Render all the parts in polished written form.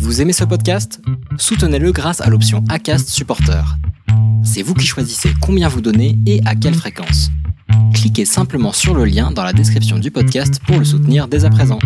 Vous aimez ce podcast ? Soutenez-le grâce à l'option Acast Supporter. C'est vous qui choisissez combien vous donnez et à quelle fréquence. Cliquez simplement sur le lien dans la description du podcast pour le soutenir dès à présent.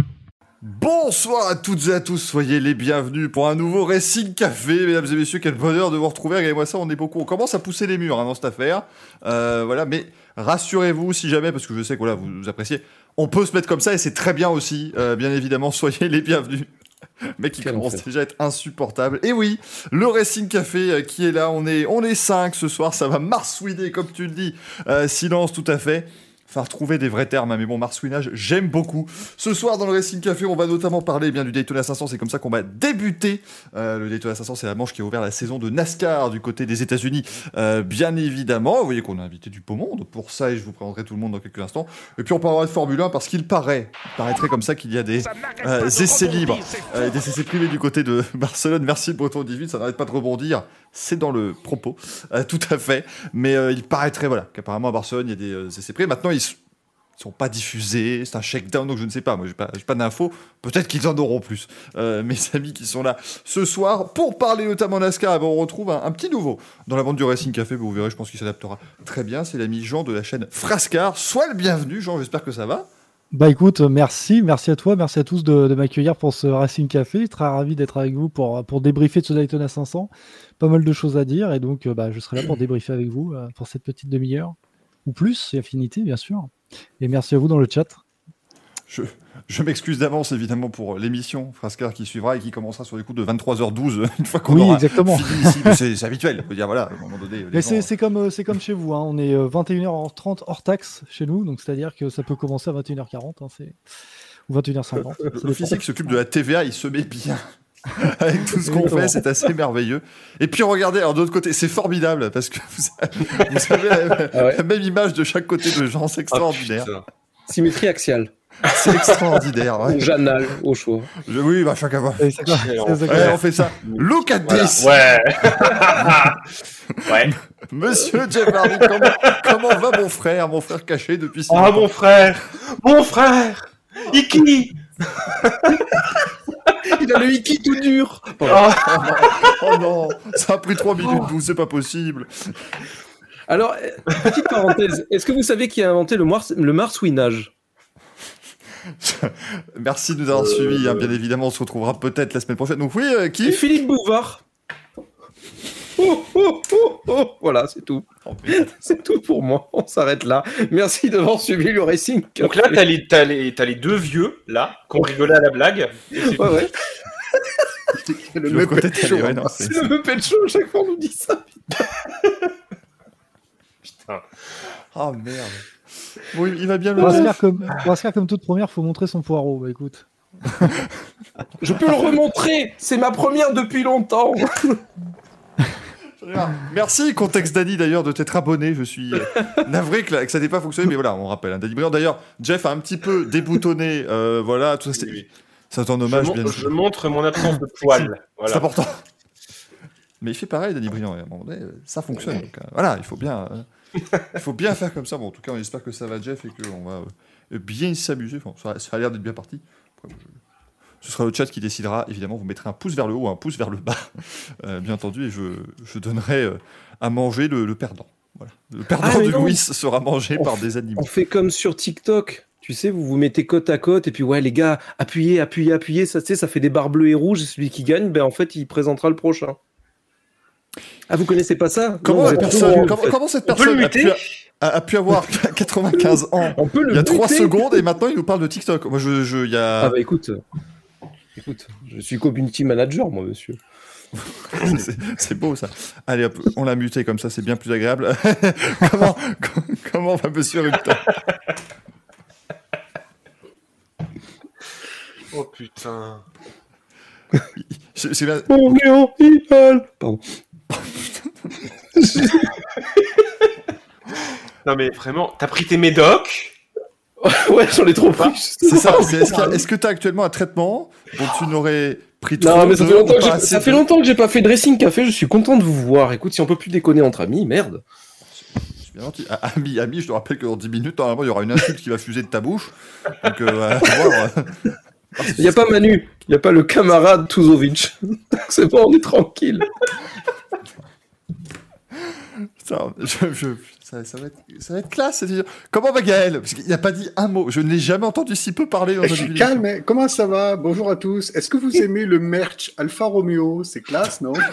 Bonsoir à toutes et à tous, soyez les bienvenus pour un nouveau Racing Café, mesdames et messieurs, quel bonheur de vous retrouver, regardez-moi ça, on est beaucoup, on commence à pousser les murs dans cette affaire, voilà, mais rassurez-vous si jamais, parce que je sais que voilà, vous appréciez, on peut se mettre comme ça et c'est très bien aussi, bien évidemment, soyez les bienvenus. Mec qui commence déjà à être insupportable. Et oui, le Racing Café qui est là, on est 5 ce soir, ça va marsouiner comme tu le dis, silence tout à fait. Enfin, retrouver des vrais termes, hein, mais bon, marsouinage, j'aime beaucoup. Ce soir, dans le Racing Café, on va notamment parler bien du Daytona 500, c'est comme ça qu'on va débuter. Le Daytona 500, c'est la manche qui a ouvert la saison de NASCAR du côté des États-Unis, bien évidemment. Vous voyez qu'on a invité du beau monde pour ça, et je vous présenterai tout le monde dans quelques instants. Et puis on parlera de Formule 1, parce qu'il paraîtrait comme ça qu'il y a des essais libres, des essais privés du côté de Barcelone. Merci Breton 18, ça n'arrête pas de rebondir. C'est dans le propos, tout à fait. Mais il paraîtrait, voilà, qu'apparemment à Barcelone, il y a des essais privés. Maintenant, ils sont pas diffusés, c'est un shakedown, donc je ne sais pas, moi j'ai pas d'infos, peut-être qu'ils en auront plus. Mes amis qui sont là ce soir pour parler notamment NASCAR, on retrouve un petit nouveau dans la bande du Racing Café, vous verrez, je pense qu'il s'adaptera très bien, c'est l'ami Jean de la chaîne Frascar. Sois le bienvenu Jean, j'espère que ça va. Bah écoute, merci à toi, merci à tous de m'accueillir pour ce Racing Café, très ravi d'être avec vous pour débriefer de ce Daytona 500, pas mal de choses à dire, et donc je serai là pour débriefer avec vous pour cette petite demi-heure, ou plus, si affinité bien sûr. Et merci à vous dans le chat. Je m'excuse d'avance évidemment pour l'émission Frascar qui suivra et qui commencera sur les coups de 23h12 une fois qu'on aura exactement. fini ici. C'est habituel, je veux dire voilà, à un moment donné. Mais c'est comme chez vous, hein. On est 21h30 hors taxe chez nous, donc c'est-à-dire que ça peut commencer à 21h40 ou 21h50. L'officier qui s'occupe de la TVA, il se met bien. Avec tout ce qu'on fait, c'est assez merveilleux. Et puis regardez, alors de l'autre côté, c'est formidable parce que vous avez la même image de chaque côté de Jean, c'est extraordinaire. Symétrie axiale. C'est extraordinaire. Ouais. Janal, au choix. Oui, bah chacun va. On fait ça. Look at this. Ouais. Ouais. Monsieur Jeff Hardy, comment va mon frère caché depuis si longtemps. Ah, mon frère Iki. Il a le Iki tout dur. Oh non, ça a pris 3 minutes, c'est pas possible. Alors, petite parenthèse, est-ce que vous savez qui a inventé le marsouinage ? Merci de nous avoir suivis, hein, bien évidemment, on se retrouvera peut-être la semaine prochaine. Donc oui, qui ? Et Philippe Bouvard. Voilà, c'est tout. C'est tout pour moi, on s'arrête là. Merci d'avoir suivi le Racing. Donc là, t'as les deux vieux, là, qui ont rigolé à la blague. Ouais. C'est le même côté chaud. C'est le même pet show, chaque fois on nous dit ça. Putain. Oh merde. Bon, il va bien le on va se faire comme toute première, faut montrer son poireau. Bah écoute. Je peux le remontrer, c'est ma première depuis longtemps. Merci, Contexte Dany d'ailleurs, de t'être abonné. Je suis navré que ça n'ait pas fonctionné, mais voilà, on rappelle. Hein, Dany Briand, d'ailleurs, Jeff a un petit peu déboutonné. Voilà, tout ça, c'est un hommage. Je montre mon absence de poil. Voilà. C'est important. Mais il fait pareil, Dany Briand. À un moment donné, ça fonctionne. Donc, voilà, il faut bien faire comme ça. Bon, en tout cas, on espère que ça va, Jeff, et qu'on va bien s'amuser. Enfin, ça a l'air d'être bien parti. Ce sera le chat qui décidera. Évidemment, vous mettrez un pouce vers le haut ou un pouce vers le bas, bien entendu, et je donnerai à manger le perdant. Voilà. Le perdant de Louis sera mangé par des animaux. On fait comme sur TikTok. Tu sais, vous mettez côte à côte, et puis ouais, les gars, appuyez. Ça, tu sais, ça fait des barres bleues et rouges. Et celui qui gagne, ben en fait, il présentera le prochain. Ah, vous connaissez pas ça ? Comment cette personne a pu avoir 95 ans il y a 3 secondes et maintenant il nous parle de TikTok. Moi, Ah bah écoute, je suis community manager, moi, monsieur. c'est beau ça. Allez hop, on l'a muté comme ça, c'est bien plus agréable. Comment va monsieur Rupta ? Oh putain. C'est bien. Pardon. Non mais vraiment, t'as pris tes médocs ? Ouais, j'en ai trop pris. C'est ça. Est-ce que t'as actuellement un traitement dont tu n'aurais pris trop ? Non, mais ça fait longtemps que j'ai pas fait de Racing Café. Je suis content de vous voir. Écoute, si on peut plus déconner entre amis, merde. C'est bien gentil. Ami, je te rappelle que dans 10 minutes, normalement, il y aura une insulte qui va fuser de ta bouche. Donc, voir. Il n'y a pas Manu, il n'y a pas le camarade Tuzovic. C'est bon, on est tranquille. Putain, ça va être classe. Comment va Gaël? Parce qu'il n'a pas dit un mot. Je ne l'ai jamais entendu si peu parler dans Je suis calme, mais comment ça va? Bonjour à tous. Est-ce que vous aimez le merch Alfa Romeo? C'est classe, non?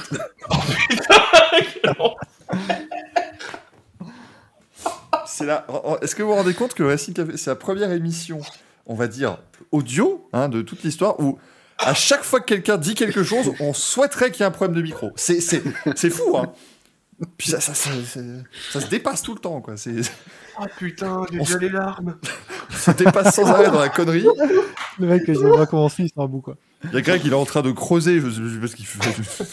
Est-ce que vous vous rendez compte que le Racing Café, c'est la première émission, on va dire, audio de toute l'histoire où à chaque fois que quelqu'un dit quelque chose, on souhaiterait qu'il y ait un problème de micro. C'est fou, hein. Puis ça se dépasse tout le temps, quoi. Ah putain, j'ai déjà les larmes. Ça dépasse sans arrêt dans la connerie. Le mec, il va commencer, il sera à bout, quoi. Il y a Greg, il est en train de creuser, je sais pas ce qu'il fait.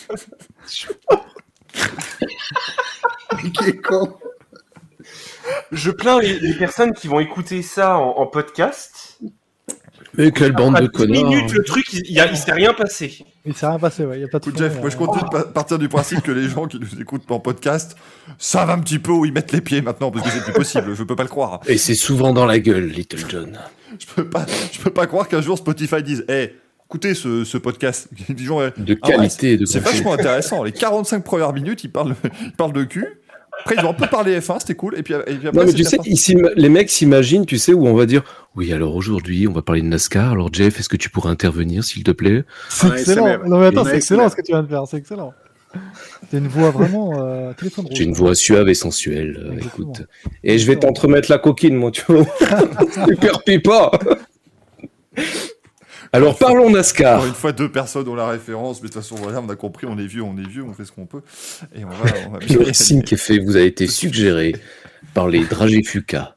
Qui est con. Je plains les personnes qui vont écouter ça en podcast. Mais quelle bande de connards. 10 minutes, le truc, il s'est rien passé. Il s'est rien passé, ouais. Il y a pas de Écoute, Jeff, moi je continue de partir du principe que les gens qui nous écoutent en podcast savent un petit peu où ils mettent les pieds maintenant, parce que c'est plus possible, je peux pas le croire. Et c'est souvent dans la gueule, Little John. Je peux pas croire qu'un jour Spotify dise écoutez ce podcast. De qualité, c'est vachement intéressant. Les 45 premières minutes, ils parlent de cul. Après, ils ont un peu parlé F1, c'était cool. Et puis après, non, mais tu sais, ici, les mecs s'imaginent, tu sais, où on va dire oui, alors aujourd'hui, on va parler de NASCAR. Alors, Jeff, est-ce que tu pourrais intervenir, s'il te plaît? C'est excellent. Non, mais attends, c'est excellent ce que tu viens de faire. C'est excellent. T'as une voix vraiment téléphone rouge. J'ai une voix suave et sensuelle. Écoute. Et je vais t'entremettre la coquine, moi, tu vois. Super pipa. Alors, parlons NASCAR. Encore une fois, 2 personnes ont la référence, mais de toute façon, voilà, on a compris, on est vieux, on fait ce qu'on peut. Et on va le Racing Café vous a été suggéré par les dragées Fuka.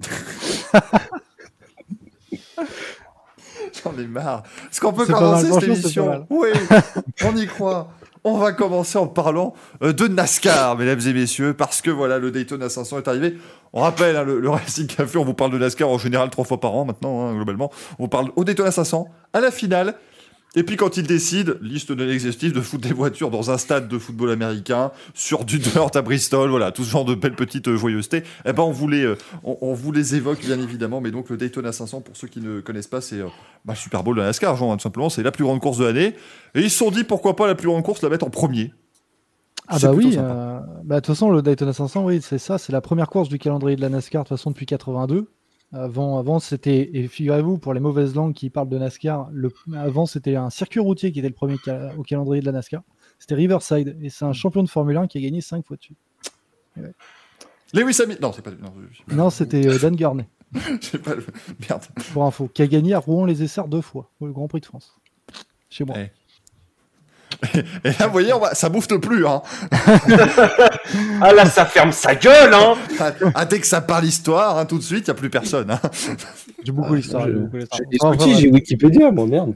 J'en ai marre. Est-ce qu'on peut commencer cette émission? Oui, on y croit. On va commencer en parlant de NASCAR, mesdames et messieurs, parce que voilà, le Daytona 500 est arrivé. On rappelle, le Racing Café, on vous parle de NASCAR en général 3 fois par an maintenant, globalement. On vous parle au Daytona 500, à la finale, et puis quand ils décident, liste non exhaustive, de foutre des voitures dans un stade de football américain, sur du dirt à Bristol, voilà, tout ce genre de belles petites joyeusetés, eh ben on vous les évoque bien évidemment, mais donc le Daytona 500, pour ceux qui ne connaissent pas, c'est le Super Bowl de NASCAR, genre, tout simplement, c'est la plus grande course de l'année, et ils se sont dit pourquoi pas la plus grande course la mettre en premier. Ah bah oui, de toute façon le Daytona 500, oui, c'est ça, c'est la première course du calendrier de la NASCAR de toute façon depuis 82. Avant c'était, et figurez-vous, pour les mauvaises langues qui parlent de NASCAR, avant c'était un circuit routier qui était le premier au calendrier de la NASCAR. C'était Riverside, et c'est un champion de Formule 1 qui a gagné 5 fois dessus. Ouais. Lewis Hamilton, non, c'est pas... Non, c'était Dan Gurney. J'ai pas le... Merde. Pour info, qui a gagné à Rouen-les-Essarts 2 fois, au Grand Prix de France. Chez moi. Et là, vous voyez, ça bouffe plus, hein. Ah là, ça ferme sa gueule, hein. Dès que ça parle histoire, hein, tout de suite, il n'y a plus personne. Hein. J'ai beaucoup l'histoire. J'ai Wikipédia, moi, merde.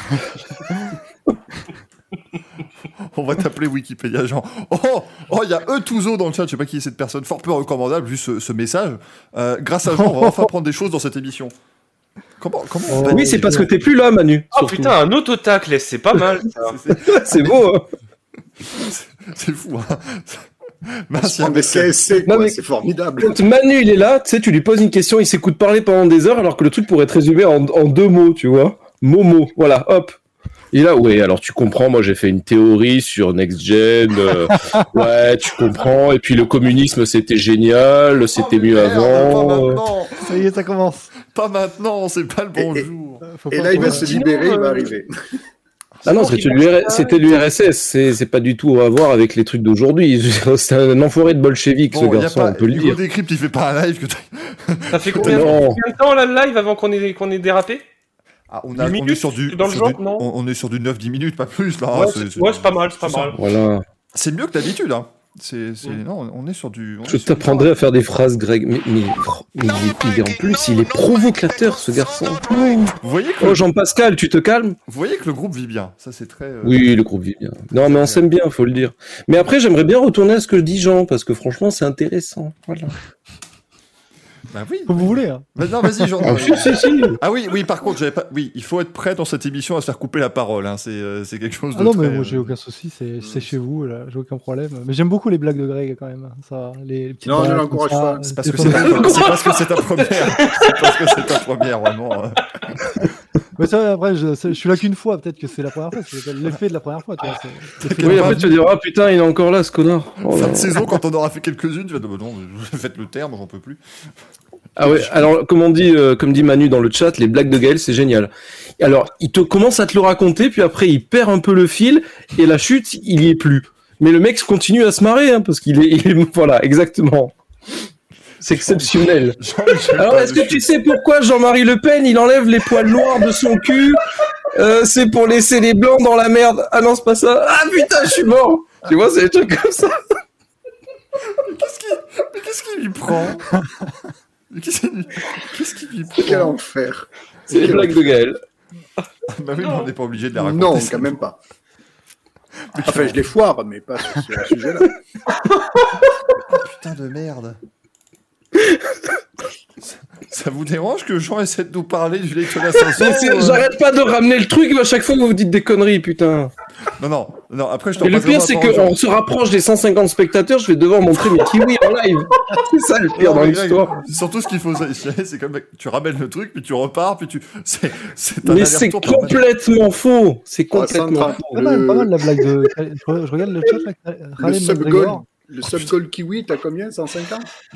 On va t'appeler Wikipédia, genre. Oh, il y a Tuzo dans le chat, je sais pas qui est cette personne, fort peu recommandable, vu ce message. Grâce à Jean, on va enfin prendre des choses dans cette émission. Comment oui, c'est parce que t'es plus là, Manu. Oh putain, un autotacle, c'est pas mal. C'est beau, hein. C'est fou, hein. Merci, mais c'est formidable. Quand Manu il est là, tu sais, tu lui poses une question, il s'écoute parler pendant des heures, alors que le truc pourrait être résumé en 2 mots, tu vois. Momo, voilà, hop. Il est là, oui, alors tu comprends, moi j'ai fait une théorie sur Next Gen, ouais, tu comprends, et puis le communisme c'était génial, c'était mieux avant. Pas maintenant. Ça y est, ça commence. Pas maintenant, c'est pas le bon jour. Et là, il va se libérer, il va arriver. Ah non, c'était l'URSS, c'est pas du tout à voir avec les trucs d'aujourd'hui. C'est un enfoiré de bolchevique, ce garçon, on peut le dire. Hugo Décrypte, il fait pas un live que ça fait combien de temps là, le live avant qu'on ait dérapé? On est sur du 9-10 minutes, pas plus là. Ouais, c'est pas mal, c'est pas mal. Voilà. C'est mieux que d'habitude, hein. Non, on est sur du. Je t'apprendrai à faire des phrases, Greg. Mais en plus, il est provocateur, ce garçon. Vous voyez que Jean-Pascal, tu te calmes? Vous voyez que le groupe vit bien. Ça, c'est très. Oui, le groupe vit bien. Non, mais on s'aime bien, faut le dire. Mais après, j'aimerais bien retourner à ce que dit Jean, parce que franchement, c'est intéressant. Voilà. Bah oui. Comme vous voulez. Hein. Bah non, vas-y, Jean. Si. Ah oui, par contre, Oui, il faut être prêt dans cette émission à se faire couper la parole. Hein. C'est quelque chose de. Ah non, très, mais moi, j'ai aucun souci. C'est chez vous, là. J'ai aucun problème. Mais j'aime beaucoup les blagues de Greg, quand même. Ça, les petites non, je l'encourage pas. C'est parce que c'est ta première. C'est parce que c'est ta première, vraiment. Mais ça, après, je suis là qu'une fois, peut-être que c'est la première fois, c'est l'effet de la première fois, tu vois. Oui, après tu te diras, putain, il est encore là, ce connard. Oh, Fin là. de saison, quand on aura fait quelques-unes, tu vas dire, bah non, faites le terme, j'en peux plus. Ah ouais, alors comme dit Manu dans le chat, les blagues de Gaël, c'est génial. Alors, il commence à te le raconter, puis après, il perd un peu le fil, et la chute, il y est plus. Mais le mec continue à se marrer, hein, parce qu'il est... Voilà, exactement. C'est exceptionnel. Alors, est-ce que tu sais pourquoi Jean-Marie Le Pen, il enlève les poils noirs de son cul? C'est pour laisser les blancs dans la merde. Ah non, c'est pas ça. Ah putain, je suis mort. Tu vois, c'est des trucs comme ça. Mais qu'est-ce qu'il lui prend? Qu'est-ce qu'il lui prend? Quel enfer. C'est les blagues de Gaël. Bah oui, mais on n'est pas obligé de les raconter. Non, ça. quand même pas. Enfin, je les foire, mais pas sur ce sujet-là. Putain de merde. Ça vous dérange que Jean essaie de nous parler du Daytona 500 J'arrête pas de ramener le truc, mais à chaque fois vous dites des conneries, putain. Non, après je t'en Et le passerai pire, pas c'est par Jean. qu'on se rapproche des 150 spectateurs, je vais devoir montrer mes kiwis en live. C'est ça le pire Non, dans mais Greg, l'histoire. c'est surtout ce qu'il faut c'est comme tu ramènes le truc, puis tu repars, puis c'est un Mais c'est aller-retour permanent. complètement faux. C'est complètement Sandra, faux. Pas mal la blague de. Je regarde le chat là. le Raleigh sub-goal, McGregor. le sub-goal kiwi, t'as combien? 150?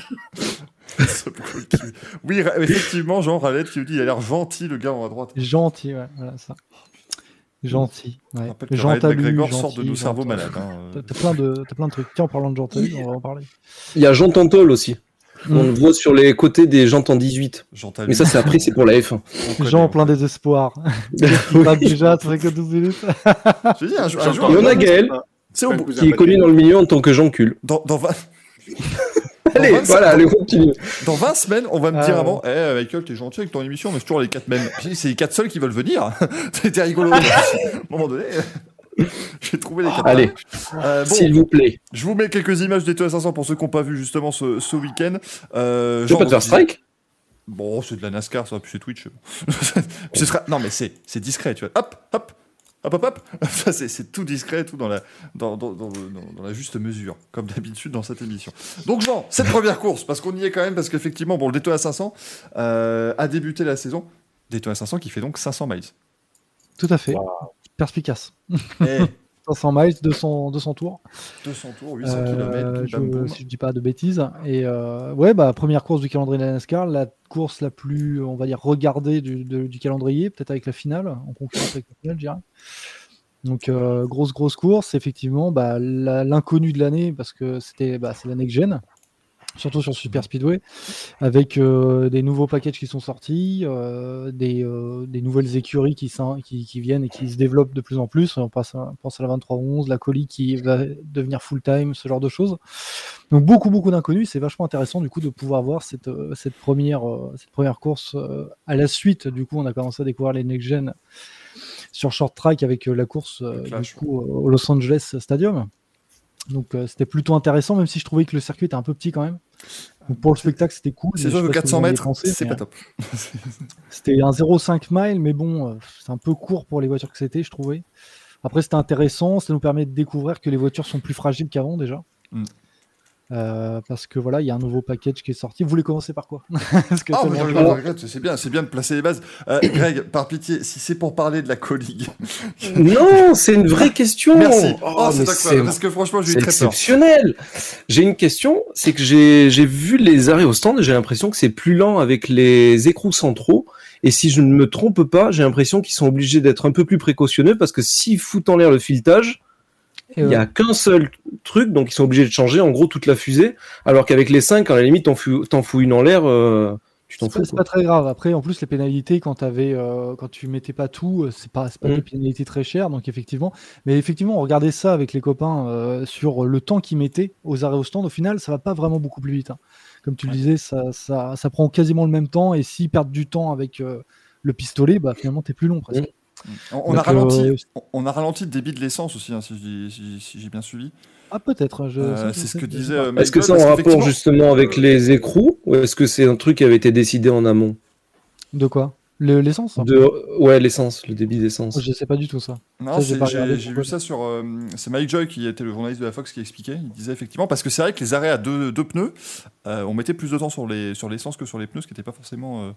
Oui, effectivement, Jean Ralette qui nous dit il a l'air gentil le gars en à droite. Gentil, ouais, voilà ça. Gentil. Je Ouais. rappelle que Jean Ralette Talu, McGregor gentil, sort de nos Jean cerveaux Talu. malades. Hein. T'as plein de trucs. Tiens, en parlant de Jean Talu, on va en parler. Il y a Jean Tantol aussi. On le voit sur les côtés des jantes en 18. Jean Talu. Mais ça, c'est après, c'est pour la F1. On connaît, Jean on plein connaît. désespoir. Oui. Pas déjà, ça fait que 12 minutes. Je dis un jour, Il y en a Gaël, c'est au bout. qui est connu dans le milieu en tant que Jean Cul. Dans 20... Allez, 25 voilà, allez, on continue. Dans 20 semaines, on va me dire Ah, avant, Michael, t'es gentil avec ton émission, mais c'est toujours les 4 mêmes. Puis c'est les 4 seuls qui veulent venir. C'était rigolo. À un moment donné, j'ai trouvé les 4 Allez, Bon, s'il vous plaît. je vous mets quelques images des Daytona 500 pour ceux qui n'ont pas vu justement ce week-end. Tu veux pas te faire strike? Bon, c'est de la NASCAR, ça, puis c'est Twitch. Puis ce sera... Non, mais c'est discret, tu vois. Hop. Ça, c'est tout discret, tout dans la juste mesure, comme d'habitude dans cette émission. Donc, Jean, cette première course, parce qu'on y est quand même, parce qu'effectivement, bon, le Daytona 500 a débuté la saison. Daytona 500 qui fait donc 500 miles. Tout à fait. Perspicace. Et 500 miles, 200 tours. 200 tours, 800 km, si je dis pas de bêtises. Et première course du calendrier de la NASCAR, la course la plus, on va dire, regardée du calendrier, peut-être avec la finale, en concurrence avec la finale, je dirais. Donc grosse course, effectivement, l'inconnu de l'année, parce que c'est la next-gen, surtout sur Super Speedway, avec des nouveaux packages qui sont sortis, des nouvelles écuries qui viennent et qui se développent de plus en plus. On pense à la 2311, la Collie qui va devenir full-time, ce genre de choses. Donc beaucoup d'inconnus. C'est vachement intéressant du coup de pouvoir voir cette première course à la suite. Du coup, on a commencé à découvrir les next-gen sur short track avec la course au Los Angeles Stadium. Donc c'était plutôt intéressant, même si je trouvais que le circuit était un peu petit quand même. Donc, pour le spectacle, c'était cool. C'est sûr que 400 mètres, c'est pas top. C'était un 0,5 mile, mais bon, c'est un peu court pour les voitures que c'était, je trouvais. Après, c'était intéressant, ça nous permet de découvrir que les voitures sont plus fragiles qu'avant déjà. Parce que voilà, il y a un nouveau package qui est sorti. Vous voulez commencer par quoi? C'est bien de placer les bases. Greg, par pitié, si c'est pour parler de la Colligue. Non, c'est une vraie question. Merci. C'est parce que franchement, j'ai eu c'est très peur. exceptionnel. J'ai une question, c'est que j'ai vu les arrêts au stand et j'ai l'impression que c'est plus lent avec les écrous centraux. Et si je ne me trompe pas, j'ai l'impression qu'ils sont obligés d'être un peu plus précautionneux parce que s'ils foutent en l'air le filetage, il n'y a qu'un seul truc, donc ils sont obligés de changer en gros toute la fusée, alors qu'avec les 5, à la limite, t'en fous une en l'air, tu t'en fous. C'est pas très grave. Après, en plus, les pénalités, quand tu mettais pas tout, c'est pas des pénalités très chères, donc effectivement. Mais effectivement, regardez ça avec les copains sur le temps qu'ils mettaient aux arrêts au stand. Au final, ça va pas vraiment beaucoup plus vite. Hein. Comme tu le disais, ça prend quasiment le même temps, et s'ils perdent du temps avec le pistolet, finalement, t'es plus long presque. On a ralenti le débit de l'essence aussi, hein, si j'ai bien suivi. Ah, peut-être. C'est ce que disait. Est-ce que c'est en rapport justement avec les écrous ou est-ce que c'est un truc qui avait été décidé en amont? De quoi? L'essence? Ouais, l'essence, le débit d'essence. Je sais pas du tout ça. Non, j'ai vu ça sur. C'est Mike Joy qui était le journaliste de la Fox qui expliquait. Il disait effectivement, parce que c'est vrai que les arrêts à deux pneus, on mettait plus de temps sur l'essence que sur les pneus, ce qui n'était pas forcément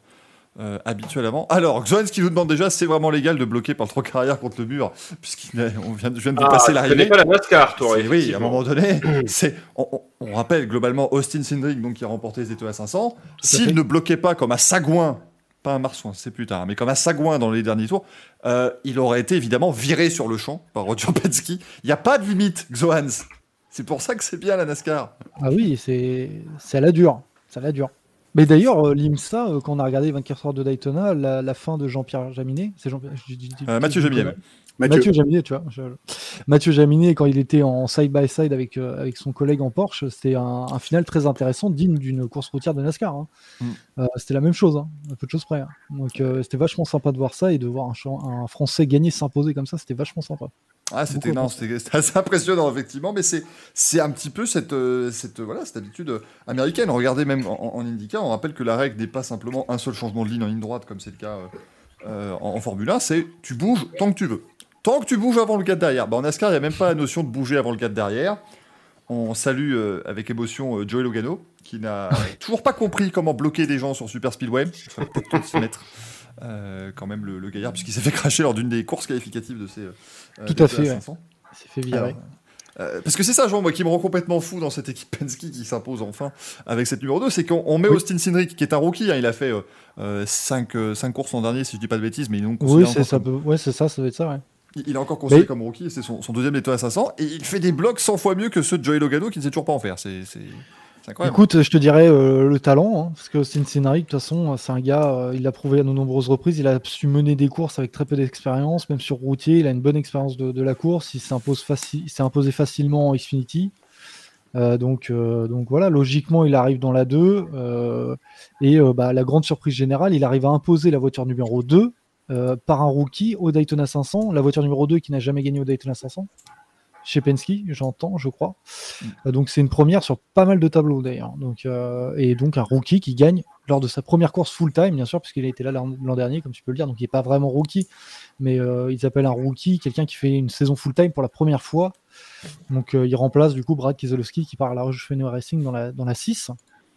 habituellement. Alors, Xoans qui nous demande déjà, c'est vraiment légal de bloquer par le tronc arrière contre le mur, je viens de dépasser Tu l'arrivée. connais pas la NASCAR, toi. Oui, à un effectivement. moment donné, on rappelle globalement Austin Cindric, donc qui a remporté les Daytona 500. S'il fait. ne bloquait pas comme à Sagouin, pas un Marsouin, c'est plus tard, mais comme à Sagouin dans les derniers tours, il aurait été évidemment viré sur le champ par Roger Penske. Il n'y a pas de limite, Xoans. C'est pour ça que c'est bien la NASCAR. Ah oui, c'est à la dure. C'est à la dure. Mais d'ailleurs, l'IMSA, quand on a regardé 24 heures de Daytona, la fin de Jean-Pierre Jaminet, c'est Mathieu Jaminet. Ouais. Mathieu Jaminet, tu vois. Mathieu Jaminet, quand il était en side-by-side avec son collègue en Porsche, c'était un final très intéressant, digne d'une course routière de NASCAR. Hein. C'était la même chose, hein, un peu de choses près. Hein. Donc c'était vachement sympa de voir ça et de voir un Français gagner, s'imposer comme ça, c'était vachement sympa. Ah, c'était assez impressionnant, effectivement, mais c'est un petit peu cette habitude américaine. Regardez, même en IndyCar, on rappelle que la règle n'est pas simplement un seul changement de ligne en ligne droite, comme c'est le cas en Formule 1, c'est tu bouges tant que tu veux. Tant que tu bouges avant le gars de derrière. En NASCAR, il n'y a même pas la notion de bouger avant le gars de derrière. On salue avec émotion Joey Logano, qui n'a toujours pas compris comment bloquer des gens sur Super Speedway. Il fallait peut-être s'y mettre. Quand même le gaillard, puisqu'il s'est fait cracher lors d'une des courses qualificatives de ces tout à fait, 500. Ouais. Il s'est fait virer. Parce que c'est ça, Jean, moi, qui me rend complètement fou dans cette équipe Penske qui s'impose enfin avec cette numéro 2, c'est qu'on met Austin Cindric, qui est un rookie, hein, il a fait 5 courses l'an dernier, si je dis pas de bêtises, mais il est donc oui, c'est ça, ça doit être ça, ouais. Il est encore considéré comme rookie, et c'est son deuxième Daytona 500, et il fait des blocs 100 fois mieux que ceux de Joey Logano, qui ne sait toujours pas en faire. C'est incroyable. Écoute, je te dirais le talent, hein, parce que Austin Cindric, de toute façon, c'est un gars, il l'a prouvé à de nombreuses reprises, il a su mener des courses avec très peu d'expérience, même sur routier, il a une bonne expérience de la course, il s'est imposé facilement en Xfinity. Donc voilà, logiquement, il arrive dans la 2, la grande surprise générale, il arrive à imposer la voiture numéro 2 par un rookie au Daytona 500, la voiture numéro 2 qui n'a jamais gagné au Daytona 500. Chez Penske, je crois. Donc c'est une première sur pas mal de tableaux d'ailleurs. Et donc un rookie qui gagne lors de sa première course full-time, bien sûr, puisqu'il a été là l'an dernier, comme tu peux le dire. Donc il n'est pas vraiment rookie, mais ils appellent un rookie quelqu'un qui fait une saison full-time pour la première fois. Donc il remplace du coup Brad Keselowski qui part à la Roush Fenway Racing dans la 6.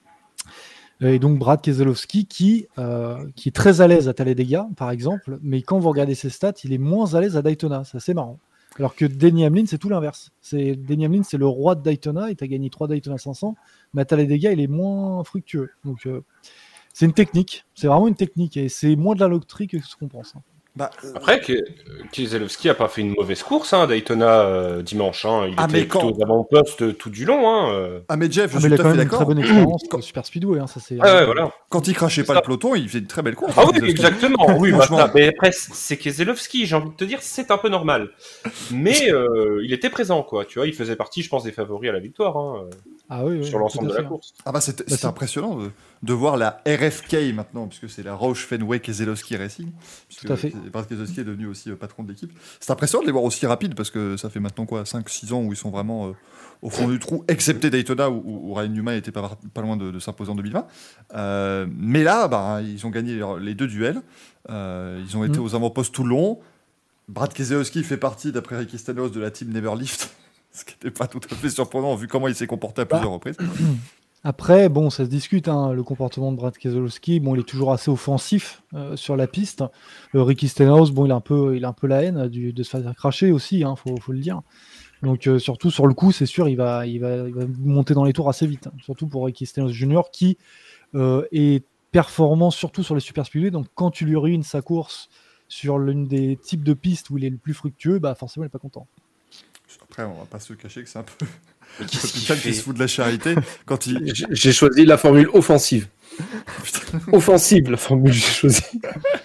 Et donc Brad Keselowski qui est très à l'aise à Talladega, par exemple, mais quand vous regardez ses stats, il est moins à l'aise à Daytona. C'est assez marrant. Alors que Denny Hamlin, c'est tout l'inverse. Denny Hamlin, c'est le roi de Daytona, il t'a gagné 3 Daytona 500, mais à Talladega, il est moins fructueux. Donc, c'est une technique, c'est vraiment une technique, et c'est moins de la loterie que ce qu'on pense. Après, Keselowski a pas fait une mauvaise course, hein, Daytona dimanche. Hein. Il était plutôt aux avant-postes tout du long. Hein. Mais Jeff, je suis il a tout quand à fait même une d'accord. très bonne expérience au Super Speedway. Hein, ça, c'est... Voilà. Quand il crachait pas le peloton, il faisait une très belle course. Ah oui, exactement. Oui, Franchement. mais après, c'est Keselowski, j'ai envie de te dire, c'est un peu normal. Mais il était présent, quoi. Tu vois, il faisait partie, je pense, des favoris à la victoire. Hein, sur l'ensemble de la course. C'est impressionnant de voir la RFK maintenant, puisque c'est la Roush Fenway Keselowski Racing. Tout à fait. Brad Keselowski est devenu aussi patron de l'équipe. C'est impressionnant de les voir aussi rapides, parce que ça fait maintenant 5-6 ans où ils sont vraiment au fond du trou, excepté Daytona où Ryan Newman était pas loin de s'imposer en 2020. Mais là, ils ont gagné les 2 duels. Ils ont été aux avant-postes tout le long. Brad Keselowski fait partie, d'après Ricky Stenhouse, de la team Never Lift. Ce qui n'était pas tout à fait surprenant vu comment il s'est comporté à plusieurs reprises. Après, ça se discute, hein, le comportement de Brad Keselowski. Il est toujours assez offensif sur la piste. Ricky Stenhouse, il a un peu la haine de se faire cracher aussi, hein, faut le dire. Donc surtout sur le coup, c'est sûr, il va monter dans les tours assez vite. Hein, surtout pour Ricky Stenhouse Jr. qui est performant surtout sur les super speedway. Donc quand tu lui ruines sa course sur l'une des types de pistes où il est le plus fructueux, forcément il n'est pas content. Après, on va pas se cacher que c'est un peu l'hôpital qui se fout de la charité quand il... J'ai choisi la formule offensive. Offensive, la formule que j'ai choisie.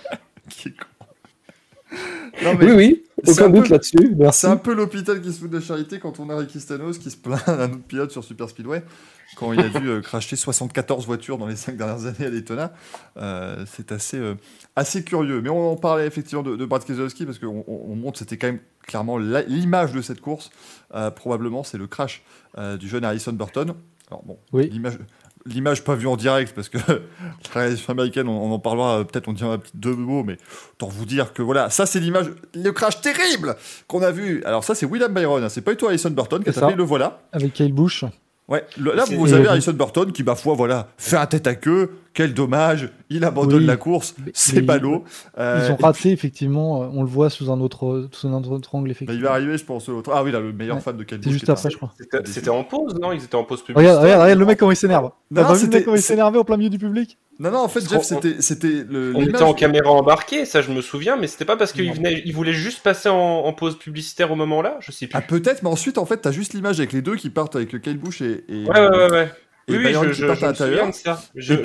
Oui, aucun doute là-dessus. Merci. C'est un peu l'hôpital qui se fout de la charité quand on a Ricky Stenhouse qui se plaint d'un autre pilote sur Super Speedway quand il a dû cracher 74 voitures dans les 5 dernières années à Daytona. C'est assez curieux. Mais on en parlait effectivement de Brad Keselowski parce qu'on montre c'était quand même clairement l'image de cette course. Probablement, c'est le crash du jeune Harrison Burton. Alors bon, oui. L'image pas vue en direct, parce que la réalisation américaine, on en parlera, peut-être on dira 2 mots, mais autant vous dire que voilà, ça c'est l'image, le crash terrible qu'on a vu. Alors ça c'est William Byron, hein, c'est pas du tout Harrison Burton qui a tapé, le voilà. Avec Kyle Busch. Ouais, là vous avez Harrison Burton qui, ma foi, fait un tête à queue, quel dommage, il abandonne la course, c'est ballot. Ils ont raté, effectivement, on le voit sous un autre angle, effectivement. Il va arriver, je pense, l'autre. Ah oui, là, le meilleur fan de Kyle Busch. C'est juste après, je crois. C'était en pause, non? Ils étaient en pause publicitaire. Regarde le mec comment il s'énerve. T'as pas vu le mec comment il s'énervait au plein milieu du public? Non, en fait, Jeff, c'était le. On était en caméra embarquée, ça je me souviais, mais c'était pas parce qu'il voulait juste passer en pause publicitaire au moment-là, je sais plus. Ah, peut-être, mais ensuite, en fait, t'as juste l'image avec les deux qui partent avec le Kyle Busch et. Ouais. Et oui, je me souviens de ça.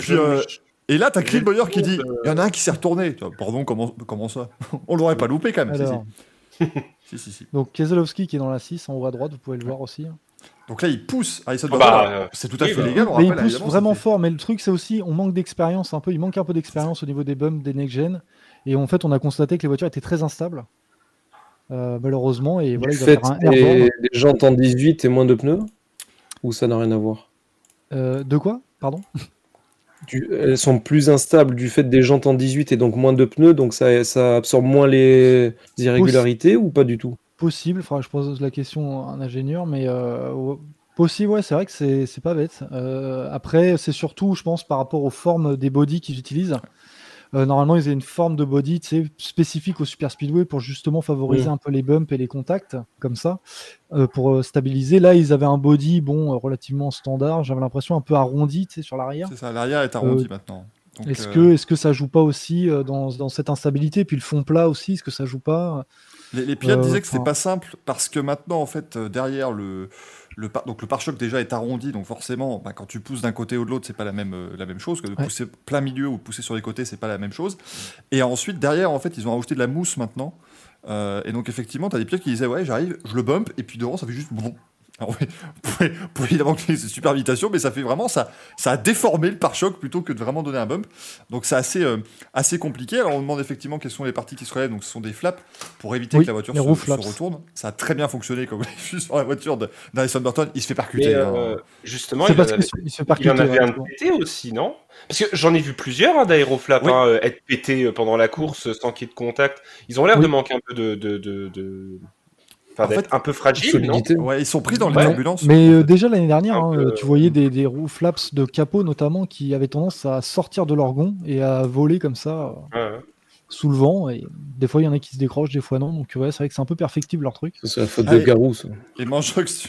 Et là, t'as Clint Bowyer qui dit il y en a un qui s'est retourné. Pardon, comment ça? On l'aurait pas loupé quand même. Alors... si. Donc Keselowski qui est dans la 6 en haut à droite, vous pouvez le voir aussi. Donc là, il pousse Harrison Button. C'est tout à fait légal. Mais il pousse vraiment fort. Mais le truc, c'est aussi, on manque d'expérience un peu. Il manque un peu d'expérience au niveau des bumps, des next-gen. Et en fait, on a constaté que les voitures étaient très instables. Malheureusement. Et voilà, il va faire un airborne. Les jantes en 18 et moins de pneus? Ou ça n'a rien à voir? De quoi? Pardon? Elles sont plus instables du fait des jantes en 18 et donc moins de pneus. Donc ça absorbe moins les irrégularités ou pas du tout? Possible, je pose la question à un ingénieur, mais possible, ouais, c'est vrai que c'est pas bête. Après, c'est surtout, je pense, par rapport aux formes des bodies qu'ils utilisent. Normalement, ils avaient une forme de body spécifique au Super Speedway pour justement favoriser un peu les bumps et les contacts, comme ça, pour stabiliser. Là, ils avaient un body relativement standard, j'avais l'impression un peu arrondi sur l'arrière. C'est ça, l'arrière est arrondi maintenant. Donc, est-ce que ça joue pas aussi dans cette instabilité? Puis le fond plat aussi, est-ce que ça joue pas? Les pilotes disaient que c'était pas simple parce que maintenant, en fait, derrière le pare-choc déjà est arrondi, donc forcément, quand tu pousses d'un côté ou de l'autre, c'est pas la même chose que de pousser plein milieu ou de pousser sur les côtés, c'est pas la même chose. Et ensuite, derrière, en fait, ils ont ajouté de la mousse maintenant. Et donc, effectivement, t'as des pilotes qui disaient ouais, j'arrive, je le bump, et puis devant, ça fait juste bon. Alors, oui, pour évidemment que c'est super invitation, mais ça fait vraiment ça a déformé le pare-choc plutôt que de vraiment donner un bump. Donc c'est assez compliqué. Alors on demande effectivement quelles sont les parties qui se relèvent. Donc ce sont des flaps pour éviter que la voiture se retourne. Ça a très bien fonctionné comme vu sur la voiture d'Harrison Button. Il se fait percuter. Justement, il en avait un pété aussi, non? Parce que j'en ai vu plusieurs d'aéroflaps être pétés pendant la course sans qu'il y ait de contact. Ils ont l'air de manquer un peu d'être un peu fragile, non? Ouais, ils sont pris dans les turbulences. Mais déjà l'année dernière, tu voyais des roues flaps de capot notamment qui avaient tendance à sortir de leur gond et à voler comme ça sous le vent. Et des fois, il y en a qui se décrochent, des fois non. Donc ouais, c'est vrai que c'est un peu perfectible leur truc. C'est la faute de Garou, ça. Et Manchox,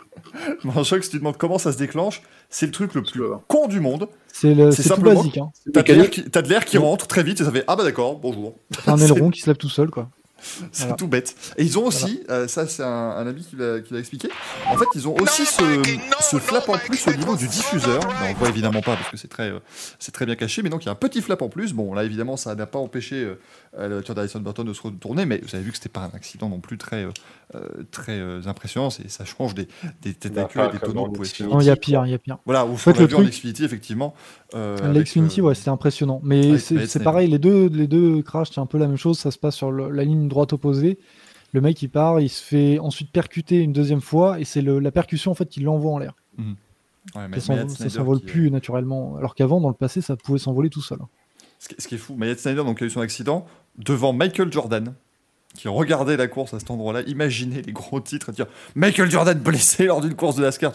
si tu demandes comment ça se déclenche, c'est le truc le plus con du monde. C'est tout basique. T'as de l'air qui rentre très vite et ça fait ah bah d'accord, bonjour. C'est un aileron qui se lève tout seul, quoi. C'est tout bête. Et ils ont aussi, ça c'est un ami qui l'a expliqué, en fait ils ont aussi ce flap en plus au niveau du diffuseur. Alors, on ne voit évidemment pas parce que c'est très bien caché, mais donc il y a un petit flap en plus. Bon là évidemment ça n'a pas empêché la voiture d'Harrison Button de se retourner, mais vous avez vu que c'était pas un accident non plus très impressionnant. Ça change des tentacules et des tonneaux. Il y a pire. Voilà, où on a vu en Xfinity effectivement. L'Xfinity, c'est impressionnant. Mais c'est pareil, les deux crashs, c'est un peu la même chose. Ça se passe sur la ligne droite opposée. Le mec il part, il se fait ensuite percuter une deuxième fois et c'est la percussion en fait qui l'envoie en l'air. Ça s'envole plus naturellement. Alors qu'avant, dans le passé, ça pouvait s'envoler tout seul. Ce qui est fou, Myatt Snider donc, a eu son accident devant Michael Jordan qui regardait la course à cet endroit-là. Imaginez les gros titres, dire Michael Jordan blessé lors d'une course de NASCAR.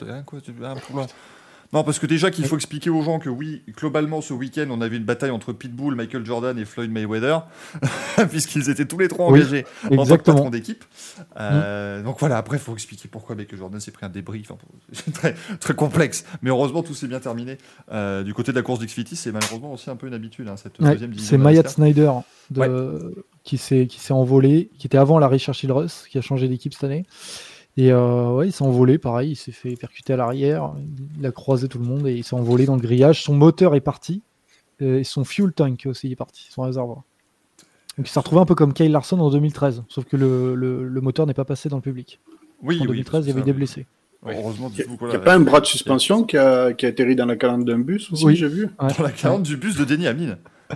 Non, parce que déjà qu'il faut expliquer aux gens que oui, globalement ce week-end, on avait une bataille entre Pitbull, Michael Jordan et Floyd Mayweather, puisqu'ils étaient tous les trois engagés en tant que patron d'équipe. Donc voilà, après, il faut expliquer pourquoi Michael Jordan s'est pris un débrief. C'est très, très complexe. Mais heureusement, tout s'est bien terminé. Du côté de la course d'Xfinity, c'est malheureusement aussi un peu une habitude, cette deuxième division. C'est Myatt Snider qui s'est envolé, qui était avant la Richard Childress, qui a changé d'équipe cette année. Et il s'est envolé, pareil, il s'est fait percuter à l'arrière, il a croisé tout le monde et il s'est envolé dans le grillage. Son moteur est parti, et son fuel tank aussi est parti, son réservoir. Donc il s'est retrouvé un peu comme Kyle Larson en 2013, sauf que le moteur n'est pas passé dans le public. En 2013, il y avait eu des blessés. Heureusement, il n'y a pas un bras de suspension qui a atterri dans la calandre d'un bus aussi, j'ai vu. Dans la calandre du bus de Denny Hamlin.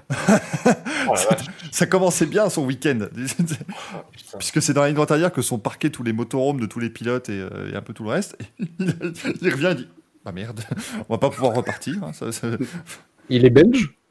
Ça commençait bien son week-end, puisque c'est dans la ligne droite arrière que sont parqués tous les motorhomes de tous les pilotes et un peu tout le reste. Et il revient et dit bah merde, on va pas pouvoir repartir. Il est belge?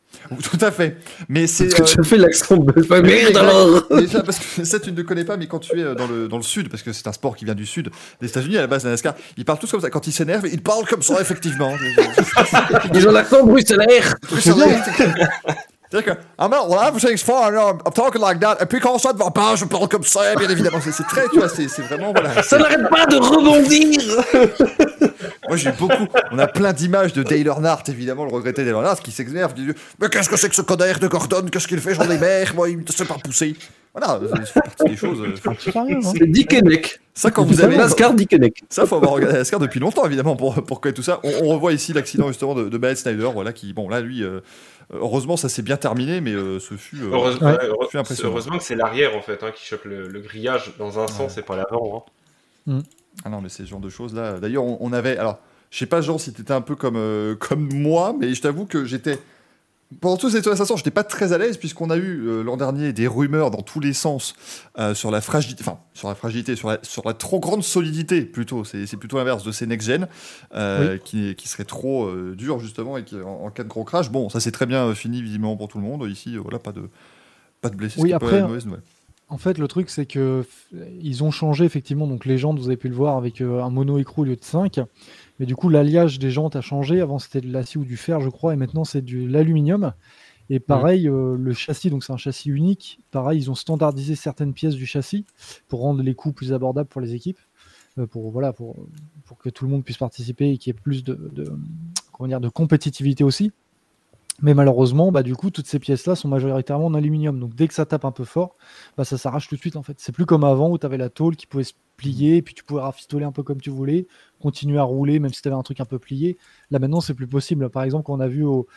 Tout à fait. Mais c'est. Parce que tu fais l'accent de merde alors. Déjà, parce que ça, tu ne le connais pas, mais quand tu es dans le sud, parce que c'est un sport qui vient du sud des États-Unis à la base de la NASCAR, ils parlent tous comme ça. Quand ils s'énervent, ils parlent comme ça, effectivement. Ils ont l'accent bruxellaire. C'est-à-dire que, I'm not laughing, it's fun, I'm talking like that. Et puis quand ça ne va pas, je parle comme ça, bien évidemment. C'est très, tu vois, c'est vraiment, voilà. Ça n'arrête pas de rebondir. Moi, j'ai beaucoup. On a plein d'images de Dale Earnhardt, évidemment, le regretté Dale Earnhardt, qui s'énerve, qui dit mais qu'est-ce que c'est que ce connard de Gordon? Qu'est-ce qu'il fait? J'en ai marre, moi, il me sait pas pousser. Voilà, ça fait partie des choses. C'est Dickeneck. Ça, quand vous avez NASCAR Dickeneck. Ça, faut avoir regardé la NASCAR depuis longtemps, évidemment, pour connaître tout ça. On revoit ici l'accident, justement, de Matt Snyder, voilà, qui, bon, là, lui. Heureusement, ça s'est bien terminé, mais ce fut impressionnant. Heureusement que c'est l'arrière en fait qui chope le grillage dans un sens et pas l'avant. Ah non, mais c'est ce genre de choses là. D'ailleurs, on avait. Alors, je sais pas, Jean, si t'étais un peu comme moi, mais je t'avoue que j'étais. Pendant toutes ces situations, j'étais pas très à l'aise puisqu'on a eu l'an dernier des rumeurs dans tous les sens sur la fragilité, sur la trop grande solidité plutôt. C'est plutôt l'inverse de ces next-gen qui serait trop dur justement et qui en cas de gros crash. Bon, ça c'est très bien fini visiblement pour tout le monde. Ici, voilà, pas de blessés. Oui, après, en fait, le truc c'est que ils ont changé effectivement. Donc les jantes, vous avez pu le voir avec un mono écrou au lieu de 5. Mais du coup, l'alliage des jantes a changé. Avant, c'était de l'acier ou du fer, je crois, et maintenant, c'est de l'aluminium. Et pareil, le châssis, donc c'est un châssis unique. Pareil, ils ont standardisé certaines pièces du châssis pour rendre les coûts plus abordables pour les équipes, pour que tout le monde puisse participer et qu'il y ait plus de compétitivité aussi. Mais malheureusement, du coup, toutes ces pièces-là sont majoritairement en aluminium. Donc dès que ça tape un peu fort, ça s'arrache tout de suite en fait. C'est plus comme avant où tu avais la tôle qui pouvait se plier, puis tu pouvais rafistoler un peu comme tu voulais, continuer à rouler même si tu avais un truc un peu plié. Là maintenant, c'est plus possible. Par exemple, quand on a vu au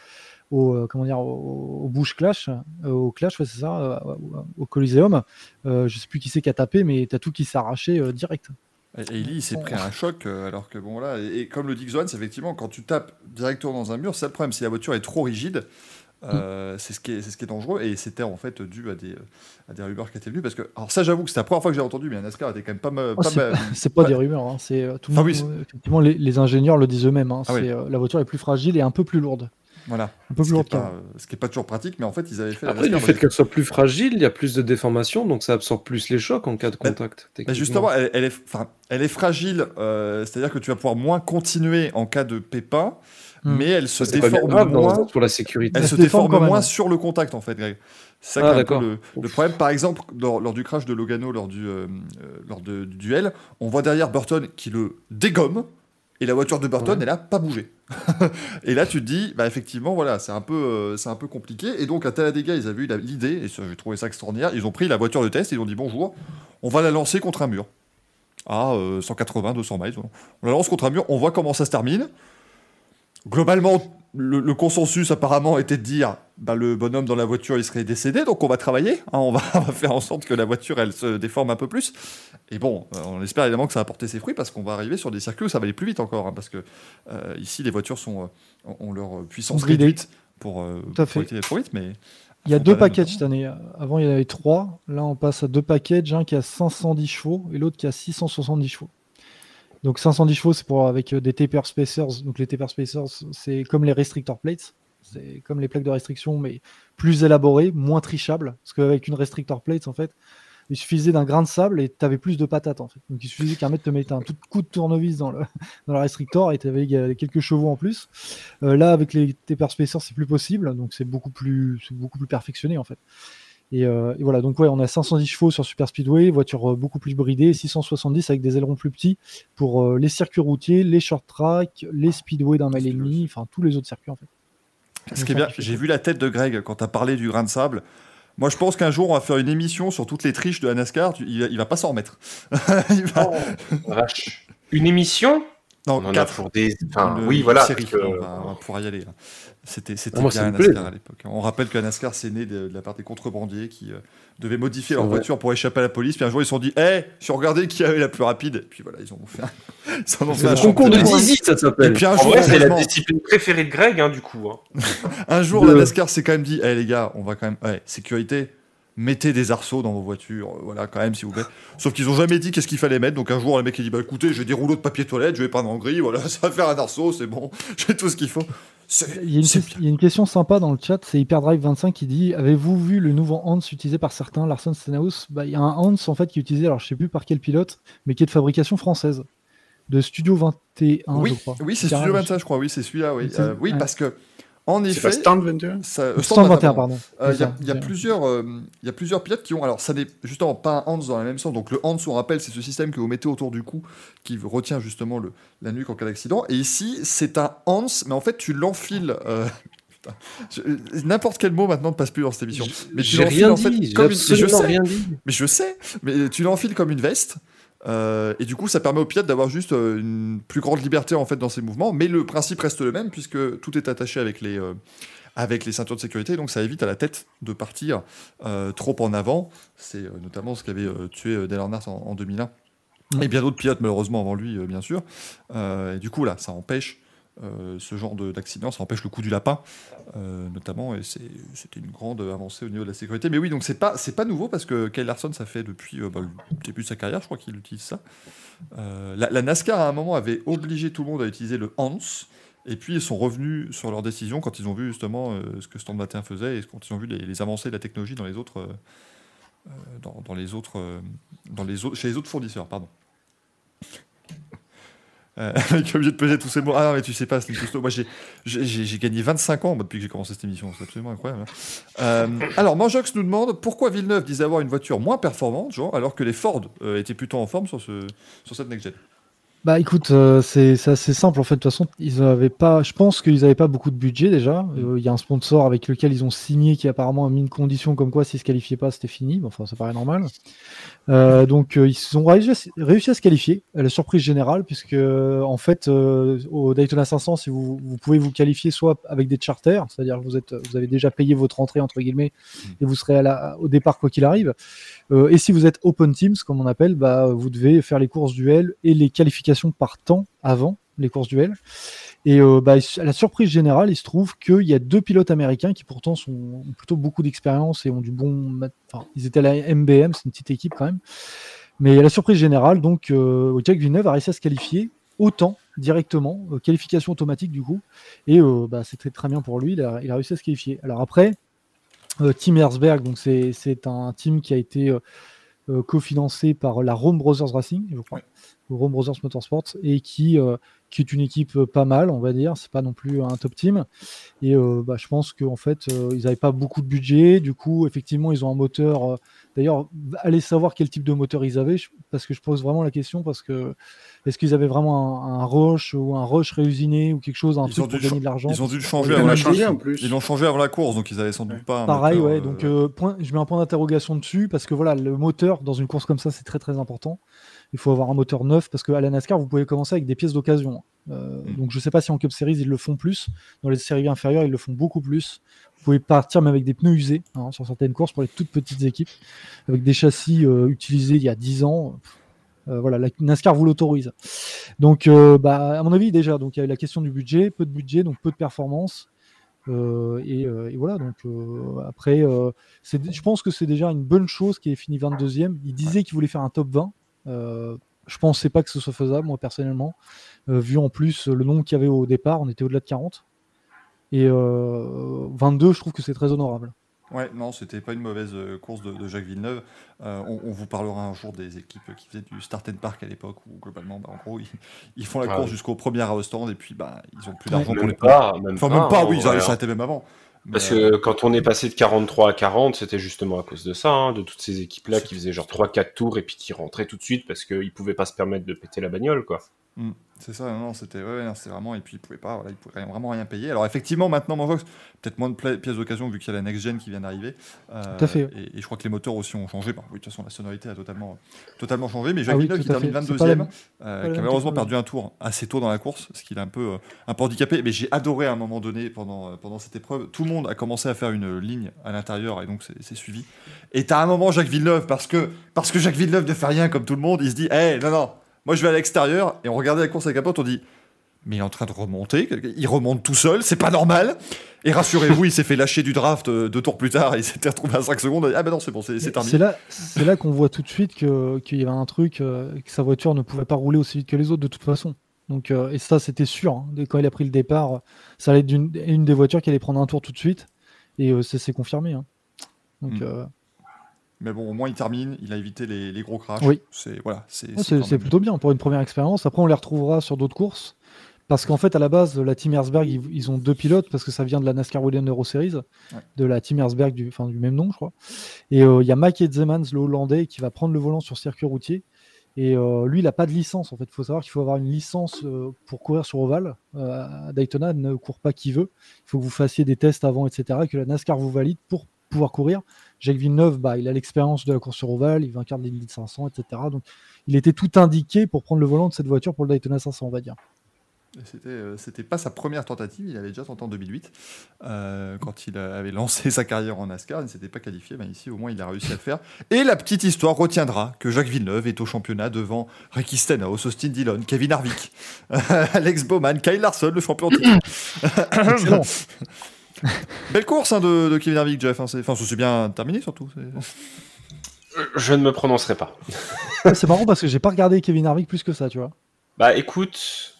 Busch Clash, au Clash, ouais, c'est ça, au Coliseum, je sais plus qui c'est qui a tapé, mais t'as tout qui s'est arraché direct. Eli, il s'est pris un choc, alors que bon là, et comme le dit Xoan, effectivement, quand tu tapes directement dans un mur, c'est le problème. Si la voiture est trop rigide, c'est ce qui est dangereux, et c'était en fait dû à des rumeurs qui étaient venues, parce que, alors ça, j'avoue que c'était la première fois que j'ai entendu, mais la NASCAR était quand même pas mal. C'est pas des rumeurs, hein, c'est tout le monde. Effectivement, les ingénieurs le disent eux-mêmes. Hein, la voiture est plus fragile et un peu plus lourde. Voilà. Un peu plus lourde. Ce qui n'est pas toujours pratique, mais en fait, ils avaient fait. Après, le fait qu'elle soit plus fragile, il y a plus de déformation, donc ça absorbe plus les chocs en cas de contact. Justement, elle est fragile, c'est-à-dire que tu vas pouvoir moins continuer en cas de pépin, mais elle se déforme moins pour la sécurité. Elle se déforme moins sur le contact, en fait, Greg. C'est ça qui est un peu le problème. Par exemple, lors du crash de Logano, lors du duel, on voit derrière Burton qui le dégomme. Et la voiture de Burton, elle n'a pas bougé. Et là, tu te dis, effectivement, voilà, c'est un peu compliqué. Et donc, à Talladega, ils avaient eu l'idée, et j'ai trouvé ça extraordinaire, ils ont pris la voiture de test, et ils ont dit, bonjour, on va la lancer contre un mur. À 180, 200 miles. On la lance contre un mur, on voit comment ça se termine. Globalement, le consensus, apparemment, était de dire, le bonhomme dans la voiture, il serait décédé, donc on va travailler. On va faire en sorte que la voiture, elle se déforme un peu plus. Et bon, on espère évidemment que ça va porter ses fruits, parce qu'on va arriver sur des circuits où ça va aller plus vite encore, parce que ici, les voitures ont leur puissance réduite pour aller trop vite, mais... Il y a 2 packages cette année. Avant, il y en avait 3. Là, on passe à 2 packages, un qui a 510 chevaux et l'autre qui a 670 chevaux. Donc 510 chevaux, c'est avec des taper spacers. Donc les taper spacers, c'est comme les restrictor plates. C'est comme les plaques de restriction, mais plus élaborées, moins trichables. Parce qu'avec une restrictor plate, en fait, il suffisait d'un grain de sable et tu avais plus de patates, en fait. Donc il suffisait qu'un mec te mette un tout coup de tournevis dans la restrictor et tu avais quelques chevaux en plus. Là, avec les taper spacers, c'est plus possible. Donc c'est beaucoup plus perfectionné, en fait. Et voilà, donc on a 510 chevaux sur Super Speedway, voiture beaucoup plus bridée, 670 avec des ailerons plus petits pour les circuits routiers, les short track, les speedway d'un mile et demi, enfin tous les autres circuits en fait. Ce qui est bien, j'ai vu la tête de Greg quand tu as parlé du grain de sable. Moi, je pense qu'un jour, on va faire une émission sur toutes les triches de la NASCAR. Il va pas s'en remettre. Vache. Une émission ? Non, on 4 pour des. Oui, voilà. Série, on va pouvoir y aller. C'était bien la NASCAR à l'époque. On rappelle que la NASCAR, c'est né de la part des contrebandiers qui devaient modifier leur voiture pour échapper à la police. Puis un jour, ils se sont dit, si on regardait qui avait la plus rapide. Et puis voilà, ils ont fait un concours de Zizi, ça s'appelle. Et puis un jour, c'est la discipline préférée de Greg, du coup. Un jour, la NASCAR s'est quand même dit, les gars, on va quand même. Sécurité. mettez des arceaux dans vos voitures, voilà, quand même, s'il vous plaît. Sauf qu'ils ont jamais dit qu'est-ce qu'il fallait mettre. Donc un jour, le mec il dit, bah écoutez, j'ai des rouleaux de papier toilette, je vais peindre en gris, voilà, ça va faire un arceau, c'est bon, j'ai tout ce qu'il faut. Il y a une question sympa dans le chat, c'est Hyperdrive25 qui dit, avez-vous vu le nouveau Hans utilisé par certains, Larsen Stenhouse? Il y a un Hans en fait qui est utilisé, alors je sais plus par quel pilote, mais qui est de fabrication française, de Studio 21, oui, je crois. Oui, c'est Studio 21, je crois, oui, c'est celui-là, oui. Oui, parce que en effet, c'est pas Stand 21 Stand 21, pardon. Il y a plusieurs pilotes qui ont. Alors, ça n'est justement pas un Hans dans le même sens. Donc, le Hans, on rappelle, c'est ce système que vous mettez autour du cou qui retient justement la nuque en cas d'accident. Et ici, c'est un Hans, mais en fait, tu l'enfiles. N'importe quel mot maintenant ne passe plus dans cette émission. Mais tu l'enfiles en fait comme rien dit. Mais je sais. Mais tu l'enfiles comme une veste. Et du coup, ça permet au pilote d'avoir juste une plus grande liberté en fait dans ses mouvements, mais le principe reste le même puisque tout est attaché avec les ceintures de sécurité, donc ça évite à la tête de partir trop en avant. C'est notamment ce qui avait tué Dale Earnhardt en 2001 et bien d'autres pilotes malheureusement avant lui, bien sûr. Et du coup là, ça empêche ce genre d'accident, ça empêche le coup du lapin notamment, et c'était une grande avancée au niveau de la sécurité. Mais oui, donc c'est pas nouveau parce que Kyle Larson, ça fait depuis le début de sa carrière, je crois qu'il utilise ça. La NASCAR à un moment avait obligé tout le monde à utiliser le Hans, et puis ils sont revenus sur leur décision quand ils ont vu justement ce que Stand 21 faisait et quand ils ont vu les avancées de la technologie dans les autres chez les autres fournisseurs, pardon. Qui est obligé de peser tous ces mots. Ah non, mais tu sais pas, moi j'ai gagné 25 ans depuis que j'ai commencé cette émission, c'est absolument incroyable. Alors, Manjox nous demande pourquoi Villeneuve disait avoir une voiture moins performante, alors que les Ford étaient plutôt en forme sur cette next-gen. Bah écoute, c'est assez simple en fait. De toute façon, je pense qu'ils n'avaient pas beaucoup de budget déjà. Il y a un sponsor avec lequel ils ont signé qui apparemment a mis une condition comme quoi s'ils se qualifiaient pas, c'était fini. Enfin, ça paraît normal. Donc ils ont réussi à se qualifier à la surprise générale, puisque en fait au Daytona 500, si vous pouvez vous qualifier soit avec des charters, c'est-à-dire que vous avez déjà payé votre entrée entre guillemets et vous serez au départ quoi qu'il arrive. Et si vous êtes Open Teams, comme on appelle, vous devez faire les courses duel et les qualifications par temps avant les courses duel. Et à la surprise générale, il se trouve qu'il y a 2 pilotes américains qui pourtant ont plutôt beaucoup d'expérience et ont du bon... Enfin, ils étaient à la MBM, c'est une petite équipe quand même. Mais à la surprise générale, donc Jack Villeneuve a réussi à se qualifier autant directement, qualification automatique du coup. Et c'était très bien pour lui, il a réussi à se qualifier. Alors après... Team Herzberg, donc c'est un team qui a été cofinancé par la Rome Brothers Racing, je crois, Rome Brothers Motorsports, et qui est une équipe pas mal, on va dire. C'est pas non plus un top team. Et je pense qu'en fait, ils n'avaient pas beaucoup de budget. Du coup, effectivement, ils ont un moteur. D'ailleurs, allez savoir quel type de moteur ils avaient, parce que je pose vraiment la question, parce que est-ce qu'ils avaient vraiment un Rush ou un Rush réusiné ou quelque chose, truc pour gagner de l'argent? Ils ont dû le changer avant la course. Ils l'ont changé avant la course, donc ils avaient sans doute pas. Pareil, moteur, Donc je mets un point d'interrogation dessus, parce que voilà, le moteur dans une course comme ça, c'est très très important. Il faut avoir un moteur neuf, parce qu'à la NASCAR, vous pouvez commencer avec des pièces d'occasion. Donc je sais pas si en Cup Series ils le font plus, dans les séries inférieures ils le font beaucoup plus. Vous pouvez partir même avec des pneus usés sur certaines courses pour les toutes petites équipes, avec des châssis utilisés il y a 10 ans. Voilà, la NASCAR vous l'autorise. Donc à mon avis déjà, donc il y a la question du budget, peu de budget, donc peu de performance. Et voilà, donc après je pense que c'est déjà une bonne chose qu'il ait fini 22e. Il disait qu'il voulait faire un top 20. Je pensais pas que ce soit faisable, moi personnellement, vu en plus le nombre qu'il y avait au départ, on était au-delà de 40. Et 22, je trouve que c'est très honorable. Ouais, non, c'était pas une mauvaise course de Jacques Villeneuve. On vous parlera un jour des équipes qui faisaient du Start and Park à l'époque, où globalement, en gros, ils font la course jusqu'au premier au stand, et puis ils ont plus d'argent pour les pas. Même pas, oui, ils s'arrêtaient même avant. Parce que quand on est passé de 43 à 40, c'était justement à cause de ça, de toutes ces équipes-là qui faisaient genre 3-4 tours et puis qui rentraient tout de suite parce qu'ils pouvaient pas se permettre de péter la bagnole, quoi. C'est ça, non, c'était vraiment, et puis ils pouvaient vraiment rien payer. Alors effectivement, maintenant, peut-être moins de pièces d'occasion vu qu'il y a la next gen qui vient d'arriver. Tout à fait. Et je crois que les moteurs aussi ont changé. Oui, de toute façon, la sonorité a totalement changé. Mais Jacques Villeneuve qui termine 22e, qui a malheureusement perdu un tour assez tôt dans la course, ce qui l'a un peu handicapé. Mais j'ai adoré à un moment donné pendant cette épreuve. Tout le monde a commencé à faire une ligne à l'intérieur et donc c'est suivi. Et t'as un moment Jacques Villeneuve parce que Jacques Villeneuve ne fait rien comme tout le monde. Il se dit, non. Moi, je vais à l'extérieur et on regardait la course avec un pote, on dit mais il est en train de remonter. Il remonte tout seul, c'est pas normal. Et rassurez-vous, il s'est fait lâcher du draft 2 tours plus tard et il s'était retrouvé à 5 secondes. Ah ben non, c'est bon, c'est terminé. C'est là qu'on voit tout de suite qu'il y avait un truc, que sa voiture ne pouvait pas rouler aussi vite que les autres de toute façon. Donc, et ça, c'était sûr. Hein. Quand il a pris le départ, ça allait être une des voitures qui allait prendre un tour tout de suite. Et c'est confirmé. Hein. Donc, mais bon, au moins il termine, il a évité les gros crashs. Oui. C'est plutôt bien pour une première expérience. Après, on les retrouvera sur d'autres courses. Parce qu'en fait, à la base, la Team Herzberg, ils ont 2 pilotes parce que ça vient de la NASCAR Williams Euro Series, de la Team Herzberg du même nom, je crois. Et il y a Mike Etzemans, le Hollandais, qui va prendre le volant sur circuit routier. Et lui, il n'a pas de licence. En fait, il faut savoir qu'il faut avoir une licence pour courir sur ovale. À Daytona, ne court pas qui veut. Il faut que vous fassiez des tests avant, etc., que la NASCAR vous valide pour pouvoir courir. Jacques Villeneuve, il a l'expérience de la course sur ovale, il vainqueur de l'Indy 500, etc. Donc, il était tout indiqué pour prendre le volant de cette voiture pour le Daytona 500, on va dire. C'était pas sa première tentative, il avait déjà tenté en 2008 quand il avait lancé sa carrière en NASCAR, il ne s'était pas qualifié, ici au moins il a réussi à le faire. Et la petite histoire retiendra que Jacques Villeneuve est au championnat devant Ricky Stenhouse, Austin Dillon, Kevin Harvick, Alex Bowman, Kyle Larson, le champion titre. Excellent. Belle course de Kevin Harvick, Jeff. C'est bien terminé surtout. Je ne me prononcerai pas. C'est marrant parce que j'ai pas regardé Kevin Harvick plus que ça, tu vois. Écoute,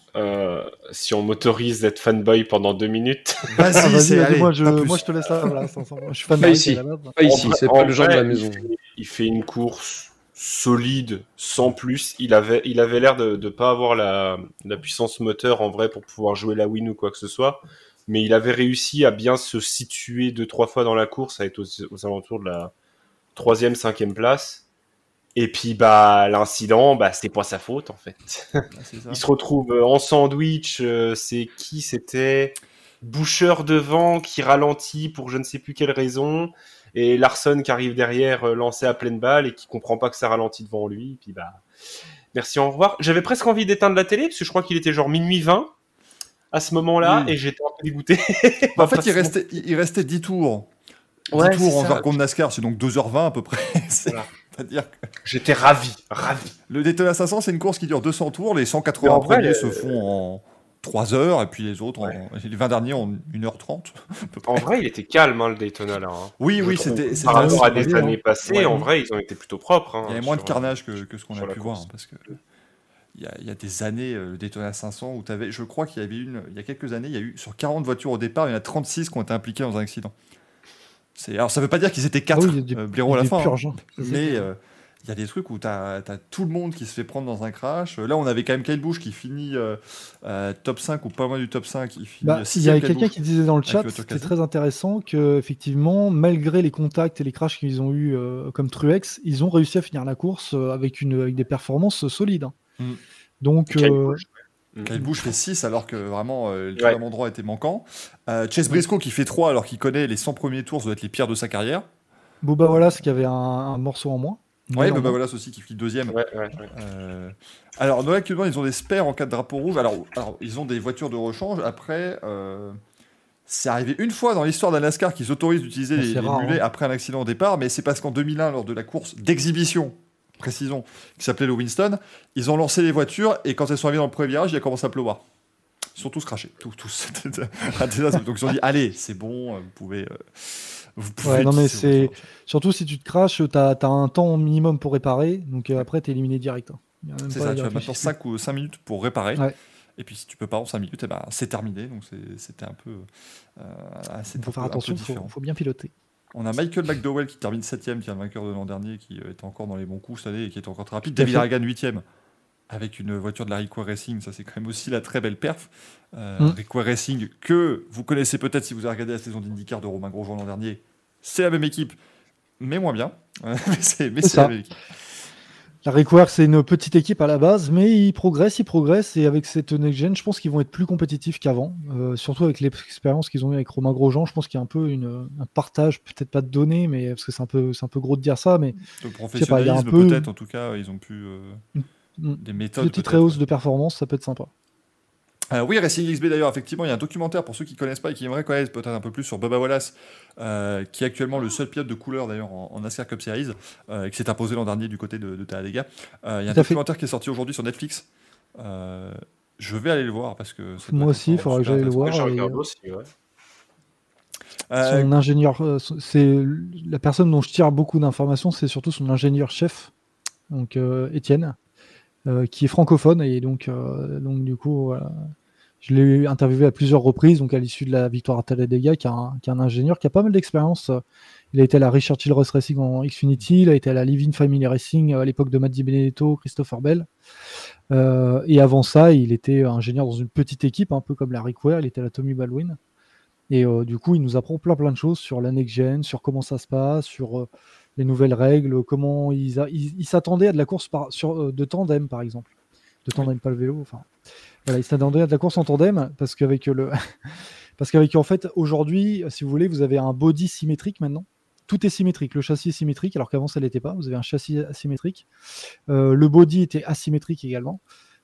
si on m'autorise d'être fanboy pendant 2 minutes. Vas-y, moi je te laisse là. Voilà, je suis fan pas ici. Pas ici, c'est pas le genre de la maison. Il fait une course solide, sans plus. Il avait l'air de ne pas avoir la puissance moteur en vrai pour pouvoir jouer la win ou quoi que ce soit. Mais il avait réussi à bien se situer 2-3 fois dans la course, à être aux alentours de la 3e, 5e place. Et puis l'incident, c'était pas sa faute en fait. Il se retrouve en sandwich. C'était Boucher devant qui ralentit pour je ne sais plus quelle raison, et Larson qui arrive derrière lancé à pleine balle et qui comprend pas que ça ralentit devant lui. Et puis merci, au revoir. J'avais presque envie d'éteindre la télé parce que je crois qu'il était genre minuit 20 à ce moment-là, et j'étais un peu dégoûté. En fait, il restait 10 tours. 10 tours en jargon de NASCAR, c'est donc 2h20 à peu près. C'est-à-dire que... J'étais ravi. Le Daytona 500, c'est une course qui dure 200 tours. Les 180 premiers se font en 3 heures, et puis les autres, les 20 derniers en 1h30. En vrai, il était calme, le Daytona, là. Hein. Oui, c'était par rapport à des années passées, en vrai, ils ont été plutôt propres. Il y avait moins de carnage que ce qu'on a pu voir, parce que... Il y a des années, le Daytona 500, où je crois qu'il y avait il y a quelques années, il y a eu sur 40 voitures au départ, il y en a 36 qui ont été impliquées dans un accident. Alors ça veut pas dire qu'ils étaient 4 blaireaux à la fin, mais il y a des trucs où t'as tout le monde qui se fait prendre dans un crash. Là, on avait quand même Kyle Busch qui finit top 5 ou pas loin du top 5. Il y avait quelqu'un qui disait dans le chat, c'était très intéressant, qu'effectivement, malgré les contacts et les crashs qu'ils ont eu comme Truex, ils ont réussi à finir la course avec des performances solides. Donc, Kyle Busch fait 6 alors que vraiment le troisième endroit était manquant. Chase Briscoe qui fait 3 alors qu'il connaît les 100 premiers tours, ça doit être les pires de sa carrière. Bubba Wallace qui avait un morceau en moins. Ouais, Bubba Wallace aussi qui finit 2e. Alors, Noël Kudman, ils ont des spares en cas de drapeau rouge. Alors ils ont des voitures de rechange. Après, c'est arrivé une fois dans l'histoire de la NASCAR qu'ils autorisent d'utiliser les mulets après un accident au départ, mais c'est parce qu'en 2001, lors de la course d'exhibition, précisons, qui s'appelait le Winston, ils ont lancé les voitures et quand elles sont arrivées dans le premier virage, il a commencé à pleuvoir. Ils sont tous crashés, tous. Donc ils ont dit, allez, c'est bon, vous pouvez non mais c'est surtout si tu te crashes, t'as un temps minimum pour réparer, donc après t'es éliminé direct. C'est ça, tu as maintenant 5 minutes pour réparer. Et puis si tu peux pas en 5 minutes, c'est terminé. Donc c'était un peu. Il faut faire attention, il faut bien piloter. On a Michael McDowell qui termine 7ème, qui est le vainqueur de l'an dernier, qui était encore dans les bons coups cette année et qui est encore très rapide. David Ragan 8ème, avec une voiture de la Require Racing, ça c'est quand même aussi la très belle perf. Require Racing, que vous connaissez peut-être si vous avez regardé la saison d'IndyCar de Romain Grosjean l'an dernier, c'est la même équipe, mais moins bien. mais c'est la même équipe. La Require, c'est une petite équipe à la base, mais ils progressent, et avec cette next-gen, je pense qu'ils vont être plus compétitifs qu'avant, surtout avec l'expérience qu'ils ont eu avec Romain Grosjean. Je pense qu'il y a un peu un partage, peut-être pas de données, mais parce que c'est un peu gros de dire ça, mais le professionnalisme peut-être, en tout cas, ils ont pu des méthodes. Petite réhausse de performance, ça peut être sympa. Oui, Racing XB d'ailleurs, effectivement, il y a un documentaire pour ceux qui ne connaissent pas et qui aimeraient connaître peut-être un peu plus sur Bubba Wallace, qui est actuellement le seul pilote de couleur d'ailleurs en NASCAR Cup Series, qui s'est imposé l'an dernier du côté de Talladega. Il y a un documentaire qui est sorti aujourd'hui sur Netflix, Je vais aller le voir parce que ça doit Moi être aussi, il vraiment faudra que super j'aille le intéressant. Ouais, voir. je Et, regarde aussi, ouais. son ingénieur, c'est la personne dont je tire beaucoup d'informations, c'est surtout son ingénieur-chef, donc Étienne, qui est francophone. Et donc du coup, voilà. Je l'ai interviewé à plusieurs reprises, donc à l'issue de la victoire à Talladega, qui est un ingénieur qui a pas mal d'expérience. Il a été à la Richard Childress Racing en Xfinity, il a été à la Living Family Racing à l'époque de Matt DiBenedetto, Christopher Bell. Et avant ça, il était ingénieur dans une petite équipe, un peu comme la Rick Ware, il était à la Tommy Baldwin. Et du coup, il nous apprend plein de choses sur la next-gen, sur comment ça se passe, sur les nouvelles règles, comment ils s'attendaient à de la course de tandem, par exemple. De tandem, pas le vélo, enfin... Voilà, il s'attendait à de la course en tandem parce qu'avec en fait aujourd'hui, si vous voulez, vous avez un body symétrique maintenant. Tout est symétrique. Le châssis est symétrique alors qu'avant ça l'était pas. Vous avez un châssis asymétrique. Le body était asymétrique également.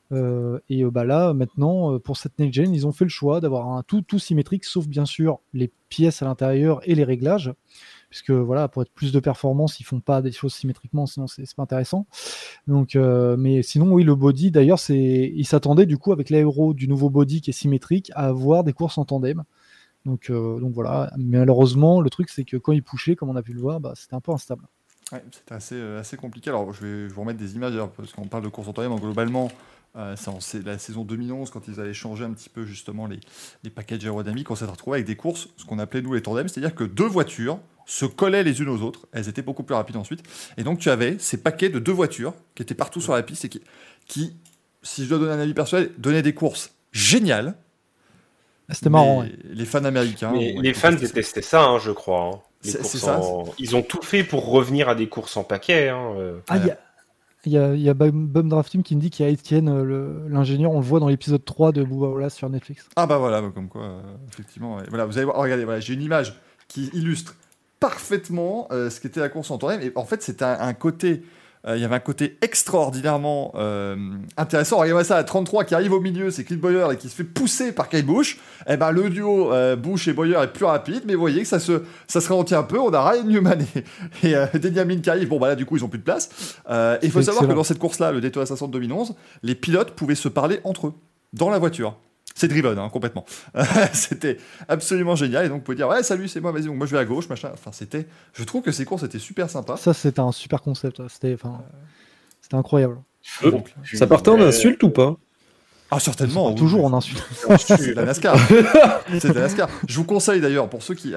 Là maintenant, pour cette next gen, ils ont fait le choix d'avoir un tout symétrique, sauf bien sûr les pièces à l'intérieur et les réglages. Puisque voilà, pour être plus de performance, ils font pas des choses symétriquement, sinon c'est pas intéressant. Donc, mais sinon, oui, le body, d'ailleurs, il s'attendait du coup avec l'aéro du nouveau body qui est symétrique à avoir des courses en tandem. Donc voilà. Mais malheureusement, le truc c'est que quand il pushait, comme on a pu le voir, c'était un peu instable. Ouais, c'était assez compliqué. Alors, je vais vous remettre des images d'ailleurs, parce qu'on parle de course en tandem. Donc, globalement, c'est la saison 2011, quand ils avaient changé un petit peu justement les packages aérodynamiques, on s'est retrouvé avec des courses, ce qu'on appelait nous les tandems, c'est-à-dire que deux voitures se collaient les unes aux autres. Elles étaient beaucoup plus rapides ensuite. Et donc, tu avais ces paquets de deux voitures qui étaient partout sur la piste et qui, si je dois donner un avis personnel, donnaient des courses géniales. C'était marrant. Ouais. Les fans américains. Mais les fans détestaient ça, hein, je crois. Hein. C'est ça. Ils ont tout fait pour revenir à des courses en paquet. Hein. Il y a Bum Draft Team qui me dit qu'il y a Étienne, l'ingénieur, on le voit dans l'épisode 3 de Bubba Wallace sur Netflix. Ah bah voilà, comme quoi, effectivement. Ouais. Voilà, vous allez voir, regardez, voilà, j'ai une image qui illustre parfaitement ce qu'était la course en tandem. Et en fait, c'était un côté... il y avait un côté extraordinairement intéressant. Regardez-moi ça, à 33 qui arrive au milieu, c'est Clint Bowyer et qui se fait pousser par Kyle Busch. Et ben, le duo Busch et Bowyer est plus rapide, mais vous voyez que ça se ralentit un peu. On a Ryan Newman et Denny Hamlin qui arrivent. Bon, bah là, du coup, ils ont plus de place. Il faut savoir que dans cette course-là, le Daytona 500 2011, les pilotes pouvaient se parler entre eux, dans la voiture. C'est driven, hein, complètement. C'était absolument génial. Et donc, vous pouvez dire, ouais, salut, c'est moi, vas-y, donc moi je vais à gauche, machin. Enfin, je trouve que ces courses étaient super sympas. Ça, c'était un super concept. C'était incroyable. Donc, ça partait en insulte ou pas? Ah, certainement. Oui, toujours en insulte. C'est de la NASCAR. C'est de la NASCAR. Je vous conseille d'ailleurs, pour ceux qui.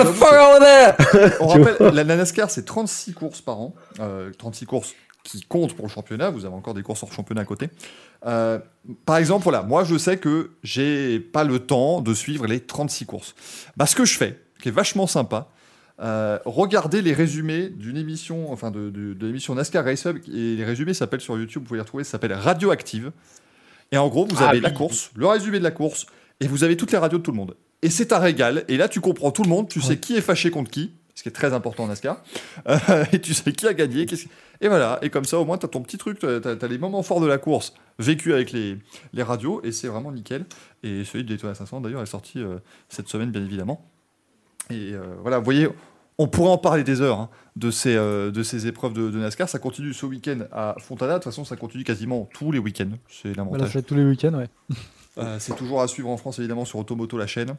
On rappelle, la NASCAR, c'est 36 courses par an. 36 courses qui comptent pour le championnat. Vous avez encore des courses hors championnat à côté. Par exemple, voilà, moi je sais que j'ai pas le temps de suivre les 36 courses. Bah, ce que je fais, qui est vachement sympa, regardez les résumés d'une émission, enfin de l'émission NASCAR Race Hub, et les résumés s'appellent sur YouTube, vous pouvez les retrouver, ça s'appelle Radioactive. Et en gros, vous avez la course, le résumé de la course, et vous avez toutes les radios de tout le monde. Et c'est un régal, et là tu comprends tout le monde, tu sais qui est fâché contre qui, ce qui est très important en NASCAR, et tu sais qui a gagné, et voilà, et comme ça au moins tu as ton petit truc, tu as les moments forts de la course vécus avec les radios, et c'est vraiment nickel. Et celui de Daytona 500 d'ailleurs est sorti cette semaine bien évidemment. Et voilà, vous voyez, on pourrait en parler des heures hein, de ces épreuves de NASCAR. Ça continue ce week-end à Fontana. De toute façon, ça continue quasiment tous les week-ends. C'est l'avantage. Voilà, c'est tous les week-ends, ouais. C'est toujours à suivre en France, évidemment, sur Automoto, la chaîne.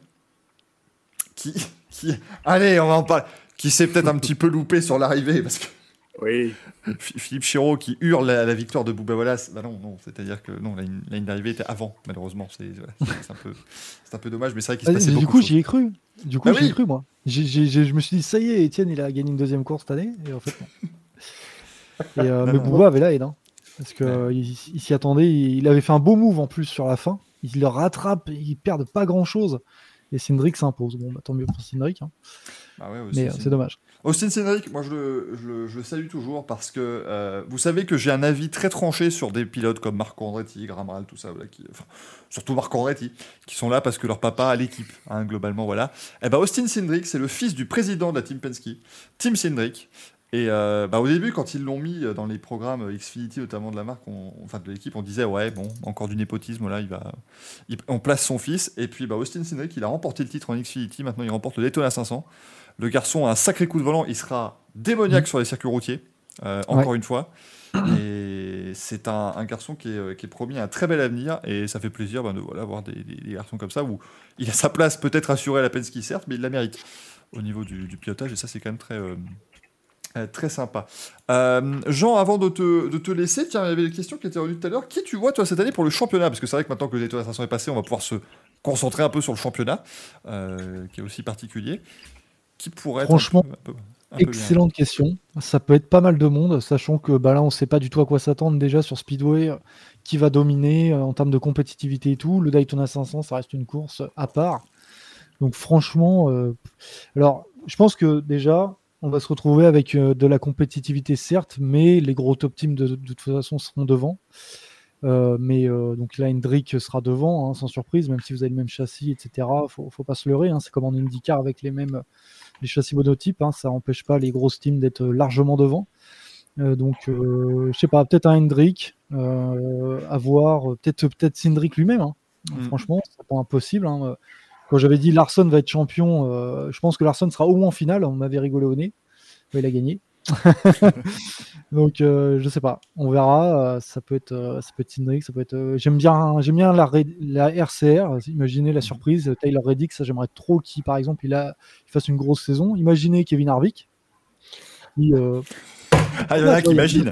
Allez, on va en parler. Qui s'est peut-être un petit peu loupé sur l'arrivée, parce que... Oui. Philippe Chiraud qui hurle la victoire de Bubba Wallace. Bah non, c'est-à-dire que non, la ligne d'arrivée était avant, malheureusement. C'est un peu dommage, mais c'est vrai qu'il se passait beaucoup de choses. J'y ai cru. Du coup, j'y ai cru, moi. Je me suis dit, ça y est, Étienne, il a gagné une deuxième course cette année. Et en fait, non. Mais Bubba avait l'aide. Hein, parce qu'il s'y attendait. Il avait fait un beau move en plus sur la fin. Il le rattrape. Ils perdent pas grand-chose. Et Cindric s'impose. Bon, tant mieux pour Cindric. Hein. Bah ouais, mais c'est dommage. Austin Cindric, moi je le salue toujours parce que vous savez que j'ai un avis très tranché sur des pilotes comme Marco Andretti, Graham Rahal, tout ça, voilà, surtout Marco Andretti, qui sont là parce que leur papa a l'équipe, hein, globalement, voilà. Et ben Austin Cindric, c'est le fils du président de la Team Penske, Tim Cindric. Et au début, quand ils l'ont mis dans les programmes Xfinity, notamment de la marque, enfin de l'équipe, on disait ouais, bon, encore du népotisme, là, on place son fils. Et puis Austin Cindric, il a remporté le titre en Xfinity, maintenant il remporte le Daytona 500. Le garçon a un sacré coup de volant, il sera démoniaque sur les circuits routiers. encore une fois. Et c'est un garçon qui est promis un très bel avenir, et ça fait plaisir de voir des garçons comme ça où il a sa place peut-être assurée à la Penske, certes, mais il la mérite au niveau du pilotage, et ça c'est quand même très sympa. Jean, avant de te laisser, tiens, il y avait des questions qui étaient revenues tout à l'heure. Qui tu vois toi cette année pour le championnat? Parce que c'est vrai que maintenant que le Daytona 500 est passé, on va pouvoir se concentrer un peu sur le championnat, qui est aussi particulier. Qui pourrait être Franchement, un peu excellente question. Ça peut être pas mal de monde, sachant que là, on ne sait pas du tout à quoi s'attendre déjà sur Speedway, qui va dominer en termes de compétitivité et tout. Le Daytona 500, ça reste une course à part. Donc franchement, alors je pense que déjà, on va se retrouver avec de la compétitivité certes, mais les gros top teams de toute façon seront devant. Donc là, Hendrick sera devant, sans surprise, même si vous avez le même châssis, etc. Faut pas se leurrer, c'est comme en IndyCar avec les châssis monotypes, ça n'empêche pas les grosses teams d'être largement devant. Je sais pas, peut-être un Hendrick, à voir, peut-être Cindric lui-même. Franchement, c'est pas impossible. Quand j'avais dit Larson va être champion, je pense que Larson sera au moins en finale. On m'avait rigolé au nez. Il a gagné. Donc je sais pas, on verra. Ça peut être Cindric, ça peut être. J'aime bien la RCR. Imaginez la surprise, Tyler Reddick, ça j'aimerais trop qu'il, par exemple, il fasse une grosse saison. Imaginez Kevin Harvick. Il y en a un qui imagine.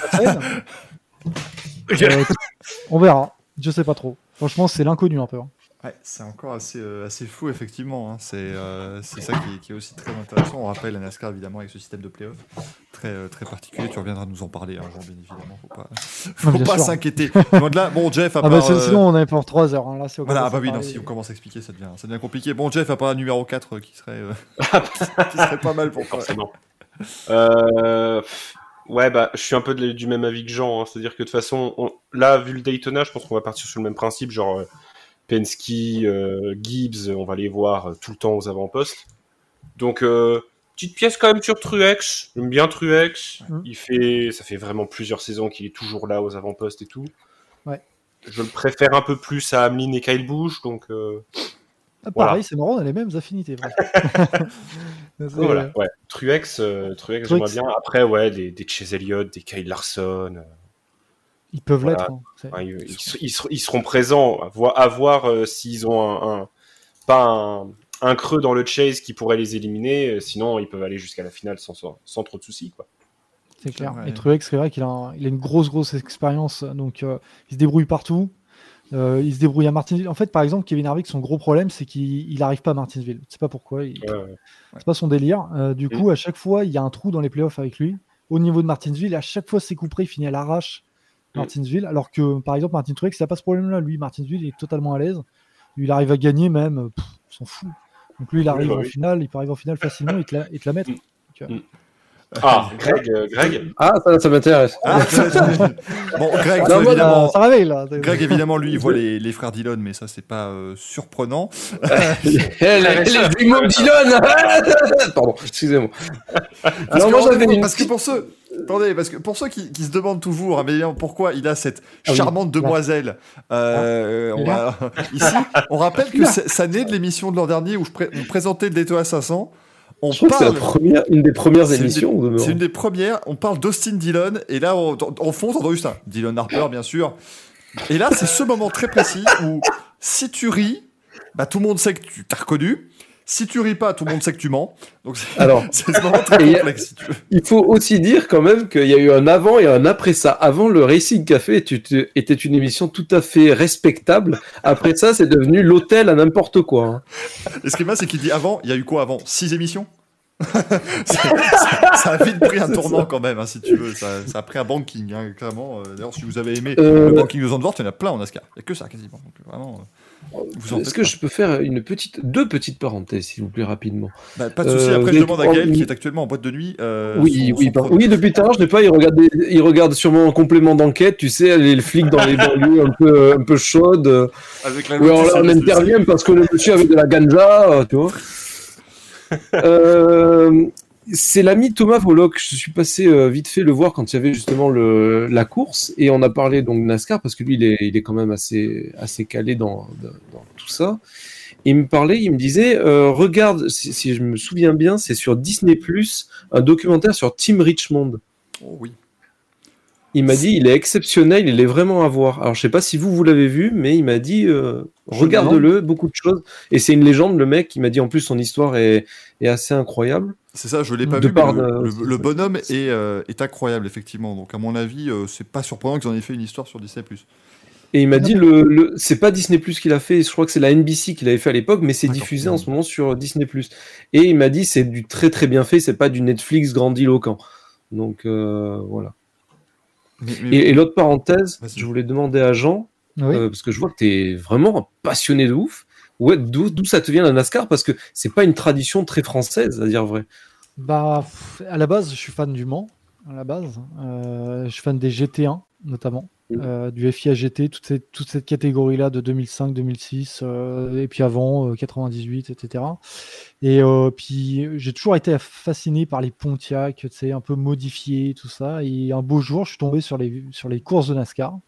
On verra. Je sais pas trop. Franchement, c'est l'inconnu un peu. Ouais, c'est encore assez fou, effectivement. C'est ça qui est aussi très intéressant. On rappelle la NASCAR, évidemment, avec ce système de play-off très, très particulier. Tu reviendras nous en parler, Jean, bien évidemment. Faut pas s'inquiéter. Bon, Jeff, sinon, on est pour 3 heures. Là, voilà, si on commence à expliquer, ça devient compliqué. Bon, Jeff, à part la numéro 4, qui serait pas mal pour forcément. Ouais, je suis un peu du même avis que Jean. C'est-à-dire que de toute façon, là, vu le Daytona, je pense qu'on va partir sur le même principe, genre Penske, Gibbs, on va les voir tout le temps aux avant-postes. Donc, petite pièce quand même sur Truex. J'aime bien Truex. Ça fait vraiment plusieurs saisons qu'il est toujours là aux avant-postes et tout. Ouais. Je le préfère un peu plus à Hamlin et Kyle Busch, donc... pareil, voilà. C'est marrant, on a les mêmes affinités. Voilà, ouais. Truex, j'aimerais bien. Après, des Chase Elliott, des Kyle Larson... Ils peuvent l'être. Ils seront présents. À voir s'ils ont un creux dans le chase qui pourrait les éliminer. Sinon, ils peuvent aller jusqu'à la finale sans trop de soucis, quoi. C'est clair. Ouais. Et Truex, c'est vrai qu'il a une grosse expérience. Donc, il se débrouille partout. Il se débrouille à Martinsville. En fait, par exemple, Kevin Harvick, son gros problème, c'est qu'il n'arrive pas à Martinsville. Je ne sais pas pourquoi. C'est pas son délire. Du coup, à chaque fois, il y a un trou dans les playoffs avec lui. Au niveau de Martinsville, à chaque fois, ses coups près, il finit à l'arrache. Martinsville, alors que par exemple Martin Truex, il n'a pas ce problème-là. Lui, Martinsville, il est totalement à l'aise. Il arrive à gagner même, on s'en fout. Donc lui, il arrive en finale, il peut arriver en finale facilement et te la mettre. Greg. Ça m'intéresse. Bon, Greg, évidemment, ça réveille là. Greg, évidemment, lui, il voit les frères Dillon, mais ça, c'est pas surprenant. les jumeaux Dillon. Pardon, excusez-moi. Parce que pour ceux qui se demandent toujours, mais pourquoi il a cette charmante demoiselle, ici, on rappelle que ça naît de l'émission de l'an dernier où je présentais le Daytona 500. C'est une des premières émissions. C'est une des premières. On parle d'Austin Dillon et là, en fond, t'entends juste un Dillon Harper, bien sûr. Et là, c'est ce moment très précis où si tu ris, tout le monde sait que tu t'as reconnu. Si tu ris pas, tout le monde sait que tu mens. Donc c'est ce moment très complexe. Si tu veux. Il faut aussi dire quand même qu'il y a eu un avant et un après ça. Avant, le Racing Café était une émission tout à fait respectable. Après ça, c'est devenu l'hôtel à n'importe quoi. Et ce qui est bien, c'est qu'il dit avant, il y a eu quoi avant 6 émissions. ça a vite pris un tournant quand même, si tu veux. Ça a pris un banking, clairement. D'ailleurs, si vous avez aimé le banking de Zandvoort, il y en a plein en NASCAR. Il n'y a que ça quasiment. Donc, vraiment. Est-ce que je peux faire deux petites parenthèses, s'il vous plaît, rapidement? Pas de souci. Après, je demande à Gaël, qui est actuellement en boîte de nuit. Oui, depuis tout à l'heure, je n'ai pas. Il regarde sûrement un complément d'enquête, tu sais, les flics dans les banlieues un peu chaudes. Avec la on intervient parce que le monsieur avait de la ganja, tu vois. C'est l'ami Thomas Volok. Je suis passé vite fait le voir quand il y avait justement la course et on a parlé donc de NASCAR parce que lui il est quand même assez calé dans tout ça. Et il me disait regarde, si je me souviens bien, c'est sur Disney+, un documentaire sur Team Richmond. Oh oui. Il m'a dit, il est exceptionnel, il est vraiment à voir. Alors, je sais pas si vous l'avez vu, mais il m'a dit, regarde-le, beaucoup de choses. Et c'est une légende, le mec. Il m'a dit, en plus, son histoire est assez incroyable. C'est ça, je l'ai pas De vu, part mais de- le bonhomme est incroyable, effectivement. Donc, à mon avis, c'est pas surprenant qu'ils en aient fait une histoire sur Disney+. Et il m'a dit, c'est pas Disney Plus qu'il a fait, je crois que c'est la NBC qu'il avait fait à l'époque, mais c'est D'accord. diffusé en ce moment sur Disney Plus. Et il m'a dit, c'est du très très bien fait, c'est pas du Netflix grandiloquent. Donc voilà. Et l'autre parenthèse, Vas-y. je voulais demander à Jean, Oui. parce que je vois que t'es vraiment un passionné de ouf. Ouais, d'où ça te vient la NASCAR? Parce que c'est pas une tradition très française, à dire vrai. Bah, à la base, je suis fan du Mans. À la base, je suis fan des GT1 notamment, du FIA GT, toute cette catégorie-là de 2005-2006, et puis avant 98, etc. Et puis j'ai toujours été fasciné par les Pontiac, tu sais, un peu modifiés, tout ça. Et un beau jour, je suis tombé sur les courses de NASCAR.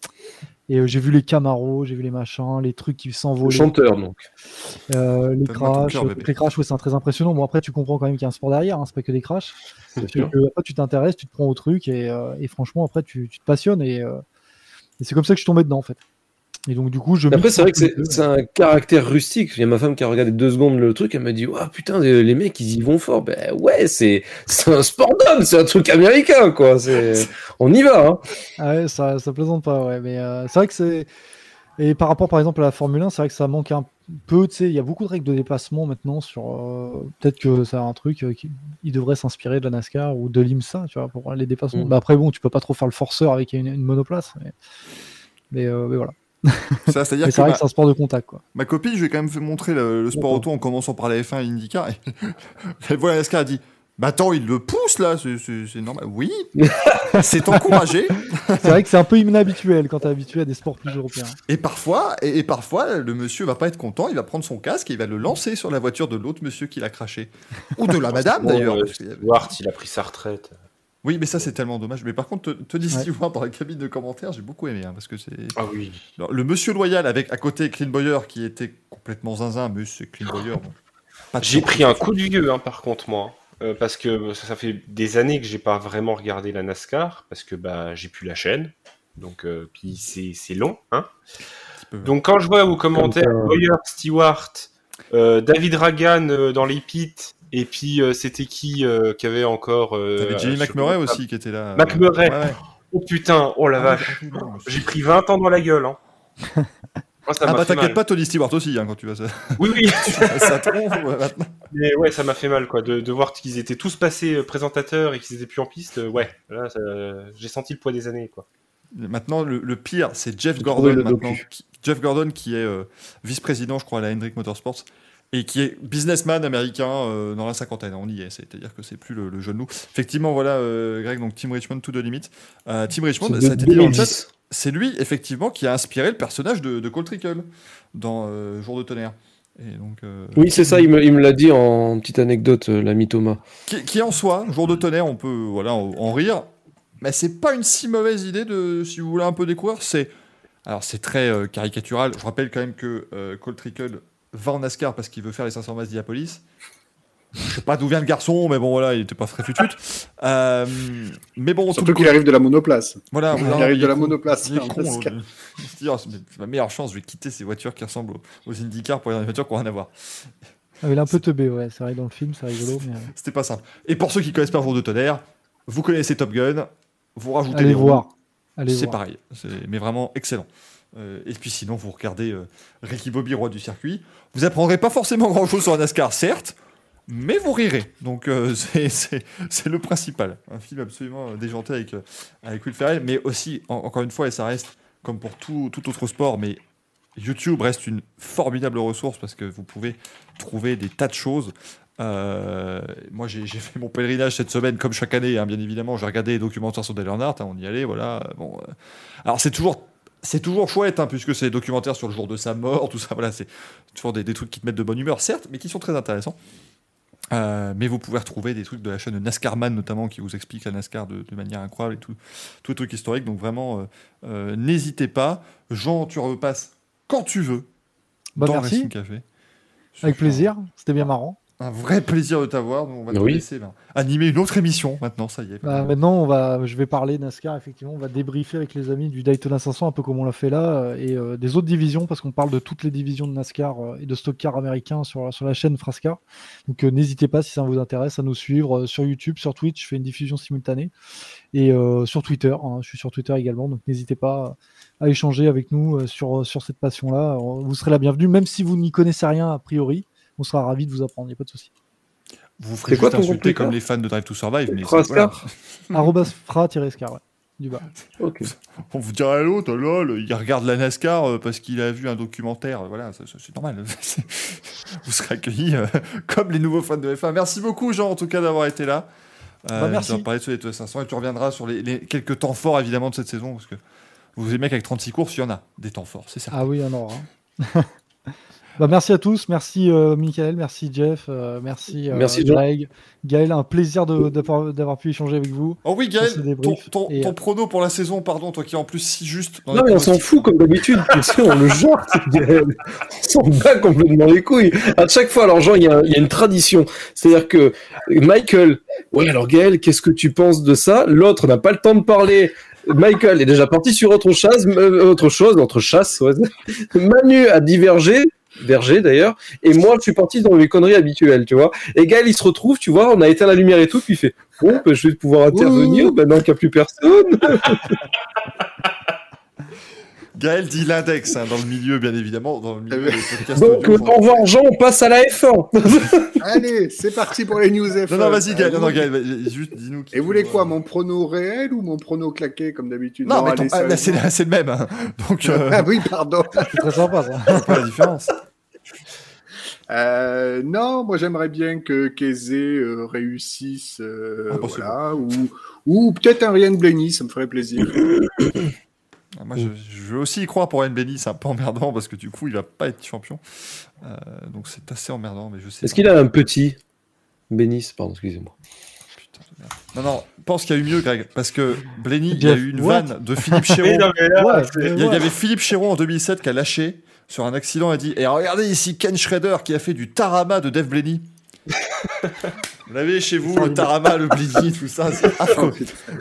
Et j'ai vu les Camaro, j'ai vu les machins, les trucs qui Le s'envolaient. chanteur, donc. Les Donne-moi ton crashs, cœur, bébé. les crashs, ouais, c'est très impressionnant. Bon, après, tu comprends quand même qu'il y a un sport derrière, hein, c'est pas que des crashs. C'est Parce sûr. que, après, tu t'intéresses, tu te prends au truc et franchement, après, tu te passionnes et c'est comme ça que je suis tombé dedans, en fait. Et donc, du coup, Après, c'est vrai que c'est un caractère rustique. Il y a ma femme qui a regardé 2 secondes le truc, elle m'a dit, ah putain, les mecs, ils y vont fort. Ben ouais, c'est un sport d'homme, c'est un truc américain, quoi. On y va, hein. Ah ouais, ça plaisante pas, ouais. Mais c'est vrai que c'est. Et par rapport, par exemple, à la Formule 1, c'est vrai que ça manque un peu, tu sais, il y a beaucoup de règles de dépassement maintenant sur. Peut-être que c'est un truc il devrait s'inspirer de la NASCAR ou de l'IMSA, tu vois, pour les dépassements. Bah, après, bon, tu peux pas trop faire le forceur avec une monoplace. Mais voilà. Ça, c'est-à-dire Mais que c'est vrai que c'est un sport de contact, quoi. ma copine, je lui ai quand même fait montrer le sport D'accord. auto en commençant par la F1 et l'IndyCar. Et elle voit la NASCAR, elle dit bah attends, il le pousse là, c'est normal. Oui, c'est encouragé. C'est vrai que c'est un peu inhabituel quand t'es habitué à des sports plus européens. Et parfois, le monsieur va pas être content, il va prendre son casque et il va le lancer sur la voiture de l'autre monsieur qui l'a craché. Ou de la madame d'ailleurs. parce qu'il y avait- Stewart, il a pris sa retraite. Oui, mais ça c'est tellement dommage. Mais par contre, Tony Stewart dans la cabine de commentaires, j'ai beaucoup aimé. Parce que c'est. Ah oui. Alors, le monsieur loyal avec à côté Clean Boyer qui était complètement zinzin, mais c'est Clean Boyer. Donc, pas de J'ai surprise. pris un coup de vieux, hein, par contre, moi. Parce que ça fait des années que j'ai pas vraiment regardé la NASCAR, parce que bah j'ai plus la chaîne. Donc, puis c'est long, hein. peu. Donc quand je vois aux commentaires Comme ça. Boyer, Stewart, David Ragan dans les pits, et puis c'était qui avait encore T'avais Jimmy je sais McMurray pas, aussi qui était là. McMurray. Ouais. Oh putain, oh la Ah, vache. oui, non, J'ai pris 20 ans dans la gueule. Hein. Moi, ça Ah m'a bah fait t'inquiète mal. pas, Tony Stewart aussi, hein, quand tu vas ça. Oui, oui. ça trompe maintenant. Mais ouais, ça m'a fait mal, quoi, de voir qu'ils étaient tous passés présentateurs et qu'ils étaient plus en piste. Ouais, là, j'ai senti le poids des années, quoi. Maintenant, le pire, c'est Jeff J'ai Gordon trouvé le maintenant. docu. Jeff Gordon qui est vice-président, je crois, à la Hendrick Motorsports et qui est businessman américain dans la cinquantaine. On y est, c'est-à-dire que c'est plus le jeune loup. Effectivement, voilà, Greg, donc Team Richmond to the limit. Team Richmond, C'est ça a de été dit dans le 2010. chat, c'est lui, effectivement, qui a inspiré le personnage de Cole Trickle dans Jour de tonnerre. Et donc, Oui, c'est ça, il me l'a dit en petite anecdote, l'ami Thomas. qui en soi, Jour de tonnerre, on peut voilà, en rire, mais c'est pas une si mauvaise idée si vous voulez un peu découvrir. Alors c'est très caricatural. Je rappelle quand même que Cole Trickle va en NASCAR parce qu'il veut faire les 500 miles d'Indianapolis. Je sais pas d'où vient le garçon, mais bon voilà, il était pas très futut. Mais bon, Surtout qu'il arrive de la monoplace. voilà, Il voilà, arrive il de est la con. monoplace. Il est en con, NASCAR. il se dit, oh, c'est ma meilleure chance, je vais quitter ces voitures qui ressemblent aux IndyCar pour aller dans des voitures qui n'ont rien à voir. Ah, il est un peu teubé, ouais. C'est vrai, dans le film, c'est rigolo. Mais... C'était pas simple. Et pour ceux qui connaissent pas Jour de tonnerre, vous connaissez Top Gun, vous rajoutez Allez les roues, voir. Allez c'est voir. pareil, mais vraiment excellent. Et puis sinon, vous regardez Ricky Bobby, roi du circuit. Vous apprendrez pas forcément grand-chose sur la NASCAR, certes, mais vous rirez. Donc c'est le principal. Un film absolument déjanté avec Will Ferrell, mais aussi, encore une fois, et ça reste comme pour tout autre sport, mais YouTube reste une formidable ressource parce que vous pouvez trouver des tas de choses. Moi, j'ai fait mon pèlerinage cette semaine, comme chaque année, hein, bien évidemment. J'ai regardé les documentaires sur Dale Earnhardt, hein, on y allait, voilà. Bon, alors, c'est toujours chouette, hein, puisque c'est des documentaires sur le jour de sa mort, tout ça, voilà. C'est toujours des trucs qui te mettent de bonne humeur, certes, mais qui sont très intéressants. Mais vous pouvez retrouver des trucs de la chaîne de NASCARman, notamment, qui vous expliquent la NASCAR de manière incroyable et tout les trucs historiques. Donc, vraiment, n'hésitez pas. Jean, tu repasses quand tu veux Bah, dans merci. Racing Café. Avec plaisir. C'était bien marrant. Un vrai plaisir de t'avoir. On va te Oui. laisser animer une autre émission maintenant, ça y est. Maintenant, je vais parler NASCAR, effectivement. On va débriefer avec les amis du Daytona 500, un peu comme on l'a fait là, et des autres divisions, parce qu'on parle de toutes les divisions de NASCAR et de stock car américain sur la chaîne Frascar. Donc n'hésitez pas, si ça vous intéresse, à nous suivre sur YouTube, sur Twitch. Je fais une diffusion simultanée. Et sur Twitter, je suis sur Twitter également, donc n'hésitez pas à échanger avec nous sur cette passion-là. Vous serez la bienvenue, même si vous n'y connaissez rien a priori. On sera ravis de vous apprendre, il n'y a pas de souci. Vous ferez C'est quoi juste ton insulter compte comme Twitter les fans de Drive to Survive. Mais Frascar. @fra-scar, ouais, du bas. Ok. On vous dira l'autre, lol, il regarde la NASCAR parce qu'il a vu un documentaire. Voilà, c'est normal. Vous serez accueillis comme les nouveaux fans de F1. Merci beaucoup, Jean, en tout cas, d'avoir été là. Merci. Tu vas parler de ce Daytona 500 et tu reviendras sur les quelques temps forts, évidemment, de cette saison. Parce que vous aimez qu'avec 36 courses, il y en a des temps forts, c'est certain. Ah oui, il y en aura. Merci à tous, merci Michael, merci Jeff, merci Merci, Jean. Greg, Gaël, un plaisir d'avoir pu échanger avec vous. Oh oui, Gaël, On se débriefe et- ton prono pour la saison, pardon, toi qui es en plus si juste. Dans Non, les mais on s'en pronostics. fout comme d'habitude. Tu sais, on le genre. On s'en bat complètement les couilles. À chaque fois, alors, Jean, il y a une tradition. C'est-à-dire que Michael, ouais, alors Gaël, qu'est-ce que tu penses de ça? L'autre n'a pas le temps de parler. Michael est déjà parti sur autre chose. Ouais. Manu a divergé. Berger d'ailleurs, et moi je suis parti dans mes conneries habituelles, tu vois. Et Gaël il se retrouve, tu vois, on a éteint la lumière et tout, puis il fait bon, ben, je vais pouvoir intervenir maintenant qu'il n'y a plus personne. Gaël dit l'index dans le milieu, bien évidemment, dans le milieu des podcasts. Donc audio. au revoir Jean, on passe à la F1. Allez, c'est parti pour les news F1. Non, vas-y, Gaël, Allez. Gaël, juste dis-nous. Et vous voulez quoi, mon prono réel ou mon prono claqué comme d'habitude? Non, mais allez, là, sérieusement. c'est le même. Hein. Donc, Ah oui, pardon. C'est très sympa ça. c'est pas la différence. Non, moi j'aimerais bien que Kézé réussisse, Ah, bah, c'est voilà, ou peut-être un Ryan Blaney, ça me ferait plaisir. Moi, je veux aussi y croire pour Ryan Blaney, c'est un peu emmerdant parce que du coup, il va pas être champion. Donc c'est assez emmerdant, mais je sais. Est-ce qu'il a un petit Bénis, pardon, excusez-moi. Putain de merde. Non, pense qu'il y a eu mieux, Greg, parce que Blaney, il y a eu une What vanne de Philippe Chéreau. Mais non, mais là, Ouais, Il y avait Philippe Chéreau en 2007 qui a lâché sur un accident et a dit et regardez ici Ken Schrader qui a fait du Tarama de Dave Blaney. Vous l'avez chez vous, le Tarama, le Blaney, tout ça, c'est affreux.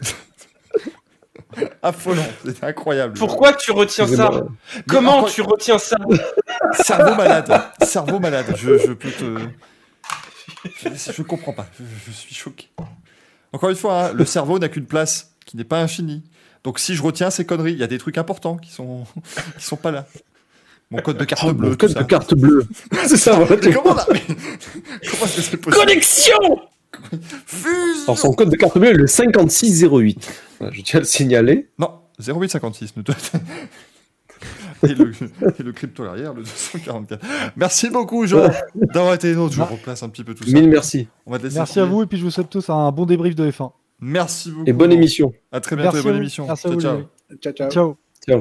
Affolant, c'est incroyable. pourquoi tu retiens ça? Excusez-moi. Comment encore- tu retiens ça? Cerveau malade, je peux te... Je comprends pas, je suis choqué. Encore une fois, hein, le cerveau n'a qu'une place qui n'est pas infinie. Donc si je retiens ces conneries, il y a des trucs importants qui sont pas là. Mon code de carte Oh, bleue, mon tout code ça. de carte bleue. C'est ça, voilà. Mais comment là mais... Comment est-ce que c'est possible? Connexion. Fusion. Alors son code de carte bleue est le 5608. Voilà, je tiens à le signaler. Non, 0856. Et le crypto derrière, le 244. Merci beaucoup, Jean, d'avoir été nôtre. Je replace un petit peu tout ça. Mille merci. On va te laisser Merci à tranquille. vous et puis je vous souhaite tous un bon débrief de F1. Merci beaucoup. Et bonne émission. À très bientôt Merci et bonne à vous. émission. Merci à Ciao, vous, ciao. les amis. Ciao, ciao. Ciao. Ciao.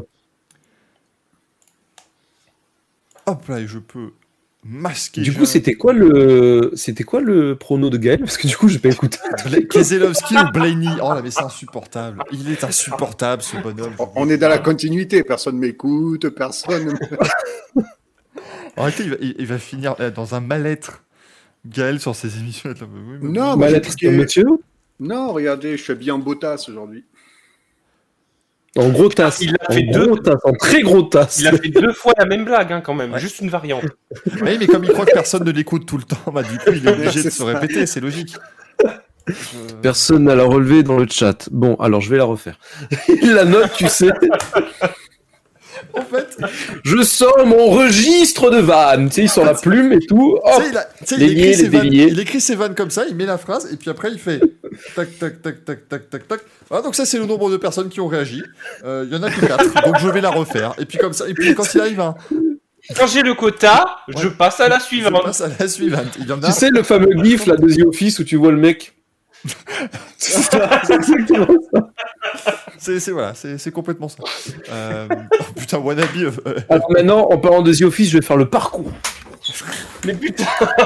Hop là, et je peux masquer. Du coup, c'était quoi le prono de Gaël? Parce que du coup, j'ai pas écouté. Keselowski ou Blaney. Oh là, mais c'est insupportable. Il est insupportable, ce bonhomme. On est dans la continuité, personne m'écoute, personne. En réalité, il va finir dans un mal-être. Gaël sur ses émissions. Être là, oui, mais- Non, moi, Mal j'ai être piqué- monsieur. Non, regardez, je suis bien en botasse aujourd'hui. En gros tasse. Il a En fait gros deux. tasse. En très gros tasse. Il a fait 2 fois la même blague, hein, quand même. Ouais. Juste une variante. Oui, mais comme il croit que personne ne l'écoute tout le temps, bah, du coup, il est obligé de C'est se ça. répéter, c'est logique. Personne n'a la relevé dans le chat. Bon, alors je vais la refaire. Il la note, tu sais. En fait, Je sors mon registre de vannes. Tu sais, il sort la plume et tout. tu Hop. sais, il Délié, écrit ses les vannes, déliés. il écrit ses vannes comme ça, il met la phrase, et puis après, il fait tac, tac, tac, tac, tac, tac, tac. Voilà, donc ça, c'est le nombre de personnes qui ont réagi. Il y en a que 4, donc je vais la refaire. Et puis comme ça, et puis quand il arrive, Quand j'ai le quota, je passe à la je suivante. passe à la suivante. Il y en a. Tu sais le fameux gif là de The Office où tu vois le mec. C'est ça, c'est exactement ça. C'est complètement ça. Oh, putain, Wannabe. Alors maintenant, en parlant de The Office, je vais faire le parcours. Mais putain.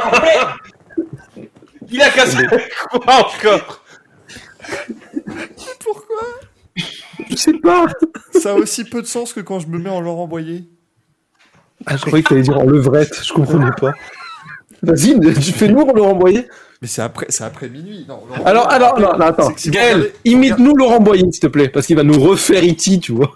Il a cassé quoi encore? Pourquoi Je sais pas. ça a aussi peu de sens que quand je me mets en Laurent Boyer. Ah, je croyais que t'allais dire en levrette. Je comprenais pas. Vas-y, fais-nous le renvoyer. Mais c'est après minuit. Non, Alors, attends. Si vous Gaël, regardez- imite-nous Laurent Boyer, s'il te plaît, parce qu'il va nous refaire E.T., tu vois.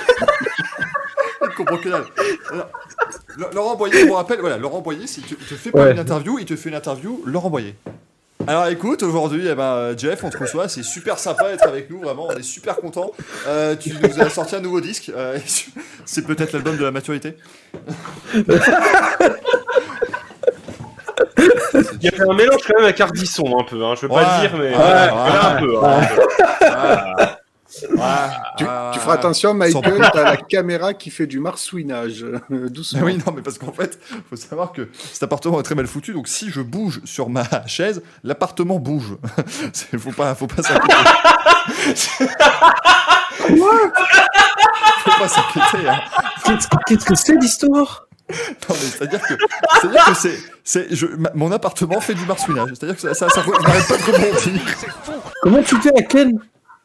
Je comprends que dalle. Alors, Laurent Boyer, je vous rappelle, voilà, Laurent Boyer, il te fait pas Ouais. une interview, il te fait une interview, Laurent Boyer. Alors écoute, aujourd'hui, Jeff, on te reçoit, c'est super sympa d'être avec nous, vraiment, on est super contents. Tu nous as sorti un nouveau disque, c'est peut-être l'album de la maturité. Il y avait un mélange quand même avec Ardisson un peu, hein. Je veux pas Ouais. le dire, mais Ouais. un peu. Hein. Tu feras attention, Michael, t'as la caméra qui fait du marsouinage. Doucement. Mais oui, non, mais parce qu'en fait, faut savoir que cet appartement est très mal foutu, donc si je bouge sur ma chaise, l'appartement bouge. Faut pas s'inquiéter. Faut pas s'inquiéter, hein. Qu'est-ce que c'est l'histoire? Non, mais c'est-à-dire que mon appartement fait du marsouinage. C'est-à-dire que ça n'arrête pas de rebondir. Comment tu fais à Ken?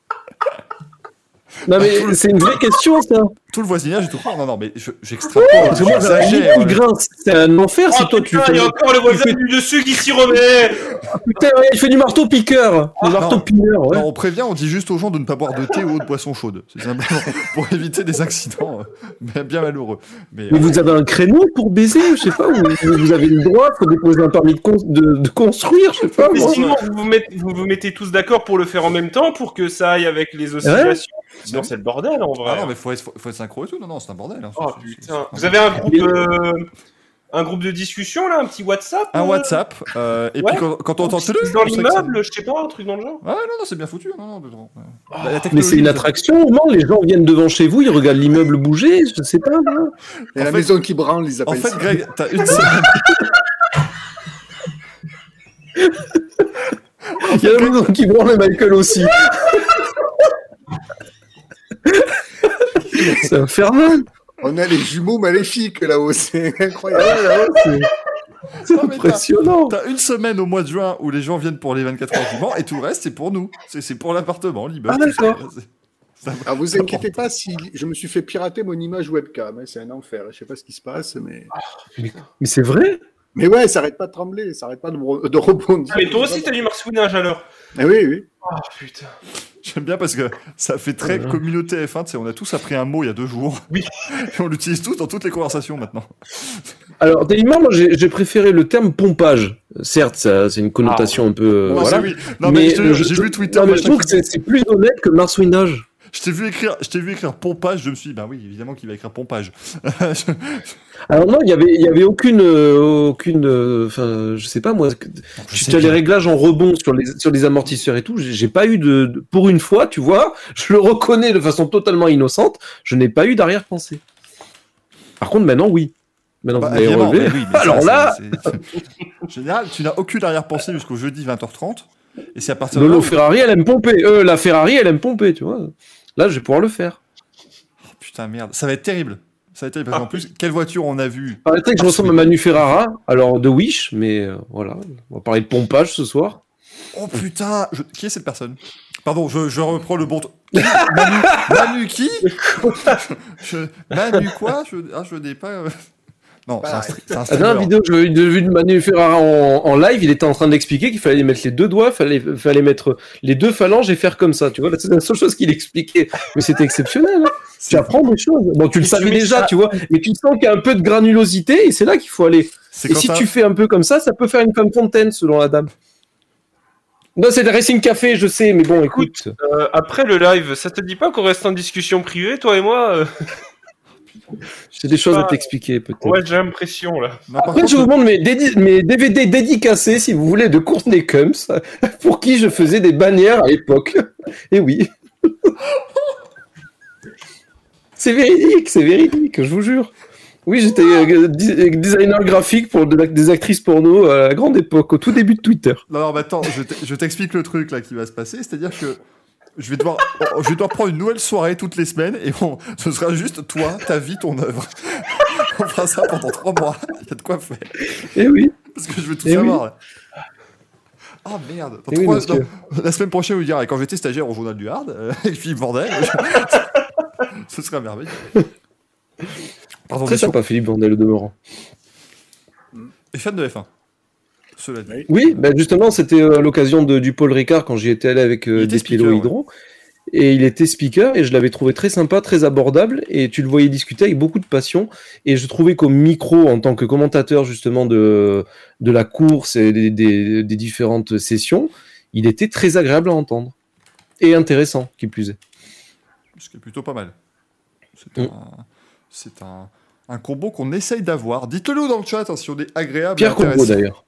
Non, mais c'est une vraie question, ça. Tout le voisinage est tout croire. Non, mais j'extrapole. Parce que moi, j'ai un lit j'exagère. qui grince. C'est un enfer si toi tu Putain, fais. il y a encore le voisin du dessus qui s'y remet. Putain, ouais, il fait du marteau-piqueur. Du marteau-piqueur, ouais. Non, on prévient, on dit juste aux gens de ne pas boire de thé ou de boisson chaude. C'est simplement pour éviter des accidents bien malheureux. Mais vous avez un créneau pour baiser, je sais pas, ou vous avez le droit, faut déposer un permis de construire, je sais pas. Mais moi. sinon, vous mettez tous d'accord pour le faire en même temps pour que ça aille avec les oscillations. Sinon, c'est le bordel en vrai. Ah non, mais faut être synchro et tout. Non, c'est un bordel. Hein. Oh C'est- putain. c'est- Vous avez un groupe de discussion là, un petit WhatsApp Un WhatsApp. Et Ouais. puis quand on entend dans l'immeuble, je sais pas, un truc dans le genre. Ouais, non, c'est bien foutu. Non, la Mais technologie, c'est une attraction, au moins, les gens viennent devant chez vous, ils regardent l'immeuble bouger, je sais pas. Moi. Et En la fait- maison qui branle, ils En appellent fait, ça. Greg, t'as une semaine. Il y a la maison qui branle et Michael aussi. C'est infernal. On a les jumeaux maléfiques là-haut, c'est incroyable. C'est Non, mais impressionnant. T'as une semaine au mois de juin où les gens viennent pour les 24 heures du Mans et tout le reste, c'est pour nous. C'est pour l'appartement, l'immeuble. Ah, d'accord. Alors vous inquiétez pas si je me suis fait pirater mon image webcam, hein, c'est un enfer. Je sais pas ce qui se passe, mais Mais c'est vrai. ouais, ça arrête pas de trembler, ça arrête pas de rebondir. Ah, mais toi aussi, t'as du marsouinage alors. Ah oui, oui. Oh putain. J'aime bien parce que ça fait très communauté F1. Tu sais, on a tous appris un mot il y a 2 jours. Oui. Et on l'utilise tous dans toutes les conversations maintenant. Alors, techniquement, moi, j'ai préféré le terme pompage. Certes, ça, c'est une connotation un peu. Ouais, voilà. c'est oui. Non, mais j'ai vu Twitter. Non, mais je machin trouve que c'est plus honnête que marsouinage. Je t'ai vu écrire pompage, je me suis dit, bah oui, évidemment qu'il va écrire pompage. Alors non, il y avait aucune, enfin, je sais pas moi. Tu as les réglages en rebond sur les amortisseurs et tout. J'ai pas eu pour une fois, tu vois, je le reconnais de façon totalement innocente. Je n'ai pas eu d'arrière-pensée. Par contre, maintenant, oui. Maintenant, Bah, vous l'avez évidemment, relevé. mais oui, mais Alors ça, là, en général, tu n'as aucune arrière-pensée jusqu'au jeudi 20h30. Et c'est à partir de Lolo là où- Ferrari, elle aime pomper. La Ferrari, elle aime pomper, tu vois. Là, je vais pouvoir le faire. Oh, putain, merde. Ça va être terrible. Ça va être terrible. Parce qu'en plus, quelle voiture on a vu Il paraîtrait que je ressemble à Manu Ferrara, alors de Wish, mais voilà. On va parler de pompage ce soir. Oh putain Qui est cette personne? Pardon, je reprends le bon... Manu qui Manu quoi je n'ai pas... Non, c'est un La streamer. dernière vidéo que j'ai vue de Manu Ferrara en live, il était en train d'expliquer qu'il fallait mettre les deux doigts, fallait mettre les deux phalanges et faire comme ça. Tu vois, c'est la seule chose qu'il expliquait. Mais c'était exceptionnel. Hein. Tu apprends des choses. Bon, tu le savais déjà, tu vois, mais tu sens qu'il y a un peu de granulosité et c'est là qu'il faut aller. C'est Et quand si t'as- tu fais un peu comme ça peut faire une femme fontaine selon la dame. Non, c'est le Racing Café, je sais, mais bon, écoute. Après le live, ça te dit pas qu'on reste en discussion privée, toi et moi J'ai des choses à pas- t'expliquer peut-être. Ouais, j'ai l'impression là. Non, par Après, contre, je vous demande mes DVD dédicacés, si vous voulez, de course des Cums, pour qui je faisais des bannières à l'époque. Et oui. C'est véridique, je vous jure. Oui, j'étais designer graphique pour des actrices porno à la grande époque, au tout début de Twitter. Non, mais attends, je t'explique le truc là qui va se passer, c'est-à-dire que je vais devoir prendre une nouvelle soirée toutes les semaines et ce sera juste toi, ta vie, ton œuvre. On fera ça pendant 3 mois, il y a de quoi faire. Et oui. Parce que je veux tout Eh savoir. Là. Ah merde, Eh oui, monsieur. la semaine prochaine, vous dire, quand j'étais stagiaire au journal du Hard, et puis bordel, ce serait merveilleux. Pardon, Très sympa, Philippe Vandel, au demeurant. Et fan de F1. cela dit. Oui, bah justement, c'était à l'occasion du Paul Ricard quand j'y étais allé avec était des speaker, pélos hydro. Et il était speaker et je l'avais trouvé très sympa, très abordable. Et tu le voyais discuter avec beaucoup de passion. Et je trouvais qu'au micro, en tant que commentateur justement de la course et des différentes sessions, il était très agréable à entendre. Et intéressant, qui plus est. Ce qui est plutôt pas mal. C'est un combo qu'on essaye d'avoir. Dites-le dans le chat hein, si on est agréable. Pierre et intéressant. Combo d'ailleurs.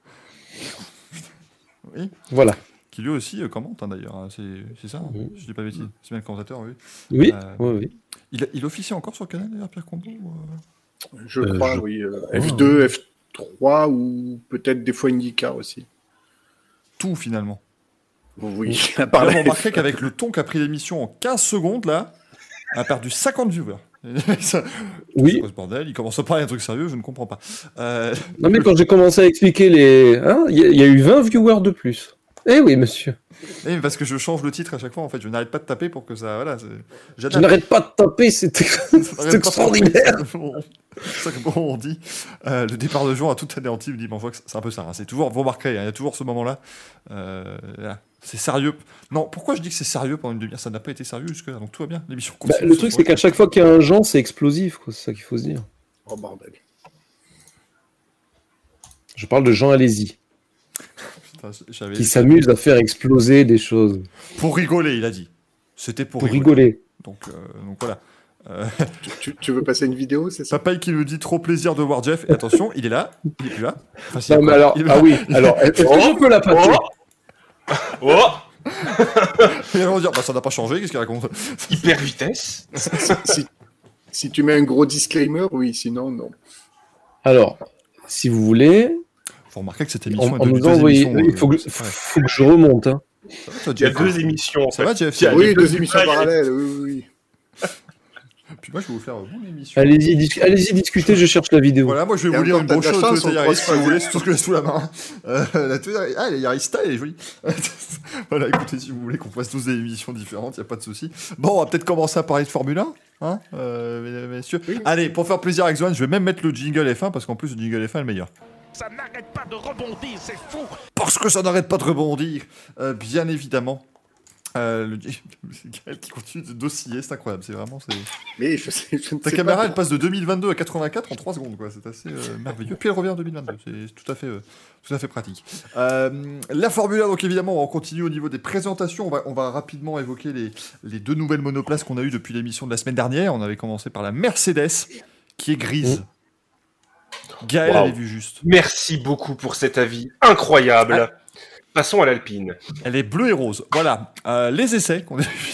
Oui. Voilà. Qui lui aussi commente hein, d'ailleurs. Hein. C'est ça, hein. Je dis pas de bêtises. C'est bien le commentateur, oui. Oui, oui. Il officie encore sur le canal d'ailleurs, Pierre Combo Je crois, oui. F2, F3 ou peut-être des fois IndyCar aussi. Tout finalement. Oui, Là, on remarquait qu'avec le ton qu'a pris l'émission en 15 secondes, là, a perdu 50 viewers. Oui. C'est quoi ce bordel? Il commence à parler d'un truc sérieux, je ne comprends pas. Non, mais quand j'ai commencé à expliquer il y a eu 20 viewers de plus. Eh oui, monsieur. Eh, parce que je change le titre à chaque fois, en fait. Je n'arrête pas de taper pour que ça. Voilà, je n'arrête pas de taper, c'est extraordinaire. C'est ça que bon, on dit. Le départ de Jean a tout anéanti, me dit, bon, c'est un peu ça. Hein. C'est toujours, vous remarquerez, il y a toujours ce moment-là. Là. C'est sérieux. Non, pourquoi je dis que c'est sérieux pendant une demi-heure? Ça n'a pas été sérieux jusque-là, donc tout va bien. L'émission continue. Le truc, c'est qu'à chaque fois qu'il y a un Jean, c'est explosif, quoi. C'est ça qu'il faut se dire. Oh bordel. Je parle de Jean Alési. Putain, qui s'amuse à faire exploser des choses. Pour rigoler, il a dit. C'était pour rigoler. Donc voilà. Tu veux passer une vidéo, c'est ça? Papaye qui nous dit trop plaisir de voir Jeff. Et attention, il est là, il est plus là. Enfin, non, mais alors, est-ce que je peux la passer? Et ils vont dire, ça n'a pas changé, qu'est-ce qu'il raconte? Hyper vitesse. Si tu mets un gros disclaimer, oui, sinon, non. Alors, si vous voulez... Faut remarquer que cette émission est de deux émissions. Il faut que je remonte. Hein. Va, il y a deux émissions. Ça va, Jeff? Oui, deux émissions parallèles, oui. Puis moi, je vais vous faire une émission. Allez-y, discutez, je cherche la vidéo. Voilà, moi, je vais vous lire une brochure de Toyota Yaris, si vous voulez, c'est tout ce que j'ai sous la main. La Toyota Yaris Style, elle est jolie. Voilà, écoutez, si vous voulez qu'on fasse tous des émissions différentes, il n'y a pas de souci. Bon, on va peut-être commencer à parler de Formule 1, hein, messieurs. Oui. Allez, pour faire plaisir à Xoan, je vais même mettre le jingle F1, parce qu'en plus, le jingle F1 est le meilleur. Ça n'arrête pas de rebondir, c'est fou. Parce que ça n'arrête pas de rebondir, bien évidemment. Le Gaël qui continue d'osciller, c'est incroyable, c'est vraiment... Mais ta caméra, elle passe de 2022 à 84 en 3 secondes, quoi. C'est assez merveilleux. Puis elle revient en 2022, c'est tout à fait pratique. La Formule 1, donc évidemment, on continue au niveau des présentations. On va rapidement évoquer les deux nouvelles monoplaces qu'on a eues depuis l'émission de la semaine dernière. On avait commencé par la Mercedes, qui est grise. Gaël avait vu juste. Merci beaucoup pour cet avis incroyable. Passons à l'Alpine. Elle est bleue et rose. Voilà. Les essais qu'on a vu.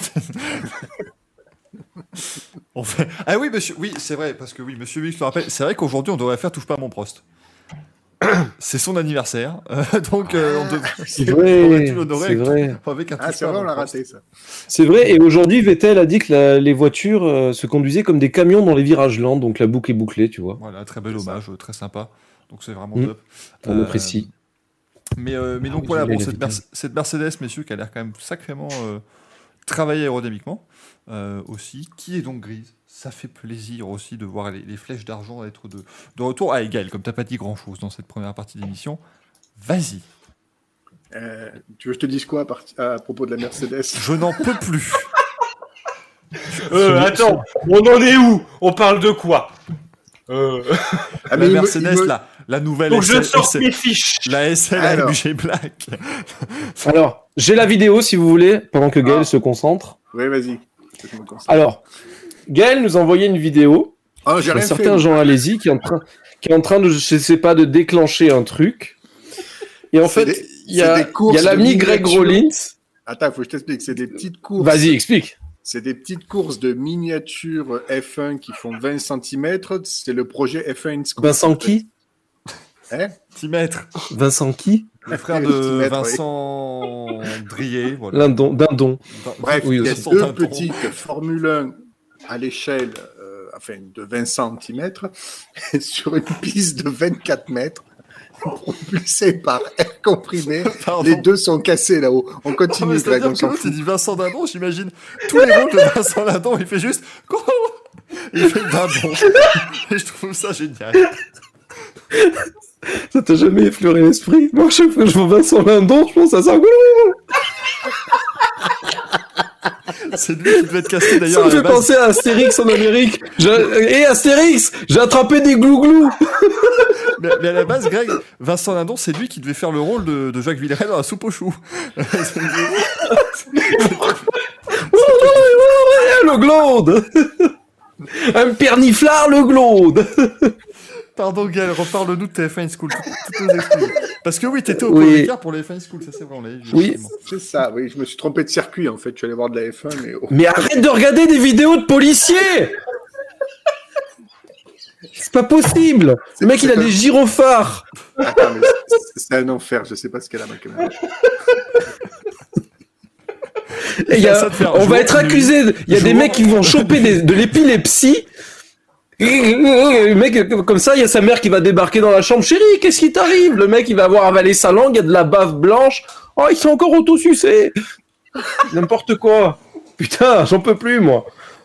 On fait... Ah oui, monsieur. Oui, c'est vrai, parce que oui, monsieur Vix le rappelle. C'est vrai qu'aujourd'hui, on devrait faire Touche pas à mon Prost. C'est son anniversaire. Donc, on devrait. C'est vrai. Avec un c'est vrai, on l'a raté, ça. C'est vrai. Et aujourd'hui, Vettel a dit que les voitures se conduisaient comme des camions dans les virages lents. Donc, la boucle est bouclée, tu vois. Voilà, très bel hommage, très sympa. Donc, c'est vraiment top. Pour le précis. Mais donc voilà, bon, cette Mercedes, messieurs, qui a l'air quand même sacrément travaillée aérodynamiquement aussi, qui est donc grise. Ça fait plaisir aussi de voir les flèches d'argent être de retour. Ah, Gaël, comme tu n'as pas dit grand-chose dans cette première partie d'émission, vas-y. Tu veux que je te dise quoi à propos de la Mercedes? Je n'en peux plus. Attends, on en est où? On parle de quoi? La Mercedes, la nouvelle. Donc je sors mes fiches. La SL AMG Black. Alors, j'ai la vidéo si vous voulez, pendant que Gaël se concentre. Oui, vas-y. Alors, Gaël nous a envoyé une vidéo. J'ai un certain Jean Alési qui est en train de, je sais pas, de déclencher un truc. Et en fait, il y a l'ami Greg Rollins. Attends, faut que je t'explique. C'est des petites courses. Vas-y, explique. C'est des petites courses de miniatures F1 qui font 20 cm. C'est le projet F1 School. Vincent qui? Centimètres. Vincent qui? Le frère de Vincent Drier. Voilà. Dindon. Bref, il y a deux petites Formule 1 à l'échelle de 20 cm sur une piste de 24 mètres. Propulsé par air comprimé. Pardon. Les deux sont cassés là-haut. On continue, Greg, on s'en fout. Tu dis Vincent Dindon, j'imagine tous les rôles de Vincent Dindon, il fait juste... Il fait Dindon. Et je trouve ça génial. Ça t'a jamais effleuré l'esprit? Moi, chaque fois que je vois Vincent Lindon, je pense à ça. C'est lui qui devait être casté Ça d'ailleurs me à la fait base. penser à Astérix en Amérique. Astérix, j'ai attrapé des glouglous. Mais à la base, Greg, Vincent Lindon, c'est lui qui devait faire le rôle de Jacques Villeray dans la soupe aux choux. Le glaude. Un perniflard, le glaude. Pardon, Gaël, reparle-nous de TF1 School. Toutes nos excuses. Parce que oui, t'étais au Oui. Comicar pour les F1 School, ça c'est vrai, on l'a vu. Oui. justement. C'est ça, oui, je me suis trompé de circuit en fait. Je suis allé voir de la F1, mais. Mais arrête de regarder des vidéos de policiers. C'est pas possible. Le mec, il a des gyrophares. Attends, mais c'est un enfer, je sais pas ce qu'elle a ma caméra. Et on va être accusé. Il y a des mecs qui vont choper de l'épilepsie. Le mec, comme ça, il y a sa mère qui va débarquer dans la chambre. Chérie, qu'est-ce qui t'arrive? Le mec, il va avoir avalé sa langue, il y a de la bave blanche. Oh, ils sont encore auto-sucés. N'importe quoi. Putain, j'en peux plus, moi.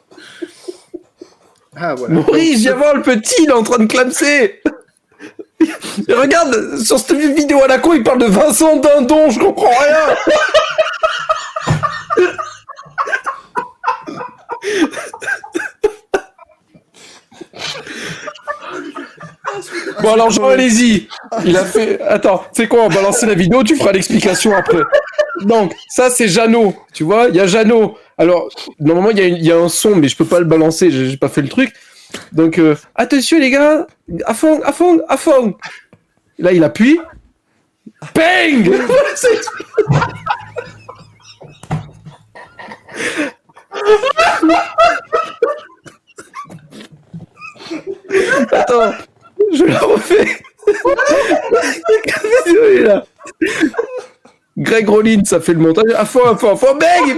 Ah voilà. Maurice, viens voir le petit, il est en train de clamser. Et regarde, sur cette vidéo à la con, il parle de Vincent Dindon, je comprends rien. Bon alors Jean, allez-y. Il a fait... Attends, c'est quoi? On va balancer la vidéo, tu feras l'explication après. Donc, ça c'est Jeannot, tu vois, il y a Jeannot. Alors, normalement, il y a un son, mais je peux pas le balancer, j'ai pas fait le truc. Donc, attention les gars, à fond. Là, il appuie. Bang. Attends, je la refais. Désolé, là. Greg Rollins, ça fait le montage. À fond, bang.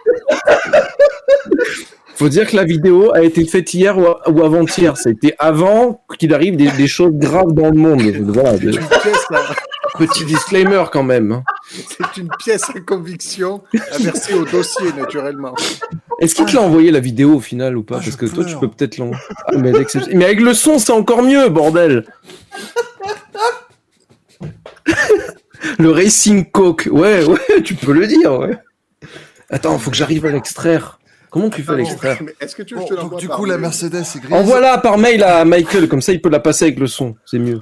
Faut dire que la vidéo a été faite hier ou avant-hier. C'était avant qu'il arrive des choses graves dans le monde. Voilà, C'est une pièce, là. petit disclaimer quand même. C'est une pièce à conviction à verser au dossier, naturellement. Est-ce qu'il te l'a envoyé la vidéo au final ou pas? Ah, Parce que je toi, tu pleure. peux peut-être l'envoyer. Ah, mais avec le son, c'est encore mieux, bordel. Le Racing Coke. Ouais, tu peux le dire, ouais. Attends, faut que j'arrive à l'extraire. Comment tu fais à l'extraire? Mais est-ce que tu veux Bon, que je te donc l'envoie du par coup, la mail Mercedes est grise. Envoie-la par mail à Michael, comme ça il peut la passer avec le son. C'est mieux.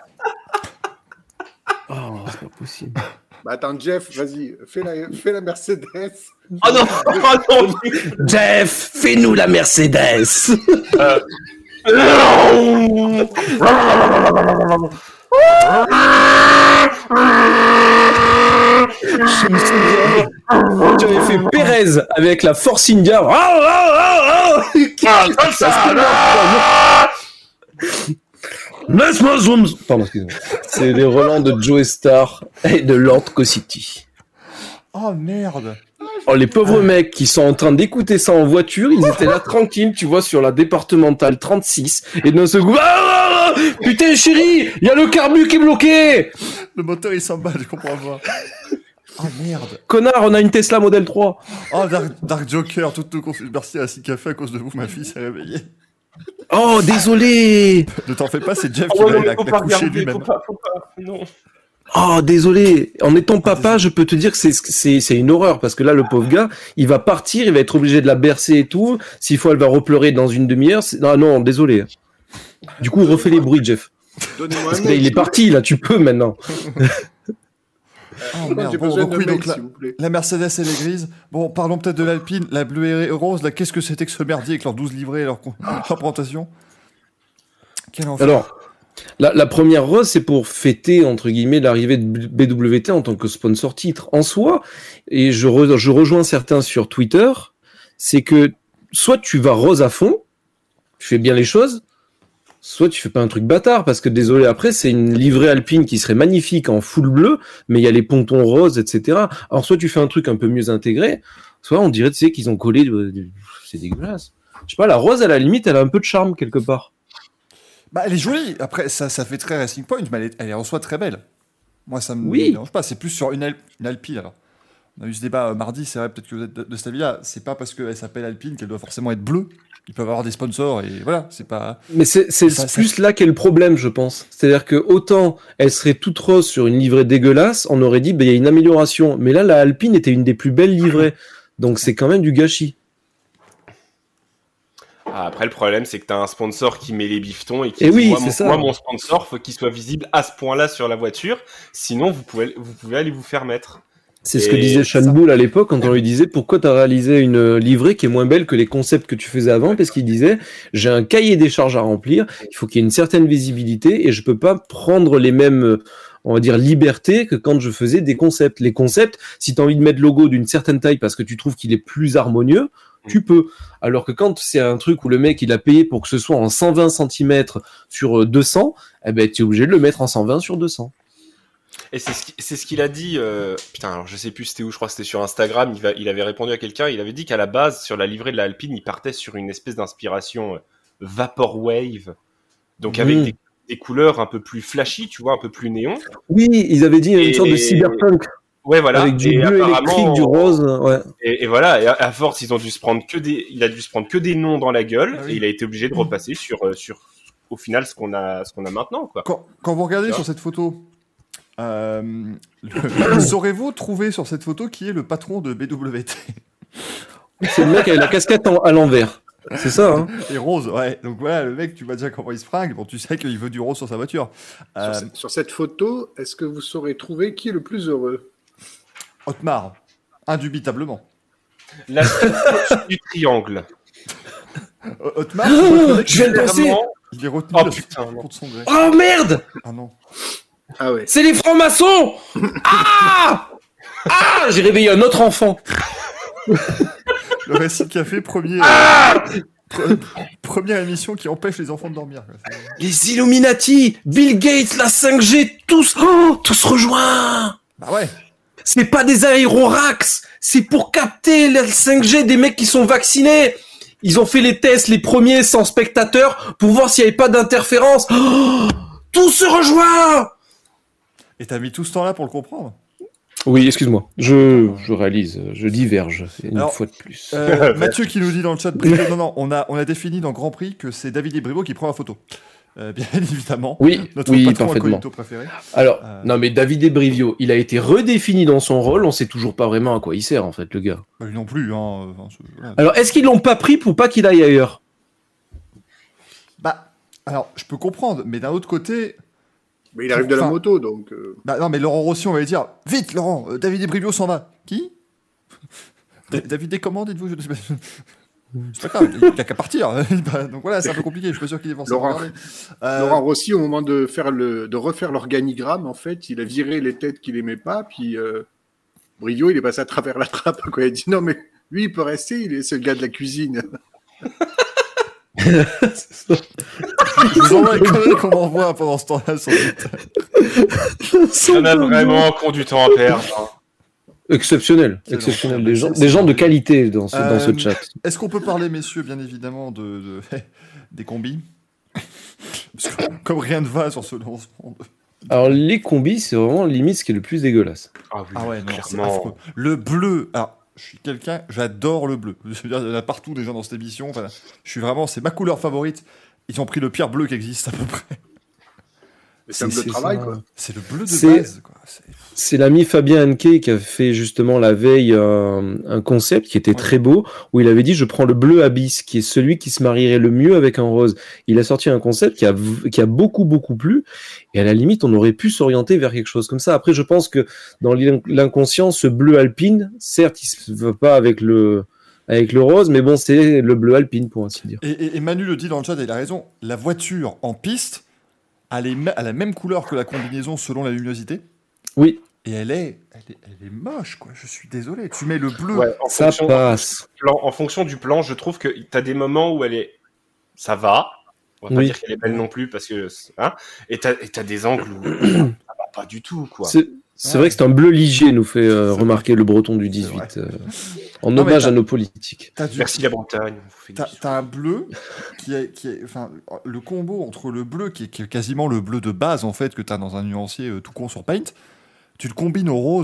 Oh, c'est pas possible. Bah attends, Jeff, vas-y, fais la Mercedes. Oh non, oh non. Jeff, fais-nous la Mercedes. Je me souviens, tu avais fait Pérez avec la Force India. Laisse-moi zoom. Pardon, excusez-moi. C'est les relents de Joe Star et de Lord City. Oh merde. Oh, les pauvres mecs qui sont en train d'écouter ça en voiture, ils étaient là tranquilles, tu vois, sur la départementale 36, et d'un seul coup, putain chérie, il y a le carbu qui est bloqué. Le moteur il s'emballe, je comprends pas. Oh merde. Connard, on a une Tesla Model 3. Oh Dark Joker, toutes nos confuses. Merci à Racing Café, à cause de vous, ma fille s'est réveillée. Oh, désolé. Ne t'en fais pas, c'est Jeff qui Oh, non, l'a faut pas couché regarder, lui-même. faut pas, non. Oh, désolé. En étant papa, je peux te dire que c'est une horreur, parce que là, le pauvre gars, il va partir, il va être obligé de la bercer et tout. S'il faut, elle va repleurer dans une demi-heure. Non, désolé. Du coup, refais les bruits, Jeff. Donnez-moi Parce un que là, mail. il est parti, là, tu peux maintenant. Oh merde. J'ai Bon, besoin donc d'un oui, mail, donc s'il vous plaît. la Mercedes elle est grise. Bon, parlons peut-être de l'Alpine, la bleue et rose. Là, qu'est-ce que c'était que ce merdier avec leurs 12 livrets et leur présentation? Quel enfer. Alors, la première rose, c'est pour fêter, entre guillemets, l'arrivée de BWT en tant que sponsor titre. En soi, et je rejoins certains sur Twitter, c'est que soit tu vas rose à fond, tu fais bien les choses, soit tu fais pas un truc bâtard, parce que désolé, après, c'est une livrée alpine qui serait magnifique en full bleu, mais il y a les pontons roses, etc. Alors, soit tu fais un truc un peu mieux intégré, soit on dirait, tu sais, qu'ils ont collé, c'est dégueulasse. Je sais pas, la rose, à la limite, elle a un peu de charme quelque part. Bah, elle est jolie. Après, ça fait très Racing Point, mais elle est en soi très belle. Moi, ça me Oui. dérange pas. C'est plus sur une Alpine, alors. On a eu ce débat mardi, c'est vrai, peut-être que vous êtes de cet avis-là. C'est pas parce qu'elle s'appelle Alpine qu'elle doit forcément être bleue. Ils peuvent avoir des sponsors et voilà, c'est pas. Mais c'est plus là qu'est le problème, je pense. C'est-à-dire que autant elle serait toute rose sur une livrée dégueulasse, on aurait dit, il y a une amélioration. Mais là, la Alpine était une des plus belles livrées. Donc c'est quand même du gâchis. Après, le problème, c'est que tu as un sponsor qui met les bifetons et qui Et dit, oui, moi, c'est ça. moi, mon sponsor, faut qu'il soit visible à ce point-là sur la voiture. Sinon, vous pouvez aller vous faire mettre. C'est ce que Et disait Sean ça- Bull à l'époque quand on lui disait pourquoi t'as réalisé une livrée qui est moins belle que les concepts que tu faisais avant, parce qu'il disait j'ai un cahier des charges à remplir, il faut qu'il y ait une certaine visibilité et je peux pas prendre les mêmes on va dire libertés que quand je faisais des concepts. Les concepts, si tu as envie de mettre le logo d'une certaine taille parce que tu trouves qu'il est plus harmonieux, tu peux. Alors que quand c'est un truc où le mec il a payé pour que ce soit en 120 cm sur 200, eh ben tu es obligé de le mettre en 120 sur 200. Et c'est ce qu'il a dit. Putain, alors je sais plus c'était où, je crois que c'était sur Instagram. Il avait répondu à quelqu'un. Il avait dit qu'à la base, sur la livrée de la Alpine, il partait sur une espèce d'inspiration Vaporwave. Donc avec des couleurs un peu plus flashy, tu vois, un peu plus néon. Oui, ils avaient dit une sorte de cyberpunk. Ouais, voilà. Avec du Et bleu électrique, du rose, ouais. Et voilà. Et à force, il a dû se prendre que des noms dans la gueule. Ah oui. Et il a été obligé de repasser sur au final ce qu'on a maintenant, quoi. Quand vous regardez sur cette photo, saurez-vous trouver sur cette photo qui est le patron de BWT? C'est le mec avec la casquette à l'envers. C'est ça, hein. Et rose, ouais. Donc voilà, le mec, tu vois déjà comment il se fringue. Bon, tu sais qu'il veut du rose sur sa voiture. Sur cette photo, est-ce que vous saurez trouver qui est le plus heureux? Otmar, indubitablement. La structure du triangle. Otmar, tu vois que le mec, Je viens de penser. Clairement, il est retenu Oh, là, putain, non. contre son gré. Oh merde! Ah non. Ah ouais. C'est les francs-maçons! Ah! Ah! J'ai réveillé un autre enfant. Le récit café, première émission qui empêche les enfants de dormir. Quoi. Les Illuminati, Bill Gates, la 5G, tous rejoints. Bah ouais. C'est pas des aérorax, c'est pour capter la 5G des mecs qui sont vaccinés. Ils ont fait les tests, les premiers sans spectateurs, pour voir s'il y avait pas d'interférence. Oh, tout se rejoint. Et t'as mis tout ce temps-là pour le comprendre. Oui, excuse-moi, je réalise, je diverge une Alors, fois de plus. Mathieu qui nous dit dans le chat, non, on a défini dans Grand Prix que c'est David Brivo qui prend la photo. Bien évidemment. Oui, Notre oui, patron parfaitement. incognito préféré. Alors, non mais David Ebrivio, il a été redéfini dans son rôle, on sait toujours pas vraiment à quoi il sert en fait le gars. Lui non plus. Hein, voilà. Alors, est-ce qu'ils l'ont pas pris pour pas qu'il aille ailleurs? Bah, alors, je peux comprendre, mais d'un autre côté... Mais il arrive de la Enfin, moto, donc... Bah non, mais Laurent Rossi, on va lui dire, vite Laurent, David Ebrivio s'en va. Qui David est comment, dites-vous? Je sais pas. C'est pas grave, il a qu'à partir. Donc voilà, c'est un peu compliqué, je suis pas sûr qu'il est forcément Laurent, regardé. Laurent Rossi, au moment de refaire l'organigramme, en fait, il a viré les têtes qu'il aimait pas, puis Brio, il est passé à travers la trappe, quoi. Il a dit non, mais lui, il peut rester, c'est le gars de la cuisine. Je vous envoie les conneries qu'on m'envoie pendant ce temps-là sur Twitter. On a vraiment qu'on du temps à perdre. Exceptionnel, C'est exceptionnel. long. Des gens de qualité dans ce chat. Est-ce qu'on peut parler, messieurs, bien évidemment, des combis? Parce que, comme rien ne va sur ce lancement. Alors, les combis, c'est vraiment limite ce qui est le plus dégueulasse. Ah oui, Ah ouais, non, c'est clairement. affreux. Le bleu, alors, je suis quelqu'un, j'adore le bleu. Je veux dire, il y en a partout des gens dans cette émission. Enfin, je suis vraiment, c'est ma couleur favorite. Ils ont pris le pire bleu qui existe à peu près. C'est un bleu de travail, ça. quoi. C'est le bleu de C'est- base, quoi. C'est l'ami Fabien Hanke qui a fait justement la veille un concept qui était très beau, où il avait dit je prends le bleu abyss, qui est celui qui se marierait le mieux avec un rose. Il a sorti un concept qui a beaucoup plu, et à la limite on aurait pu s'orienter vers quelque chose comme ça. Après je pense que dans l'inconscient, ce bleu alpine, certes il se va pas avec le rose, mais bon c'est le bleu alpine pour ainsi dire. Et Manu le dit dans le chat, et il a raison, la voiture en piste a la même couleur que la combinaison selon la luminosité. Oui, Et elle est moche, quoi. Je suis désolé. Tu mets le bleu. Ouais, ça passe. En fonction du plan, je trouve que t'as des moments où ça va. On va pas Oui. dire qu'elle est belle non plus parce que, hein. Et t'as des angles où ça va pas du tout, quoi. C'est vrai que c'est un bleu ligier, nous fait remarquer le breton du 18, en Non, mais hommage t'as- à nos politiques. Merci la Bretagne. on vous fait des bisous. T'as un bleu qui est, enfin, le combo entre le bleu qui est quasiment le bleu de base en fait que t'as dans un nuancier tout con sur Paint, tu le combines au rose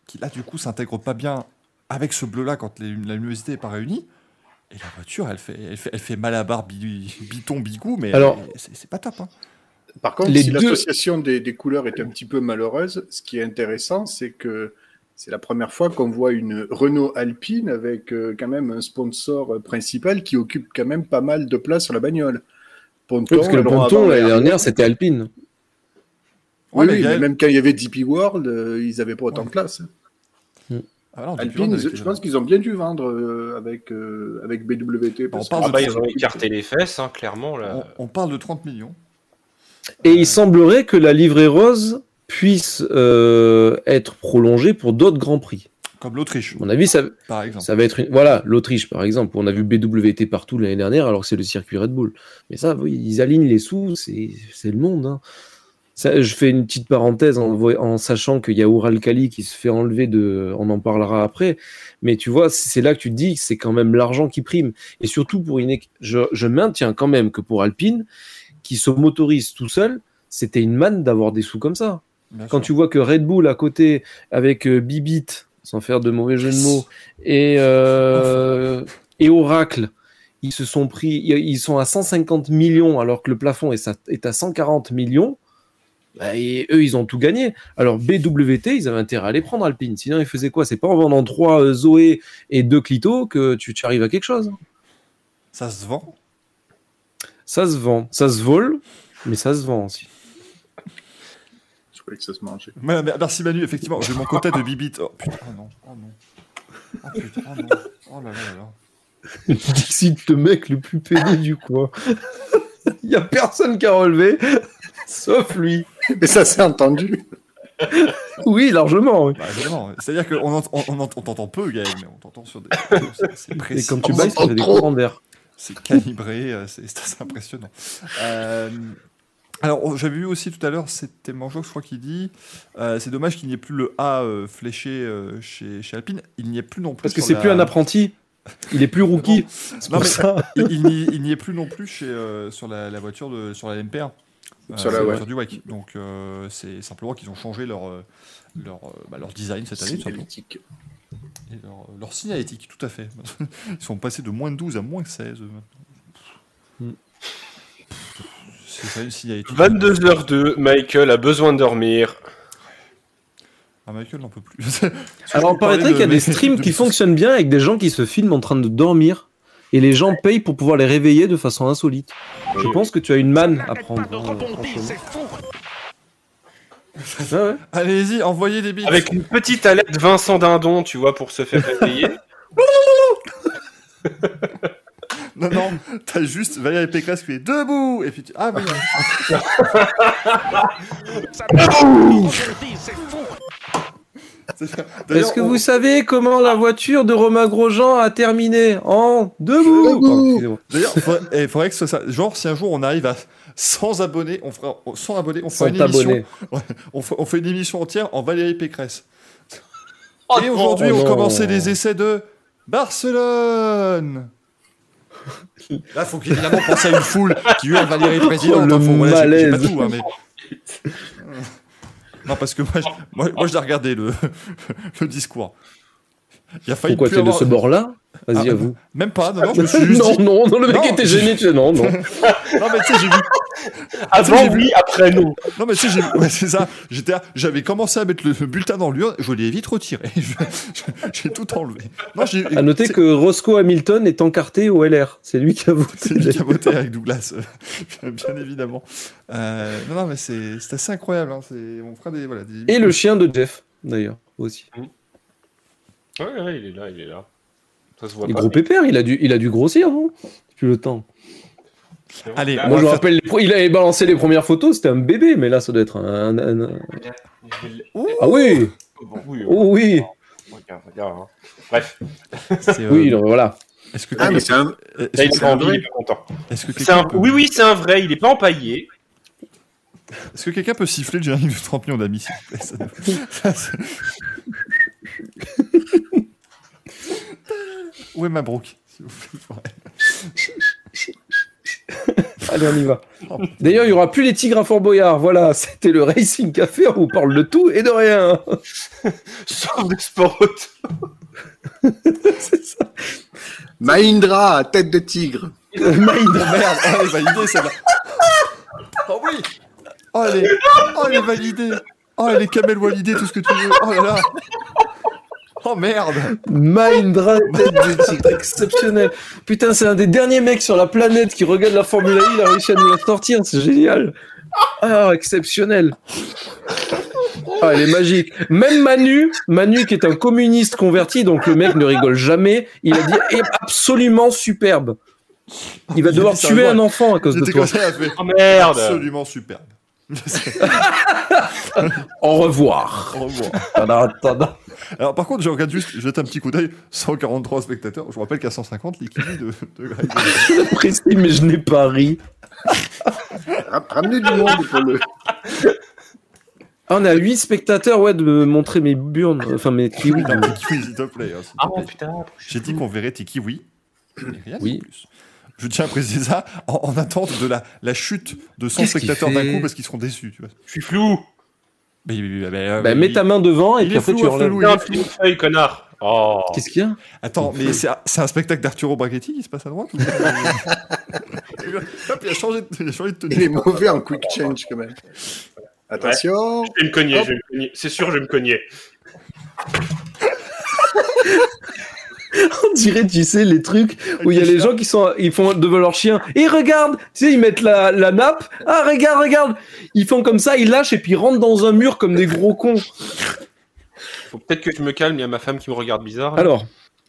qui là, du coup, s'intègre pas bien avec ce bleu-là quand la luminosité n'est pas réunie. Et la voiture, elle fait malabar, biton, bigou, mais Alors, c'est pas top. Hein. Par contre, Les si deux- l'association des couleurs est un petit peu malheureuse, ce qui est intéressant, c'est que c'est la première fois qu'on voit une Renault Alpine avec quand même un sponsor principal qui occupe quand même pas mal de place sur la bagnole. Ponton, Oui, parce que le aileron ponton, avant, l'année arrière. dernière, c'était Alpine. Ouais, Oui, mais mais Gaël- même quand il y avait DP World, ils n'avaient pas autant de place. Ah non, Alpine, je pense qu'ils ont bien dû vendre avec BWT. On parce parle que- de- Ils ont écarté les fesses, hein, clairement. Là. on parle de 30 millions. Et il semblerait que la livrée rose puisse être prolongée pour d'autres grands prix. Comme l'Autriche, À mon avis, ça par exemple. va être voilà, l'Autriche par exemple, où on a vu BWT partout l'année dernière alors que c'est le circuit Red Bull. Mais ça, oui, ils alignent les sous, c'est le monde. Hein. Ça, je fais une petite parenthèse en sachant qu'il y a Uralkali qui se fait enlever on en parlera après. Mais tu vois, c'est là que tu te dis que c'est quand même l'argent qui prime. Et surtout pour je maintiens quand même que pour Alpine, qui se motorise tout seul, c'était une manne d'avoir des sous comme ça. Bien Quand sûr. tu vois que Red Bull à côté, avec Bibit, sans faire de mauvais jeu de mots, et Oracle, ils sont à 150 millions alors que le plafond est à 140 millions. Bah, et eux, ils ont tout gagné. Alors BWT, ils avaient intérêt à les prendre Alpine. Sinon, ils faisaient quoi? C'est pas en vendant 3 Zoé et 2 Clito que tu arrives à quelque chose. Ça se vend. Ça se vend, ça se vole, mais ça se vend aussi. Je croyais que ça se mangeait. Ouais, merci Manu, effectivement, j'ai mon quota de bibit. Oh putain, oh non, oh non. Oh putain, oh non. Oh là là là là. Dixit, le mec le plus pédé du coin. Il y a personne qui a relevé, sauf lui. Mais ça s'est entendu. Oui, largement. Oui. Bah, évidemment. C'est-à-dire qu'on t'entend peu, Gaël, mais on t'entend sur des. C'est Et précis. quand tu on bailles, ça entend fait des trop. courants d'air. C'est calibré, c'est assez impressionnant. Alors, j'avais vu aussi tout à l'heure, c'était Manjox, je crois, qui dit c'est dommage qu'il n'y ait plus le A fléché chez Alpine. Il n'y ait plus non plus. Parce que sur c'est la- plus un apprenti. Il est plus rookie. C'est Non, pour mais ça. il n'y est plus non plus sur la voiture sur la MPR. Sur c'est la- la ouais. voiture du WEC. Donc, c'est simplement qu'ils ont changé leur design cette année, tout simplement. Signalétique. Et leur signalétique, tout à fait. Ils sont passés de moins de 12 à moins 16 maintenant. Mm. C'est ça une signalétique. 22h02, Michael a besoin de dormir. Ah, Michael n'en peut plus. Alors, il paraîtrait qu'il y a des streams qui fonctionnent bien avec des gens qui se filment en train de dormir et les gens payent pour pouvoir les réveiller de façon insolite. Je pense que tu as une manne à N'arrête prendre. pas de rebondir, c'est fou. Ah ouais. Allez-y, envoyez des bits. Avec une petite alerte Vincent Dindon, tu vois, pour se faire réveiller. Non, non, t'as juste Valérie Pécresse qui est debout. Et puis ah oui. Ça n'arrête pas de rebondir, c'est fou. Est-ce que vous savez comment la voiture de Romain Grosjean a terminé? En debout. Oh, excusez-moi. D'ailleurs, il faudrait que ce soit ça. Genre, si un jour on arrive à 100 abonnés, on fera Sans une émission. t'abonner. Ouais, on fait une émission entière en Valérie Pécresse. Oh Et non, aujourd'hui, oh on non. commençait les essais de Barcelone. Là, faut évidemment penser à une foule qui hurle Valérie présidente. Oh, le Enfin, voilà, j'ai pas malaise. tout, hein, mais. Non, parce que moi, je dois regarder le discours. Il a failli Pourquoi plus t'es de avoir- ce bord-là? Vas-y, Ah, à vous. Même pas, non, je me suis juste dit- non, le mec Non, était gêné. Tu sais, non. Non, mais tu sais, j'ai vu. Avant j'ai vu- oui, après non. Non, mais tu sais, ouais, c'est ça. J'avais commencé à mettre le bulletin dans l'urne, je l'ai vite retiré. J'ai tout enlevé. Non, À noter que Roscoe Hamilton est encarté au LR. C'est lui qui a voté. c'est lui qui a voté avec Douglas, bien évidemment. Non, mais c'est assez incroyable. Hein. On fera des. Voilà, des... Et le chien de Jeff, d'ailleurs, aussi. Ouais, il est là. Ça se voit Les pas. gros pépères, il a dû grossir, non? Depuis le temps. Allez, Là, Moi, on je va me rappelle, il avait balancé les premières photos, c'était un bébé, mais là, ça doit être un... Ah oui! Bon, oui, Oh oui! regarde, hein. Bref, c'est, Oui, non, voilà. Est-ce que Ah, mais c'est un. est-ce là, il que- est pas envie, il est pas content. est-ce que C'est quelqu'un un... peut- Oui, c'est un vrai, il est pas empaillé. Est-ce que quelqu'un peut siffler le générique de 30 millions d'amis, s'il vous plaît ça, c'est- Où est ma broque, s'il vous plaît. Allez, on y va. D'ailleurs, il n'y aura plus les tigres à Fort Boyard. Voilà, c'était le Racing Café. On vous parle de tout et de rien. Sauf des sports auto. C'est ça. Mahindra, tête de tigre. Mahindra. Merde, elle est validée celle-là. Oh oui. Oh elle est validée. Oh elle est Kamel Walidé, tout ce que tu veux. Oh là là. Oh merde. Mahindra, tête de tigre. Exceptionnel. Putain, c'est un des derniers mecs sur la planète qui regarde la Formule 1. Il a réussi à nous la sortir. C'est génial. Ah, exceptionnel. Ah, elle est magique. Même Manu qui est un communiste converti, donc le mec ne rigole jamais, il a dit absolument superbe. Il va devoir tuer un enfant à cause de toi. Oh merde. Absolument superbe. Au revoir. Au revoir. Tada. Alors par contre, je regarde juste, jette un petit coup d'œil, 143 spectateurs. Je vous rappelle qu'à 150, les kiwis de Greg. J'apprécie, mais je n'ai pas ri. Ramenez du monde pour le... Ah, on a 8 spectateurs, ouais, de me montrer mes burnes, enfin mes kiwis. Non, tes kiwis, s'il te plaît. Hein, s'il te Ah plaît. putain. J'ai dit qu'on verrait tes kiwis. Mais rien Oui. de plus. Je tiens à préciser ça en attente de la chute de 100 Qu'est-ce qu'il spectateurs d'un fait coup parce qu'ils seront déçus. Tu vois. Je suis flou. Mets ta main devant et il puis est après flou, tu un enlèves. flou, Non, une feuille, connard. Oh. Qu'est-ce qu'il y a? Attends, mais c'est un spectacle d'Arturo Brachetti qui se passe à droite ou... Hop, il a changé de tenue. Il est mauvais en quick change quand même. Attention. Je vais me cogner, je vais me cogner. C'est sûr, je vais me cogner. On dirait, tu sais, les trucs où il y a les gens ils font devant leur chien. Et regarde, tu sais, ils mettent la nappe. Ah, regarde. Ils font comme ça, ils lâchent et puis ils rentrent dans un mur comme des gros cons. Faut peut-être que je me calme, il y a ma femme qui me regarde bizarre. Alors.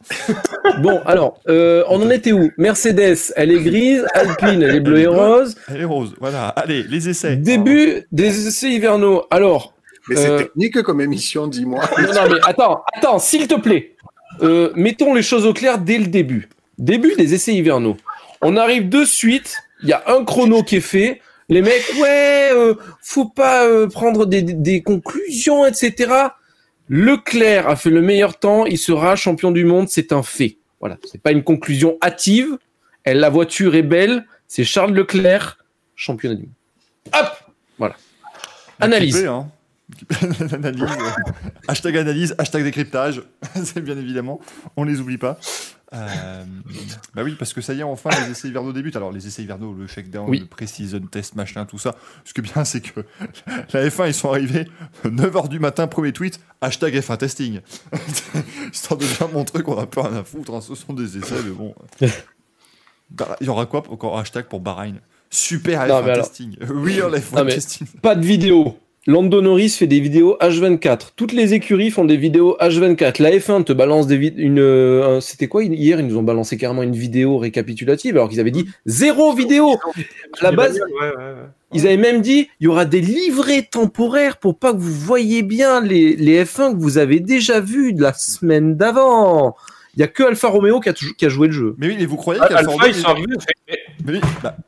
On en était où? Mercedes, elle est grise. Alpine, elle est bleue et rose. Elle est rose, voilà. Allez, les essais. Début des essais hivernaux. Alors. Mais c'est technique comme émission, dis-moi. Non, mais attends, s'il te plaît. Mettons les choses au clair dès le début. Début des essais hivernaux. On arrive de suite, il y a un chrono qui est fait. Les mecs, faut pas prendre des conclusions, etc. Leclerc a fait le meilleur temps, il sera champion du monde, c'est un fait. Voilà, c'est pas une conclusion hâtive. La voiture est belle, c'est Charles Leclerc, championnat du monde. Hop, voilà. Analyse. Occupé, hein. Analyse, hashtag analyse, hashtag décryptage, c'est bien évidemment, on les oublie pas. Bah oui, parce que ça y est, enfin les essais hivernaux débutent. Alors les essais hivernaux, le shakedown, le pré-season test, machin, tout ça. Ce qui est bien, c'est que la F1, ils sont arrivés 9h du matin, premier tweet, hashtag F1 testing. Histoire de bien montrer qu'on a pas rien à foutre, hein. Ce sont des essais, mais bon. Il y aura quoi encore hashtag pour Bahreïn? Super F1 testing. Oui, on F1 testing. Pas de vidéo. Lando Norris fait des vidéos H24. Toutes les écuries font des vidéos H24. La F1 te balance c'était quoi hier? Ils nous ont balancé carrément une vidéo récapitulative alors qu'ils avaient dit 0 vidéo. À la base, ils avaient même dit il y aura des livrets temporaires pour pas que vous voyez bien les F1 que vous avez déjà vus de la semaine d'avant. Il y a que Alfa Romeo qui a joué le jeu. Mais oui, mais vous croyez qu'Alfa Romeo... ils sont arrivés. Mais oui, bah...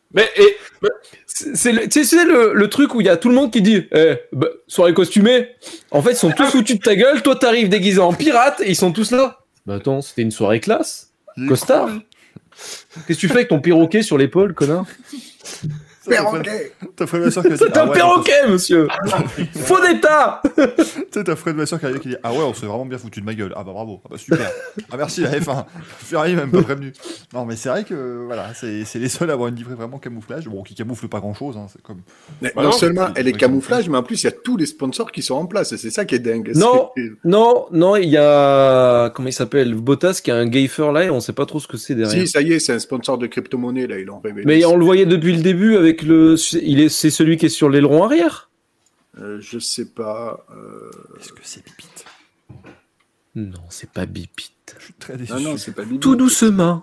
C'est le truc où il y a tout le monde qui dit soirée costumée. En fait, ils sont tous foutus de ta gueule. Toi, t'arrives déguisé en pirate et ils sont tous là. Bah attends, c'était une soirée classe. Costard. Qu'est-ce que tu fais avec ton perroquet sur l'épaule, connard? Perroquet. Ta frère de ma soeur qui a dit, c'est un perroquet, monsieur. Faux d'état. Tu sais, ta frère de ma soeur qui a dit ah ouais, on s'est vraiment bien foutu de ma gueule. Ah bah bravo. Ah bah super. Ah merci la F1. Ferrari même pas prévenu. Non mais c'est vrai que voilà, c'est les seuls à avoir une livrée vraiment camouflage. Bon, qui camoufle pas grand chose. Hein, c'est comme. Mais non seulement elle est camouflage, mais en plus il y a tous les sponsors qui sont en place. Et c'est ça qui est dingue. Non, il y a comment il s'appelle Bottas qui a un gaffer là et on sait pas trop ce que c'est derrière. Si ça y est, c'est un sponsor de crypto-monnaie là, ils l'ont révélé. Mais on le voyait depuis le début avec c'est celui qui est sur l'aileron arrière. Je sais pas. Est-ce que c'est Bipite? Non, c'est pas Bipite. Je suis très déçu. Non, c'est pas Bipite. Tout doucement.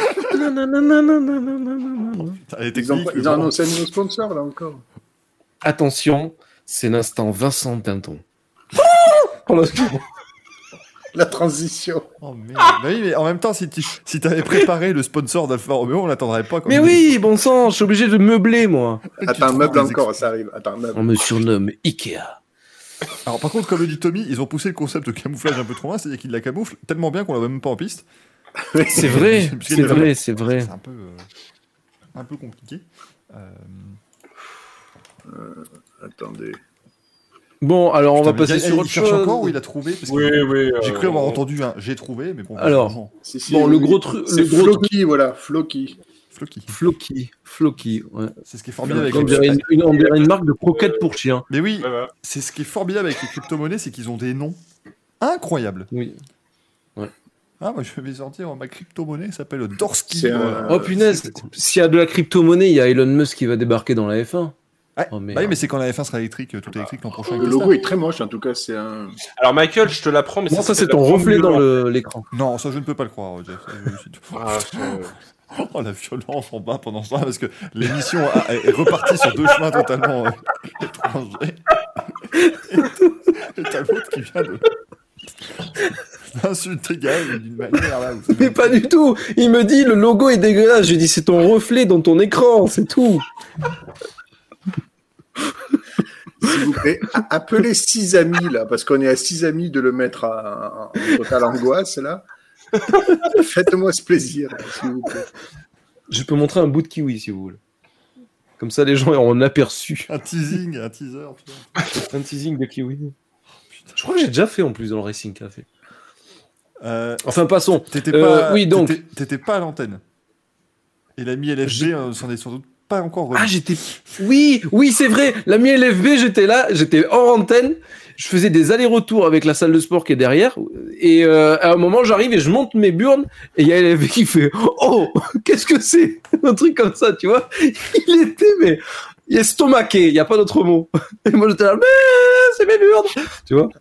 Ils ont annoncé un nouveau sponsor là encore. Attention, c'est l'instant Vincent Dinton. La transition. Oh merde. Bah oui, mais en même temps, si t'avais préparé le sponsor d'Alfa Romeo, on l'attendrait pas. Mais oui, bon sang, je suis obligé de meubler, moi. Attends, meuble encore, ça arrive. Attends, meuble. On me surnomme Ikea. Alors par contre, comme le dit Tommy, ils ont poussé le concept de camouflage un peu trop loin, c'est-à-dire qu'ils la camouflent tellement bien qu'on la voit même pas en piste. C'est vrai, c'est vrai. C'est un peu... un peu compliqué. Attendez. Bon, alors on va Putain, mais passer sur il autre cherche chose. encore ou il a trouvé? Parce que Oui. j'ai cru avoir entendu un j'ai trouvé, mais bon. Alors. vraiment, Si, Bon, oui, le gros truc. C'est Floki, voilà, Floki. Floki. Ouais. C'est ce qui est formidable avec On dirait une marque de croquettes pour chiens. Mais oui, Ouais, voilà. c'est ce qui est formidable avec les crypto-monnaies, c'est qu'ils ont des noms incroyables. Oui. Ah, moi je vais sortir ma crypto-monnaie, s'appelle Dorsky. C'est Oh punaise, s'il y a de la crypto-monnaie, il y a Elon Musk qui va débarquer dans la F1. Ouais. Oh, merde. Bah oui, mais c'est quand la F1 sera électrique, tout électrique l'an prochain. Le avec logo Tesla. est très moche, en tout cas, c'est un. Alors Michael, je te l'apprends, mais Non, ça c'est s'appelle ton la reflet Formule dans 1. l'écran. Non, ça je ne peux pas le croire, Jeff. Ah, Oh la violence en bas pendant ce temps, parce que l'émission est repartie sur deux chemins totalement étrangers. Et t'as l'autre qui vient d'insulter Gaël d'une manière là. Où Mais pas du tout. Il me dit le logo est dégueulasse. Je lui dis c'est ton reflet dans ton écran, c'est tout. S'il vous plaît, appelez 6 amis, là, parce qu'on est à 6 amis de le mettre en totale angoisse, là. Faites-moi ce plaisir, s'il vous plaît. Je peux montrer un bout de kiwi si vous voulez. Comme ça les gens auront un aperçu. un teasing, un teaser. Putain. Un teasing de kiwi. Je crois que j'ai déjà fait en plus dans le Racing Café. Enfin passons. T'étais pas, oui donc. t'étais pas à l'antenne. Et l'ami LFG s'en est sans doute pas encore remis. Ah j'étais. Oui c'est vrai. L'ami LFB j'étais là, j'étais hors antenne. Je faisais des allers-retours avec la salle de sport qui est derrière. Et à un moment j'arrive et je monte mes burnes et il y a LFB qui fait oh qu'est-ce que c'est un truc comme ça tu vois. Il était estomaqué. Il y a pas d'autre mot. Et moi j'étais là mais c'est mes burnes tu vois.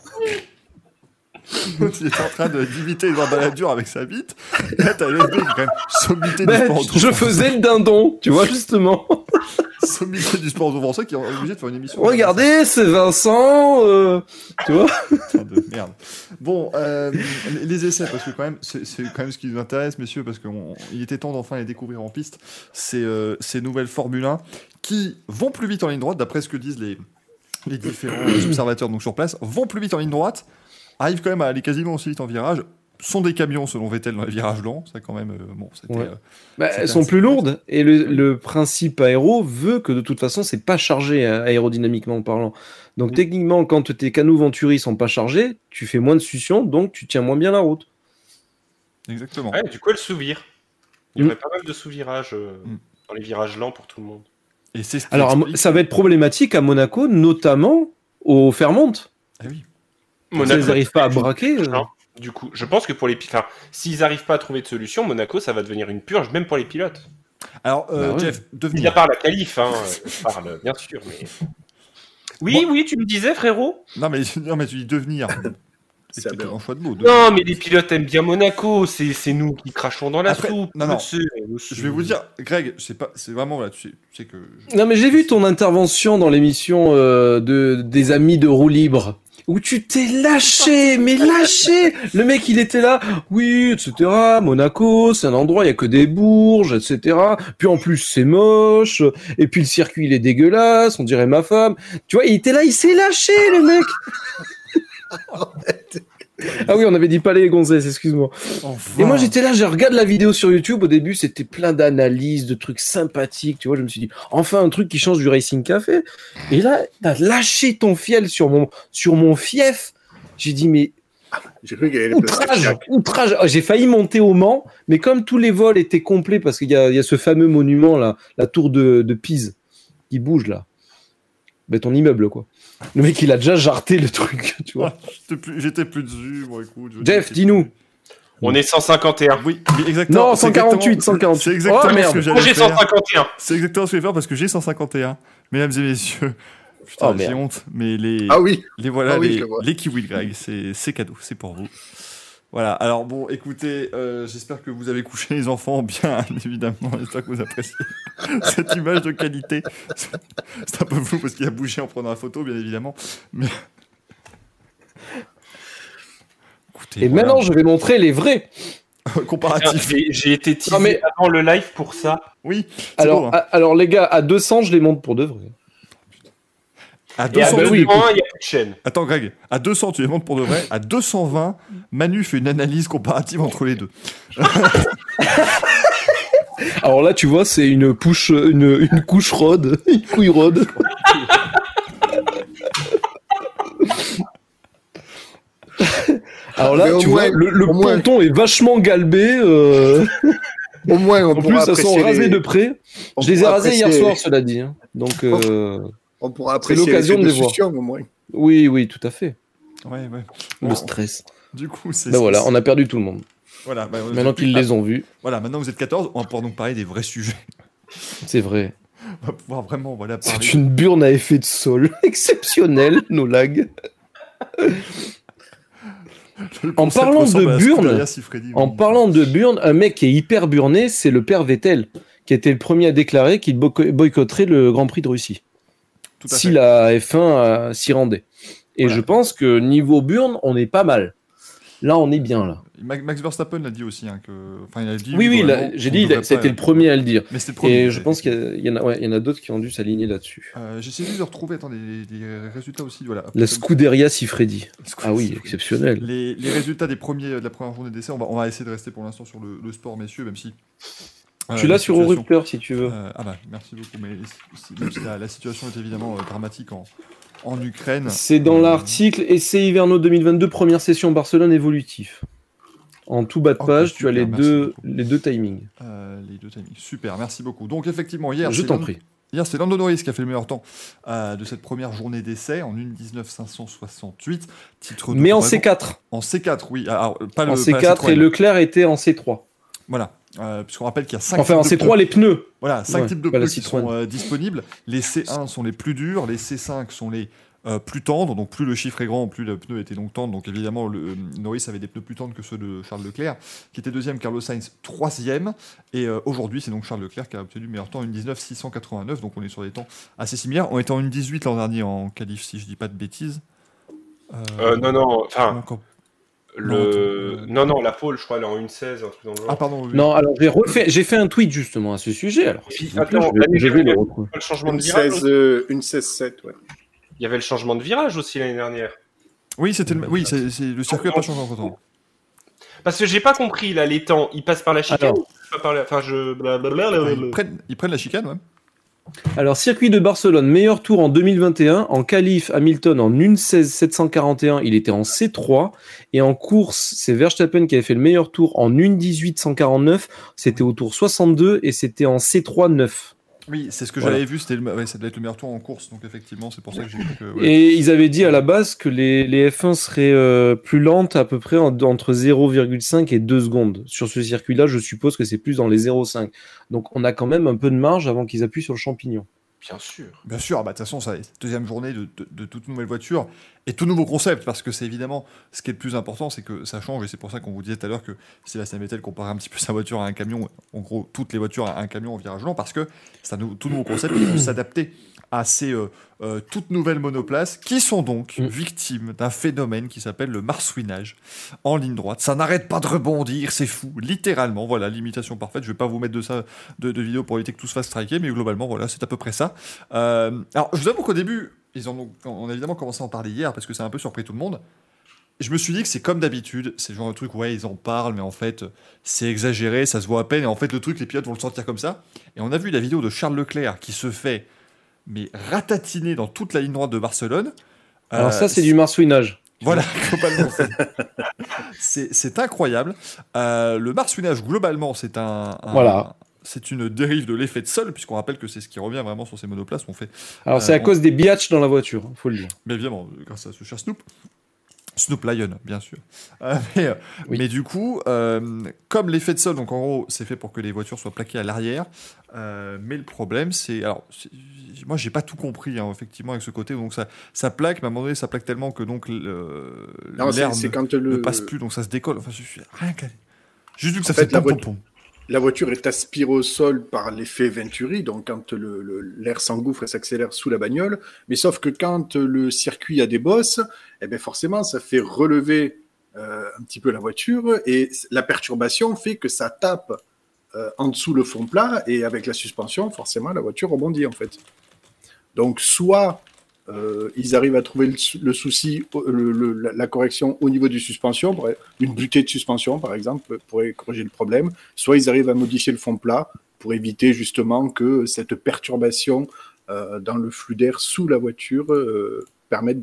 Il était en train d'imiter les embaladures avec sa bite. Et là, t'as LFB qui est quand même sommité du sport auto. Je faisais le dindon, tu vois, justement. Sommité du sport auto français qui est obligé de faire une émission. Regardez, c'est Vincent, tu vois. Putain de merde. Bon, les essais, parce que quand même, c'est quand même ce qui nous intéresse, messieurs, parce qu'il était temps d'enfin les découvrir en piste. Ces nouvelles Formule 1 qui vont plus vite en ligne droite, d'après ce que disent les différents observateurs donc sur place, vont plus vite en ligne droite. Arrivent quand même à aller quasiment aussi vite en virage, sont des camions selon Vettel dans les virages lents, ça quand même, bon, c'était... Ouais. c'était Elles sont assez plus complexe. lourdes, et le principe aéro veut que de toute façon, c'est pas chargé aérodynamiquement parlant. Donc techniquement, quand tes canaux Venturi sont pas chargés, tu fais moins de succion, donc tu tiens moins bien la route. Exactement. Ouais, du coup, le sous-vire. Il y aurait pas mal de sous-virages dans les virages lents pour tout le monde. Et c'est ce qui Alors, explique- ça va être problématique à Monaco, notamment au Fairmont. Ah oui. Ils n'arrivent pas à braquer. Non. Du coup, je pense que pour les pilotes, s'ils n'arrivent pas à trouver de solution, Monaco, ça va devenir une purge, même pour les pilotes. Alors, Bah ouais. Jeff, Mis à devenir... part la qualif, je parle, bien sûr. Mais... Oui, tu me disais, frérot. Non, mais tu dis devenir. C'est C'est peut-être aberrant. un choix de mots. Non, mais les pilotes aiment bien Monaco. C'est nous qui crachons dans la Après, soupe. non. monsieur. Je vais vous dire, Greg, c'est vraiment, voilà, tu sais que... Non, mais j'ai vu ton intervention dans l'émission des amis de roue libre. Où tu t'es lâché, mais lâché. Le mec, il était là, oui, etc. Monaco, c'est un endroit, il y a que des bourges, etc. Puis en plus, c'est moche. Et puis le circuit, il est dégueulasse. On dirait ma femme. Tu vois, il était là, il s'est lâché, le mec. Ah oui, on avait dit pas les gonzesses, excuse-moi. Enfin. Et moi, j'étais là, je regarde la vidéo sur YouTube. Au début, c'était plein d'analyses, de trucs sympathiques. Tu vois, je me suis dit, enfin, un truc qui change du Racing Café. Et là, t'as lâché ton fiel sur mon fief. J'ai dit, mais J'ai cru qu'il y avait les places outrage. Oh, j'ai failli monter au Mans, mais comme tous les vols étaient complets, parce qu'il y a ce fameux monument là, la tour de Pise, qui bouge là. Ben, ton immeuble, quoi. Le mec, il a déjà jarté le truc, tu vois. J'étais plus dessus, bon, écoute. Jeff, dis-nous. On est 151. Oui, exactement. Non, c'est 148, exactement- 148. C'est exactement Oh, ce merde. que Moi, j'allais j'ai faire. 151. C'est exactement ce que je vais faire parce que j'ai 151. Mesdames et messieurs. Putain, Oh, merde. j'ai honte, mais les Ah oui, voilà, Ah oui, je le vois. les kiwis de Greg, c'est cadeau, c'est pour vous. Voilà, alors bon, écoutez, j'espère que vous avez couché les enfants bien, évidemment, j'espère que vous appréciez cette image de qualité. C'est un peu flou parce qu'il a bougé en prenant la photo, bien évidemment, mais... Écoutez, Et voilà. maintenant, je vais montrer les vrais. Comparatif. J'ai été teasé Non, mais- avant le live pour ça. Oui, c'est beau, hein. Alors, les gars, à 200, je les monte pour de vrai. À Et à 200, bah oui, 200, il n'y a plus de chaîne. Attends, Greg, à 200, tu les montres pour de vrai. À 220, Manu fait une analyse comparative entre les deux. Alors là, tu vois, c'est une couche rode, une couille rode. Alors là, Mais au tu moins- vois, le au moins- ponton est vachement galbé. Au moins, on En plus, pourra elles sont apprécier rasées les- de près. on Je les ai pourra rasées hier apprécier- soir, cela dit. Hein. Donc, On pourra apprécier l'occasion l'effet de les voir. succion, au moins. oui, tout à fait. Ouais. Le Bon, stress. du coup, c'est. Ben voilà, on a perdu tout le monde. Voilà, bah, vous Maintenant êtes qu'ils plus- les ont vus, Voilà, maintenant vous êtes 14, on va pouvoir donc parler des vrais sujets. c'est vrai. On va pouvoir vraiment parler. C'est une burne à effet de sol exceptionnelle, nos lags. Le En concept parlant ressemble de à burn, Scuderia Siffredi, En oui. parlant de burn, un mec qui est hyper burné, c'est le père Vettel, qui était le premier à déclarer qu'il boycotterait le Grand Prix de Russie Tout à si fait. la F1 s'y rendait. Et Voilà. je pense que niveau burn, on est pas mal. Là, on est bien là. Max Verstappen l'a dit aussi, hein, que. Enfin, il a dit. Oui, globalement, j'ai on dit, devrait c'était pas- le premier à le dire. Mais c'était le premier. Et je pense qu'il y en a d'autres qui ont dû s'aligner là-dessus. J'essaie juste de retrouver les résultats aussi. Voilà. La Scuderia Siffredi. Ah oui, Scuderia. exceptionnel. Les résultats de la première journée d'essai, on va essayer de rester pour l'instant sur le sport, messieurs, même si. Tu l'as sur situation- Rupteur si tu veux. Merci beaucoup. Mais même si la situation est évidemment dramatique en Ukraine. C'est dans l'article Essai hivernaux 2022, première session Barcelone évolutif. En tout bas de Ok, page, tu as super, les merci deux, beaucoup. les deux timings. Les deux timings. Super, merci beaucoup. Donc, effectivement, hier. Je c'est t'en Lando- prie. Hier, c'est Lando Norris qui a fait le meilleur temps de cette première journée d'essai en 1:19.568. Titre de Mais en comparaison- C4. En C4, oui. Alors, pas le En pas C4 Citroën. et Leclerc était en C3. Voilà. Puisqu'on rappelle qu'il y a 5 Enfin, en C3, les pneus. Voilà, 5 Ouais, types de pas la pneus qui Citroën. sont disponibles. Les C1 sont les plus durs, les C5 sont les plus tendres. Donc plus le chiffre est grand, plus le pneu était donc tendre. Donc évidemment, Norris avait des pneus plus tendres que ceux de Charles Leclerc, qui était deuxième, Carlos Sainz troisième. Et aujourd'hui, c'est donc Charles Leclerc qui a obtenu le meilleur temps, 1:19.689. Donc on est sur des temps assez similaires. On était en 1:18 l'an dernier en qualif, si je dis pas de bêtises. Non, enfin, Encore- non, la pole, je crois, elle est en 1:16, un truc dans le genre. Ah pardon. Oui. Non, alors j'ai fait un tweet justement à ce sujet. Alors, Et puis, s'il vous plaît, attends, je vais le retrouver. Le changement de Une virage. 16-7, ouais. Il y avait le changement de virage aussi l'année dernière. Oui, c'était le circuit n'a pas changé entre temps. Parce que j'ai pas compris, là, les temps, ils passent par la chicane Alors. ou pas par la... Enfin, blablabla. Ils prennent la chicane, ouais. Alors, circuit de Barcelone, meilleur tour en 2021. En qualif, Hamilton en 1:16.741, il était en C3. Et en course, c'est Verstappen qui avait fait le meilleur tour en 1:18.149. C'était au tour 62 et c'était en C3 9. Oui, c'est ce que Voilà. j'avais vu, ça devait être le meilleur tour en course, donc effectivement, c'est pour ça que j'ai vu que... ouais. Et ils avaient dit à la base que les F1 seraient plus lentes à peu près entre 0,5 et 2 secondes. Sur ce circuit-là, je suppose que c'est plus dans les 0,5. Donc on a quand même un peu de marge avant qu'ils appuient sur le champignon. Bien sûr. Bien sûr, bah, de toute façon, ça, deuxième journée de toute nouvelle voiture et tout nouveau concept, parce que c'est évidemment ce qui est le plus important, c'est que ça change, et c'est pour ça qu'on vous disait tout à l'heure que Sébastien Vettel comparait un petit peu sa voiture à un camion, en gros, toutes les voitures à un camion en virage lent, parce que c'est un tout nouveau concept qui peut s'adapter à ces toutes nouvelles monoplaces qui sont donc victimes d'un phénomène qui s'appelle le marsouinage en ligne droite. Ça n'arrête pas de rebondir, c'est fou, littéralement. Voilà, l'imitation parfaite. Je vais pas vous mettre de vidéo pour éviter que tout se fasse striker, mais globalement, voilà, c'est à peu près ça. Alors, je vous avoue qu'au début, on a évidemment commencé à en parler hier parce que ça a un peu surpris tout le monde. Je me suis dit que c'est comme d'habitude, c'est le genre de truc, ouais, ils en parlent, mais en fait, c'est exagéré, ça se voit à peine, et en fait, le truc, les pilotes vont le sentir comme ça. Et on a vu la vidéo de Charles Leclerc qui se fait, mais ratatiner dans toute la ligne droite de Barcelone. Alors ça, c'est du marsouinage. Voilà, globalement, c'est incroyable. Le marsouinage, globalement, c'est Voilà. C'est une dérive de l'effet de sol, puisqu'on rappelle que c'est ce qui revient vraiment sur ces monoplaces. On fait, Alors c'est à cause des biatchs dans la voiture, faut le dire. mais évidemment, grâce à ce cher Snoop Lion, bien sûr. Oui. Mais du coup, comme l'effet de sol, donc en gros, c'est fait pour que les voitures soient plaquées à l'arrière. Mais le problème, c'est... Alors, moi, j'ai pas tout compris, hein, effectivement, avec ce côté. Donc, ça plaque, mais à un moment donné, ça plaque tellement que donc Non, l'air c'est quand ne passe plus, donc ça se décolle. Enfin, rien qu'à... Juste vu que ça En fait, fait pom-pom-pom. La voiture est aspirée au sol par l'effet Venturi, donc quand l'air s'engouffre et s'accélère sous la bagnole. Mais sauf que quand le circuit a des bosses, eh bien forcément, ça fait relever un petit peu la voiture et la perturbation fait que ça tape en dessous le fond plat et avec la suspension, forcément, la voiture rebondit en fait. Donc soit ils arrivent à trouver le souci, la correction au niveau du suspension, une butée de suspension par exemple pourrait corriger le problème, soit ils arrivent à modifier le fond plat pour éviter justement que cette perturbation dans le flux d'air sous la voiture permette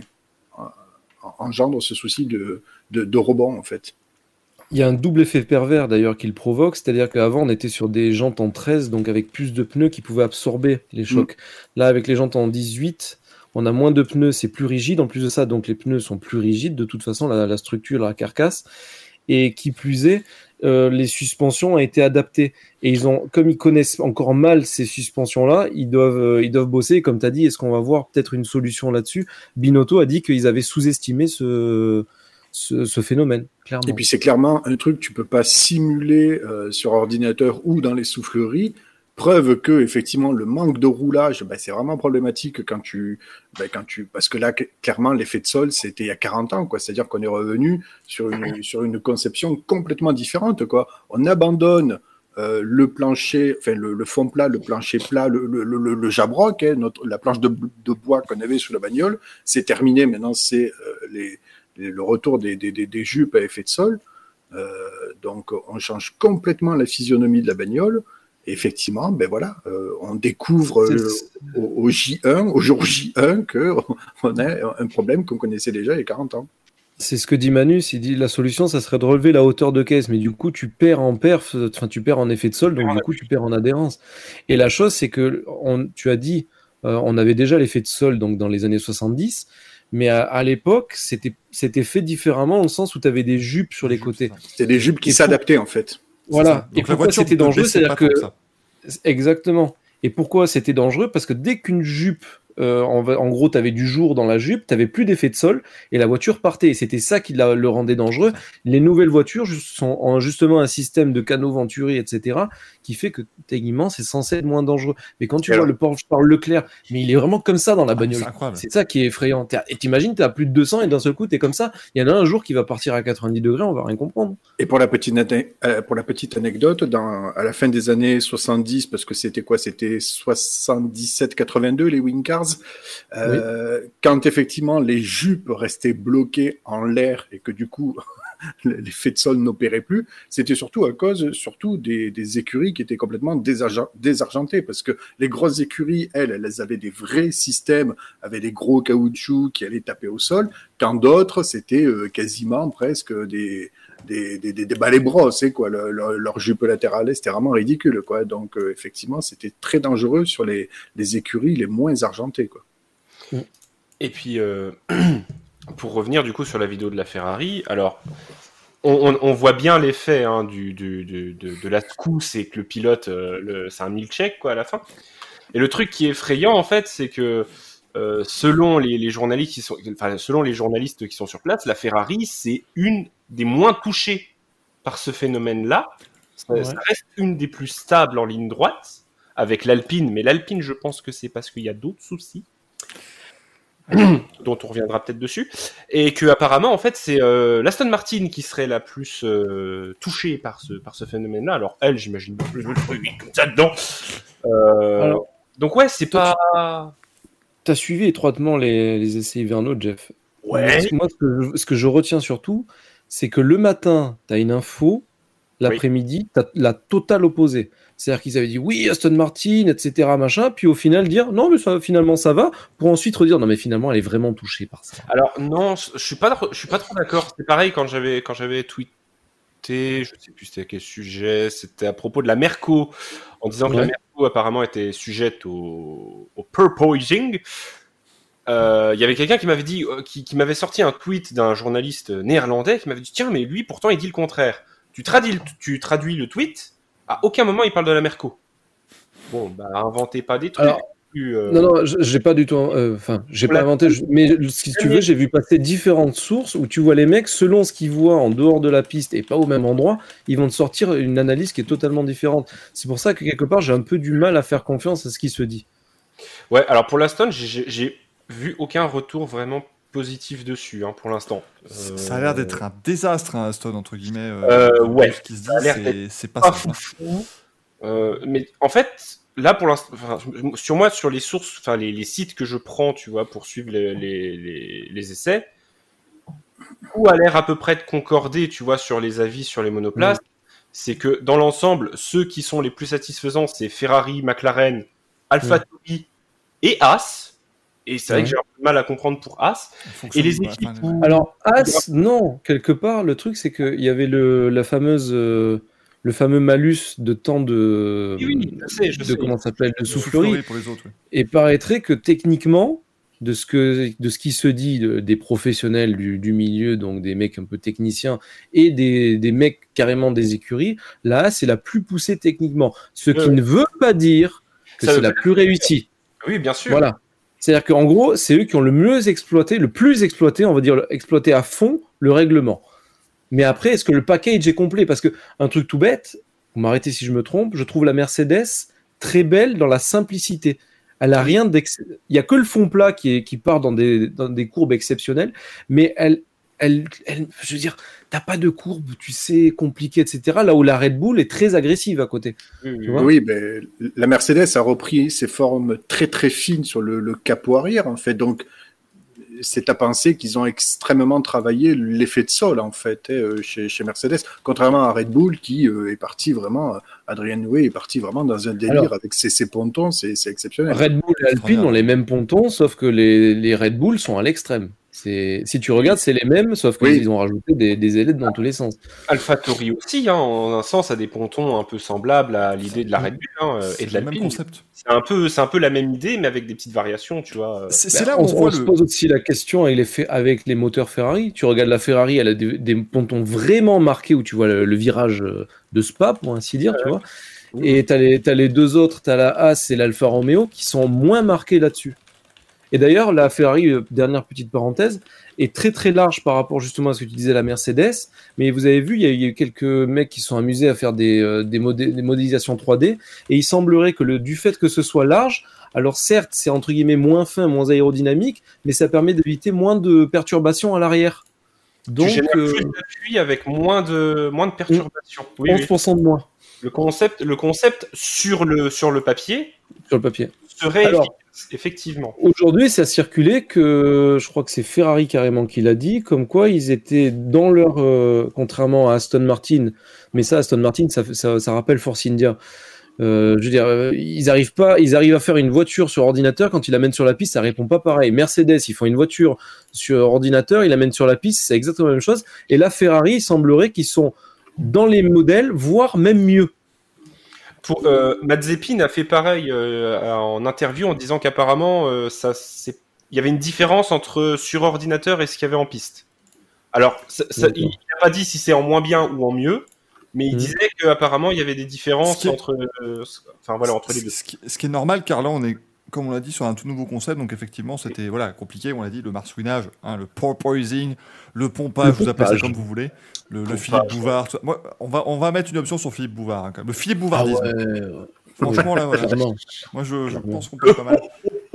engendre ce souci de rebond en fait. Il y a un double effet pervers d'ailleurs qu'il provoque, c'est-à-dire qu'avant on était sur des jantes en 13, donc avec plus de pneus qui pouvaient absorber les chocs. Là, avec les jantes en 18, on a moins de pneus, c'est plus rigide. En plus de ça, donc les pneus sont plus rigides, de toute façon, la structure, la carcasse. Et qui plus est, les suspensions ont été adaptées. Et comme ils connaissent encore mal ces suspensions-là, ils doivent bosser. Comme tu as dit, est-ce qu'on va voir peut-être une solution là-dessus? Binotto a dit qu'ils avaient sous-estimé ce phénomène, clairement. Et puis c'est clairement un truc que tu peux pas simuler sur ordinateur ou dans les souffleries. Preuve que effectivement le manque de roulage, c'est vraiment problématique parce que là clairement l'effet de sol c'était il y a 40 ans quoi, c'est-à-dire qu'on est revenu sur une conception complètement différente quoi. On abandonne le plancher, enfin le fond plat, le plancher plat, le jabroc, la planche de bois qu'on avait sous la bagnole, c'est terminé. Maintenant c'est le retour des jupes à effet de sol. Donc on change complètement la physionomie de la bagnole. Et effectivement, on découvre au jour J1, qu'on a un problème qu'on connaissait déjà il y a 40 ans. C'est ce que dit Manus, il dit la solution, ça serait de relever la hauteur de caisse, mais du coup, tu perds en perf, tu perds en effet de sol, donc du coup, tu perds en adhérence. Et la chose, c'est que, tu as dit, on avait déjà l'effet de sol donc dans les années 70, mais à l'époque, c'était fait différemment, dans le sens où tu avais des jupes sur les côtés. C'était des jupes qui s'adaptaient, en fait. Voilà. Et pourquoi c'était dangereux, c'est-à-dire que... Exactement. Et pourquoi c'était dangereux? Parce que dès qu'une jupe, en gros, tu avais du jour dans la jupe, tu n'avais plus d'effet de sol et la voiture partait. Et c'était ça qui le rendait dangereux. Les nouvelles voitures ont justement un système de canaux Venturi, etc., qui fait que techniquement, c'est censé être moins dangereux. Mais quand tu vois le Porsche Leclerc, mais il est vraiment comme ça dans la bagnole. C'est ça qui est effrayant. Et t'imagines, tu as plus de 200 et d'un seul coup, tu es comme ça. Il y en a un jour qui va partir à 90 degrés, on va rien comprendre. Et pour la petite anecdote, à la fin des années 70, parce que c'était 77-82, les Wincars, quand effectivement les jupes restaient bloquées en l'air et que du coup l'effet de sol n'opérait plus, c'était surtout à cause des écuries qui étaient complètement désargentées, parce que les grosses écuries, elles avaient des vrais systèmes avec des gros caoutchoucs qui allaient taper au sol, quand d'autres c'était quasiment presque des balais brosses, quoi. Leur jupe latérale, c'était vraiment ridicule, quoi. Donc effectivement, c'était très dangereux sur les écuries les moins argentées, quoi. Et puis pour revenir du coup sur la vidéo de la Ferrari, alors on voit bien l'effet de la secousse et que le pilote, c'est un milkshake quoi à la fin. Et le truc qui est effrayant en fait, c'est que selon les journalistes qui sont sur place, la Ferrari c'est une des moins touchées par ce phénomène-là. Ça reste une des plus stables en ligne droite avec l'Alpine, mais l'Alpine, je pense que c'est parce qu'il y a d'autres soucis dont on reviendra peut-être dessus, et que apparemment en fait c'est l'Aston Martin qui serait la plus touchée par ce phénomène-là. Alors elle, j'imagine plus de trucs comme ça dedans. Donc ouais, c'est pas. T'as suivi étroitement les essais hivernaux, Jeff. Ouais. Moi, ce que je retiens surtout, c'est que le matin, t'as une info, l'après-midi, t'as la totale opposée. C'est-à-dire qu'ils avaient dit oui, Aston Martin, etc., machin, puis au final dire non, mais finalement ça va, pour ensuite redire non, mais finalement elle est vraiment touchée par ça. Alors non, je suis pas trop d'accord. C'est pareil quand j'avais tweeté, je sais plus c'était à quel sujet, c'était à propos de la Merco, en disant que la Merco apparemment était sujette au porpoising. Il y avait quelqu'un qui m'avait dit, qui m'avait sorti un tweet d'un journaliste néerlandais qui m'avait dit tiens, mais lui pourtant il dit le contraire. Tu traduis le tweet. À aucun moment il parle de la Merco. Bon, bah inventez pas des trucs. Alors, non, j'ai pas du tout. J'ai pas inventé. Mais si tu veux, j'ai vu passer différentes sources où tu vois les mecs, selon ce qu'ils voient en dehors de la piste et pas au même endroit, ils vont te sortir une analyse qui est totalement différente. C'est pour ça que quelque part, j'ai un peu du mal à faire confiance à ce qui se dit. Ouais, alors pour l'Aston, j'ai vu aucun retour vraiment positif dessus pour l'instant. Ça a l'air d'être un désastre, Aston, entre guillemets. Ouais, ce qui se dit, c'est pas ça. Mais en fait, là pour l'instant, sur les sources, les sites que je prends, tu vois, pour suivre les essais, tout a l'air à peu près de concorder, tu vois, sur les avis sur les monoplaces. c'est que dans l'ensemble, ceux qui sont les plus satisfaisants, c'est Ferrari, McLaren, AlphaTauri et Haas. Et c'est vrai que j'ai un peu de mal à comprendre pour Haas. Et les équipes. Alors, Haas, non, quelque part, le truc, c'est qu'il y avait le fameux malus de temps de. Oui, je sais. Comment ça s'appelle, de soufflerie. Pour les autres, oui. Et paraîtrait que techniquement, de ce qui se dit des professionnels du milieu, donc des mecs un peu techniciens et des mecs carrément des écuries, la Haas est la plus poussée techniquement. Ce qui ne veut pas dire que c'est la plus réussie. Oui, bien sûr. Voilà. C'est-à-dire qu'en gros, c'est eux qui ont le plus exploité, on va dire, exploité à fond le règlement. Mais après, est-ce que le package est complet? Parce que un truc tout bête, vous m'arrêtez si je me trompe, je trouve la Mercedes très belle dans la simplicité. Elle a rien il y a que le fond plat qui part dans des courbes exceptionnelles, mais elle, je veux dire, t'as pas de courbe, tu sais, compliquée, etc. Là où la Red Bull est très agressive à côté. Oui, mais la Mercedes a repris ses formes très très fines sur le capot arrière, en fait. Donc, c'est à penser qu'ils ont extrêmement travaillé l'effet de sol, en fait, chez Mercedes. Contrairement à Red Bull, qui est parti vraiment, Adrian Newey est parti vraiment dans un délire avec ses pontons, c'est exceptionnel. Red Bull et Alpine ont les mêmes pontons, sauf que les Red Bull sont à l'extrême. Si tu regardes, c'est les mêmes, sauf qu'ils ont rajouté des ailettes dans tous les sens. AlphaTauri aussi, en un sens, a des pontons un peu semblables à l'idée de la Red Bull et de l'Alpine. C'est un peu la même idée, mais avec des petites variations, tu vois. C'est là où on se pose aussi la question avec les moteurs Ferrari. Tu regardes la Ferrari, elle a des pontons vraiment marqués où tu vois le virage de Spa, pour ainsi dire, tu vois. Et t'as les deux autres, t'as la Haas et l'Alfa Romeo qui sont moins marqués là-dessus. Et d'ailleurs, la Ferrari, dernière petite parenthèse, est très très large par rapport justement à ce que tu disais, la Mercedes. Mais vous avez vu, il y a eu quelques mecs qui sont amusés à faire des modélisations 3D. Et il semblerait que du fait que ce soit large, alors certes, c'est entre guillemets moins fin, moins aérodynamique, mais ça permet d'éviter moins de perturbations à l'arrière. Donc, tu génères plus d'appui avec moins de perturbations. 11% de moins. Le concept sur le papier. Sur le papier. Serait efficace, effectivement. Aujourd'hui, ça a circulé que je crois que c'est Ferrari carrément qui l'a dit, comme quoi ils étaient dans leur, contrairement à Aston Martin, mais ça, Aston Martin, ça rappelle Force India. Je veux dire, ils arrivent à faire une voiture sur ordinateur, quand ils l'amènent sur la piste, ça répond pas pareil. Mercedes, ils font une voiture sur ordinateur, ils l'amènent sur la piste, c'est exactement la même chose. Et là, Ferrari, il semblerait qu'ils sont dans les modèles, voire même mieux. Mazepin a fait pareil en interview en disant qu'apparemment il y avait une différence entre sur ordinateur et ce qu'il y avait en piste. Alors, il n'a pas dit si c'est en moins bien ou en mieux, mais il disait qu'apparemment il y avait des différences entre les deux. Ce qui est normal, car là on est, comme on l'a dit, sur un tout nouveau concept, donc effectivement c'était compliqué, on l'a dit, le marsouinage, le porpoising, le pompage, vous appelez ça comme vous voulez, le Philippe Bouvard. Moi, on va mettre une option sur Philippe Bouvard, hein, le Philippe Bouvardisme. Franchement, là, voilà. Moi je pense qu'on peut être pas mal.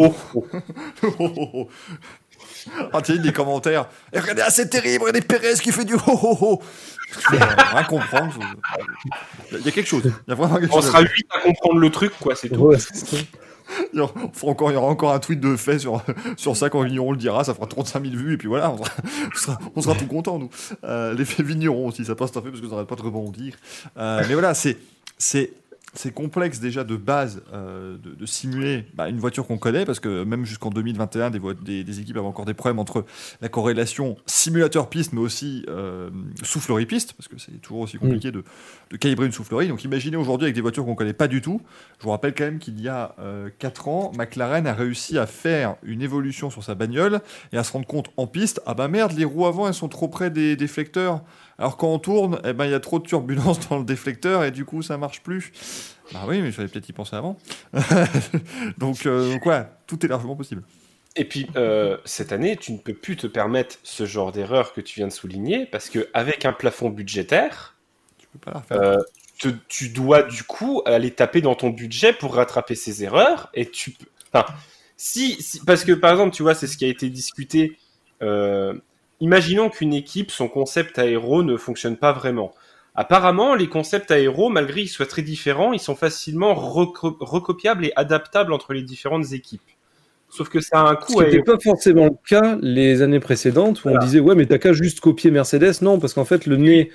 Ah, tiens, des commentaires. Et regardez, c'est terrible, regardez Pérez qui fait du ho. Rien comprendre. Il y a quelque chose. Il y a vraiment quelque chose. On sera 8 à comprendre le truc, quoi, c'est tout. Ouais, Il y aura encore un tweet de fait sur ça quand Vigneron le dira, ça fera 35 000 vues et puis voilà, on sera tout contents, nous. L'effet Vigneron aussi, ça passe tout à fait parce que ça n'arrête pas de rebondir. Mais voilà, c'est complexe déjà de base de simuler une voiture qu'on connaît, parce que même jusqu'en 2021, des équipes avaient encore des problèmes entre la corrélation simulateur-piste, mais aussi soufflerie-piste, parce que c'est toujours aussi compliqué de calibrer une soufflerie. Donc imaginez aujourd'hui avec des voitures qu'on ne connaît pas du tout. Je vous rappelle quand même qu'il y a 4 ans, McLaren a réussi à faire une évolution sur sa bagnole et à se rendre compte en piste, ah bah merde, les roues avant elles sont trop près des déflecteurs. Alors quand on tourne, il y a trop de turbulence dans le déflecteur et du coup ça marche plus. Bah oui, mais il fallait peut-être y penser avant. donc tout est largement possible. Et puis cette année, tu ne peux plus te permettre ce genre d'erreur que tu viens de souligner, parce qu'avec un plafond budgétaire, tu peux pas la refaire. Tu dois du coup aller taper dans ton budget pour rattraper ces erreurs. Et tu peux. Enfin, parce que par exemple, tu vois, c'est ce qui a été discuté. Imaginons qu'une équipe, son concept aéro ne fonctionne pas vraiment. Apparemment, les concepts aéro, malgré qu'ils soient très différents, ils sont facilement recopiables et adaptables entre les différentes équipes. Sauf que ça a un coût. Ce n'était pas forcément le cas les années précédentes où on disait ouais, mais t'as qu'à juste copier Mercedes. Non, parce qu'en fait, le nez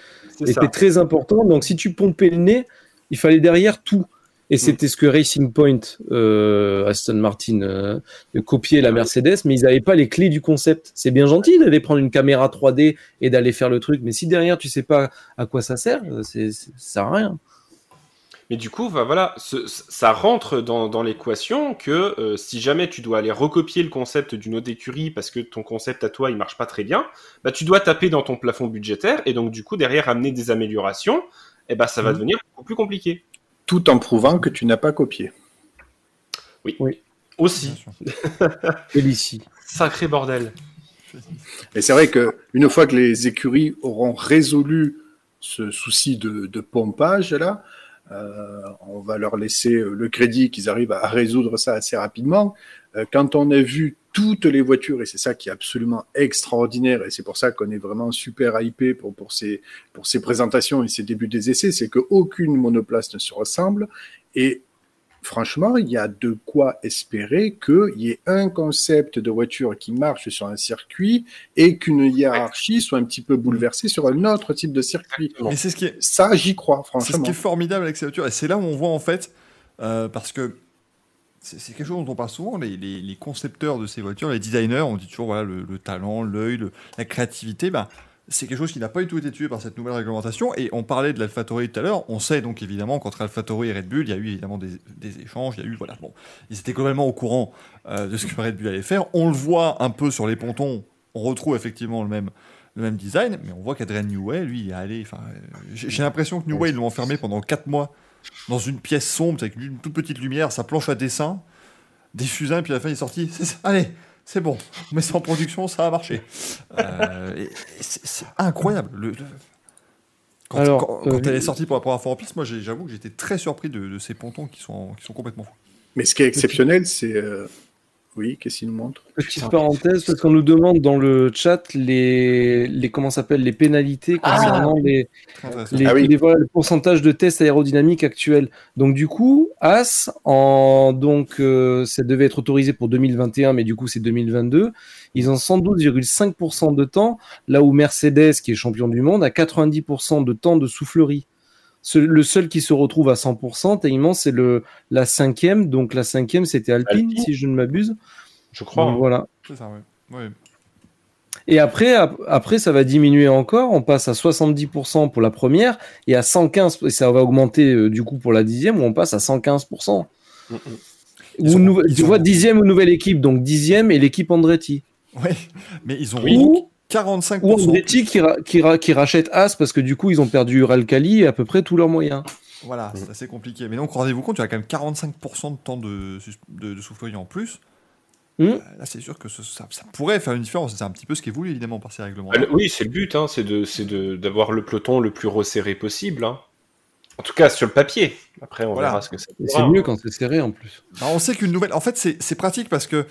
était très important. Donc, si tu pompais le nez, il fallait derrière tout. Et c'était ce que Racing Point, Aston Martin, copiait la Mercedes, mais ils n'avaient pas les clés du concept. C'est bien gentil d'aller prendre une caméra 3D et d'aller faire le truc, mais si derrière tu sais pas à quoi ça sert, ça sert à rien. Mais du coup, voilà, ça rentre dans l'équation que si jamais tu dois aller recopier le concept d'une autre écurie parce que ton concept à toi il marche pas très bien, bah tu dois taper dans ton plafond budgétaire et donc du coup derrière amener des améliorations, et bah ça va devenir beaucoup plus compliqué. Tout en prouvant que tu n'as pas copié. Oui. Aussi. Félicie. Sacré bordel. Et c'est vrai qu'une fois que les écuries auront résolu ce souci de pompage, là, on va leur laisser le crédit qu'ils arrivent à résoudre ça assez rapidement. Quand on a vu toutes les voitures, et c'est ça qui est absolument extraordinaire, et c'est pour ça qu'on est vraiment super hypé pour ces présentations et ces débuts des essais, c'est qu'aucune monoplace ne se ressemble, et franchement, il y a de quoi espérer qu'il y ait un concept de voiture qui marche sur un circuit et qu'une hiérarchie soit un petit peu bouleversée sur un autre type de circuit. Mais c'est ce qui est... Ça, j'y crois, franchement. C'est ce qui est formidable avec ces voitures, et c'est là où on voit en fait, parce que c'est quelque chose dont on parle souvent, les concepteurs de ces voitures, les designers, on dit toujours voilà, le talent, l'œil, la créativité, bah, c'est quelque chose qui n'a pas du tout été tué par cette nouvelle réglementation. Et on parlait de l'AlphaTauri tout à l'heure, on sait donc évidemment qu'entre AlphaTauri et Red Bull, il y a eu évidemment des échanges, il y a eu, voilà, bon, ils étaient globalement au courant de ce que Red Bull allait faire. On le voit un peu sur les pontons, on retrouve effectivement le même design, mais on voit qu'Adrian Newey, lui, il est allé, j'ai l'impression que Newey, ils l'ont enfermé pendant 4 mois dans une pièce sombre avec une toute petite lumière, sa planche à dessin, des fusains, et puis à la fin il est sorti. Allez, c'est bon, on met ça en production, ça a marché. C'est incroyable. Quand elle est sortie pour la première fois en piste, moi j'avoue que j'étais très surpris de ces pontons qui sont complètement fous. Mais ce qui est exceptionnel, c'est... Oui, qu'est-ce qu'il nous montre ? Petite parenthèse, parce qu'on nous demande dans le chat les comment s'appelle les pénalités concernant les le pourcentage de tests aérodynamiques actuels. Donc du coup, As ça devait être autorisé pour 2021, mais du coup c'est 2022. Ils ont 112,5% de temps, là où Mercedes, qui est champion du monde, a 90% de temps de soufflerie. Le seul qui se retrouve à 100%, tellement, c'est la 5e. Donc la 5e, c'était Alpine, si je ne m'abuse. Je crois. Donc, voilà. C'est ça, ouais. Et après, ça va diminuer encore. On passe à 70% pour la première et à 115%. Et ça va augmenter du coup pour la 10e, où on passe à 115%. Tu vois, 10e ou nouvelle équipe, donc 10e et l'équipe Andretti. Oui, mais ils ont 45%. Ou Andretti qui rachète As parce que du coup ils ont perdu Uralkali et à peu près tous leurs moyens. Voilà, c'est assez compliqué. Mais donc rendez-vous compte, tu as quand même 45% de temps de soufflerie en plus. Là c'est sûr que ça pourrait faire une différence. C'est un petit peu ce qui est voulu évidemment par ces règlements. Oui, c'est le but, hein, c'est d'avoir le peloton le plus resserré possible. Hein. En tout cas sur le papier. Après on verra ce que ça pourra. C'est mieux quand c'est serré en plus. Alors, on sait qu'une nouvelle... En fait c'est pratique parce que...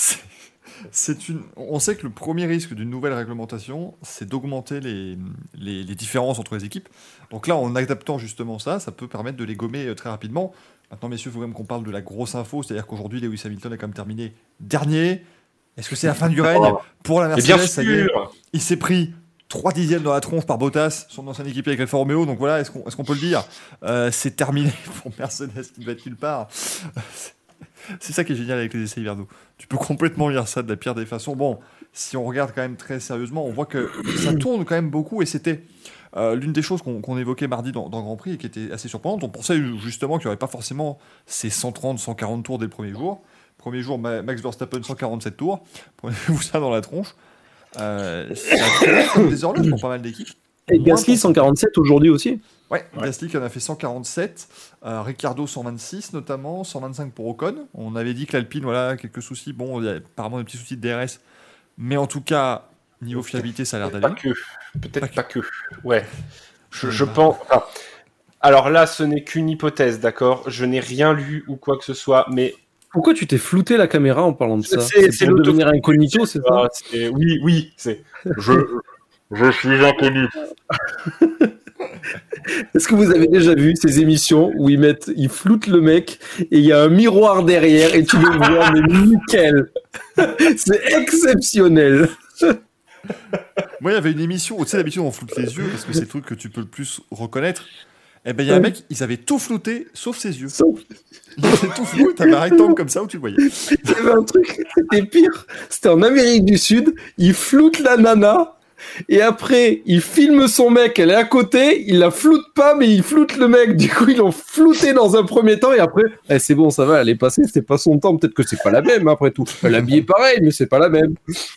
On sait que le premier risque d'une nouvelle réglementation, c'est d'augmenter les différences entre les équipes. Donc là, en adaptant justement ça peut permettre de les gommer très rapidement. Maintenant, messieurs, il faut même qu'on parle de la grosse info, c'est-à-dire qu'aujourd'hui, Lewis Hamilton a quand même terminé dernier. Est-ce que c'est la fin du règne pour la Mercedes? Ça y est, il s'est pris 3 dixièmes dans la tronche par Bottas, son ancien équipier avec Alfa Romeo. Donc voilà, est-ce qu'on peut le dire? C'est terminé pour Mercedes qui ne va être nulle part. C'est ça qui est génial avec les essais hivernaux. Tu peux complètement lire ça de la pire des façons. Bon, si on regarde quand même très sérieusement, on voit que ça tourne quand même beaucoup. Et c'était l'une des choses qu'on évoquait mardi dans Grand Prix et qui était assez surprenante. On pensait justement qu'il n'y aurait pas forcément ces 130, 140 tours dès le premier jour. Premier jour, Max Verstappen, 147 tours. Prenez-vous ça dans la tronche. Ça a fait comme des horloges pour pas mal d'équipes. Et Gasly, 147 aujourd'hui aussi. Ouais, Gasly qui en a fait 147, Ricciardo 126 notamment, 125 pour Ocon. On avait dit que l'Alpine, voilà, quelques soucis. Bon, il y a apparemment des petits soucis de DRS, mais en tout cas, niveau fiabilité, ça a l'air d'aller. Peut-être pas que. Ouais. Je pense. Enfin, alors là, ce n'est qu'une hypothèse, d'accord. Je n'ai rien lu ou quoi que ce soit, mais. Pourquoi tu t'es flouté la caméra en parlant de ça? C'est pour devenir incognito, c'est ça? Oui, c'est. Je suis inconnu. Est-ce que vous avez déjà vu ces émissions où ils floutent le mec et il y a un miroir derrière et tu le vois, mais nickel. C'est exceptionnel. Moi, il y avait une émission où, tu sais, d'habitude, on floute les yeux parce que c'est le truc que tu peux le plus reconnaître. Eh ben, il y a un mec, ils avaient tout flouté sauf ses yeux. Ils avaient tout flou, t'avais un rectangle comme ça où tu le voyais. Il y avait un truc, c'était pire. C'était en Amérique du Sud. Il floute la nana. Et après, il filme son mec, elle est à côté, il la floute pas, mais il floute le mec. Du coup, ils l'ont flouté dans un premier temps, et après, c'est bon, ça va, elle est passée, c'était pas son temps. Peut-être que c'est pas la même, après tout. Elle est habillée pareil, mais c'est pas la même.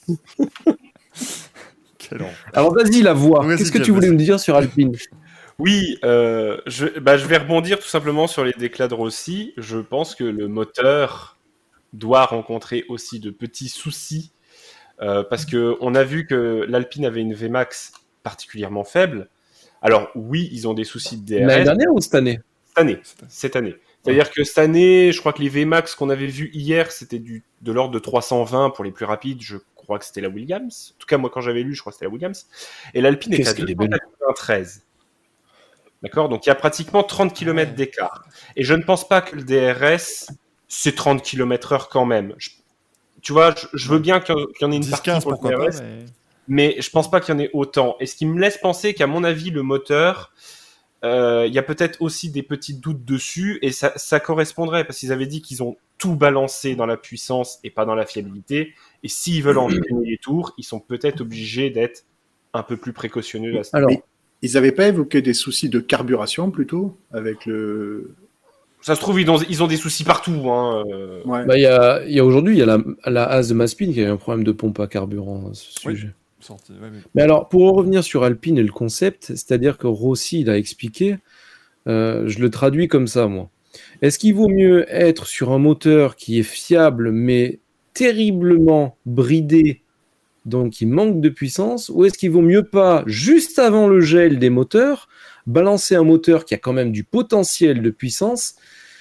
Alors, vas-y, la voix. Vas-y, Qu'est-ce que Jeff, tu voulais vas-y. me dire sur Alpine? Oui, je vais rebondir tout simplement sur les déclats de Rossi. Je pense que le moteur doit rencontrer aussi de petits soucis parce que on a vu que l'Alpine avait une Vmax particulièrement faible. Alors oui, ils ont des soucis de DRS. L'année dernière ou cette année? Cette année. C'est-à-dire que cette année, je crois que les Vmax qu'on avait vus hier, c'était de l'ordre de 320 pour les plus rapides. Je crois que c'était la Williams. En tout cas, moi, quand j'avais lu, je crois que c'était la Williams. Et l'Alpine est à 293. D'accord? Donc, il y a pratiquement 30 km d'écart. Et je ne pense pas que le DRS, c'est 30 km/h quand même. Tu vois, je veux bien qu'il y en ait une partie 10-15, pour le pourquoi DRS, pas, mais je pense pas qu'il y en ait autant. Et ce qui me laisse penser qu'à mon avis, le moteur, il y a peut-être aussi des petits doutes dessus, et ça correspondrait, parce qu'ils avaient dit qu'ils ont tout balancé dans la puissance et pas dans la fiabilité, et s'ils veulent enchaîner les tours, ils sont peut-être obligés d'être un peu plus précautionneux à ce Alors, Mais ils n'avaient pas évoqué des soucis de carburation plutôt avec le. Ça se trouve, ils ont des soucis partout. Hein. Ouais. bah, il y a aujourd'hui, il y a la Haas de Mazepin qui a eu un problème de pompe à carburant à ce Oui. sujet. Sorti, ouais, mais... Mais alors, pour en revenir sur Alpine et le concept, c'est-à-dire que Rossi il a expliqué, je le traduis comme ça, moi. Est-ce qu'il vaut mieux être sur un moteur qui est fiable mais terriblement bridé, donc qui manque de puissance, ou est-ce qu'il vaut mieux pas, juste avant le gel des moteurs, balancer un moteur qui a quand même du potentiel de puissance,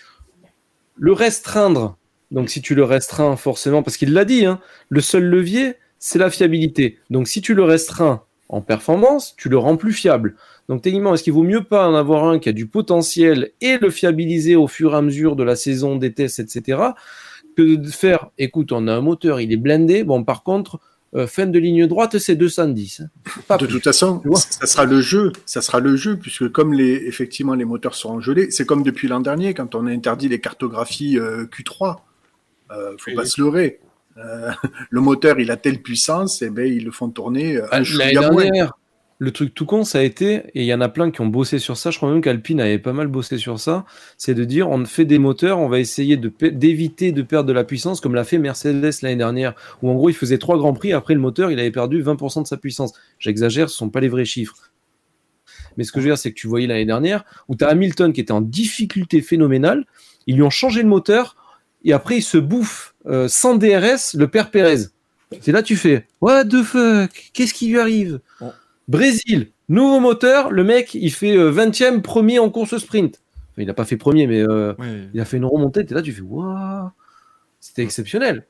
le restreindre? Donc si tu le restreins forcément, parce qu'il l'a dit, hein, le seul levier, c'est la fiabilité. Donc si tu le restreins en performance, tu le rends plus fiable. Donc techniquement, est-ce qu'il vaut mieux pas en avoir un qui a du potentiel et le fiabiliser au fur et à mesure de la saison, des tests, etc., que de faire, écoute, on a un moteur, il est blindé, bon par contre, fin de ligne droite, c'est 210. Hein. Pas De plus. toute façon, Tu vois. ça sera le jeu, puisque comme effectivement les moteurs seront gelés, c'est comme depuis l'an dernier quand on a interdit les cartographies Q3. Faut pas se leurrer. Le moteur, il a telle puissance, et ben ils le font tourner un L'année chouïa moins. dernière, le truc tout con, ça a été, et il y en a plein qui ont bossé sur ça, je crois même qu'Alpine avait pas mal bossé sur ça, c'est de dire on fait des moteurs, on va essayer d'éviter de perdre de la puissance, comme l'a fait Mercedes l'année dernière, où en gros il faisait 3 grands prix, après le moteur il avait perdu 20% de sa puissance. J'exagère, ce sont pas les vrais chiffres. Mais ce que je veux dire, c'est que tu voyais l'année dernière, où tu as Hamilton qui était en difficulté phénoménale, ils lui ont changé le moteur, et après il se bouffe sans DRS le père Pérez. C'est là tu fais what the fuck, qu'est-ce qui lui arrive? Oh. Brésil, nouveau moteur, le mec il fait 20e premier en course sprint. Enfin, il n'a pas fait premier, mais Oui. il a fait une remontée, et là tu fais waouh, c'était exceptionnel.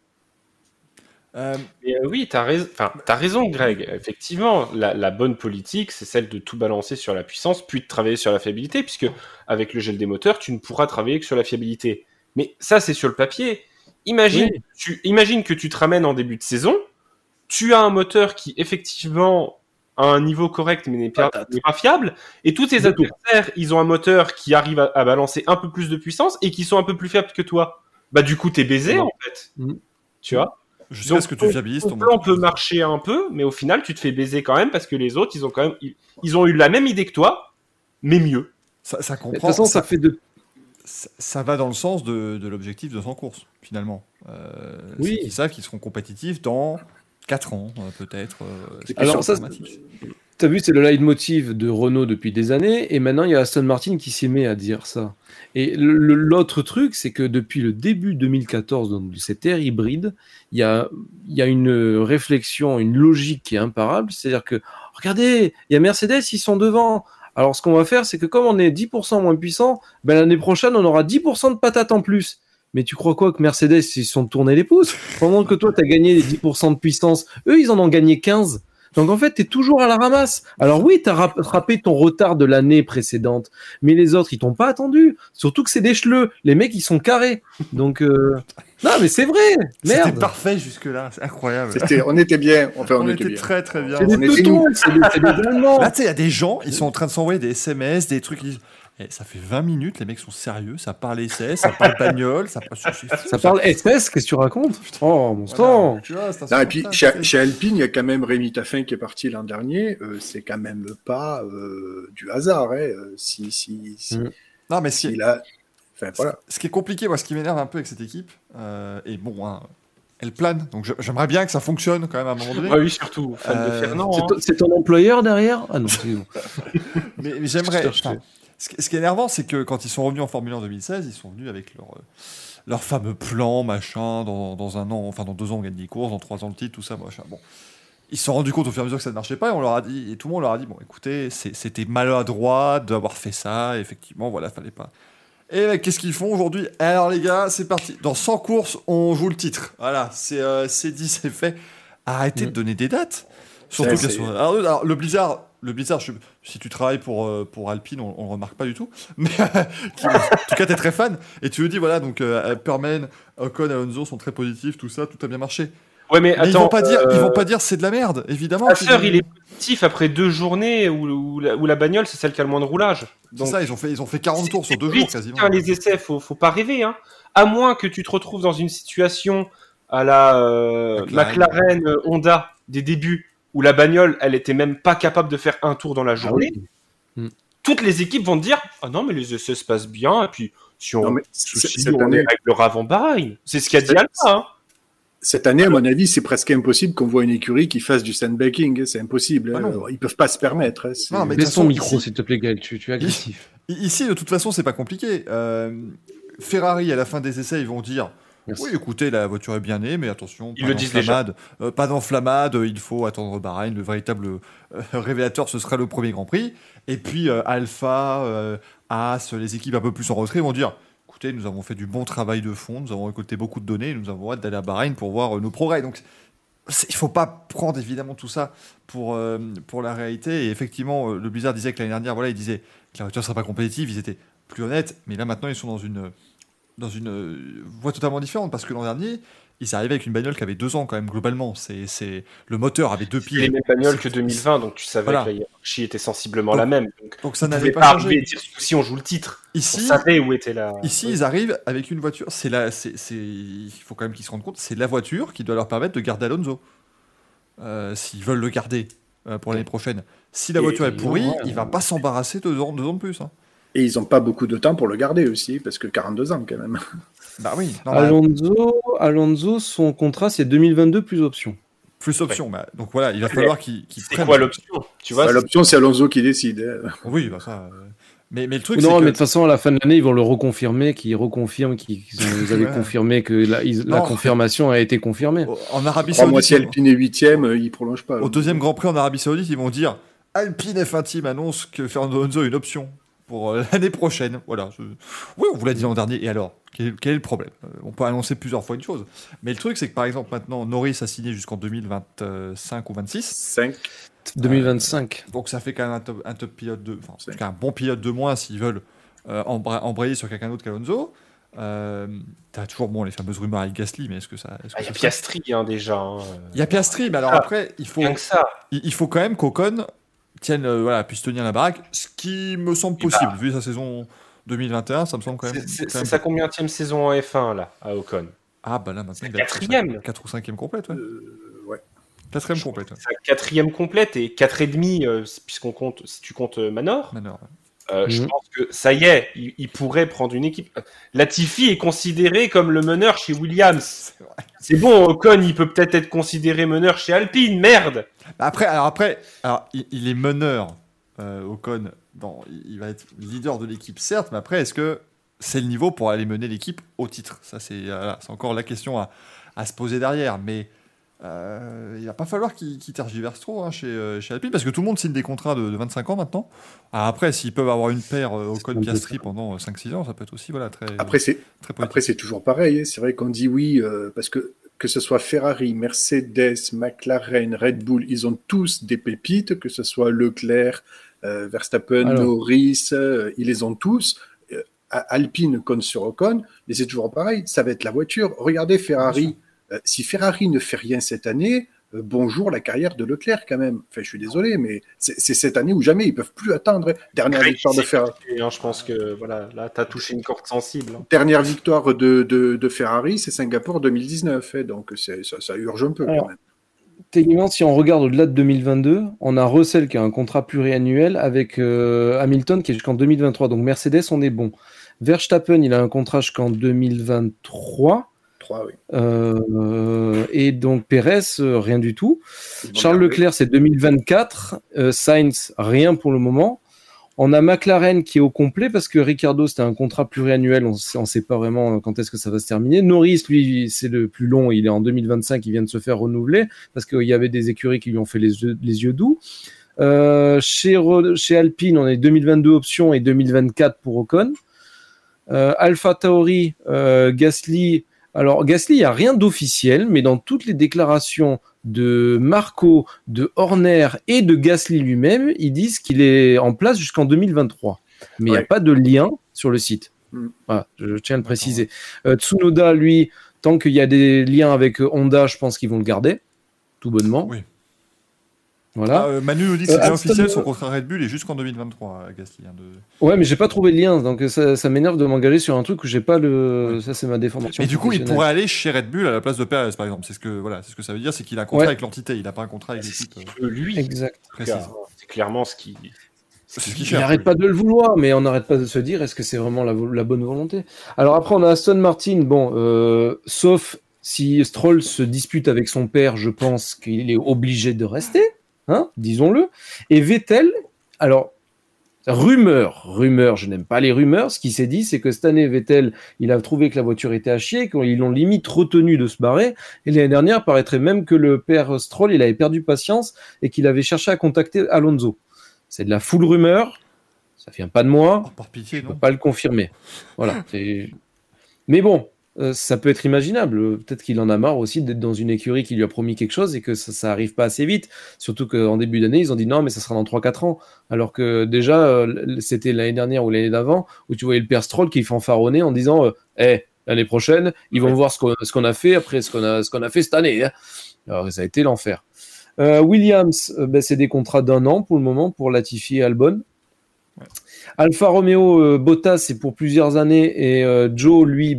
Mais oui, t'as raison, Greg. Effectivement, la bonne politique, c'est celle de tout balancer sur la puissance, puis de travailler sur la fiabilité, puisque avec le gel des moteurs, tu ne pourras travailler que sur la fiabilité. Mais ça, c'est sur le papier. Imagine que tu te ramènes en début de saison, tu as un moteur qui, effectivement, a un niveau correct, mais n'est pas fiable, et tous tes adversaires, ils ont un moteur qui arrive à balancer un peu plus de puissance, et qui sont un peu plus fiables que toi. Bah, du coup, t'es baisé, en fait. Tu vois? Jusqu'à ce que tu fiabilises ton plan moteur. peut marcher un peu, mais au final, tu te fais baiser quand même parce que les autres, ils ont eu la même idée que toi, mais mieux. Ça De comprend. toute façon, ça fait de. Ça va dans le sens de l'objectif de 100 courses, finalement. Oui. Ils savent qu'ils seront compétitifs dans 4 ans, peut-être. Alors, ça, t'as vu, c'est le leitmotiv de Renault depuis des années, et maintenant il y a Aston Martin qui s'y met à dire ça. Et l'autre truc, c'est que depuis le début 2014, donc de cette ère hybride, il y a une réflexion, une logique qui est imparable, c'est-à-dire que, regardez, il y a Mercedes, ils sont devant. Alors ce qu'on va faire, c'est que comme on est 10% moins puissant, ben l'année prochaine, on aura 10% de patates en plus. Mais tu crois quoi que Mercedes, ils se sont tournés les pouces? Pendant que toi, tu as gagné les 10% de puissance, eux, ils en ont gagné 15. Donc en fait, tu es toujours à la ramasse. Alors oui, tu as rattrapé ton retard de l'année précédente, mais les autres, ils t'ont pas attendu. Surtout que c'est des cheleux. Les mecs, ils sont carrés. Donc Non, mais c'est vrai. C'était Merde. parfait jusque-là, c'est incroyable. On était bien. Enfin, on était était bien. très très bien. C'est des On était teutons, c'est des Allemands. Là, tu sais, il y a des gens, ils sont en train de s'envoyer des SMS, des trucs. Ça fait 20 minutes, les mecs sont sérieux, ça parle essai, ça parle bagnole, ça parle. Ça parle SS, qu'est-ce que tu racontes? Oh, mon sang. Tu vois, c'est Non, et puis insupportable. chez Alpine, il y a quand même Rémi Taffin qui est parti l'an dernier. C'est quand même pas du hasard. Hein. Si Non, mais il a. Enfin voilà. ce qui est compliqué, moi, ce qui m'énerve un peu avec cette équipe, et bon, hein, elle plane, donc j'aimerais bien que ça fonctionne quand même à un moment donné. Ouais, oui, surtout, fan de Fernand. hein. C'est ton employeur derrière? Ah non, c'est bon. Mais j'aimerais. Je te- enfin, ce qui est énervant, c'est que quand ils sont revenus en Formule 1 en 2016, ils sont venus avec leur fameux plan, machin, dans un an, enfin dans 2 ans on gagne des courses, dans 3 ans le titre, tout ça, machin. Bon. Ils se sont rendus compte au fur et à mesure que ça ne marchait pas et on leur a dit, et tout le monde leur a dit, bon écoutez, c'était maladroit d'avoir fait ça, effectivement, voilà, fallait pas. Et qu'est-ce qu'ils font aujourd'hui? Alors les gars, c'est parti. Dans 100 courses, on joue le titre. Voilà, c'est dit, c'est fait. Arrêtez de donner des dates. Surtout C'est- qu'elles sont. Alors, le Blizzard, si tu travailles pour Alpine, on le remarque pas du tout. Mais en tout cas, t'es très fan. Et tu lui dis, voilà, donc Perman, Ocon, Alonso sont très positifs, tout ça, tout a bien marché. Ouais, mais Mais attends. ils vont pas dire c'est de la merde, évidemment. Vasseur, il est positif après 2 journées où la bagnole, c'est celle qui a le moins de roulage. C'est Donc, ça, ils ont fait 40 tours sur 2 vite, jours quasiment. tiens, les essais, faut pas rêver. Hein. À moins que tu te retrouves dans une situation à la McLaren Honda des débuts, où la bagnole, elle était même pas capable de faire un tour dans la journée. Toutes les équipes vont te dire ah non, mais les essais se passent bien, et puis si on Non, mais soucie, cette on année- les réglera avant Bahreïn. C'est ce qu'a dit Alpha. Hein. Cette année, à mon avis, c'est presque impossible qu'on voit une écurie qui fasse du sandbagging. Hein. C'est impossible. Ah hein. non. Ils peuvent pas se permettre. Hein. C'est- Non, mais de Baisse toute ton façon, micro, ici- s'il te plaît, Gaël, tu es agressif. Ici, de toute façon, c'est pas compliqué. Ferrari, à la fin des essais, ils vont dire Merci. oui, écoutez, la voiture est bien née, mais attention, Ils le disent déjà. pas d'enflammade, il faut attendre Bahreïn. Le véritable révélateur, ce sera le premier Grand Prix. Et puis, Alpha, As, les équipes un peu plus en retrait vont dire écoutez, nous avons fait du bon travail de fond, nous avons récolté beaucoup de données, nous avons hâte d'aller à Bahreïn pour voir nos progrès. Donc, il faut pas prendre évidemment tout ça pour la réalité. Et effectivement, le Blizzard disait que l'année dernière, voilà, il disait que la voiture ne serait pas compétitive, ils étaient plus honnêtes, mais là maintenant ils sont dans une voie totalement différente parce que l'an dernier, ils arrivaient avec une bagnole qui avait 2 ans quand même globalement. Le moteur avait 2 C'est pieds. les mêmes bagnoles que 2020, donc tu savais Voilà. que la hiérarchie était sensiblement Donc- la même. Donc ça on n'allait pouvait pas arriver et changer. dire si on joue le titre. On Ici, savait où était la. ils arrivent avec une voiture. Il faut quand même qu'ils se rendent compte, c'est la voiture qui doit leur permettre de garder Alonso. S'ils veulent le garder pour l'année prochaine. Si la Et- voiture est pourrie, ouais, il va pas s'embarrasser 2 ans de plus. Hein. Et ils n'ont pas beaucoup de temps pour le garder aussi, parce que 42 ans quand même. Bah oui. Non, bah, Alonso, son contrat, c'est 2022 plus option. plus option. Bah, donc voilà, il va falloir qu'ils C'est prennent. quoi l'option? Tu vois, Bah, l'option, c'est Alonso qui décide. Hein. Oui, bah ça. Mais le truc, Non, c'est mais de que toute façon, à la fin de l'année, ils vont le reconfirmer, qu'ils reconfirment, ils avaient Ouais. confirmé que la Non. confirmation a été confirmée. en Arabie 3 mois, Saoudite, si Alpine est 8ème, il prolonge pas. au deuxième Grand Prix en Arabie Saoudite, ils vont dire Alpine F1 Team annonce que Fernando Alonso a une option pour l'année prochaine. Voilà. Oui, on vous l'a dit l'an dernier. Et alors, quel est le problème? On peut annoncer plusieurs fois une chose. Mais le truc, c'est que par exemple, maintenant, Norris a signé jusqu'en 2025 ou 26. 5. 2025. Donc ça fait quand même un top pilote en C'est- tout cas un bon pilote de moins s'ils veulent embrayer sur quelqu'un d'autre qu'Alonso. T'as toujours les fameuses rumeurs avec Gasly, mais est-ce que ça. il y a Piastri hein, déjà. Hein. Il y a Piastri, mais alors Ah, après, il faut Rien que ça. quand même qu'Ocon puisse tenir la baraque, ce qui me semble possible. Vu sa saison 2021, ça me semble quand même. C'est quand même sa combienième saison en F1 là, à Ocon? Ah bah là maintenant, il a 4e. 4 ou 5e complète, ouais. Ouais. 4e complète, ouais. Sa 4e complète et 4,5 puisqu'on compte, si tu comptes Manor. Manor, ouais. Je Mhm. pense que ça y est, il pourrait prendre une équipe. Latifi est considéré comme le meneur chez Williams. C'est vrai. C'est bon, Ocon, il peut peut-être être considéré meneur chez Alpine, merde. Après, il est meneur, Ocon. Il va être leader de l'équipe, certes, mais après, est-ce que c'est le niveau pour aller mener l'équipe au titre? Ça, c'est encore la question à se poser derrière. Mais il va pas falloir qu'il tergiverse trop chez Alpine, parce que tout le monde signe des contrats de 25 ans maintenant. Alors après, s'ils peuvent avoir une paire Ocon-Piastri pendant 5-6 ans, ça peut être aussi très, Après, c'est très positif. Après, c'est toujours pareil. Hein. C'est vrai qu'on dit oui, parce que ce soit Ferrari, Mercedes, McLaren, Red Bull, ils ont tous des pépites, que ce soit Leclerc, Verstappen, Alors. Norris, ils les ont tous. Alpine compte sur Ocon, mais c'est toujours pareil, ça va être la voiture. Regardez Ferrari. Si Ferrari ne fait rien cette année, bonjour la carrière de Leclerc quand même. Enfin, je suis désolé, mais c'est cette année ou jamais. Ils peuvent plus attendre. Dernière victoire de Ferrari. Je pense que voilà, là, tu as touché une corde sensible. Dernière victoire de Ferrari, c'est Singapour 2019. Donc ça urge un peu quand même. Techniquement, si on regarde au-delà de 2022, on a Russell qui a un contrat pluriannuel avec Hamilton qui est jusqu'en 2023. Donc Mercedes, on est bon. Verstappen, il a un contrat jusqu'en 2023. 3, oui. Et donc Pérez, rien du tout. Charles Leclerc, c'est 2024. Sainz, rien pour le moment. On a McLaren qui est au complet parce que Ricciardo, c'était un contrat pluriannuel. On ne sait pas vraiment quand est-ce que ça va se terminer. Norris, lui, c'est le plus long. Il est en 2025. Il vient de se faire renouveler parce qu'il y avait des écuries qui lui ont fait les yeux doux. Chez Alpine, on est 2022 option et 2024 pour Ocon. Alpha Tauri, Gasly. Alors, Gasly, il n'y a rien d'officiel, mais dans toutes les déclarations de Marco, de Horner et de Gasly lui-même, ils disent qu'il est en place jusqu'en 2023. Mais il n'y a pas de lien sur le site. Voilà, je tiens à le préciser. Tsunoda, lui, tant qu'il y a des liens avec Honda, je pense qu'ils vont le garder, tout bonnement. Oui. Voilà. Manu nous dit que c'est officiel, son contrat Red Bull est jusqu'en 2023, Gasly. Ouais, mais j'ai pas trouvé de lien, donc ça m'énerve de m'engager sur un truc où j'ai pas le. Ça, c'est ma déformation. Mais du coup, il pourrait aller chez Red Bull à la place de Perez, par exemple. C'est ce que ça veut dire, c'est qu'il a un contrat avec l'entité, il n'a pas un contrat avec l'équipe. Lui, exact. C'est clairement ce qui. Il n'arrête pas de le vouloir, mais on n'arrête pas de se dire est-ce que c'est vraiment la bonne volonté. Alors après, on a Aston Martin, sauf si Stroll se dispute avec son père, je pense qu'il est obligé de rester. Disons-le. Et Vettel, alors, rumeur, je n'aime pas les rumeurs, ce qui s'est dit, c'est que cette année, Vettel, il a trouvé que la voiture était à chier, qu'ils l'ont limite retenu de se barrer, et l'année dernière, paraîtrait même que le père Stroll, il avait perdu patience, et qu'il avait cherché à contacter Alonso. C'est de la full rumeur, ça vient pas de moi, par pitié, je peux pas le confirmer. Voilà. Mais bon, ça peut être imaginable. Peut-être qu'il en a marre aussi d'être dans une écurie qui lui a promis quelque chose et que ça arrive pas assez vite. Surtout qu'en début d'année, ils ont dit non, mais ça sera dans 3-4 ans. Alors que déjà, c'était l'année dernière ou l'année d'avant où tu voyais le père Stroll qui fanfaronnait en disant l'année prochaine, ils vont voir ce qu'on a fait après ce qu'on a fait cette année. Hein. Alors, ça a été l'enfer. Williams, c'est des contrats d'1 an pour le moment pour Latifi et Albon. Ouais. Alfa Romeo, Bottas, c'est pour plusieurs années et Joe, lui,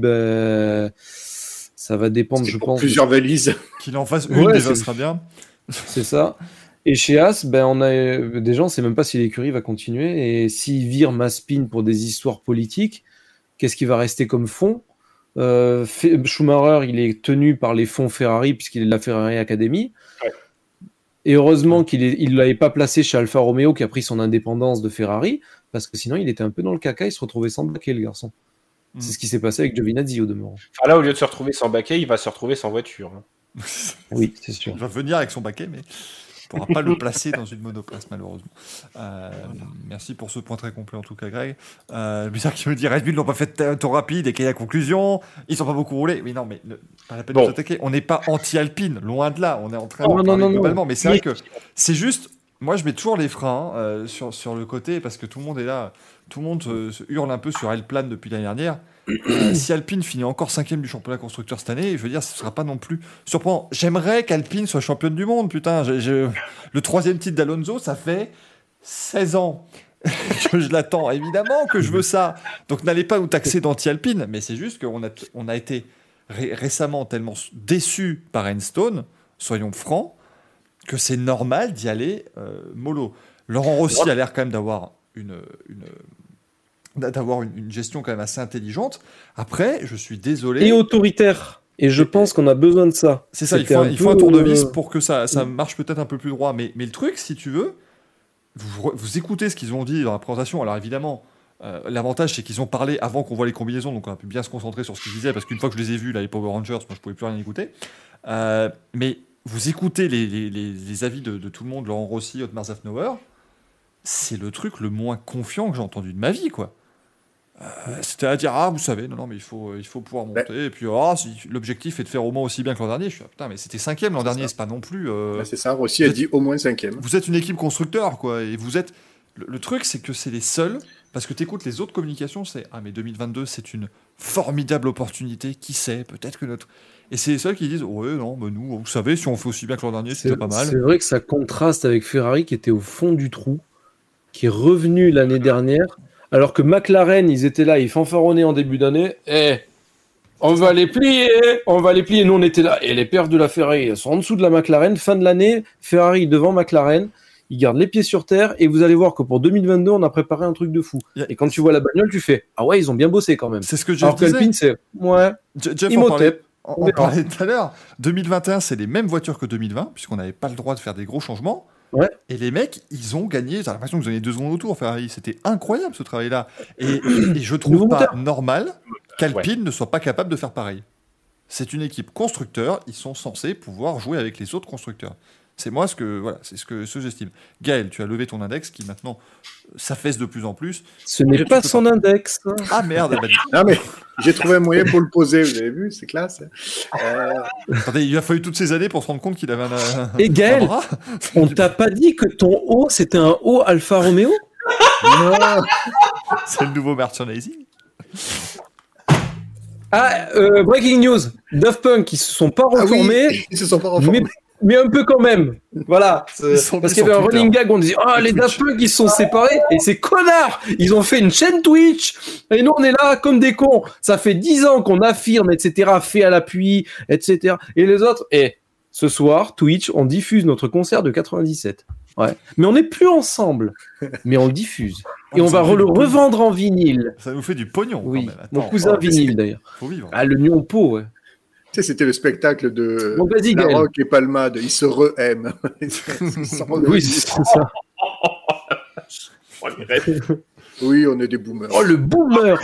ça va dépendre, je pense. Plusieurs valises. Qu'il en fasse une, déjà, sera bien. C'est ça. Et chez As, on a des gens, on ne sait même pas si l'écurie va continuer. Et s'ils virent Mazepin pour des histoires politiques, qu'est-ce qui va rester comme fond ? Schumacher, il est tenu par les fonds Ferrari puisqu'il est de la Ferrari Academy. Ouais. Et heureusement qu'il ne l'avait pas placé chez Alfa Romeo qui a pris son indépendance de Ferrari, parce que sinon il était un peu dans le caca, il se retrouvait sans baquet, le garçon. C'est ce qui s'est passé avec Giovinazzi au demeurant. Enfin, là, au lieu de se retrouver sans baquet, il va se retrouver sans voiture. Oui, c'est sûr. Il va venir avec son baquet, mais il ne pourra pas le placer dans une monoplace, malheureusement. Merci pour ce point très complet, en tout cas, Greg. Bizarre qui me dit Red Bull n'ont pas fait un tour rapide et qu'il y a la conclusion. Ils ne sont pas beaucoup roulés. Oui, non, mais pas la peine de nous attaquer. On n'est pas anti-Alpine, loin de là. On est en train de parler globalement. Mais c'est vrai que c'est juste. Moi, je mets toujours les freins sur le côté parce que tout le monde est là. Tout le monde se hurle un peu sur L-Plan depuis l'année dernière. Si Alpine finit encore 5e du championnat constructeur cette année, je veux dire, ce ne sera pas non plus surprenant. J'aimerais qu'Alpine soit championne du monde, putain. Le 3e titre d'Alonso, ça fait 16 ans que je l'attends. Évidemment que je veux ça. Donc n'allez pas nous taxer d'anti-Alpine, mais c'est juste qu'on a été récemment tellement déçus par Enstone, soyons francs, que c'est normal d'y aller mollo. Laurent Rossi a l'air quand même d'avoir une gestion quand même assez intelligente. Après, je suis désolé. Et autoritaire. Et je pense qu'on a besoin de ça. C'est ça, il faut un tournevis pour que ça marche peut-être un peu plus droit. Mais le truc, si tu veux, vous écoutez ce qu'ils ont dit dans la présentation. Alors évidemment, l'avantage, c'est qu'ils ont parlé avant qu'on voit les combinaisons, donc on a pu bien se concentrer sur ce qu'ils disaient, parce qu'une fois que je les ai vus, là, les Power Rangers, moi, je ne pouvais plus rien écouter. Mais vous écoutez les avis de tout le monde, Laurent Rossi, Otmar Zafnauer, c'est le truc le moins confiant que j'ai entendu de ma vie, quoi. C'était à dire vous savez non mais il faut pouvoir monter et puis si l'objectif est de faire au moins aussi bien que l'an dernier. Je suis putain mais c'était 5e l'an dernier, c'est pas non plus c'est ça, Rossi a dit au moins 5e. Vous êtes une équipe constructeur quoi, et vous êtes le truc c'est que c'est les seuls, Parce que tu écoutes les autres communications, c'est mais 2022, c'est une formidable opportunité. Qui sait, peut-être que notre. Et c'est ceux qui disent ouais, non, mais nous, vous savez, si on fait aussi bien que l'an dernier, c'est pas mal. C'est vrai que ça contraste avec Ferrari qui était au fond du trou, qui est revenu l'année dernière, alors que McLaren, ils étaient là, ils fanfaronnaient en début d'année. On va les plier. Nous, on était là. Et les perfs de la Ferrari elles sont en dessous de la McLaren. Fin de l'année, Ferrari devant McLaren. Ils gardent les pieds sur terre et vous allez voir que pour 2022, on a préparé un truc de fou. Et quand tu vois la bagnole, tu fais ah ouais, ils ont bien bossé quand même. C'est ce que Jeff alors disait. qu'Alpine, c'est ouais. Jeff, on parlait tout à l'heure. 2021, c'est les mêmes voitures que 2020, puisqu'on n'avait pas le droit de faire des gros changements. Ouais. Et les mecs, ils ont gagné. T'as l'impression qu'ils ont gagné 2 secondes au tour. Ferrari, c'était incroyable ce travail-là. Et je trouve pas normal qu'Alpine ne soit pas capable de faire pareil. C'est une équipe constructeur. Ils sont censés pouvoir jouer avec les autres constructeurs. C'est moi ce que j'estime. Gaël, tu as levé ton index qui maintenant s'affaisse de plus en plus. Ce n'est pas son index. Ah merde. Non mais j'ai trouvé un moyen pour le poser. Vous avez vu, c'est classe. Attendez, il a fallu toutes ces années pour se rendre compte qu'il avait un. Et Gaël, on t'a pas dit que ton haut c'était un haut Alfa Romeo? Non. C'est le nouveau merchandising. Breaking news. Daft Punk, ils se sont pas reformés. Oui, ils se sont pas reformés. Mais un peu quand même. Voilà. Parce qu'il y avait un running gag où on disait les Daft Punk ils se sont séparés. Et ces connards, ils ont fait une chaîne Twitch. Et nous on est là comme des cons. Ça fait 10 ans qu'on affirme, etc. Fait à l'appui, etc. Et les autres, ce soir, Twitch, on diffuse notre concert de 97. Ouais. Mais on n'est plus ensemble. Mais on le diffuse. Et on va le revendre en vinyle. Ça nous fait du pognon. Oui. Quand même. Attends, mon cousin vinyle d'ailleurs. Faut vivre. Le Nyonpo, ouais. Tu sais, c'était le spectacle de La Rock et Palmade. Ils se re-aiment. Oui, c'est ça. Oui, on est des boomers. Oh, le boomer.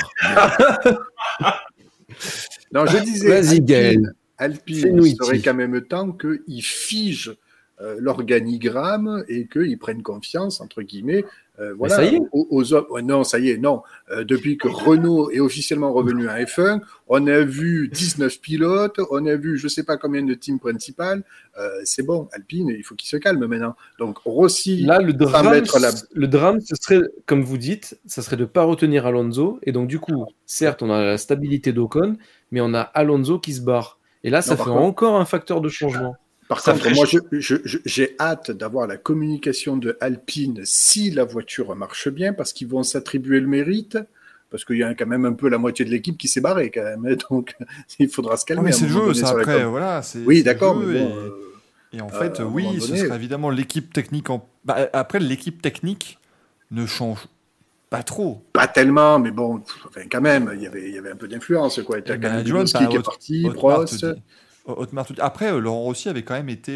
Non, je disais, Vas-y, Gaël. Alpine, il serait quand même temps qu'ils figent l'organigramme et qu'ils prennent confiance, entre guillemets, voilà, ça y est. aux hommes. Ouais, non, ça y est, non. Depuis que Renault est officiellement revenu à F1, on a vu 19 pilotes, on a vu je ne sais pas combien de teams principales. C'est bon, Alpine, il faut qu'il se calme maintenant. Donc Rossi, là, le drame, ce serait, comme vous dites, ça serait de ne pas retenir Alonso. Et donc, du coup, certes, on a la stabilité d'Ocon, mais on a Alonso qui se barre. Et là, ça fait encore un facteur de changement. Par contre, moi, j'ai hâte d'avoir la communication de Alpine si la voiture marche bien, parce qu'ils vont s'attribuer le mérite, parce qu'il y a quand même un peu la moitié de l'équipe qui s'est barrée quand même, donc il faudra se calmer. Mais c'est le jeu, ça après, voilà. Oui, d'accord, mais bon... Et en fait, oui, ce serait évidemment l'équipe technique. Après, l'équipe technique ne change pas trop. Pas tellement, mais bon, enfin, quand même, il y avait un peu d'influence, quoi. Il y a quand même Dubowski qui est parti, Prost... Après, Laurent Rossi avait quand même été,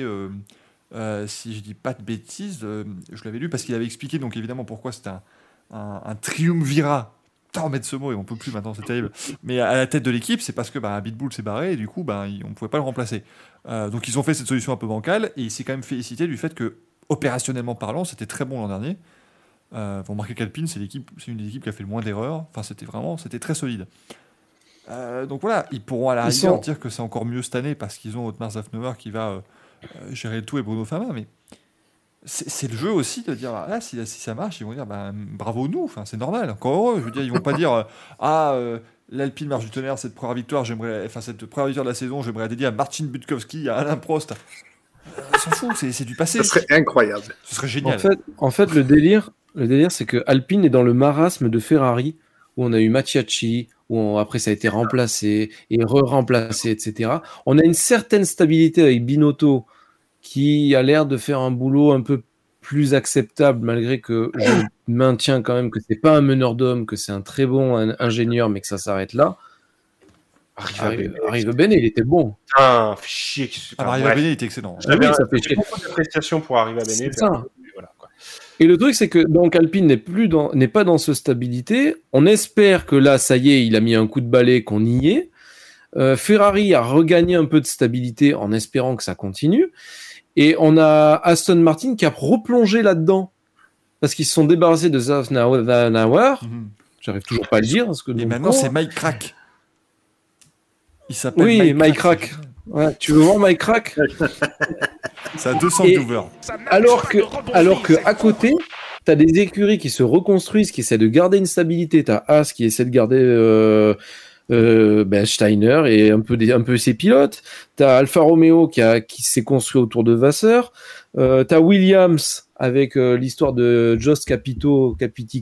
si je dis pas de bêtises, je l'avais lu parce qu'il avait expliqué donc évidemment pourquoi c'était un triumvirat. Putain, mettre ce mot et on peut plus maintenant, c'est terrible. Mais à la tête de l'équipe, c'est parce que Pitbull s'est barré et du coup, on pouvait pas le remplacer. Donc ils ont fait cette solution un peu bancale et il s'est quand même félicité du fait que, opérationnellement parlant, c'était très bon l'an dernier. Vous remarquez qu'Alpine, c'est une des équipes qui a fait le moins d'erreurs. Enfin, c'était très solide. Donc voilà, ils pourront à la rigueur dire que c'est encore mieux cette année parce qu'ils ont Otmar Zafnauer qui va gérer le tout et Bruno Fama, mais c'est le jeu aussi de dire si ça marche, ils vont dire bravo nous, enfin, c'est normal, encore heureux. Je veux dire, ils vont pas dire l'Alpine marche du tonnerre, cette première victoire de la saison, j'aimerais la dédier à Marcin Budkowski, à Alain Prost. Ils s'en foutent, c'est du passé. Ce serait incroyable. Ce serait génial. En fait, le délire, c'est que Alpine est dans le marasme de Ferrari où on a eu Mattiacci, où après ça a été remplacé et re-remplacé, etc. On a une certaine stabilité avec Binotto qui a l'air de faire un boulot un peu plus acceptable, malgré que je maintiens quand même que c'est pas un meneur d'hommes, que c'est un très bon ingénieur, mais que ça s'arrête là. Arrive Ben, il était bon. Putain, fait chier. Arrive Ben, il était excellent. J'avais beaucoup d'appréciation pour arriver à Ben. Voilà, quoi. Et le truc, c'est que donc Alpine n'est pas dans cette stabilité. On espère que là, ça y est, il a mis un coup de balai, qu'on y est. Ferrari a regagné un peu de stabilité en espérant que ça continue. Et on a Aston Martin qui a replongé là-dedans parce qu'ils se sont débarrassés de Zafnauer. J'arrive toujours pas à le dire. Parce que et maintenant, c'est Mike Crack. Il s'appelle Mike Crack. Ouais, tu veux voir Mike Crack? Ça a 200 viewers. Alors que à côté, t'as des écuries qui se reconstruisent, qui essaient de garder une stabilité. T'as Haas qui essaie de garder Steiner et un peu ses pilotes. T'as Alfa Romeo qui s'est construit autour de Vasseur. T'as Williams avec l'histoire de Jost Capito.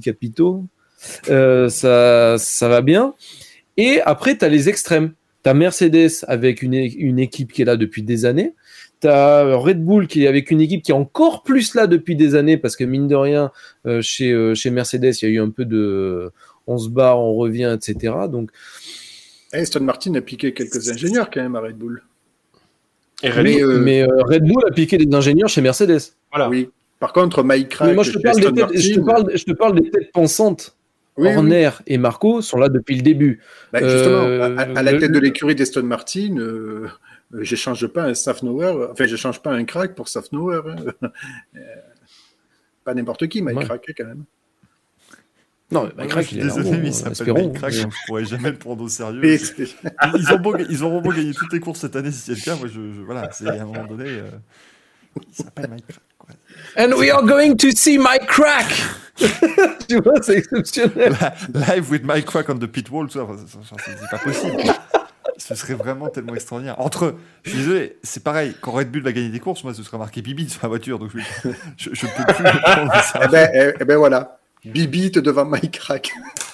Ça va bien. Et après, t'as les extrêmes. T'as Mercedes avec une équipe qui est là depuis des années. T'as Red Bull qui est avec une équipe qui est encore plus là depuis des années parce que mine de rien, chez Mercedes, il y a eu un peu de on se barre, on revient, etc. Donc, Aston Martin a piqué quelques ingénieurs quand même à Red Bull. Et Red mais, Bull, mais, Red Bull a piqué des ingénieurs chez Mercedes. voilà. Oui. Par contre, Mike Crack, Mais moi, je te parle Aston des têtes, je te parle des têtes pensantes. Oui, oui. Horner et Marco sont là depuis le début. Bah, justement, à la le- tête de l'écurie d'Aston Martin, j'échange pas un Safnauer, enfin, j'échange pas un Crack pour Safnauer. Hein. Pas n'importe qui, Mike Ouais. Crack, quand même. Non, Moi, Crack, je il suis est là, désolé, bon, mais il s'appelle espérons. Mike Crack, donc je pourrais jamais le prendre au sérieux. Et- Ils auront beau gagner toutes les courses cette année si c'est le cas. Moi, voilà, c'est à un moment donné. Il s'appelle Mike Crack. Quoi. And we are going to see Mike Crack. Tu vois, c'est exceptionnel. Live with Mike Crack on the pit wall, tout ça, c'est pas possible. Ce serait vraiment tellement extraordinaire. Je suis désolé, c'est pareil, quand Red Bull va gagner des courses, moi ce sera marqué Bibi sur ma voiture, donc je peux plus le prendre au sérieux. Eh ben voilà. Bibite devant Mike Crack.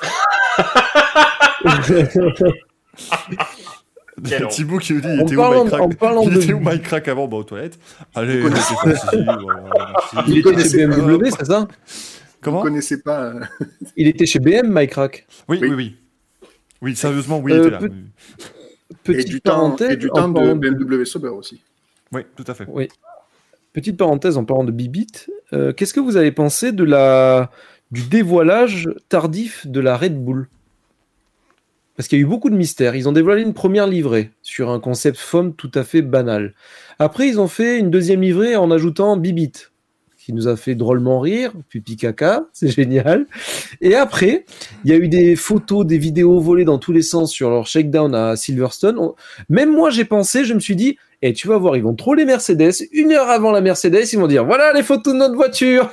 Quel Thibaut qui nous dit il En était parlant- où Mike Crack en parlant Il de- était où Mike Crack avant aux toilettes. Allez, Vous c'est facile. Voilà, merci. Il était connaissez chez pas- BMW, c'est ça? Vous Comment connaissez pas. Il était chez BM, Mike Crack. Oui, Oui. oui, oui. Oui, sérieusement, oui, il était là. peut- Et Petite du temps, parenthèse. et du en temps de parlant BMW Sauber aussi. Oui, tout à fait. Oui. Petite parenthèse en parlant de Bibit. Qu'est-ce que vous avez pensé du dévoilage tardif de la Red Bull? Parce qu'il y a eu beaucoup de mystères. Ils ont dévoilé une première livrée sur un concept FOM tout à fait banal. Après, ils ont fait une deuxième livrée en ajoutant Bibit, qui nous a fait drôlement rire, pipi caca, c'est génial. Et après, il y a eu des photos, des vidéos volées dans tous les sens sur leur shakedown à Silverstone. Même moi, je me suis dit, tu vas voir, ils vont troller Mercedes. 1 heure avant la Mercedes, ils vont dire, voilà les photos de notre voiture.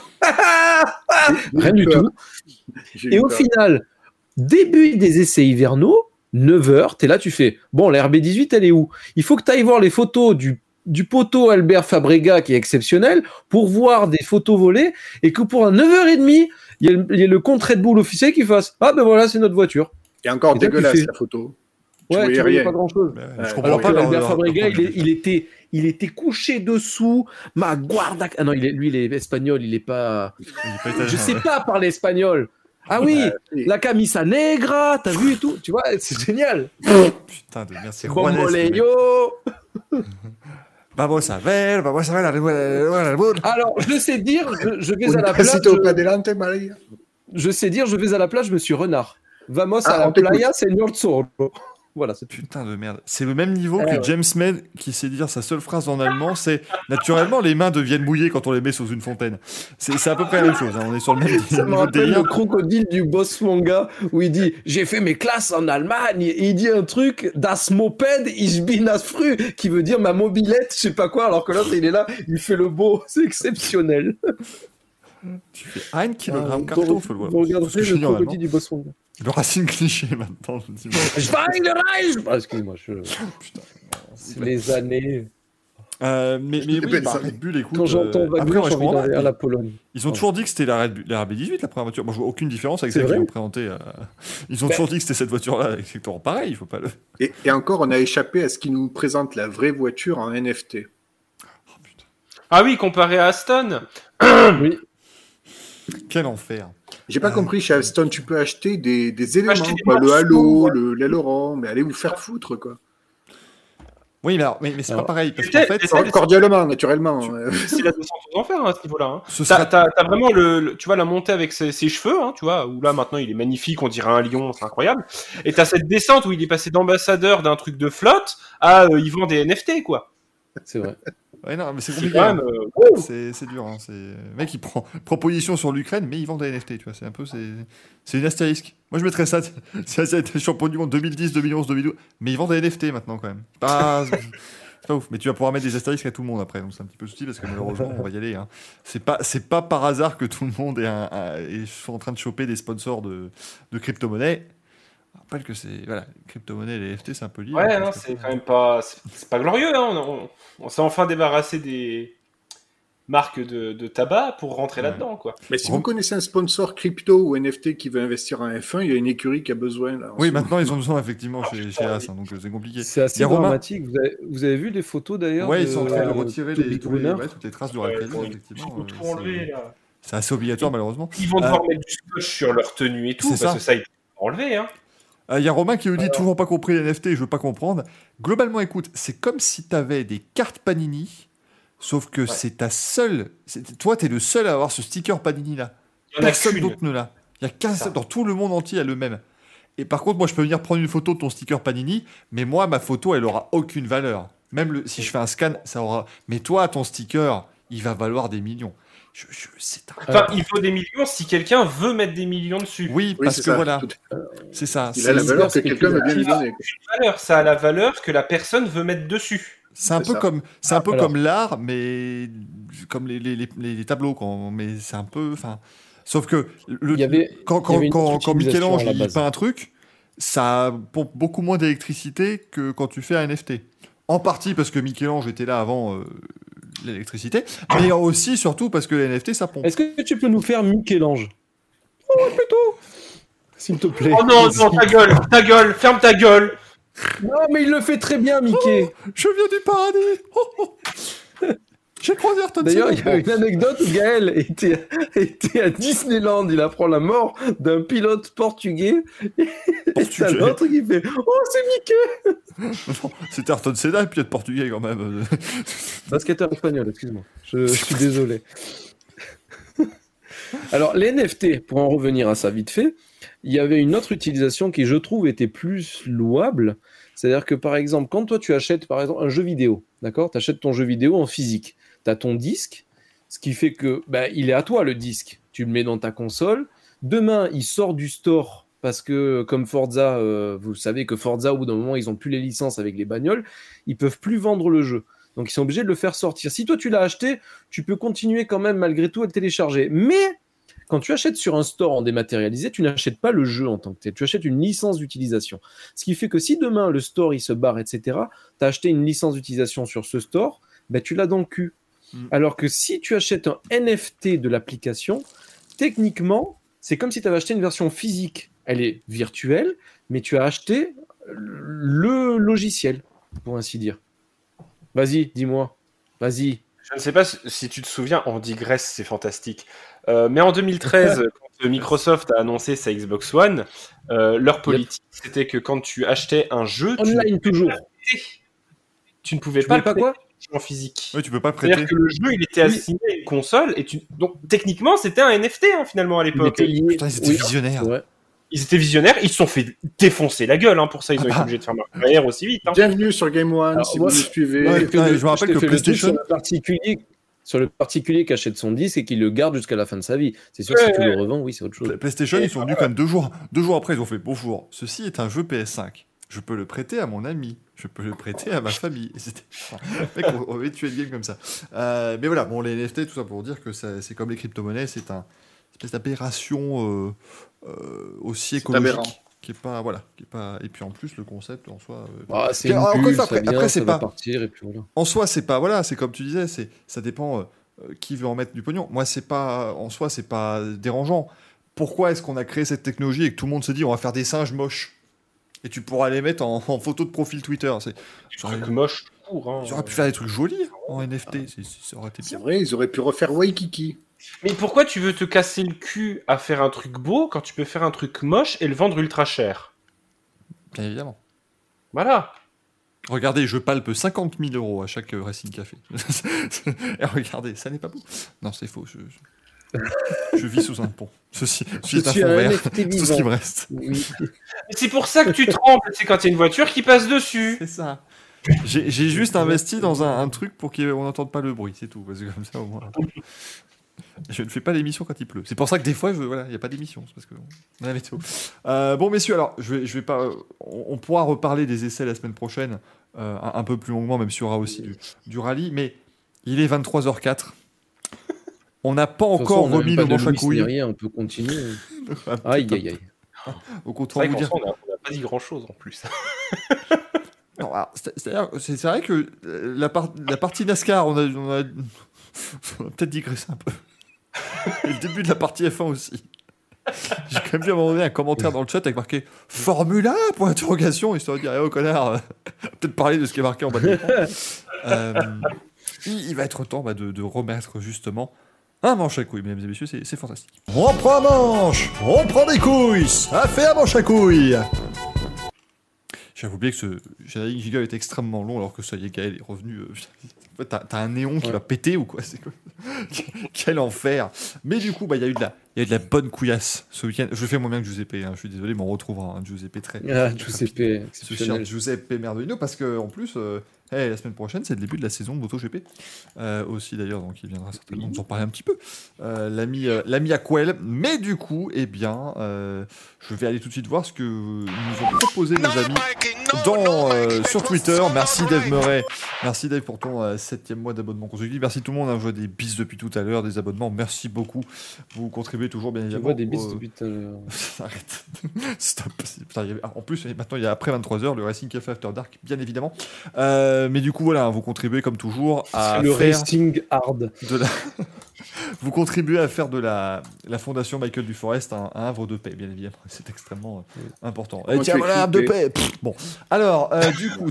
Rien du tout. J'ai Et eu au peur. final, début des essais hivernaux, 9h, t'es là, tu fais, bon, la RB18, elle est où? Il faut que tu ailles voir les photos du poteau Albert Fabrega, qui est exceptionnel, pour voir des photos volées, et que pour un 9h30, il y a le compte Red Bull officiel qui fasse, ah ben voilà, c'est notre voiture. Et encore Et toi, tu dégueulasse fais- la photo. Tu Ouais, voyais tu voyais rien. pas grand-chose. Je comprends Alors pas. que leur- Albert leur- Fabrega, leur- il était couché dessous, ma guarda... Ah non, lui, il est espagnol, il est pas... il est pas italien, Je sais ouais. pas parler espagnol. Ah oui, la camisa negra, t'as vu et tout, tu vois, c'est génial. Putain de merde, c'est Juanes, le mec. Bomboleyo. Vamos a ver la Red Bull. Alors, je sais dire, je vais Un à la plage, pasito pa delante, Maria. je sais dire, je vais à la plage, je suis renard. Vamos Ah, à la on t'écoute. playa, señor Zorro. Voilà, c'est tout. Putain de merde. C'est le même niveau que ouais. James May qui sait dire sa seule phrase en allemand, c'est naturellement les mains deviennent mouillées quand on les met sous une fontaine. C'est à peu près la même chose. Hein. On est sur le même Ça me niveau de rappelle le délire. crocodile du boss manga où il dit j'ai fait mes classes en Allemagne et il dit un truc das Moped ich bin das Fru qui veut dire ma mobilette je sais pas quoi alors que l'autre il est là il fait le beau c'est exceptionnel. Tu fais 1 kg Donc, Kartoffel. vous Voilà. regarderez Parce que je le suis nul en crocodile allemand. du boss manga. Le Racing cliché maintenant. Je me dis, Je vais le Reich. Ah, excusez-moi putain. c'est les années Mais oui, belles bah, années. Red Bull, écoute. quand j'entends après, vaguement moi, j'ai je envie comprends d'aller pas. à la Pologne. Ils ont toujours dit que c'était la RB18, la première voiture. Moi, je vois aucune différence avec C'est celle qu'ils vrai ont présentée. Ils ont toujours dit que c'était cette voiture-là, exactement pareil. Il faut pas le. Et encore, on a échappé à ce qui nous présente la vraie voiture en NFT. Oh, putain. Ah oui, comparé à Aston. Oui. Quel enfer. J'ai pas compris, chez Aston, tu peux acheter des éléments, Acheter des quoi, le morceaux, halo, ouais. l'aileron, mais allez vous faire foutre, quoi. Oui, mais c'est pas Alors, pareil. Parce C'était- qu'en fait, c'était- Cordialement, naturellement. C'est la descente aux enfers hein, à ce niveau-là. Hein. ce sera. T'as vraiment tu vois la montée avec ses cheveux, hein, tu vois, où là maintenant il est magnifique, on dirait un lion, c'est incroyable. Et t'as cette descente où il est passé d'ambassadeur d'un truc de flotte à il vend des NFT quoi. C'est vrai. Ouais, non, mais c'est C'est compliqué. quand même. hein. C'est dur. Hein. Le mec, il prend position sur l'Ukraine, mais il vend des NFT. Tu vois, c'est une astérisque. Moi, je mettrais ça. Ça a été champion du monde 2010, 2011, 2012. Mais ils vendent des NFT maintenant, quand même. C'est pas ouf, mais tu vas pouvoir mettre des astérisques à tout le monde après, donc c'est un petit peu le souci parce que malheureusement on va y aller. Hein. C'est pas par hasard que tout le monde est en train de choper des sponsors de crypto-monnaies. Je rappelle que c'est voilà, les crypto-monnaies et les NFT c'est un peu lié. Ouais, hein, non, parce que c'est quand même pas, c'est pas glorieux. Hein. On s'est enfin débarrassé des marques de tabac pour rentrer Ouais. là-dedans, quoi. Mais si vous connaissez un sponsor crypto ou NFT qui veut investir en F1, il y a une écurie qui a besoin. Là, en Oui, ce maintenant ils ont besoin effectivement chez putain, As, hein, donc c'est compliqué. C'est assez Il y a Romain- dramatique. Vous avez vu les photos d'ailleurs Ouais, de ils sont en train de retirer Toby Grooner toutes les traces de Ouais, Ralph faut effectivement. tout enlever, là. C'est assez obligatoire malheureusement. Ils vont devoir mettre du scotch sur leur tenue et tout, C'est parce ça. que ça, ils peuvent enlever, hein. Il y a Romain qui nous dit toujours pas compris les NFT, je veux pas comprendre. Globalement, écoute, c'est comme si tu avais des cartes Panini, sauf que c'est ta seule. Toi, t'es le seul à avoir ce sticker Panini là. Il y en a Personne qu'une. d'autre ne l'a. Il y a qu'un Ça. seul dans tout le monde entier, il y a le même. Et par contre, moi, je peux venir prendre une photo de ton sticker Panini, mais moi, ma photo, elle aura aucune valeur. Même si je fais un scan, ça aura. Mais toi, ton sticker, il va valoir des millions. C'est un. Enfin, il faut des millions si quelqu'un veut mettre des millions dessus. Oui, Oui, parce c'est que ça. voilà, Tout- c'est ça. Il a la C'est- valeur que quelqu'un veut bien lui donner. Valeur, ça a la valeur que la personne veut mettre dessus. C'est un C'est peu ça. comme, c'est un peu Alors. comme l'art, mais comme les tableaux, mais c'est un peu, enfin, sauf que Il y avait une autre quand utilisation Michel-Ange à la il base. peint un truc, ça pompe beaucoup moins d'électricité que quand tu fais un NFT. En partie parce que Michel-Ange était là avant l'électricité, mais aussi surtout parce que les NFT ça pompe. Est-ce que tu peux nous faire Michel-Ange? Oh, plutôt. S'il te plaît. Oh non, non, ta gueule, ferme ta gueule. Non, mais il le fait très bien, Mickey. Je viens du paradis. Oh, oh. J'ai croisé Ayrton D'ailleurs, il y Senna. a une anecdote où Gaël était à Disneyland. Il apprend la mort d'un pilote portugais. Et t'as l'autre qui fait « Oh, c'est Mickey !» Non, c'était Ayrton Senna et puis être portugais quand même. Basketteur espagnol, excuse-moi. Je suis désolé. Alors, les NFT, pour en revenir à ça vite fait, il y avait une autre utilisation qui, je trouve, était plus louable. C'est-à-dire que, par exemple, quand toi, tu achètes, par exemple, un jeu vidéo, d'accord ? Tu achètes ton jeu vidéo en physique. Tu as ton disque, ce qui fait que il est à toi, le disque. Tu le mets dans ta console. Demain, il sort du store parce que, comme Forza, vous savez que Forza, au bout d'un moment, ils n'ont plus les licences avec les bagnoles. Ils peuvent plus vendre le jeu. Donc, ils sont obligés de le faire sortir. Si toi, tu l'as acheté, tu peux continuer quand même, malgré tout, à le télécharger. Mais quand tu achètes sur un store en dématérialisé, tu n'achètes pas le jeu en tant que tel. Tu achètes une licence d'utilisation. Ce qui fait que si demain, le store, il se barre, etc., tu as acheté une licence d'utilisation sur ce store, tu l'as dans le cul. Alors que si tu achètes un NFT de l'application, techniquement, c'est comme si tu avais acheté une version physique. Elle est virtuelle, mais tu as acheté le logiciel, pour ainsi dire. Vas-y, dis-moi. Vas-y. Je ne sais pas si tu te souviens, on digresse, c'est fantastique. Mais en 2013, quand Microsoft a annoncé sa Xbox One, leur politique, c'était que quand tu achetais un jeu, Online toujours. tu ne pouvais Tu pas voulais pas quoi en physique. Oui, tu peux pas prêter. C'est-à-dire que le jeu, il était assigné à une console, et donc techniquement, c'était un NFT finalement à Il l'époque. était lié. Putain, ils étaient Oui, visionnaires. c'est vrai. Ils étaient visionnaires, ils se sont fait défoncer la gueule pour ça, ils ont été obligés de faire leur carrière aussi vite. Bienvenue sur Game One, Alors, si moi, vous nous suivez. Ouais, Je je me rappelle t'ai que fait le truc PlayStation- sur le particulier qui achète son disque et qui le garde jusqu'à la fin de sa vie. C'est sûr que si tu le revends, oui, c'est autre chose. PlayStation, ils sont venus quand même 2 jours. 2 jours après, ils ont fait bonjour. Ceci est un jeu PS5. Je peux le prêter à mon ami. Je peux le prêter à ma famille. Et c'était. Mec, on va tuer le game comme ça. Mais voilà, bon, les NFT, tout ça pour dire que c'est comme les crypto-monnaies, c'est une espèce d'aberration aussi C'est écologique. aberrant. Qui est pas, voilà, qui est pas. Et puis en plus, le concept en soi. C'est Alors, une encore une bulle, fois, ça vient, après, ça c'est va pas- partir et puis voilà. En soi, c'est pas, voilà, c'est comme tu disais, ça dépend qui veut en mettre du pognon. Moi, c'est pas, en soi, c'est pas dérangeant. Pourquoi est-ce qu'on a créé cette technologie et que tout le monde se dit on va faire des singes moches et tu pourras les mettre en photo de profil Twitter. J'aurais Truc moche pour. j'aurais pu faire des trucs jolis en NFT, ça aurait été C'est bien. vrai, ils auraient pu refaire Waikiki. Mais pourquoi tu veux te casser le cul à faire un truc beau quand tu peux faire un truc moche et le vendre ultra cher? Bien évidemment. Voilà. Regardez, je palpe 50 000 € à chaque Racing Café. Et regardez, ça n'est pas beau. Non, c'est faux. Je vis sous un pont. Ceci est un suis fond un vert. NFT C'est tout ce qui vivant. me reste. Oui. Mais c'est pour ça que tu trembles, c'est quand il y a une voiture qui passe dessus. C'est ça. J'ai juste investi dans un truc pour qu'on n'entende pas le bruit, c'est tout. Parce que comme ça, au moins. Je ne fais pas l'émission quand il pleut. C'est pour ça que des fois, il n'y a pas d'émission. C'est parce que on a la météo. Bon, messieurs, alors, je vais pas. On pourra reparler des essais la semaine prochaine. un peu plus longuement, même s'il y aura aussi du rallye. Mais il est 23h04. On n'a pas encore remis nos manches à couilles. On peut continuer. Aïe, aïe, aïe. Donc autant vous dire. On n'a pas dit grand-chose en plus. Non, alors, c'est vrai que la partie NASCAR, on a peut-être digressé un peu. Et le début de la partie F1 aussi. J'ai quand même vu à un moment donné un commentaire dans le chat avec marqué Formule 1 pour interrogation, histoire de dire oh connard, peut-être parler de ce qui est marqué en bas de l'écran. Il va être temps de remettre justement un manche à couilles, mesdames et messieurs, c'est fantastique. On prend un manche, on prend des couilles, ça fait un manche à couilles. J'avais oublié que ce générique giga est extrêmement long alors que ça y est, Gaël est revenu. En fait, t'as un néon qui va péter ou quoi, c'est quoi. Quel enfer. Mais du coup, il y a eu de la bonne couillasse ce week-end. Je fais moins bien que Giuseppe, hein. Je suis désolé, mais on retrouvera Giuseppe très. Giuseppe, ce cher Giuseppe Merdolino, parce que en plus, la semaine prochaine, c'est le début de la saison de MotoGP aussi d'ailleurs, donc il viendra certainement nous en parler un petit peu. L'ami Aquel. Mais du coup, je vais aller tout de suite voir ce que nous ont proposé nos amis sur Twitter. Merci Dave Murray. Merci Dave pour ton 7e mois d'abonnement consécutif. Merci tout le monde. Je vois des bis depuis tout à l'heure, des abonnements. Merci beaucoup. Vous contribuez toujours bien évidemment. Je vois des bis depuis tout à l'heure. Arrête. Stop. En plus, maintenant il y a après 23h le Racing Café After Dark, bien évidemment. Mais du coup voilà, vous contribuez comme toujours à le faire Racing Hard. Vous contribuez à faire de la fondation Michael Duforest un havre de paix, bien évidemment. C'est extrêmement important. Et tiens, voilà, un havre de paix. Bon, alors, du coup...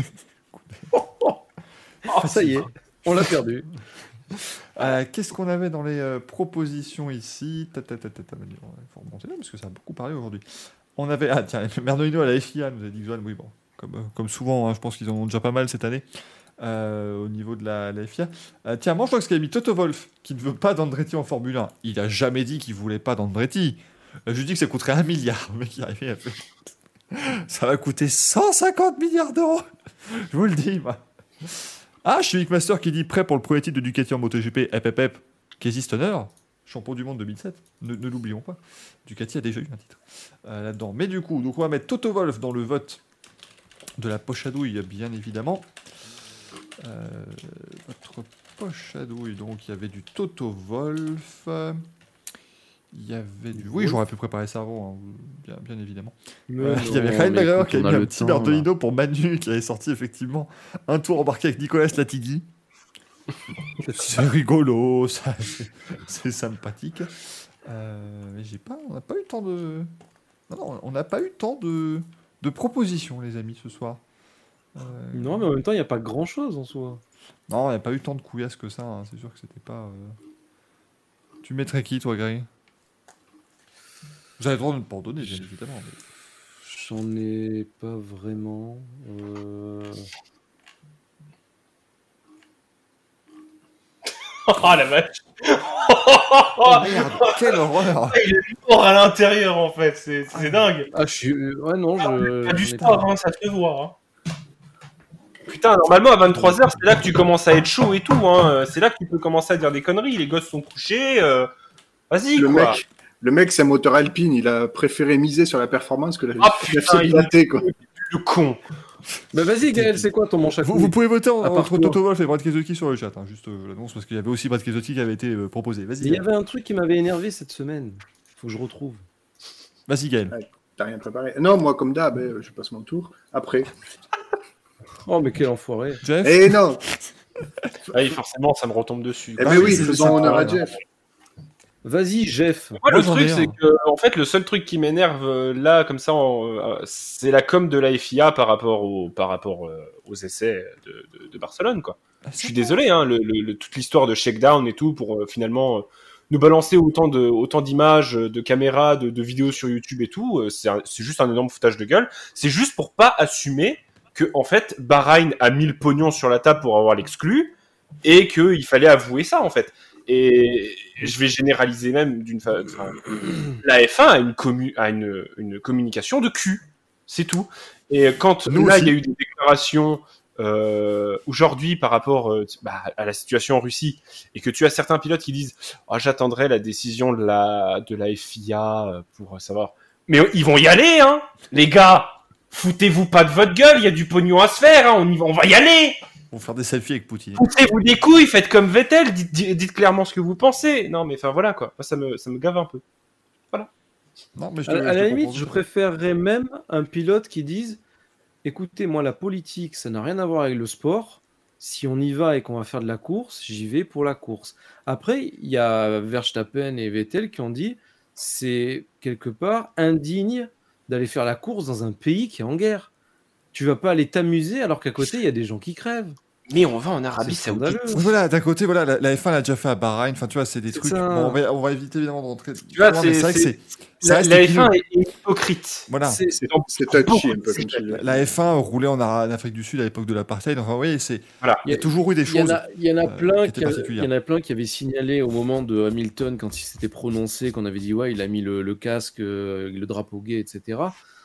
ça y est, on l'a perdu. Qu'est-ce qu'on avait dans les propositions ici? Il faut remonter là, parce que ça a beaucoup parlé aujourd'hui. On avait... Ah tiens, Merdolino à la FIA, nous a dit Johan, oui, bon, comme souvent, hein, je pense qu'ils en ont déjà pas mal cette année. Au niveau de la FIA. Tiens, moi je crois que ce qu'a mis Toto Wolff, qui ne veut pas d'Andretti en Formule 1, il a jamais dit qu'il voulait pas d'Andretti. Je lui dis que ça coûterait 1 milliard. Le mec, il arrivait à faire... Ça va coûter 150 milliards d'euros. Je vous le dis, moi. Ah, chez Master qui dit prêt pour le premier titre de Ducati en MotoGP. Casey Stoner, champion du monde 2007. Ne l'oublions pas. Ducati a déjà eu un titre là-dedans. Mais du coup, donc on va mettre Toto Wolff dans le vote de la poche à douille, bien évidemment. Votre poche à douille, donc il y avait du Toto Wolff, il y avait du... Oui, j'aurais pu préparer ça avant, hein, bien évidemment. Il y avait Ryan McGregor qui a mis un petit Merdolino pour Manu, qui avait sorti effectivement un tour embarqué avec Nicolas Latigui. C'est rigolo, ça, c'est sympathique. Mais on n'a pas eu tant de... Non, on n'a pas eu tant de propositions, les amis, ce soir. Non, mais en même temps, il n'y a pas grand-chose en soi. Non, il n'y a pas eu tant de couillasses que ça. Hein. C'est sûr que c'était pas... Tu mettrais qui, toi, Gary? Vous avez le droit de ne pas en donner, bien évidemment. Mais... J'en ai pas vraiment. Oh la vache. Oh merde, quelle horreur. Il est fort à l'intérieur en fait, c'est dingue. Ah, je suis... Ouais, non, T'as du sport, hein, ça te fait voir. Hein. Putain, normalement à 23h, c'est là que tu commences à être chaud et tout. Hein. C'est là que tu peux commencer à dire des conneries. Les gosses sont couchés. Vas-y, quoi. Le mec, c'est un moteur alpine. Il a préféré miser sur la performance que la fiabilité, quoi. Le con. Bah vas-y, Gaël, c'est quoi ton manche à couilles? Vous pouvez voter entre Toto Wolff et Brad Keselowski sur le chat. Hein, juste l'annonce, parce qu'il y avait aussi Brad Keselowski qui avait été proposé. Vas-y. Il y avait un truc qui m'avait énervé cette semaine. Faut que je retrouve. Vas-y, Gaël. Ouais, t'as rien préparé? Non, moi, comme d'hab, je passe mon tour. Après. Oh, mais quel enfoiré. Jeff? Eh non. Ah oui, forcément, ça me retombe dessus. Eh ben oui, faisons honneur à Jeff. Vas-y, Jeff. Moi, le truc, c'est que, en fait, le seul truc qui m'énerve là, comme ça, c'est la com de la FIA par rapport aux essais de Barcelone, quoi. Je suis désolé, hein, toute l'histoire de shakedown et tout pour finalement nous balancer autant d'images, de caméras, de vidéos sur YouTube et tout. C'est juste un énorme foutage de gueule. C'est juste pour pas assumer que, en fait, Bahreïn a mis le pognon sur la table pour avoir l'exclu et qu'il fallait avouer ça, en fait. Et je vais généraliser même la F1 a une communication de cul, c'est tout. Et quand il y a eu des déclarations aujourd'hui par rapport à la situation en Russie, et que tu as certains pilotes qui disent j'attendrai la décision de la FIA pour savoir. Mais ils vont y aller, hein, les gars. foutez-vous pas de votre gueule, il y a du pognon à se faire, hein, on va y aller. On va faire des selfies avec Poutine. Foutez-vous des couilles, faites comme Vettel, dites clairement ce que vous pensez. Non, mais enfin voilà quoi, ça me gave un peu. Non, mais À la limite, je préférerais même un pilote qui dise écoutez, moi, la politique, ça n'a rien à voir avec le sport. Si on y va et qu'on va faire de la course, j'y vais pour la course. Après, il y a Verstappen et Vettel qui ont dit c'est quelque part indigne d'aller faire la course dans un pays qui est en guerre. Tu vas pas aller t'amuser alors qu'à côté, il y a des gens qui crèvent. Mais on va en Arabie C'est Saoudite. scandaleux. Voilà, d'un côté, voilà, la F1 l'a déjà fait à Bahreïn. Enfin, tu vois, c'est des C'est trucs. ça. Bon, on va éviter évidemment de rentrer. Tu vois, Non, mais c'est vrai que ça La reste F1 épineux. est hypocrite. Voilà. C'est touchy un peu comme tu dis. La F1 roulait en Afrique du Sud à l'époque de l'apartheid. Enfin, oui, c'est. Voilà. Il y a toujours eu des Il y en choses. a, il y en a plein qui étaient particulières. il y en a plein qui avaient signalé au moment de Hamilton quand il s'était prononcé, qu'on avait dit ouais, il a mis le casque, le drapeau gay, etc.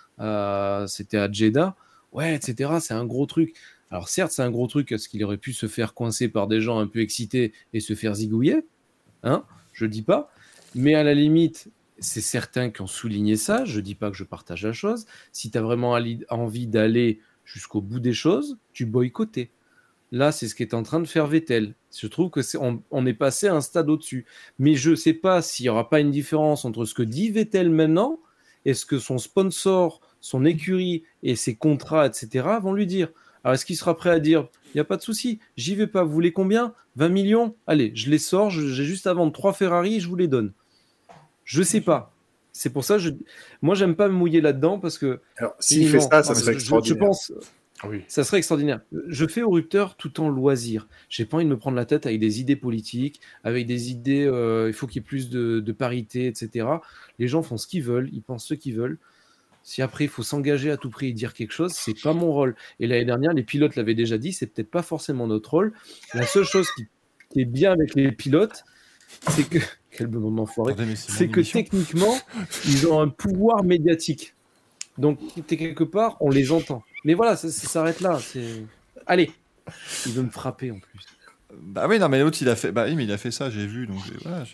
C'était à Jeddah, ouais, etc. C'est un gros truc. Alors certes, c'est un gros truc parce qu'il aurait pu se faire coincer par des gens un peu excités et se faire zigouiller, hein, je dis pas. Mais à la limite, c'est certains qui ont souligné ça. Je dis pas que je partage la chose. Si tu as vraiment envie d'aller jusqu'au bout des choses, tu boycottais. Là, c'est ce qu'est en train de faire Vettel. Je trouve que on est passé à un stade au-dessus. Mais je ne sais pas s'il n'y aura pas une différence entre ce que dit Vettel maintenant et ce que son sponsor, son écurie et ses contrats, etc. vont lui dire. Alors, est-ce qu'il sera prêt à dire il n'y a pas de souci, j'y vais pas, vous voulez combien 20 millions Allez, je les sors, j'ai juste à vendre 3 Ferrari, je vous les donne. Je sais pas. C'est pour ça, moi, j'aime pas me mouiller là-dedans parce que. Alors, s'il fait ça, ça serait extraordinaire. Je pense. Oui. Ça serait extraordinaire. Je fais au rupteur tout en loisir. J'ai pas envie de me prendre la tête avec des idées politiques, avec des idées, il faut qu'il y ait plus de parité, etc. Les gens font ce qu'ils veulent, ils pensent ce qu'ils veulent. Si après il faut s'engager à tout prix et dire quelque chose, c'est pas mon rôle. Et l'année dernière, les pilotes l'avaient déjà dit, c'est peut-être pas forcément notre rôle. La seule chose qui est bien avec les pilotes, c'est que quel bon moment foiré, c'est que techniquement, ils ont un pouvoir médiatique. Donc quelque part, on les entend. Mais voilà, ça s'arrête là. Allez, il veut me frapper en plus. Bah oui, non, mais l'autre, il a fait. Bah oui, mais il a fait ça, j'ai vu, donc voilà.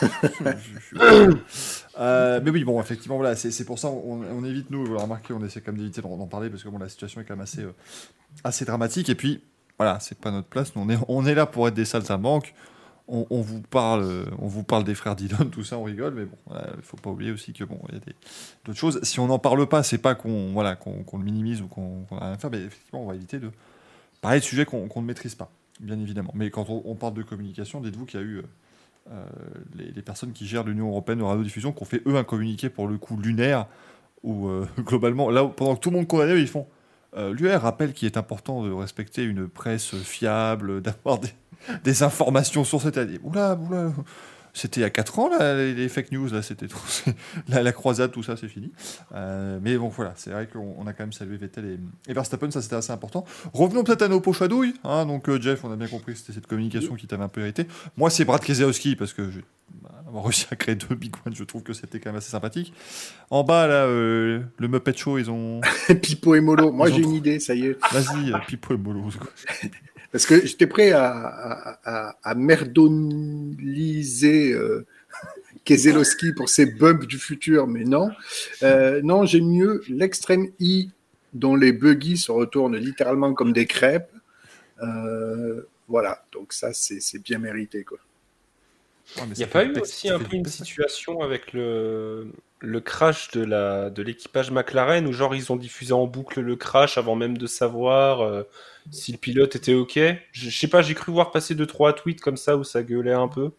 Mais oui, bon, effectivement, voilà, c'est pour ça, on évite, nous, vous l'avez remarqué, on essaie quand même d'éviter d'en parler, parce que bon, la situation est quand même assez dramatique, et puis, voilà, c'est pas notre place, nous, on est là pour être des saltimbanques, on vous parle des frères Dillon, tout ça, on rigole, mais bon, il faut pas oublier aussi que, bon, il y a d'autres choses. Si on n'en parle pas, c'est pas qu'on le minimise ou qu'on a rien à faire, mais effectivement, on va éviter de parler de sujets qu'on ne maîtrise pas. Bien évidemment. Mais quand on parle de communication, dites-vous qu'il y a eu les personnes qui gèrent l'Union européenne de radiodiffusion qui ont fait, eux, un communiqué pour le coup lunaire, où globalement, là, pendant que tout le monde condamnait, ils font l'UR rappelle qu'il est important de respecter une presse fiable, d'avoir des informations sur cette année. Oula, c'était il y a 4 ans, là, les fake news, là, c'était trop. La croisade, tout ça, c'est fini. Mais bon, voilà, c'est vrai qu'on a quand même salué Vettel et Verstappen, ça c'était assez important. Revenons peut-être à nos poches à douille. Hein, donc, Jeff, on a bien compris que c'était cette communication qui t'avait un peu irrité. Moi, c'est Brad Keselowski, parce que avoir réussi à créer 2 Big One, je trouve que c'était quand même assez sympathique. En bas, là, le Muppet Show, ils ont. Pipo et Molo. Moi, j'ai une idée, ça y est. Vas-y, Pipo et Molo. Parce que j'étais prêt à merdoliser Keselowski pour ses bumps du futur, mais non. Non, j'aime mieux l'extrême I, dont les buggy se retournent littéralement comme des crêpes. Voilà, donc ça, c'est bien mérité, quoi. Ouais, il n'y a pas eu aussi un peu une situation avec le crash de l'équipage McLaren où genre ils ont diffusé en boucle le crash avant même de savoir si le pilote était ok. Je sais pas, j'ai cru voir passer 2-3 tweets comme ça où ça gueulait un peu.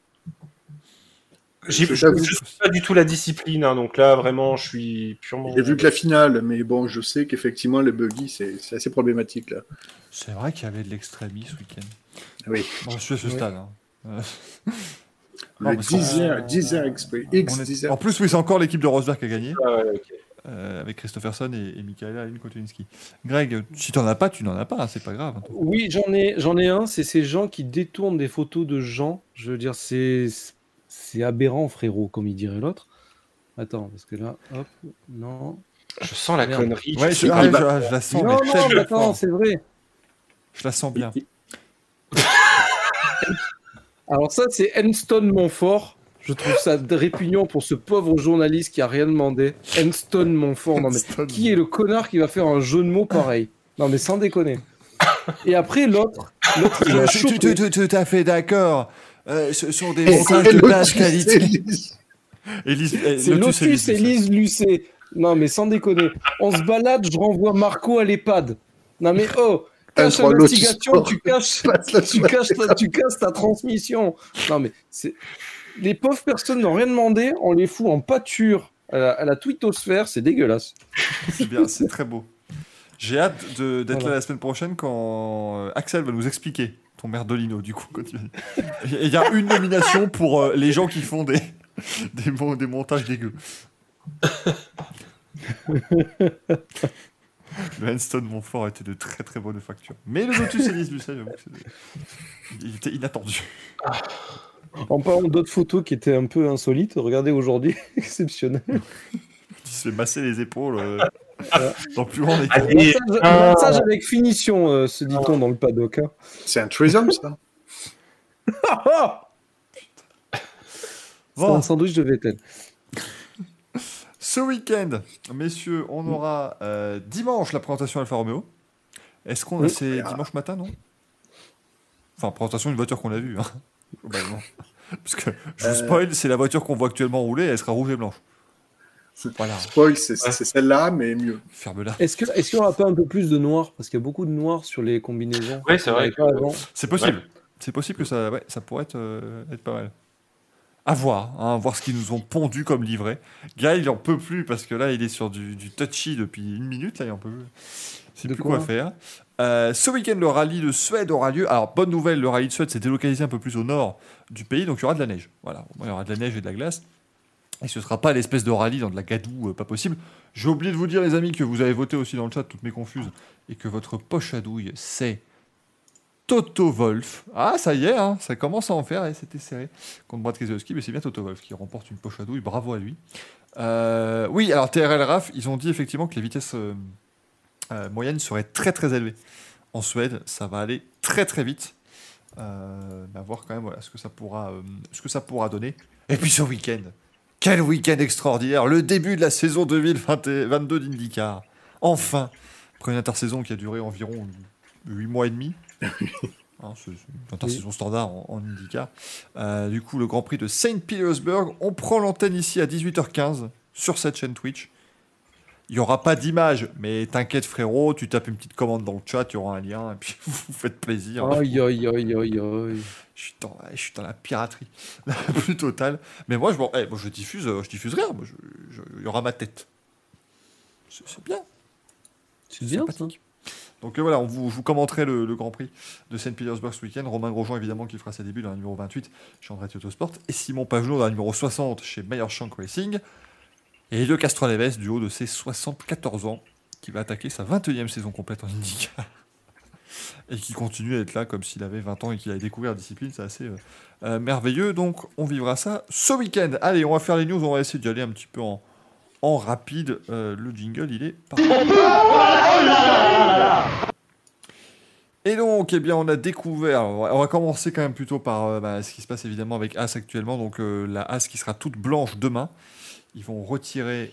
Je suis pas du tout la discipline, hein, donc là vraiment je suis purement. J'ai vu que la finale, mais bon, je sais qu'effectivement le buggy c'est assez problématique là. C'est vrai qu'il y avait de l'extrémisme ce week-end. Oui. Bon, je suis à ce stade. Hein. Le 10 exprès. En plus, oui, c'est encore l'équipe de Rosberg qui a gagné. Ah ouais, okay. Avec Christopherson et Michaela Kotulinski. Greg, si t'en as pas, tu n'en as pas, hein, c'est pas grave. Hein, oui, j'en ai un, c'est ces gens qui détournent des photos de gens. Je veux dire, c'est aberrant, frérot, comme il dirait l'autre. Attends, parce que là, hop, non. Je sens la connerie. Ouais, je la sens. Non, attends, c'est vrai. Je la sens bien. Alors ça, c'est Enston Montfort. Je trouve ça répugnant pour ce pauvre journaliste qui a rien demandé. Enston Montfort. Non mais qui est le connard qui va faire un jeu de mots pareil? Non mais sans déconner. Et après l'autre qui m'a choqué. Tout à fait d'accord. Ce sont des montages de basse qualité. C'est Lotus Élise Lucet. Non mais sans déconner. On se balade, je renvoie Marco à l'EHPAD. Non mais oh, cache l'investigation, tu casses ta transmission. Non mais c'est... Les pauvres personnes n'ont rien demandé, on les fout en pâture à la twittosphère, c'est dégueulasse. C'est bien, c'est très beau. J'ai hâte d'être là la semaine prochaine quand Axel va nous expliquer ton merdolino, du coup. Il y a une nomination pour les gens qui font des montages dégueux. Le Enston Montfort était de très très bonne facture. Mais le Lotus Élise Lucet, j'avoue que il était inattendu. En parlant d'autres photos qui étaient un peu insolites, regardez aujourd'hui, exceptionnel. Il se fait masser les épaules dans plus grand écart. Massage avec finition, se dit-on dans le paddock. Hein. C'est un threesome, ça. C'est un sandwich de Vettel. Ce week-end, messieurs, on aura dimanche la présentation Alfa Romeo. Est-ce qu'on c'est dimanche matin, non? Enfin, présentation d'une voiture qu'on a vue, hein, globalement. Parce que, je vous spoil, c'est la voiture qu'on voit actuellement rouler, elle sera rouge et blanche. Voilà. Spoil, c'est celle-là, mais mieux. Ferme-la. Est-ce qu'il n'y aura pas un peu plus de noir? Parce qu'il y a beaucoup de noir sur les combinaisons. Oui, c'est vrai. C'est possible. Ouais. C'est possible que ça pourrait être pas mal. À voir, hein, voir ce qu'ils nous ont pondu comme livret. Gaël, il en peut plus parce que là, il est sur du touchy depuis une minute. Là, il en peut plus. C'est plus quoi faire. Ce week-end, le rallye de Suède aura lieu. Alors, bonne nouvelle, le rallye de Suède s'est délocalisé un peu plus au nord du pays, donc il y aura de la neige. Voilà, il y aura de la neige et de la glace. Et ce ne sera pas l'espèce de rallye dans de la gadoue, pas possible. J'ai oublié de vous dire, les amis, que vous avez voté aussi dans le chat, toutes mes confuses, et que votre poche à douille, c'est Toto Wolff. Ah, ça y est, hein, ça commence à en faire, et c'était serré contre Brad Keselowski, mais c'est bien Toto Wolff qui remporte une poche à douille, bravo à lui. Oui, alors TRL RAF, ils ont dit effectivement que les vitesses moyennes seraient très très élevées. En Suède, ça va aller très très vite. À voir quand même voilà, ce que ça pourra donner. Et puis ce week-end, quel week-end extraordinaire, le début de la saison 2022 d'IndyCar. Enfin, après une intersaison qui a duré environ 8 mois et demi. Hein, c'est une intersaison standard en IndyCar. Du coup, le Grand Prix de Saint Petersburg, on prend l'antenne ici à 18h15 sur cette chaîne Twitch. Il n'y aura pas d'image, mais t'inquiète frérot, tu tapes une petite commande dans le chat, il y aura un lien, et puis vous vous faites plaisir. Aïe, aïe, aïe, aïe, aïe. Je suis dans la piraterie la plus totale. Mais moi, je diffuse rien. Il y aura ma tête. C'est bien. C'est bien, sympathique. Donc voilà, je vous commenterai le Grand Prix de Saint Petersburg ce week-end. Romain Grosjean, évidemment, qui fera ses débuts dans la numéro 28 chez Andretti Autosport. Et Simon Pagenaud dans la numéro 60 chez Meyer Shank Racing. Et Elio Castroneves, du haut de ses 74 ans, qui va attaquer sa 21e saison complète en IndyCar. Et qui continue à être là comme s'il avait 20 ans et qu'il allait découvrir la discipline. C'est assez merveilleux. Donc, on vivra ça ce week-end. Allez, on va faire les news. On va essayer d'y aller un petit peu en rapide. Le jingle, il est parti. Et donc, eh bien, on a découvert... On va commencer quand même plutôt par ce qui se passe évidemment avec As actuellement. Donc, la As qui sera toute blanche demain. Ils vont retirer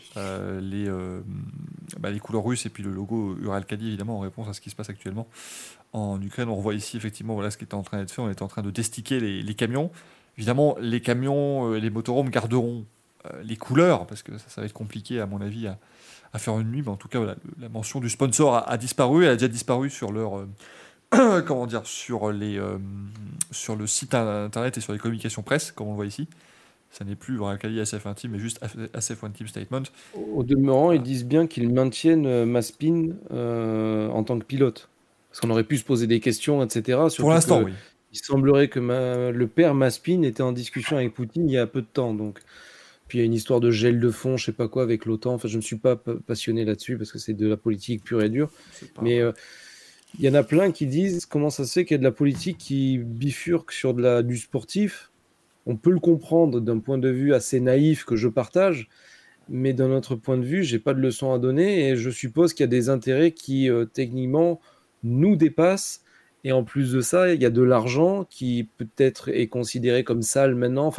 les couleurs russes et puis le logo Uralkali, évidemment, en réponse à ce qui se passe actuellement en Ukraine. On revoit ici, effectivement, voilà ce qui était en train d'être fait. On était en train de destiquer les camions. Évidemment, les camions, les motorhomes garderont les couleurs, parce que ça va être compliqué, à mon avis, à faire une nuit. Mais en tout cas, voilà, la mention du sponsor a disparu. Elle a déjà disparu sur leur... sur le site internet et sur les communications presse, comme on le voit ici. Ça n'est plus Uralkali SF1 Team, mais juste SF1 Team Statement. Au demeurant, ils disent bien qu'ils maintiennent Maspin en tant que pilote. Parce qu'on aurait pu se poser des questions, etc. Pour l'instant, oui. Il semblerait que le père Maspin était en discussion avec Poutine il y a peu de temps. Donc. Puis il y a une histoire de gel de fonds, je sais pas quoi, avec l'OTAN. Enfin, je ne suis pas passionné là-dessus parce que c'est de la politique pure et dure. Mais il y en a plein qui disent comment ça se fait qu'il y a de la politique qui bifurque sur du sportif. On peut le comprendre d'un point de vue assez naïf que je partage, mais d'un autre point de vue, j'ai pas de leçon à donner et je suppose qu'il y a des intérêts qui techniquement nous dépassent. Et en plus de ça, il y a de l'argent qui peut-être est considéré comme sale maintenant. Enfin,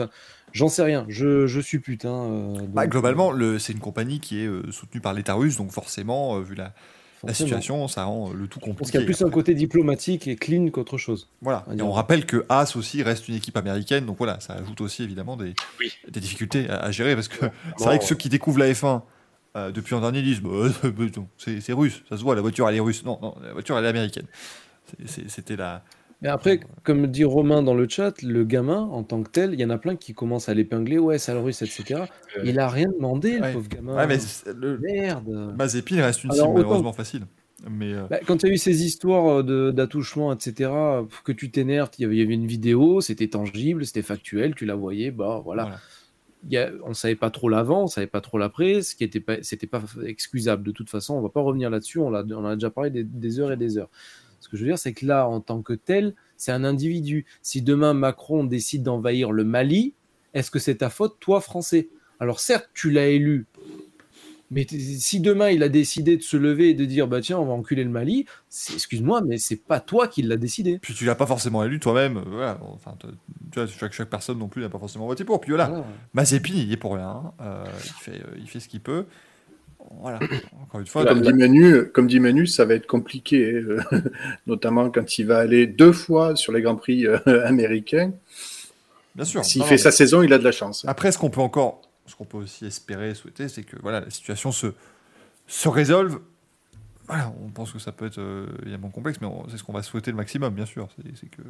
J'en sais rien, je suppute. Bah, globalement, c'est une compagnie qui est soutenue par l'État russe, donc forcément, vu la situation, ça rend le tout compliqué. Je pense qu'il y a plus un après. côté diplomatique et clean qu'autre chose. Voilà. à Et dire. on rappelle que Haas aussi reste une équipe américaine, donc voilà, ça ajoute aussi évidemment des difficultés à gérer, parce que c'est vrai que ceux qui découvrent la F1 depuis l'an dernier disent non, c'est russe, ça se voit, la voiture elle est russe. Non, la voiture elle est américaine. C'était la... Mais après, comme dit Romain dans le chat, le gamin, en tant que tel, il y en a plein qui commencent à l'épingler, ouais, sale russe, etc. Il a rien demandé, le Ouais. pauvre gamin. Ouais, mais Merde. Mazepin reste une Alors, cible autant- malheureusement facile. Mais Quand il y a eu ces histoires d'attouchement, etc., que tu t'énerves, il y avait une vidéo, c'était tangible, c'était factuel, tu la voyais, bah voilà. On savait pas trop l'avant, on savait pas trop l'après, c'était pas excusable de toute façon, on va pas revenir là-dessus, on a déjà parlé des heures et des heures. Ce que je veux dire, c'est que là, en tant que tel, c'est un individu. Si demain Macron décide d'envahir le Mali, est-ce que c'est ta faute, toi, Français? Alors certes, tu l'as élu, mais si demain il a décidé de se lever et de dire bah tiens, on va enculer le Mali, excuse-moi, mais c'est pas toi qui l'as décidé. puis tu l'as pas forcément élu toi-même. Voilà. Enfin, tu vois, chaque personne non plus n'a pas forcément voté pour. Puis voilà, Voilà. Mazepin il y est pour rien. Il fait ce qu'il peut. Voilà. Encore une fois, Comme dit Manu, ça va être compliqué, notamment quand il va aller 2 fois sur les Grands Prix américains. bien sûr. S'il Non, fait mais- sa saison, il a de la chance. Après, ce qu'on peut aussi espérer, souhaiter, c'est que voilà, la situation se résolve. Voilà, on pense que ça peut être évidemment complexe, mais c'est ce qu'on va souhaiter le maximum, bien sûr. C'est que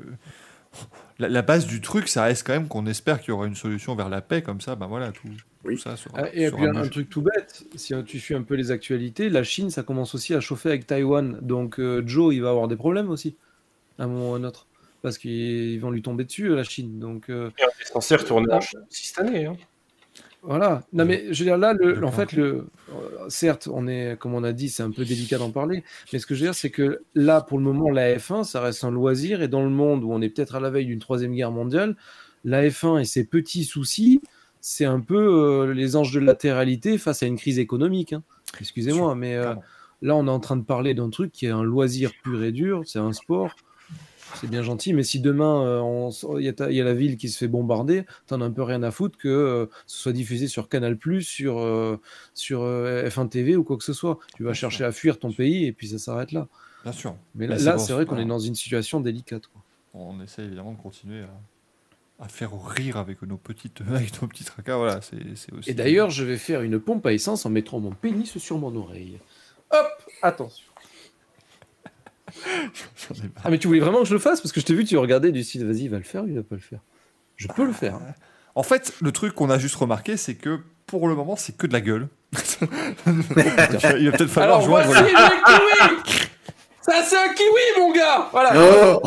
la base du truc, ça reste quand même qu'on espère qu'il y aura une solution vers la paix, comme ça, ben voilà, tout ça sera. Et sera puis un mieux. truc tout bête, si tu suis un peu les actualités, la Chine, ça commence aussi à chauffer avec Taïwan. Donc Joe, il va avoir des problèmes aussi, à un moment ou à un autre. Parce qu'ils vont lui tomber dessus, la Chine. Donc, Et on est censé retourner en Chine aussi cette année. Hein. voilà. Non, mais je veux dire, là, en fait, certes, comme on a dit, c'est un peu délicat d'en parler. Mais ce que je veux dire, c'est que là, pour le moment, la F1, ça reste un loisir. Et dans le monde où on est peut-être à la veille d'une 3e guerre mondiale, la F1 et ses petits soucis, c'est un peu les anges de latéralité face à une crise économique. Hein. Excusez-moi, mais là, on est en train de parler d'un truc qui est un loisir pur et dur. C'est un sport. C'est bien gentil, mais si demain il y a la ville qui se fait bombarder, t'en as un peu rien à foutre que ce soit diffusé sur Canal+, sur F1 TV ou quoi que ce soit. Tu vas chercher à fuir ton pays et puis ça s'arrête là. Bien sûr. Mais Mais là, bon, c'est vrai qu'on voilà. est dans une situation délicate. Quoi. On essaie évidemment de continuer à faire rire avec nos petits tracas. Voilà, c'est aussi. Et d'ailleurs, je vais faire une pompe à essence en mettant mon pénis sur mon oreille. Hop, attention. J'en ai marre. Ah mais tu voulais vraiment que je le fasse? Parce que je t'ai vu, tu regardais du site, vas-y, il va le faire ou il va pas le faire? Je peux le faire. Hein. En fait, le truc qu'on a juste remarqué, c'est que pour le moment, c'est que de la gueule. Il va peut-être falloir Alors joindre. voici le kiwi. Ça c'est un kiwi mon gars. Voilà. Oh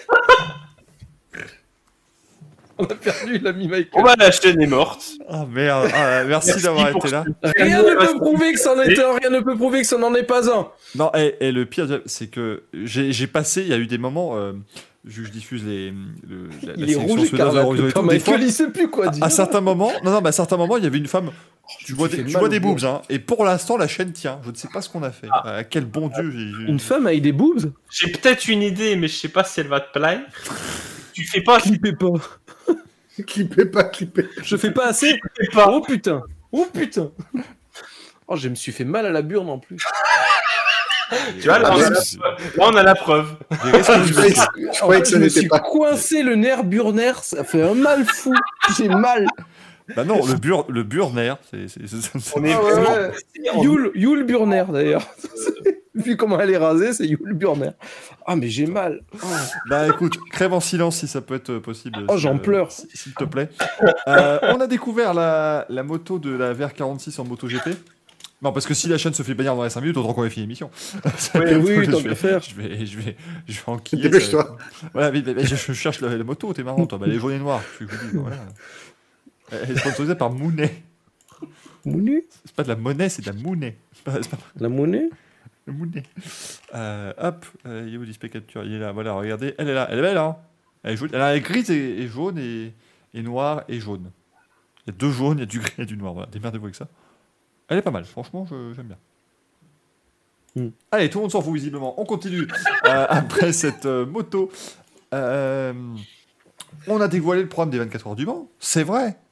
On a perdu l'ami Michael. Bon bah la chaîne est morte. Ah merde, merci Merci d'avoir pour été là. Rien ne peut prouver que c'en est un, rien ne peut prouver que ça n'en est pas un. Non, et le pire, c'est que j'ai passé, il y a eu des moments, je diffuse la Il est sélection rouge suédoise car Eurovision et tout, des fois, Michael il sait plus quoi dire. à certains moments, mais à certains moments, il y avait une femme. Tu vois fais des mal au boobs, bourge. hein, et pour l'instant, la chaîne tient. Je ne sais pas ce qu'on a fait. Quel bon Dieu. Une femme avec des boobs? J'ai peut-être une idée, mais je sais pas si elle va te plaire. Tu fais pas. Clippez pas. Clippez pas. Je fais pas assez. pas. Oh putain. Oh putain. Oh, je me suis fait mal à la burne en plus. Tu vois, là, on a la preuve. Je croyais que Je ça me n'était suis pas. coincé le nerf burnaire, ça fait un mal fou. J'ai mal. Bah non, le burner, c'est. On est Ah ouais, vraiment. ouais. Yul Burner d'ailleurs. Vu comment elle est rasée, c'est Yul Burner. Ah mais j'ai mal. Oh. Bah écoute, crève en silence si ça peut être possible. Oh, j'en pleure. S'il te plaît. On a découvert la moto de la VR46 en MotoGP. Non, parce que si la chaîne se fait bannir dans les 5 minutes, autant qu'on ait fini l'émission. Oui, tant qu'à faire. Je vais enquiller. Dépêche-toi. Voilà, mais je cherche la moto, t'es marrant, toi. Bah, les jaunes et noirs, je vous dis, voilà. Elle est sponsorisée par Mounet. Mounet. C'est pas de la monnaie, c'est de la Mounet. C'est pas La monnaie. le Mounet. Hop, il est où display capture? Il est là, voilà, regardez. Elle est là, elle est belle, hein. Elle est jolie. Elle est grise et jaune et noire et jaune. Il y a 2 jaunes, il y a du gris et du noir. Voilà, démerdez-vous avec ça. Elle est pas mal, franchement, j'aime bien. Allez, tout le monde s'en fout visiblement. On continue. Après cette moto, on a dévoilé le programme des 24 heures du Mans. C'est vrai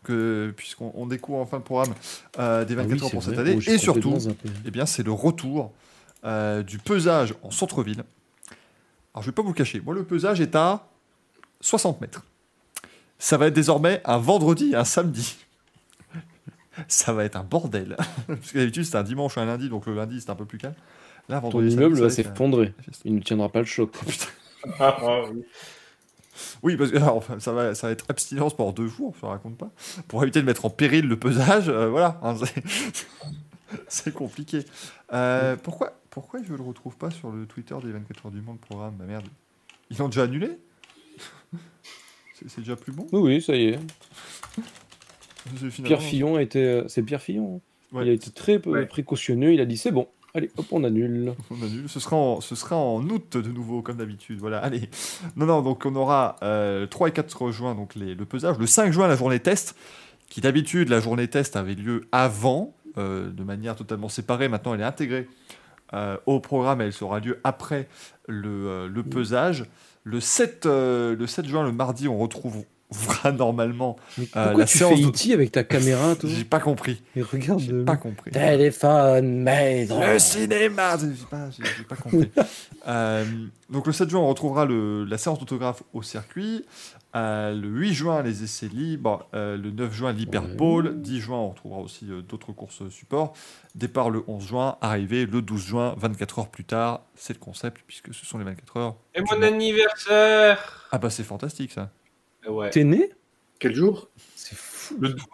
puisqu'on découvre enfin le programme des 24 heures pour cette vrai. année. Oh, j'ai Et surtout, complètement zappé. eh bien, c'est le retour du pesage en centre-ville. Alors, je vais pas vous le cacher. Moi, le pesage est à 60 mètres. Ça va être désormais un vendredi et un samedi. Ça va être un bordel. Parce que d'habitude, c'était un dimanche ou un lundi, donc le lundi, c'était un peu plus calme. Là, Ton vendredi et immeuble samedi, va ça va être, s'effondrer. la fiesta. Il ne tiendra pas le choc. Oui. Oui, parce que alors, ça va être abstinence pendant 2 jours, je ne raconte pas. Pour éviter de mettre en péril le pesage, voilà. Hein, c'est compliqué. Pourquoi je ne le retrouve pas sur le Twitter des 24 heures du Mans, le programme? Bah merde. Ils l'ont déjà annulé? C'est déjà plus bon? Oui, ça y est. Finalement- Pierre Fillon a été. C'est Pierre Fillon. Hein. Ouais. Il a été très Ouais. précautionneux. Il a dit c'est bon. Allez, hop, on annule. On annule. Ce sera en août de nouveau, comme d'habitude. Voilà, allez. Non, donc on aura 3 et 4 juin, donc le pesage. Le 5 juin, la journée test, qui d'habitude, la journée test avait lieu avant, de manière totalement séparée. Maintenant, elle est intégrée au programme. Elle aura lieu après le pesage. Le 7 juin, le mardi, on retrouvera normalement Mais la pourquoi tu séance fais de- E.T. avec ta caméra, toi J'ai pas compris. Et regarde. J'ai pas compris. Téléphone, maison. Le cinéma, j'ai pas compris. Donc le 7 juin, on retrouvera la séance d'autographe au circuit. Le 8 juin, les essais libres. Le 9 juin, l'hyperpole. 10 juin, on retrouvera aussi d'autres courses support. Départ le 11 juin, arrivée le 12 juin, 24 heures plus tard. C'est le concept, puisque ce sont les 24 heures. Et du mon Mans. anniversaire. Ah bah c'est fantastique ça. Ouais. T'es né Quel jour? C'est fou. Le 12.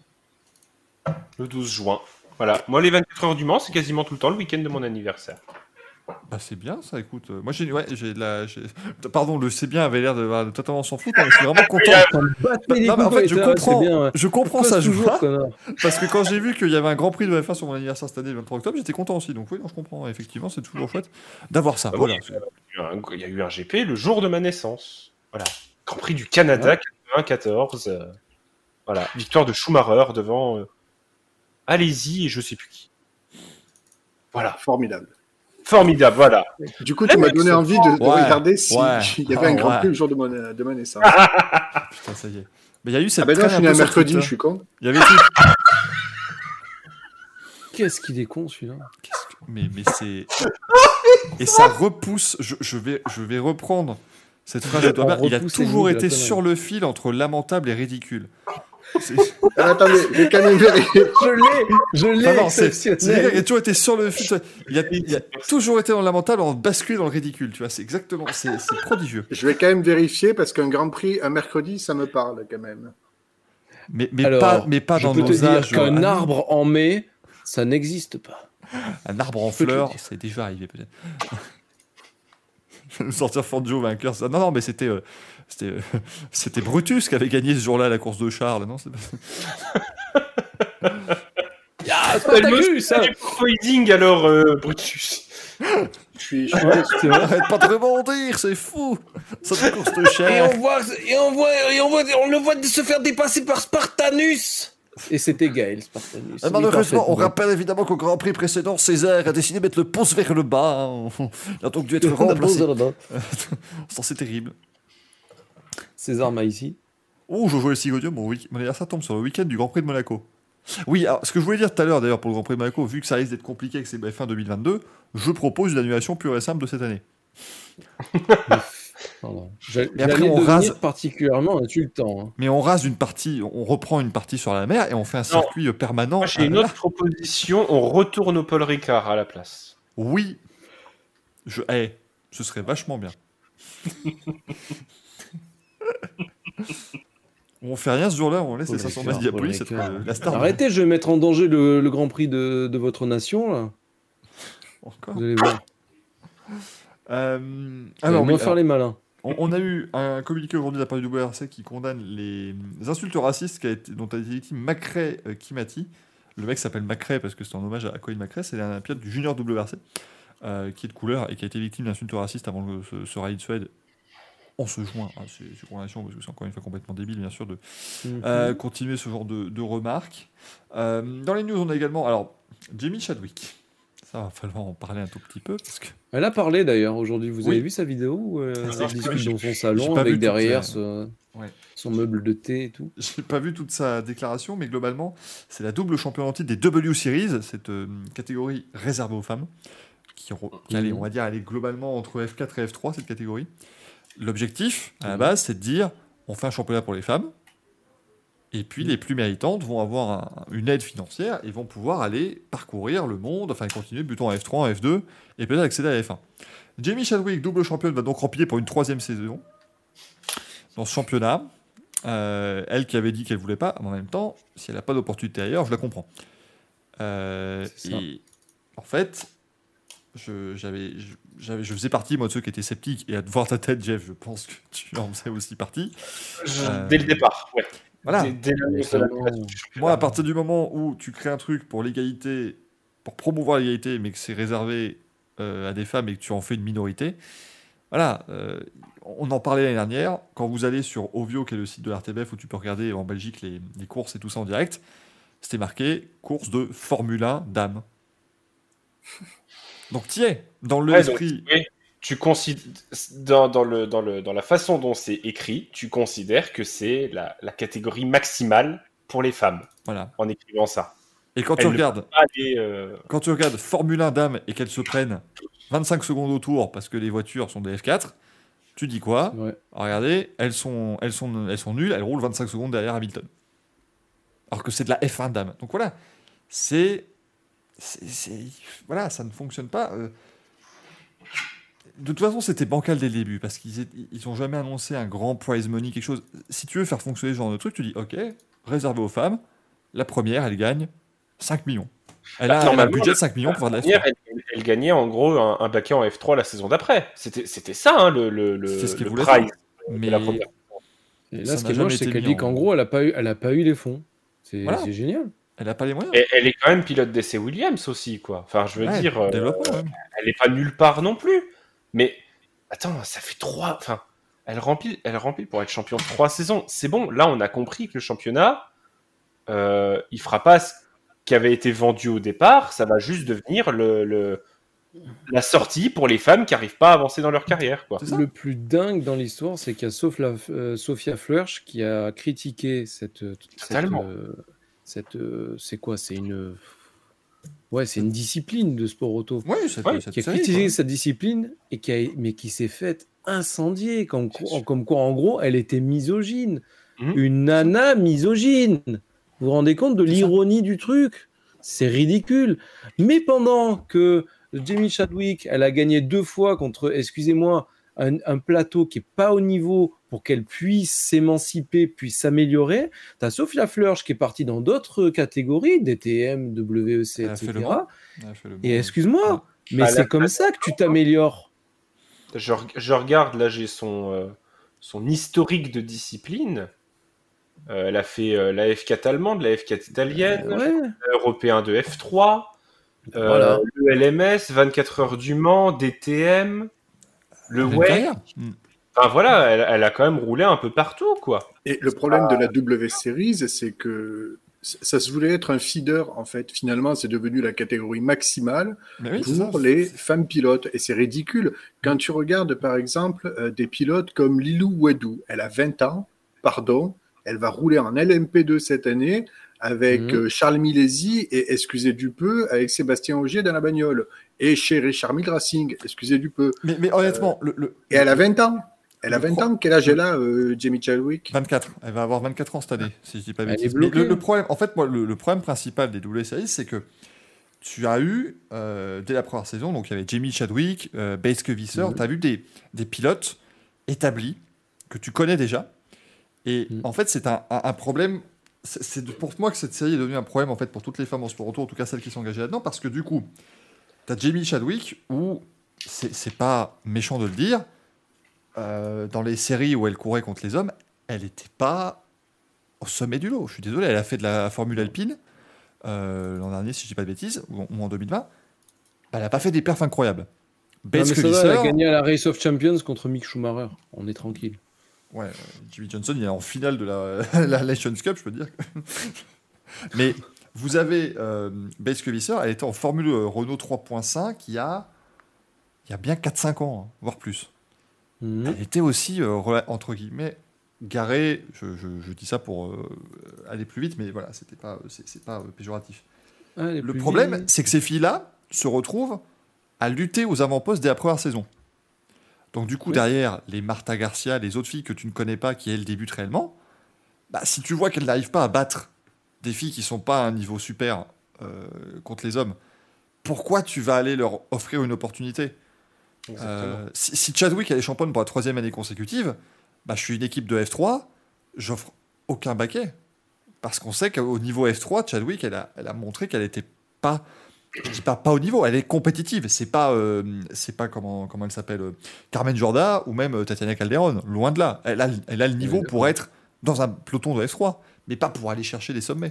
Le 12 juin. Voilà. Moi, les 24 heures du Mans, c'est quasiment tout le temps le week-end de mon anniversaire. Bah c'est bien ça, écoute. Moi j'ai Pardon, le c'est bien avait l'air de totalement s'en foutre, hein, mais je suis vraiment content. Non, mais en fait, je comprends ça, je toujours, vois. connard. Parce que quand j'ai vu qu'il y avait un Grand Prix de F1 sur mon anniversaire cette année, le 23 octobre, j'étais content aussi. Donc oui, non, je comprends. Effectivement, c'est toujours chouette d'avoir ça. Ah Voilà. oui, il y a eu un GP le jour de ma naissance. Voilà. Grand Prix du Canada, 94. Voilà. Victoire de Schumacher devant Allez-y et je sais plus qui. Voilà. Formidable. Formidable, voilà. Du coup, tu m'as donné envie de Ouais, regarder s'il ouais, y avait un Grand ouais. Prix le jour de ma naissance. Putain, ça y est. Mais il y a eu cette Ah ben non, traîne je un suis né peu un sur mercredi, Twitter. je suis con. Il y avait tout. Qu'est-ce qu'il est con, celui-là. Mais c'est. Et ça repousse. Je vais reprendre cette phrase de Thomas. On Il a repousse les toujours limites de été la sur le fil entre lamentable et ridicule. Ah, attendez, j'ai quand même vérifié. Je l'ai Non, c'est exceptionnel. le gars qui a toujours été sur le fil. Il a toujours été dans le lamentable en basculant dans le ridicule. Tu vois, c'est exactement. C'est prodigieux. Je vais quand même vérifier parce qu'un Grand Prix un mercredi, ça me parle quand même. Mais Alors, pas je dans peux nos te dire âges. qu'un arbre en mai, ça n'existe pas. Un arbre en Je peux te le fleurs, dire. c'est déjà arrivé peut-être. Sortir Fangio vainqueur. Non, mais c'était Brutus qui avait gagné ce jour-là la course de Charles. Non, c'est pas... Ah, Salut, salut pour Foiding alors, Brutus. Je suis c'est vrai. Arrête pas de rebondir, c'est fou. C'est une course de Et chair. on le voit se faire dépasser par Spartanus. Et c'était Gaël, Spartanus. Et malheureusement, on rappelle évidemment qu'au Grand Prix précédent, Césaire a décidé de mettre le pouce vers le bas. Il a donc dû être remplacé. C'est terrible. César Maïsi. Oh, je jouais le Sigodium, mon anniversaire tombe sur le week-end du Grand Prix de Monaco. Oui, alors, ce que je voulais dire tout à l'heure, d'ailleurs, pour le Grand Prix de Monaco, vu que ça risque d'être compliqué avec ces F1 2022, je propose une annulation pure et simple de cette année. Et après, on rase- particulièrement insultant. Hein. Mais on rase une partie, on reprend une partie sur la mer et on fait un circuit permanent. Moi, j'ai une autre proposition. On retourne au Paul Ricard à la place. Oui. Ce serait vachement bien. On fait rien ce jour-là, on laisse les 500 mètres Diapolis être la star. Arrêtez, je vais mettre en danger le Grand Prix de votre nation, là. Encore. Vous allez voir. Alors, on va faire les malins. On a eu un communiqué aujourd'hui de la part du WRC qui condamne les insultes racistes dont a été victime Macrae Kimati. Le mec s'appelle Macrae parce que c'est en hommage à Colin Macrae. C'est un pilote du junior WRC qui est de couleur et qui a été victime d'insultes racistes avant ce rallye de Suède. On se joint à ces condamnations parce que c'est encore une fois complètement débile, bien sûr, de continuer ce genre de remarques. Dans les news, on a également Jamie Chadwick. Ça va falloir en parler un tout petit peu parce que Elle a parlé d'ailleurs aujourd'hui. Vous Oui. avez vu sa vidéo où elle j'ai discute pas vu- dans son j'ai salon pas vu avec toute derrière sa- Ouais. son meuble de thé et tout. J'ai pas vu toute sa déclaration, mais globalement, c'est la double championne en titre des W Series, cette catégorie réservée aux femmes, allez, on va dire, elle est globalement entre F4 et F3, cette catégorie. L'objectif, à la base, c'est de dire, on fait un championnat pour les femmes, et puis les plus méritantes vont avoir une aide financière et vont pouvoir aller parcourir le monde, enfin continuer butant en F3, en F2, et peut-être accéder à la F1. Jamie Chadwick, double championne, va donc remplir pour une 3e saison dans ce championnat. Elle qui avait dit qu'elle voulait pas, mais en même temps, si elle n'a pas d'opportunité ailleurs, je la comprends. C'est ça. Et en fait, je faisais partie, moi, de ceux qui étaient sceptiques, et à te voir ta tête, Jeff, je pense que tu en faisais aussi partie. Dès le départ, ouais. Voilà. Dès l'annonce de la création du championnat. Moi, à partir du moment où tu crées un truc pour l'égalité, pour promouvoir l'égalité, mais que c'est réservé à des femmes et que tu en fais une minorité, voilà, on en parlait l'année dernière, quand vous allez sur Ovio, qui est le site de l'RTBF, où tu peux regarder en Belgique les courses et tout ça en direct, c'était marqué course de Formule 1 dames. Donc t'y es, dans l'esprit. Oui, tu considères, dans la façon dont c'est écrit, tu considères que c'est la catégorie maximale pour les femmes, Voilà. en écrivant ça. Et quand tu Elle ne regardes, peut pas aller, quand tu regardes Formule 1 dames et qu'elles se prennent 25 secondes au tour parce que les voitures sont des F4, tu dis quoi? Ouais. Regardez, elles sont nulles, elles roulent 25 secondes derrière Hamilton. Alors que c'est de la F1 dame. Donc voilà, voilà, ça ne fonctionne pas. De toute façon, c'était bancal dès le début parce qu'ils n'ont jamais annoncé un grand prize money, quelque chose. Si tu veux faire fonctionner ce genre de truc, tu dis ok, réservé aux femmes, la première, elle gagne 5 millions. Elle a un budget de 5 millions pour faire de la F3. Elle gagnait en gros un baquet en F3 la saison d'après. C'était ça, hein, C'est ce qu'elle le voulait prize faire. de Mais la première. Et Ça là, ce n'a qui est jamais moche, c'est été qu'elle mis dit qu'en gros, elle a pas eu les fonds. C'est Voilà. c'est génial. elle n'a pas les moyens. Et elle est quand même pilote d'essai Williams aussi, quoi. Enfin, je veux Ouais, dire, développement, ouais. elle n'est pas nulle part non plus. Mais attends, ça fait 3. Enfin, elle remplit pour être champion de 3 saisons. C'est bon. Là, on a compris que le championnat, il fera pas ce qui avait été vendu au départ. Ça va juste devenir la sortie pour les femmes qui n'arrivent pas à avancer dans leur carrière, quoi. C'est ça. Le plus dingue dans l'histoire, c'est qu'il y a Sophia Flörsch qui a critiqué Totalement. c'est quoi? C'est une discipline de sport auto. Oui, Qui a critiqué sa discipline et mais qui s'est faite incendier. Comme quoi, en gros, elle était misogyne. Mhm. Une nana misogyne. Vous vous rendez compte de C'est ça. l'ironie du truc? C'est ridicule. Mais pendant que Jamie Chadwick, elle a gagné 2 fois contre, excusez-moi, un plateau qui n'est pas au niveau pour qu'elle puisse s'émanciper, puisse s'améliorer, tu as Sophia Flörsch qui est partie dans d'autres catégories, DTM, WEC, Elle a fait le etc. bon. Elle a fait le bon. Et excuse-moi, mais À c'est la comme place, ça que tu t'améliores. Je regarde, là, j'ai son historique de discipline. Elle a fait la F4 allemande, la F4 italienne, Ouais. européen de F3, Voilà. le LMS, 24 heures du Mans, DTM, le Elle a une WEC. carrière. Enfin voilà, elle a quand même roulé un peu partout, quoi. Et le problème de la W Series, c'est que ça se voulait être un feeder, en fait. Finalement, c'est devenu la catégorie maximale Mais oui, c'est ça. pour les femmes pilotes. Et c'est ridicule. Quand tu regardes, par exemple, des pilotes comme Lilou Wedou, elle a 20 ans, pardon, elle va rouler en LMP2 cette année avec Charles Milesi et, excusez du peu, avec Sébastien Ogier dans la bagnole. Et chez Richard Mille Racing, excusez du peu. Mais honnêtement, Et elle a 20 ans. Elle a Le 20 ans. Quel âge elle a, Jamie Chadwick? 24. Elle va avoir 24 ans cette année, si je dis pas de Elle bêtises. est Mais bloquée. le problème, en fait, moi, le problème principal des W Series, c'est que tu as eu, dès la première saison, donc il y avait Jamie Chadwick, Beiske Visser, tu as vu des pilotes établis que tu connais déjà. Et en fait, c'est un problème. C'est pour moi que cette série est devenue un problème en fait, pour toutes les femmes en sport auto, en tout cas celles qui sont engagées là-dedans, parce que du coup, tu as Jamie Chadwick, où c'est pas méchant de le dire, dans les séries où elle courait contre les hommes, elle n'était pas au sommet du lot. Je suis désolé, elle a fait de la Formule Alpine l'an dernier, si je dis pas de bêtises, ou en 2020. Bah, elle n'a pas fait des perfs incroyables. Non, mais Beiske ça va, elle a Visser, gagné à la Race of Champions contre Mick Schumacher. On est tranquille. ouais, Jimmy Johnson, il est en finale de la Nations Cup, je peux te dire. Mais vous avez Base Visser, elle était en Formule Renault 3.5 il y a bien 4-5 ans, hein, voire plus. Elle était aussi, entre guillemets, garée, je dis ça pour aller plus vite, mais voilà, c'est pas péjoratif. Le problème, c'est que ces filles-là se retrouvent à lutter aux avant-postes dès la première saison. Donc du coup, derrière, les Marta Garcia, les autres filles que tu ne connais pas, qui elles débutent réellement, bah, si tu vois qu'elles n'arrivent pas à battre des filles qui sont pas à un niveau super contre les hommes, pourquoi tu vas aller leur offrir une opportunité ? Si Chadwick elle est championne pour la 3e année consécutive, bah, je suis une équipe de F3, j'offre aucun baquet. Parce qu'on sait qu'au niveau F3, Chadwick, elle a montré qu'elle n'était pas, je dis pas au niveau, elle est compétitive. C'est pas comment elle s'appelle, Carmen Jorda ou même Tatiana Calderon. Loin de là. Elle a le niveau pour être dans un peloton de F3, mais pas pour aller chercher les sommets.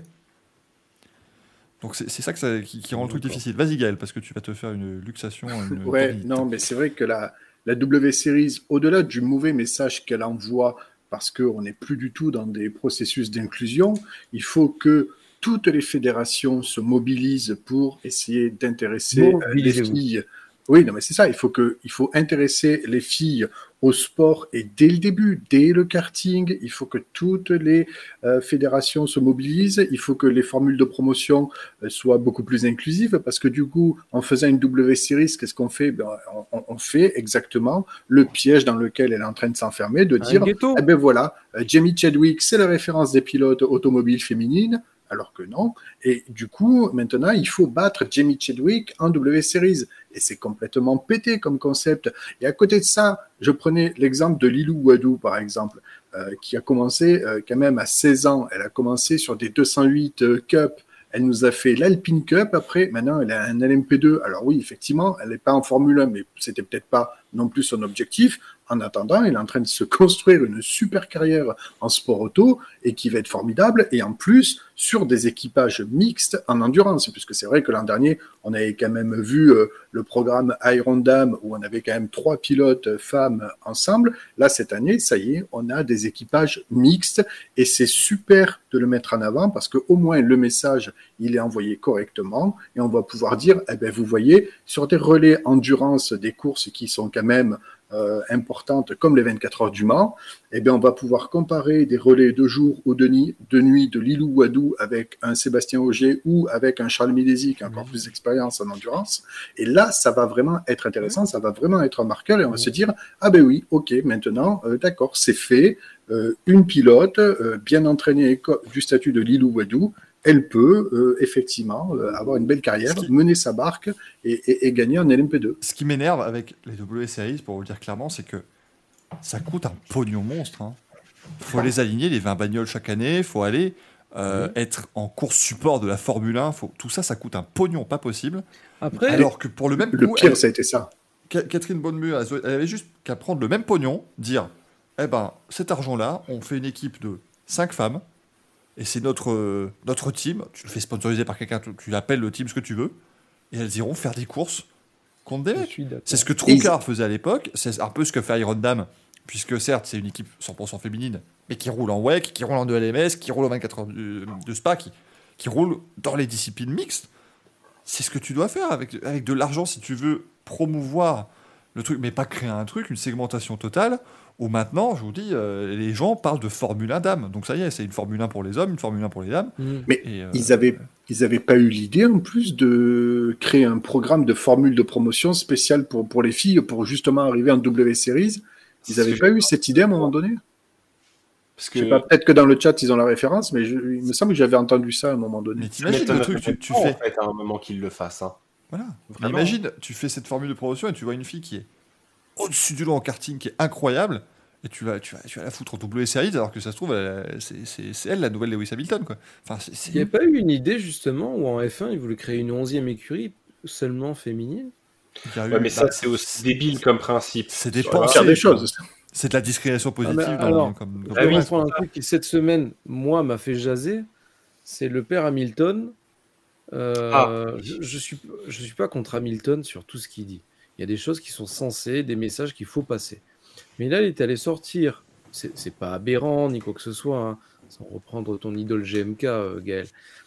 Donc c'est ça qui rend le truc difficile. Vas-y Gaël, parce que tu vas te faire une luxation. Non, mais c'est vrai que la W Series, au-delà du mauvais message qu'elle envoie, parce qu'on n'est plus du tout dans des processus d'inclusion, il faut que toutes les fédérations se mobilisent pour essayer d'intéresser les filles. Oui, non, mais c'est ça. Il faut intéresser les filles au sport et dès le début, dès le karting, il faut que toutes les fédérations se mobilisent. Il faut que les formules de promotion soient beaucoup plus inclusives parce que du coup, en faisant une W Series, qu'est-ce qu'on fait ? On fait exactement le piège dans lequel elle est en train de s'enfermer, de dire, eh ben voilà, Jamie Chadwick, c'est la référence des pilotes automobiles féminines. Alors que non. Et du coup, maintenant, il faut battre Jamie Chadwick en W Series. Et c'est complètement pété comme concept. Et à côté de ça, je prenais l'exemple de Lilou Wadou, par exemple, qui a commencé quand même à 16 ans. Elle a commencé sur des 208 Cup. Elle nous a fait l'Alpine Cup. Après, maintenant, elle a un LMP2. Alors oui, effectivement, elle n'est pas en Formule 1, mais c'était peut-être pas non plus son objectif. En attendant, elle est en train de se construire une super carrière en sport auto et qui va être formidable. Et en plus, sur des équipages mixtes en endurance, puisque c'est vrai que l'an dernier, on avait quand même vu le programme Iron Dam où on avait quand même 3 pilotes femmes ensemble. Là, cette année, ça y est, on a des équipages mixtes et c'est super de le mettre en avant parce qu'au moins le message, il est envoyé correctement et on va pouvoir dire, eh ben, vous voyez, sur des relais endurance, des courses qui sont quand même importantes comme les 24 heures du Mans, eh bien, on va pouvoir comparer des relais de jour ou de nuit de Lilou Wadou avec un Sébastien Ogier ou avec un Charles Milesi qui a encore plus d'expérience en endurance. Et là, ça va vraiment être intéressant, ça va vraiment être un marqueur et on va se dire, ah ben oui, ok, maintenant, d'accord, c'est fait. Une pilote bien entraînée du statut de Lilou Wadou, elle peut effectivement avoir une belle carrière, mener sa barque et gagner en LMP2. Ce qui m'énerve avec les W Series, pour vous le dire clairement, c'est que ça coûte un pognon monstre. Il faut les aligner, les 20 bagnoles chaque année, il faut aller être en course support de la Formule 1. Tout ça, ça coûte un pognon pas possible. Après, alors que pour le même coup... Le pire, ça a été ça. Catherine Bonnemue, elle avait juste qu'à prendre le même pognon, dire, eh ben, cet argent-là, on fait une équipe de 5 femmes, et c'est notre team, tu le fais sponsoriser par quelqu'un, tu l'appelles le team, ce que tu veux, et elles iront faire des courses contre des mecs. C'est ce que Troucard faisait à l'époque, c'est un peu ce que fait Iron Dam, puisque certes, c'est une équipe 100% féminine, mais qui roule en WEC, qui roule en 2LMS, qui roule en 24 heures de Spa, qui roule dans les disciplines mixtes. C'est ce que tu dois faire avec de l'argent si tu veux promouvoir le truc, mais pas créer un truc, une segmentation totale, où maintenant, je vous dis, les gens parlent de Formule 1 dames. Donc ça y est, c'est une Formule 1 pour les hommes, une Formule 1 pour les dames. Mais ils avaient pas eu l'idée, en plus, de créer un programme de formule de promotion spécial pour les filles, pour justement arriver en W Series. Ils n'avaient pas eu cette idée à un moment donné. Parce que... Je sais pas, peut-être que dans le chat, ils ont la référence, mais il me semble que j'avais entendu ça à un moment donné. Mais t'imagines le truc, tu fais... En fait, à un moment qu'ils le fassent. Hein. Voilà. Imagine, tu fais cette formule de promotion et tu vois une fille qui est au-dessus du lot en karting, qui est incroyable, et tu vas la foutre en W Series, alors que ça se trouve, c'est elle la nouvelle Lewis Hamilton, quoi. Enfin, il n'y a pas eu une idée, justement, où en F1, ils voulaient créer une 11e écurie seulement féminine? Ouais, mais ça, c'est aussi débile comme principe. C'est des pensées, des choses. C'est de la discrimination positive. Je prends un truc qui, cette semaine, moi, m'a fait jaser, c'est le père Hamilton. Je suis pas contre Hamilton sur tout ce qu'il dit. Il y a des choses qui sont censées, des messages qu'il faut passer. Mais là, il est allé sortir. C'est pas aberrant ni quoi que ce soit, hein, sans reprendre ton idole GMK, Gaël.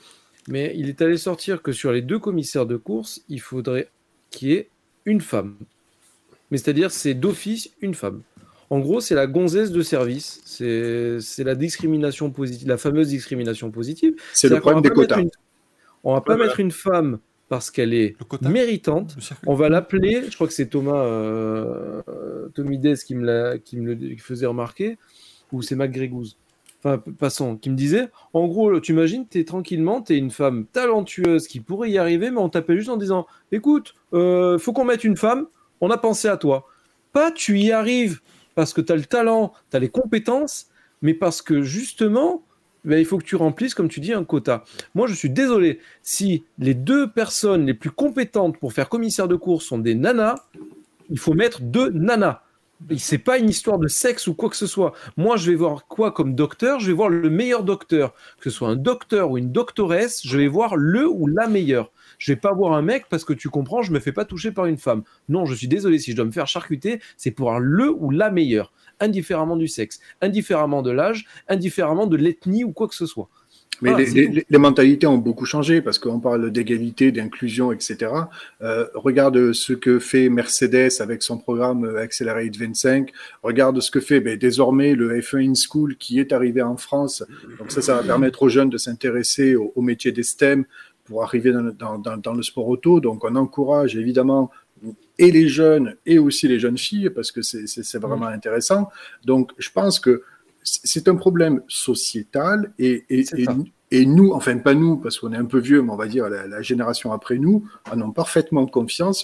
mais il est allé sortir que sur les 2 commissaires de course, il faudrait qu'il y ait une femme. Mais c'est-à-dire, c'est d'office une femme. En gros, c'est la gonzesse de service. C'est la discrimination positive, la fameuse discrimination positive. C'est le problème des quotas. On va pas mettre une femme parce qu'elle est méritante. On va l'appeler, je crois que c'est Thomas Tomides qui me le faisait remarquer, ou c'est Mac Grégouze. Enfin, passons, qui me disait, en gros, tu imagines, t'es tranquillement, t'es une femme talentueuse qui pourrait y arriver, mais on t'appelle juste en disant, écoute, faut qu'on mette une femme, on a pensé à toi. Pas tu y arrives parce que t'as le talent, t'as les compétences, mais parce que justement, il faut que tu remplisses, comme tu dis, un quota. Moi, je suis désolé, si les 2 personnes les plus compétentes pour faire commissaire de course sont des nanas, il faut mettre 2 nanas. C'est pas une histoire de sexe ou quoi que ce soit. Moi, je vais voir quoi comme docteur? Je vais voir le meilleur docteur. Que ce soit un docteur ou une doctoresse, je vais voir le ou la meilleure. Je vais pas voir un mec parce que tu comprends, je me fais pas toucher par une femme. Non, je suis désolé, si je dois me faire charcuter, c'est pour voir le ou la meilleure. Indifféremment du sexe, indifféremment de l'âge, indifféremment de l'ethnie ou quoi que ce soit. Mais les mentalités ont beaucoup changé parce qu'on parle d'égalité, d'inclusion, etc. Regarde ce que fait Mercedes avec son programme Accelerate 25. Regarde ce que fait désormais le F1 in School qui est arrivé en France. Donc ça va permettre aux jeunes de s'intéresser au métier des STEM pour arriver dans le sport auto. Donc on encourage évidemment et les jeunes et aussi les jeunes filles parce que c'est vraiment intéressant. Donc je pense que c'est un problème sociétal et nous, enfin pas nous, parce qu'on est un peu vieux, mais on va dire la génération après nous, en ont parfaitement conscience,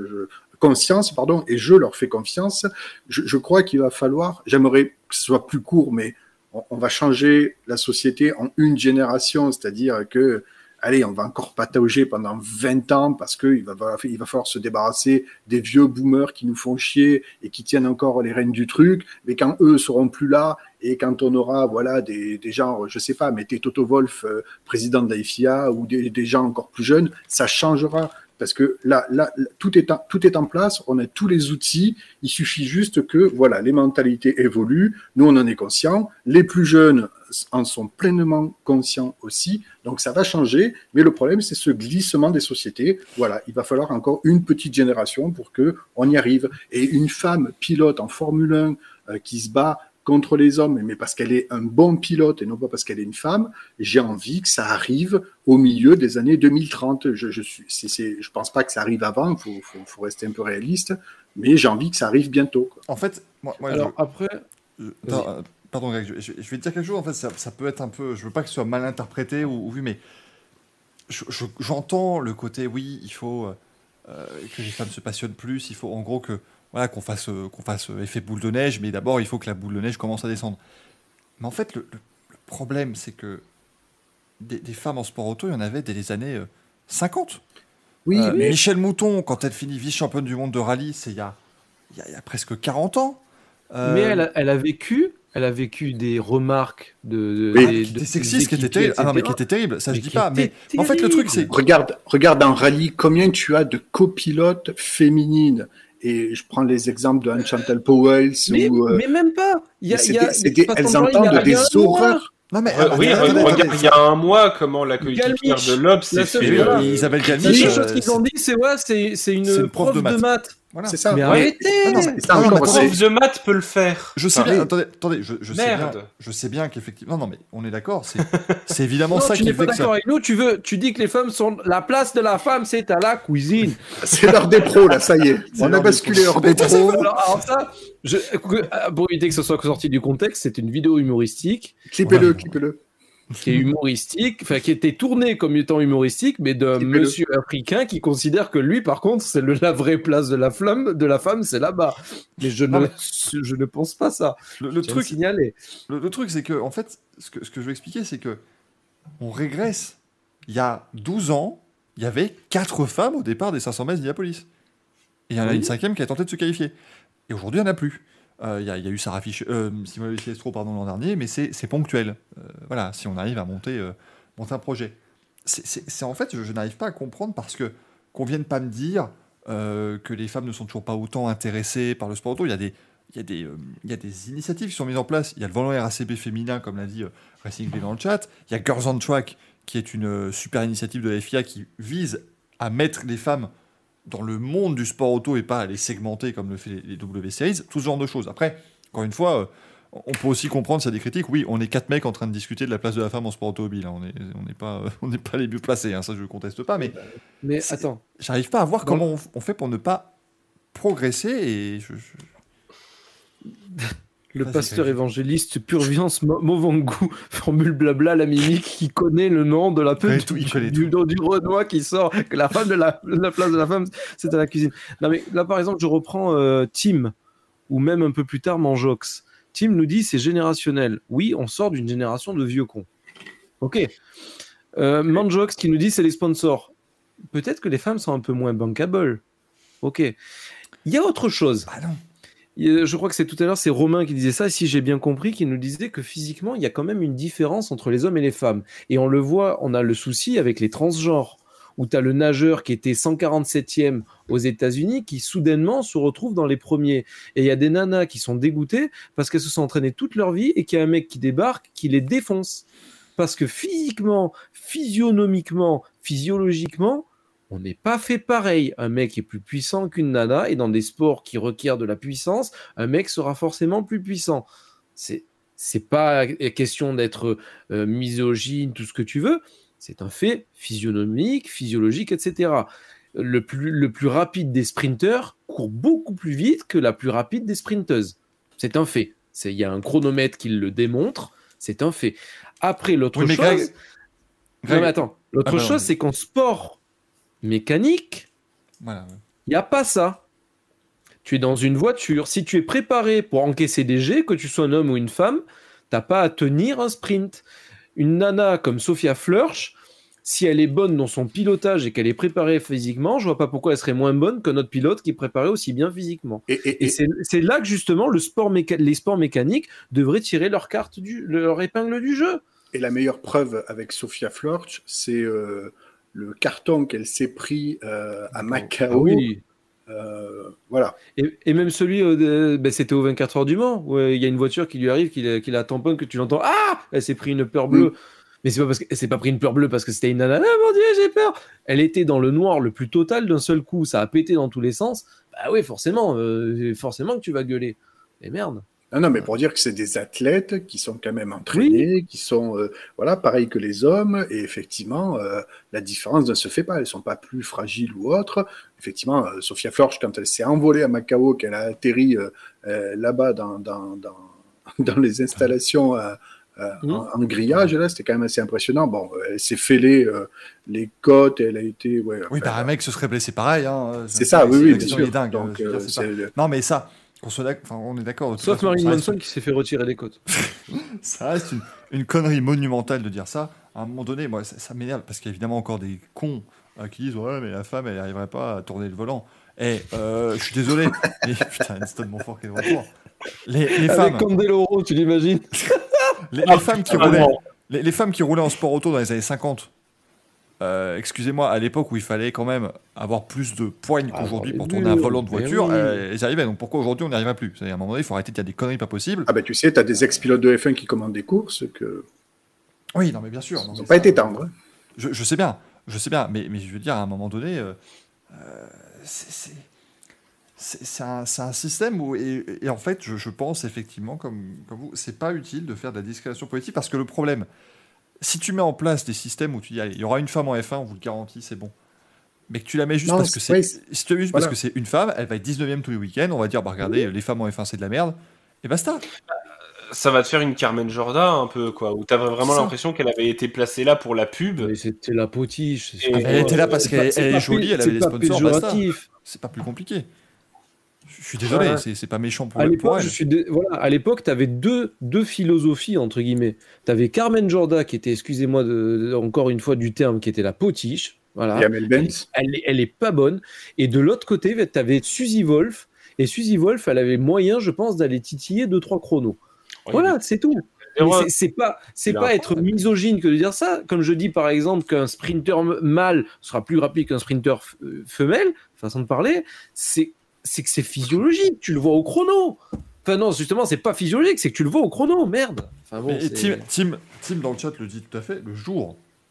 et je leur fais confiance. Je crois qu'il va falloir, j'aimerais que ce soit plus court, mais on va changer la société en une génération, c'est-à-dire que allez, on va encore patauger pendant 20 ans parce qu'il va falloir se débarrasser des vieux boomers qui nous font chier et qui tiennent encore les rênes du truc. Mais quand eux seront plus là et quand on aura des gens, je sais pas, mettez Toto Wolff président de la FIA ou des gens encore plus jeunes, ça changera. Parce que là, tout est en place, on a tous les outils, il suffit juste que les mentalités évoluent, nous on en est conscients, les plus jeunes en sont pleinement conscients aussi, donc ça va changer, mais le problème c'est ce glissement des sociétés, il va falloir encore une petite génération pour qu'on y arrive. Et une femme pilote en Formule 1 qui se bat contre les hommes, mais parce qu'elle est un bon pilote et non pas parce qu'elle est une femme, j'ai envie que ça arrive au milieu des années 2030. Je pense pas que ça arrive avant, faut rester un peu réaliste, mais j'ai envie que ça arrive bientôt, quoi. En fait, après... Pardon Greg, je vais te dire quelque chose, en fait, ça peut être un peu, je veux pas que ce soit mal interprété ou vu, mais j'entends le côté, oui, il faut que les femmes se passionnent plus, il faut en gros qu'on fasse effet boule de neige, mais d'abord il faut que la boule de neige commence à descendre. Mais en fait, le problème, c'est que des femmes en sport auto, il y en avait dès les années 50. Oui, mais... Michèle Mouton, quand elle finit vice-championne du monde de rallye, c'est il y a presque 40 ans. Mais elle a vécu des remarques qui étaient sexistes, qui étaient terribles. Ah non, mais qui étaient terribles, ça je dis pas. Mais en fait, le truc, c'est... Regarde en rallye, combien tu as de copilotes féminines. Et je prends les exemples de Anne Chantal Powell. Mais même pas. Elles entendent des horreurs. Non mais regarde, il y a un mois, comment la coéquipière de Loeb s'est fait... Isabelle Galmiche. La seule chose qu'ils ont dit, c'est une prof de maths. Voilà. C'est ça. Mais arrêtez. Un prof de maths peut le faire. Je sais bien. Attendez, je sais bien qu'effectivement. Non, mais on est d'accord. C'est évidemment ça qui fait que ça. Tu n'es pas d'accord avec nous. Tu dis que les femmes sont la place de la femme, c'est à la cuisine. C'est l'heure des pros là. Ça y est. On a basculé l'heure des pros. Alors ça, pour éviter que ce soit sorti du contexte, c'est une vidéo humoristique. Clippez-le. Qui est humoristique, enfin qui était tourné comme étant humoristique, mais d'un monsieur africain qui considère que lui, par contre, c'est la vraie place de la femme, c'est là-bas. Mais je ne pense pas ça. Le truc, c'est que, en fait, ce que je veux expliquer, c'est que on régresse. Il y a 12 ans, il y avait 4 femmes au départ des 500 mètres d'Indianapolis. Et il y en a une 5e qui a tenté de se qualifier. Et aujourd'hui, il n'y en a plus. Il y a eu Simone Fiestro l'an dernier, mais c'est ponctuel. Voilà, si on arrive à monter un projet. C'est en fait, je n'arrive pas à comprendre parce que qu'on vienne pas me dire que les femmes ne sont toujours pas autant intéressées par le sport auto. Il y a des initiatives qui sont mises en place. Il y a le volant RACB féminin, comme l'a dit Racing V dans le chat. Il y a Girls on Track qui est une super initiative de la FIA qui vise à mettre les femmes dans le monde du sport auto et pas à les segmenter comme le fait les W Series, tout ce genre de choses. Après, encore une fois, on peut aussi comprendre, s'il y a des critiques, oui, on est 4 mecs en train de discuter de la place de la femme en sport automobile, hein. On n'est pas les mieux placés, hein, ça je ne conteste pas, mais attends, j'arrive pas à voir comment on fait pour ne pas progresser et le pasteur évangéliste Purviance Movangu formule blabla la mimique qui connaît le nom de la pute du Renoir qui sort que la femme de la place de la femme c'est à la cuisine. Non mais là par exemple je reprends Tim ou même un peu plus tard Manjox. Tim nous dit c'est générationnel. Oui, on sort d'une génération de vieux cons. Ok. Manjox qui nous dit c'est les sponsors. Peut-être que les femmes sont un peu moins bankable. Ok. Il y a autre chose. Ah non. Je crois que c'est tout à l'heure, c'est Romain qui disait ça, si j'ai bien compris, qui nous disait que physiquement, il y a quand même une différence entre les hommes et les femmes. Et on le voit, on a le souci avec les transgenres, où tu as le nageur qui était 147e aux États-Unis, qui soudainement se retrouve dans les premiers. Et il y a des nanas qui sont dégoûtées parce qu'elles se sont entraînées toute leur vie et qu'il y a un mec qui débarque, qui les défonce. Parce que physiquement, physionomiquement, physiologiquement, on n'est pas fait pareil. Un mec est plus puissant qu'une nana, et dans des sports qui requièrent de la puissance, un mec sera forcément plus puissant. C'est pas question d'être misogyne, tout ce que tu veux. C'est un fait physionomique, physiologique, etc. Le plus rapide des sprinteurs court beaucoup plus vite que la plus rapide des sprinteuses. C'est un fait. Il y a un chronomètre qui le démontre. C'est un fait. Après, l'autre chose... Greg... Non, mais attends. L'autre chose, c'est qu'en sport mécanique, il n'y a pas ça. Tu es dans une voiture, si tu es préparé pour encaisser des jets, que tu sois un homme ou une femme, tu n'as pas à tenir un sprint. Une nana comme Sophia Flörsch, si elle est bonne dans son pilotage et qu'elle est préparée physiquement, je ne vois pas pourquoi elle serait moins bonne que notre pilote qui est préparé aussi bien physiquement. Et c'est là que justement les sports mécaniques devraient tirer leur épingle du jeu. Et la meilleure preuve avec Sophia Flörsch, c'est... le carton qu'elle s'est pris à Macao. Ah oui. Voilà. Et même celui, c'était au 24 heures du Mans, où il y a une voiture qui lui arrive, qui la tamponne, que tu l'entends. Ah, elle s'est pris une peur bleue. Mais c'est pas parce qu'elle s'est pas pris une peur bleue parce que c'était une nana. Ah mon Dieu, j'ai peur. Elle était dans le noir le plus total d'un seul coup. Ça a pété dans tous les sens. Bah oui, forcément que tu vas gueuler. Mais merde. Non, mais pour dire que c'est des athlètes qui sont quand même entraînés, qui sont pareil que les hommes, et effectivement, la différence ne se fait pas. Elles ne sont pas plus fragiles ou autres. Effectivement, Sophia Flörsch, quand elle s'est envolée à Macao, qu'elle a atterri là-bas dans les installations en grillage, là, c'était quand même assez impressionnant. Bon, elle s'est fêlée les côtes, elle a été... un mec se serait blessé pareil. Hein, c'est ça, oui, bien sûr. Dingue, donc, non, mais ça... on est d'accord. Sauf Marilyn Manson qui s'est fait retirer les côtes. Ça reste une connerie monumentale de dire ça. À un moment donné, moi, ça m'énerve parce qu'il y a évidemment encore des cons qui disent ouais, mais la femme, elle n'arriverait pas à tourner le volant. Je suis désolé. Mais putain, Winston Montfort qui est de retour. Les femmes. Avec Candeloro, tu l'imagines. les femmes qui roulaient en sport auto dans les années 50. Excusez-moi, à l'époque où il fallait quand même avoir plus de poigne qu'aujourd'hui pour tourner un volant de voiture, elles arrivaient. Donc pourquoi aujourd'hui on n'y arriverait plus? C'est-à-dire, à un moment donné, il faut arrêter de dire des conneries pas possibles. Ah ben tu sais, tu as des ex-pilotes de F1 qui commandent des courses que... Oui, non mais bien sûr. Ils n'ont pas été tendres. Je sais bien, mais je veux dire, à un moment donné, c'est un système où, et en fait, je pense effectivement, comme vous, c'est pas utile de faire de la discrimination politique parce que le problème... Si tu mets en place des systèmes où tu dis, allez, il y aura une femme en F1, on vous le garantit, c'est bon. Mais que tu la mets juste parce que parce que c'est une femme, elle va être 19e tous les week-ends, on va dire, bah regardez, les femmes en F1, c'est de la merde, et basta. Ça va te faire une Carmen Jorda, un peu, quoi, où t'avais vraiment l'impression qu'elle avait été placée là pour la pub. Mais c'était la potiche. Elle était là parce qu'elle est jolie, elle avait des sponsors, basta. C'est pas plus compliqué. Je suis désolé, c'est pas méchant pour elle. À l'époque, tu avais deux philosophies, entre guillemets. Tu avais Carmen Jorda, qui était, excusez-moi encore une fois du terme, qui était la potiche. Voilà. Elle est pas bonne. Et de l'autre côté, tu avais Suzy Wolf. Et Suzy Wolf, elle avait moyen, je pense, d'aller titiller 2-3 chronos. Oui, voilà, c'est tout. C'est pas être misogyne que de dire ça. Comme je dis, par exemple, qu'un sprinter mâle sera plus rapide qu'un sprinter femelle, façon de parler, c'est que c'est physiologique, tu le vois au chrono. Enfin non, justement, c'est pas physiologique, c'est que tu le vois au chrono, merde. Enfin bon, Tim dans le chat le dit tout à fait, le jour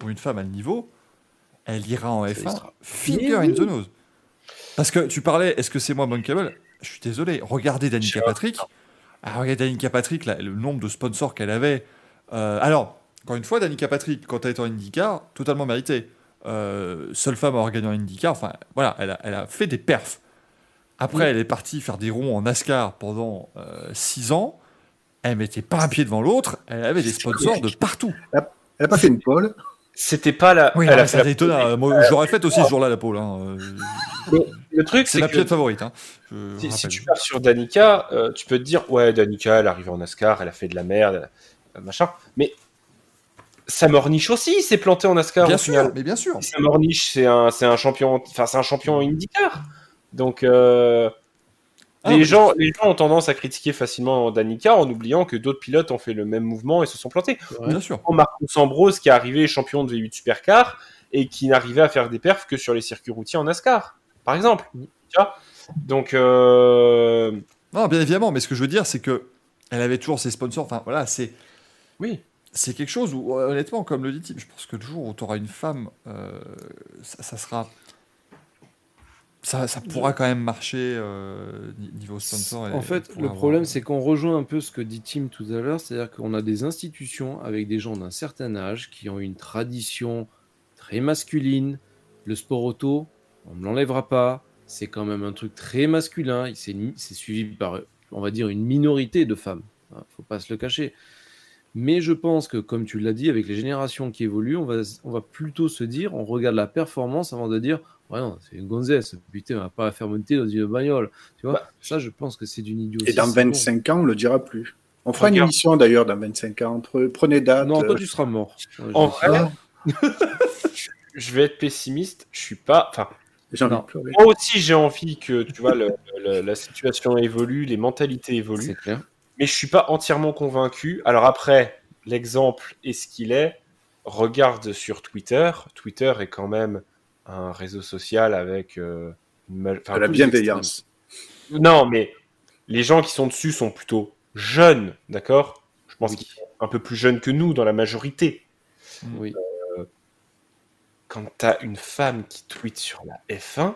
pour une femme à le niveau, elle ira en C'est F1 extra. finger Mais in oui. the nose. Parce que tu parlais, est-ce que c'est moi bankable? Je suis désolé, regardez Danica Patrick. Ah, regardez Danica Patrick, là, le nombre de sponsors qu'elle avait. Alors, encore une fois, Danica Patrick, quand elle était en IndyCar, totalement mérité. Seule femme à avoir gagné en IndyCar, enfin voilà, elle a fait des perfs. Après, elle est partie faire des ronds en NASCAR pendant 6 ans. Elle mettait pas un pied devant l'autre, elle avait des sponsors de partout. Elle n'a pas fait une pole. C'était pas la. Oui, elle a ça fait la- Daytona. Moi, j'aurais fait aussi ce jour-là la pole. Hein. Le truc, C'est c'est ma que pilote favorite. Hein. Je si rappelle. tu pars sur Danica, tu peux te dire, ouais, Danica, elle arrive en NASCAR, elle a fait de la merde, machin. Mais Sam Ornish aussi, il s'est planté en NASCAR Bien au final. sûr, mais bien sûr. Sam Ornish, c'est un champion, enfin c'est un champion IndyCar. Donc Ah, les gens ont tendance à critiquer facilement Danica en oubliant que d'autres pilotes ont fait le même mouvement et se sont plantés. Bien sûr. Marcus Ambrose qui est arrivé champion de V8 Supercar et qui n'arrivait à faire des perfs que sur les circuits routiers en NASCAR, par exemple. Tu vois. Donc Non, bien évidemment, mais ce que je veux dire, c'est que elle avait toujours ses sponsors. Enfin, voilà, oui. c'est quelque chose où, honnêtement, comme le dit Tim, je pense que le jour où tu auras une femme, ça sera. Ça pourra quand même marcher niveau sponsor. En fait, le problème, c'est qu'on rejoint un peu ce que dit Tim tout à l'heure, c'est-à-dire qu'on a des institutions avec des gens d'un certain âge qui ont une tradition très masculine. Le sport auto, on ne l'enlèvera pas, c'est quand même un truc très masculin. C'est suivi par, on va dire, une minorité de femmes. Il ne faut pas se le cacher. Mais je pense que, comme tu l'as dit, avec les générations qui évoluent, on va plutôt se dire, on regarde la performance avant de dire ouais, non, c'est une gonzesse, putain, on va pas la faire monter dans une bagnole. Tu vois, ça, je pense que c'est d'une idiotie. Et dans 25 ans, on le dira plus. On fera une émission d'ailleurs dans 25 ans. Prenez date. Non, toi, tu seras mort. En vrai, je vais être pessimiste. Je suis pas. Enfin, j'ai envie de pleurer. Moi aussi, j'ai envie que tu vois la situation évolue, les mentalités évoluent. C'est clair. Mais je suis pas entièrement convaincu. Alors après, l'exemple est ce qu'il est. Regarde sur Twitter. Twitter est quand même un réseau social avec de la bienveillance. Non, mais les gens qui sont dessus sont plutôt jeunes, d'accord? Je pense qu'ils sont un peu plus jeunes que nous dans la majorité. Oui. Quand t'as une femme qui tweet sur la F1,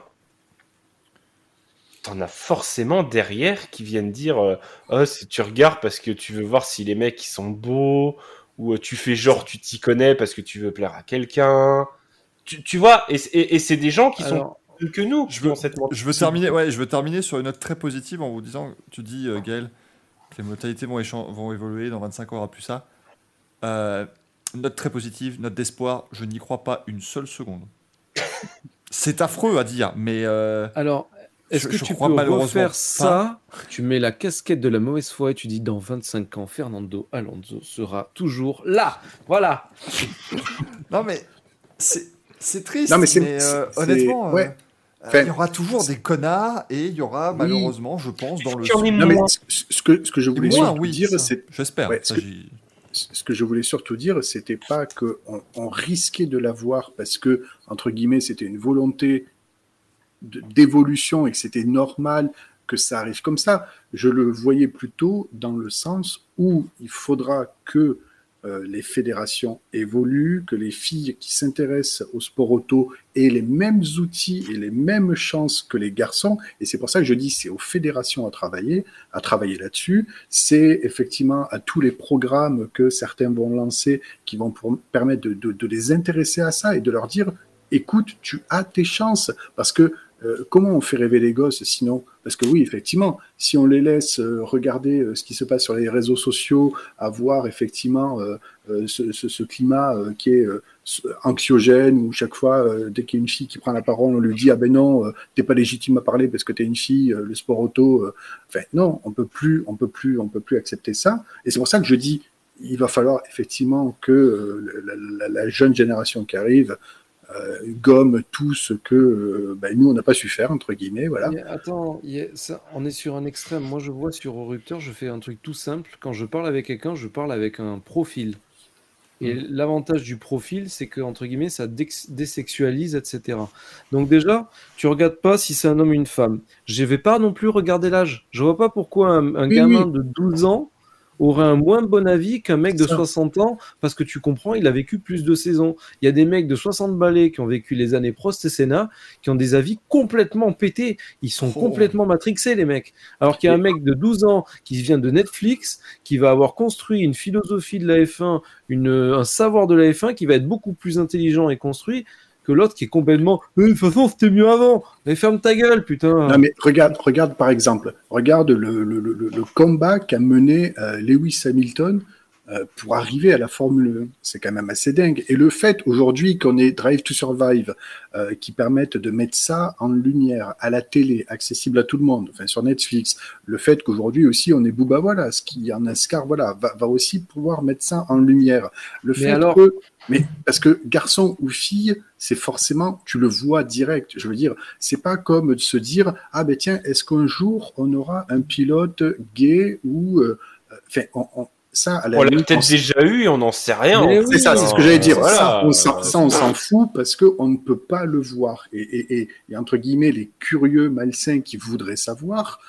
t'en as forcément derrière qui viennent dire si tu regardes parce que tu veux voir si les mecs ils sont beaux, ou tu fais genre tu t'y connais parce que tu veux plaire à quelqu'un. Tu vois, et c'est des gens qui sont plus que nous. Je veux terminer sur une note très positive en vous disant, tu dis Gaël, que les mentalités vont évoluer, dans 25 ans on aura plus ça. Note très positive, note d'espoir, je n'y crois pas une seule seconde. C'est affreux à dire, mais alors, est-ce que tu peux refaire ça? Tu mets la casquette de la mauvaise foi et tu dis dans 25 ans, Fernando Alonso sera toujours là. Voilà. Non mais c'est triste, non, mais honnêtement, ouais. Il y aura toujours des connards et il y aura malheureusement, je pense, dans le... Non, mais ce que je voulais dire, c'est... J'espère. Ouais, ce que je voulais surtout dire, c'était pas qu'on risquait de l'avoir parce que, entre guillemets, c'était une volonté d'évolution et que c'était normal que ça arrive comme ça. Je le voyais plutôt dans le sens où il faudra que les fédérations évoluent, que les filles qui s'intéressent au sport auto aient les mêmes outils et les mêmes chances que les garçons. Et c'est pour ça que je dis c'est aux fédérations à travailler là-dessus. C'est effectivement à tous les programmes que certains vont lancer qui vont permettre de les intéresser à ça et de leur dire écoute, tu as tes chances. Parce que comment on fait rêver les gosses sinon? Parce que oui, effectivement, si on les laisse regarder ce qui se passe sur les réseaux sociaux, avoir effectivement ce climat qui est anxiogène, où chaque fois, dès qu'il y a une fille qui prend la parole, on lui dit « Ah ben non, t'es pas légitime à parler parce que t'es une fille, le sport auto... Enfin, non, on peut plus accepter ça. Et c'est pour ça que je dis, il va falloir effectivement que la jeune génération qui arrive gomme tout ce que nous on n'a pas su faire entre guillemets, voilà. Attends, on est sur un extrême. Moi je vois sur Rupteur, je fais un truc tout simple. Quand je parle avec quelqu'un, je parle avec un profil. Et l'avantage du profil, c'est que entre guillemets, ça désexualise, etc. Donc déjà, tu regardes pas si c'est un homme ou une femme. Je vais pas non plus regarder l'âge. Je vois pas pourquoi un gamin de 12 ans aurait un moins bon avis qu'un mec de C'est ça. 60 ans, parce que tu comprends, il a vécu plus de saisons. Il y a des mecs de 60 balais qui ont vécu les années Prost et Senna, qui ont des avis complètement pétés. Ils sont complètement matrixés, les mecs. Alors qu'il y a un mec de 12 ans qui vient de Netflix, qui va avoir construit une philosophie de la F1, un savoir de la F1 qui va être beaucoup plus intelligent et construit que l'autre qui est complètement de toute façon c'était mieux avant. Mais ferme ta gueule, putain. Non, mais regarde par exemple, regarde le combat qu'a mené Lewis Hamilton pour arriver à la Formule 1. C'est quand même assez dingue. Et le fait aujourd'hui qu'on ait Drive to Survive qui permettent de mettre ça en lumière à la télé, accessible à tout le monde, enfin sur Netflix, le fait qu'aujourd'hui aussi on ait Booba voilà, ce qui en NASCAR voilà, va aussi pouvoir mettre ça en lumière. Le Mais fait alors- que mais parce que garçon ou fille, c'est forcément, tu le vois direct. Je veux dire, c'est pas comme de se dire, ah ben tiens, est-ce qu'un jour on aura un pilote gay ou, enfin, ça à la On l'a limite, peut-être déjà eu et on n'en sait rien. Mais en oui, fait. c'est ça, c'est ce que j'allais dire. Voilà. Ça, on s'en fout parce qu'on ne peut pas le voir. Et entre guillemets, les curieux malsains qui voudraient savoir,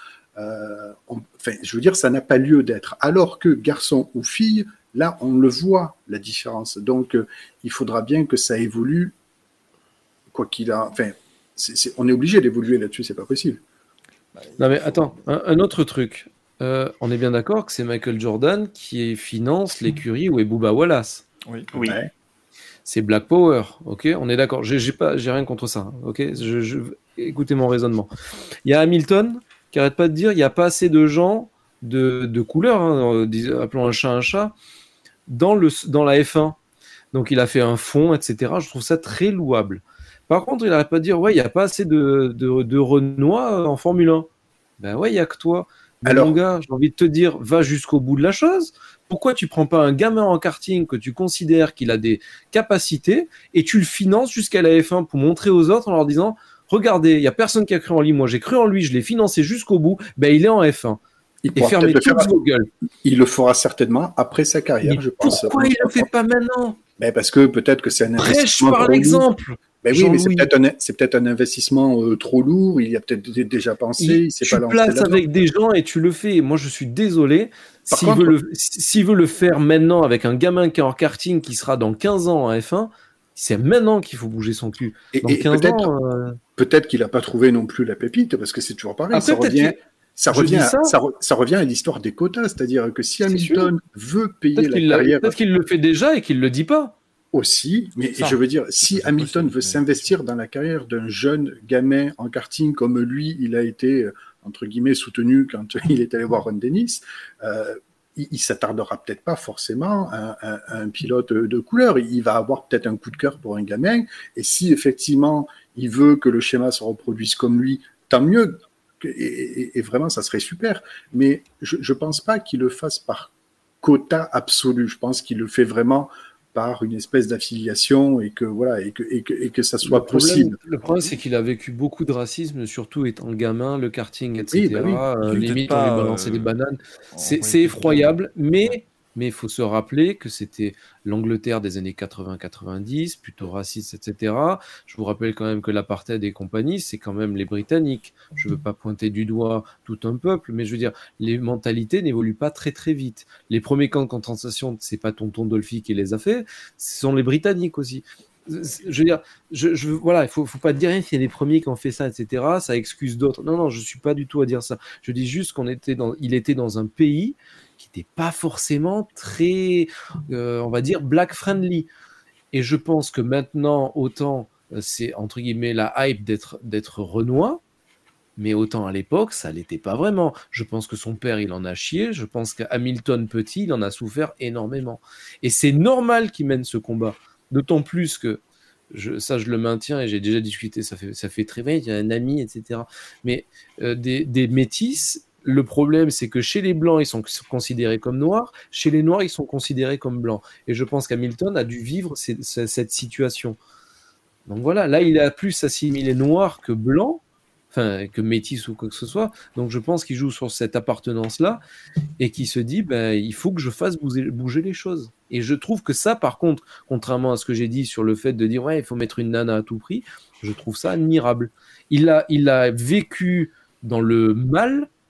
enfin, je veux dire, ça n'a pas lieu d'être. Alors que garçon ou fille, là, on le voit, la différence. Donc, il faudra bien que ça évolue, quoi qu'il a. Enfin, on est obligé d'évoluer là-dessus, c'est pas possible. Non mais attends, un autre truc. On est bien d'accord que c'est Michael Jordan qui finance l'écurie où est Bubba Wallace. Oui. Oui. Ouais. C'est Black Power, ok? On est d'accord. J'ai rien contre ça, ok? Écoutez mon raisonnement. Il y a Hamilton qui arrête pas de dire il n'y a pas assez de gens de couleur, hein, appelons un chat, dans la F1. Donc il a fait un fond, etc. Je trouve ça très louable. Par contre, il n'arrête pas de dire ouais, il n'y a pas assez de Renois en Formule 1. Ben ouais, il n'y a que toi. Mais Alors- mon gars, j'ai envie de te dire, va jusqu'au bout de la chose. Pourquoi tu prends pas un gamin en karting que tu considères qu'il a des capacités et tu le finances jusqu'à la F1 pour montrer aux autres en leur disant regardez, il n'y a personne qui a cru en lui, moi j'ai cru en lui, je l'ai financé jusqu'au bout, ben il est en F1. Il Et pourra fermez peut-être le toutes faire. vos gueules. Il le fera certainement après sa carrière, Mais je pense. pourquoi il le fait pas maintenant? Mais parce que peut-être que c'est un Prêche investissement par trop lourd. l'exemple. Ben oui, mais Jean-Louis. c'est peut-être un investissement trop lourd. Il y a peut-être déjà pensé. Il s'est Tu pas lancé places là-dedans. avec des gens et tu le fais. Moi, je suis désolé. Par S'il contre- veut le faire maintenant avec un gamin qui est en karting qui sera dans 15 ans en F1, c'est maintenant qu'il faut bouger son cul. Et, Dans et 15 peut-être, ans, peut-être qu'il n'a pas trouvé non plus la pépite, parce que c'est toujours pareil. Après, peut-être Ça je revient, dis ça. ça revient à l'histoire des quotas, c'est-à-dire que si C'est Hamilton veut payer peut-être la qu'il carrière peut-être qu'il le fait déjà et qu'il le dit pas. aussi, mais Ça, je veux dire, si c'est Hamilton possible, veut mais- s'investir dans la carrière d'un jeune gamin en karting comme lui, il a été, entre guillemets, soutenu quand il est allé voir Ron Dennis, il s'attardera peut-être pas forcément à un pilote de couleur. Il va avoir peut-être un coup de cœur pour un gamin, et si effectivement il veut que le schéma se reproduise comme lui, tant mieux. Et vraiment, ça serait super. Mais je pense pas qu'il le fasse par quota absolu. Je pense qu'il le fait vraiment par une espèce d'affiliation et que voilà et que ça soit possible. Le problème, c'est qu'il a vécu beaucoup de racisme, surtout étant gamin, le karting, etc. Oui, bah oui. Il est Limite, peut-être on lui pas, balançait des bananes. en C'est réalité, effroyable, mais il faut se rappeler que c'était l'Angleterre des années 80-90, plutôt raciste, etc. Je vous rappelle quand même que l'apartheid et compagnie, c'est quand même les Britanniques. Je ne veux pas pointer du doigt tout un peuple, mais je veux dire, les mentalités n'évoluent pas très très vite. Les premiers camps de concentration, c'est pas tonton Dolphy qui les a fait, ce sont les Britanniques aussi. Je veux dire, voilà, il faut pas dire qu'il y a des premiers qui ont fait ça, etc. Ça excuse d'autres. Non, je suis pas du tout à dire ça. Je dis juste il était dans un pays qui n'était pas forcément très, on va dire, black friendly. Et je pense que maintenant, autant c'est entre guillemets la hype d'être Renoir, mais autant à l'époque, ça l'était pas vraiment. Je pense que son père, il en a chié. Je pense qu'Hamilton petit, il en a souffert énormément. Et c'est normal qu'il mène ce combat. D'autant plus que, ça je le maintiens et j'ai déjà discuté, ça fait très bien, il y a un ami, etc. Mais des métis, le problème c'est que chez les blancs, ils sont considérés comme noirs, chez les noirs, ils sont considérés comme blancs. Et je pense qu'Hamilton a dû vivre cette situation. Donc voilà, là il a plus assimilé noir que blanc, enfin que métis ou quoi que ce soit. Donc je pense qu'il joue sur cette appartenance-là et qu'il se dit il faut que je fasse bouger les choses. Et je trouve que ça, par contre, contrairement à ce que j'ai dit sur le fait de dire ouais, il faut mettre une nana à tout prix, je trouve ça admirable. Il a vécu dans le mal,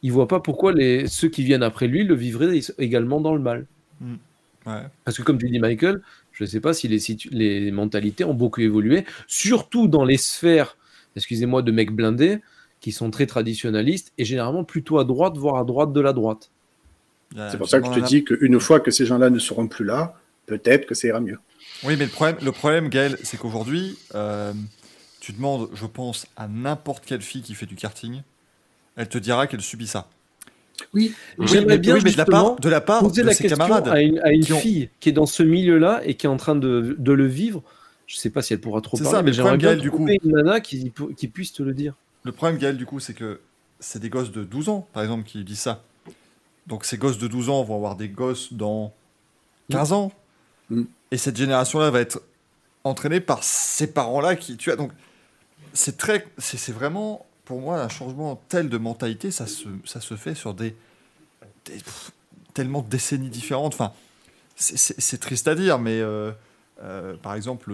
il voit pas pourquoi ceux qui viennent après lui le vivraient également dans le mal. Ouais. Parce que comme tu dis Michael, je ne sais pas si les mentalités ont beaucoup évolué, surtout dans les sphères, excusez-moi, de mecs blindés, qui sont très traditionnalistes, et généralement plutôt à droite, voire à droite de la droite. C'est pour ça que je te dis qu'une fois que ces gens-là ne seront plus là, peut-être que ça ira mieux. Oui, mais le problème, Gaël, c'est qu'aujourd'hui, tu demandes, je pense, à n'importe quelle fille qui fait du karting, elle te dira qu'elle subit ça. Oui, j'aimerais bien mais de la part poser de la ses question camarades à une fille qui est dans ce milieu-là et qui est en train de le vivre. Je sais pas si elle pourra trop C'est parler, ça, mais mais j'aimerais le bien problème, trouver une nana qui puisse te le dire. Le problème, Gaël, du coup, c'est que c'est des gosses de 12 ans, par exemple, qui disent ça. Donc ces gosses de 12 ans vont avoir des gosses dans 15 ans. Et cette génération-là va être entraînée par ces parents-là qui... Tu vois, donc c'est vraiment, pour moi, un changement tel de mentalité, ça se fait sur tellement de décennies différentes. Enfin, c'est triste à dire, mais par exemple,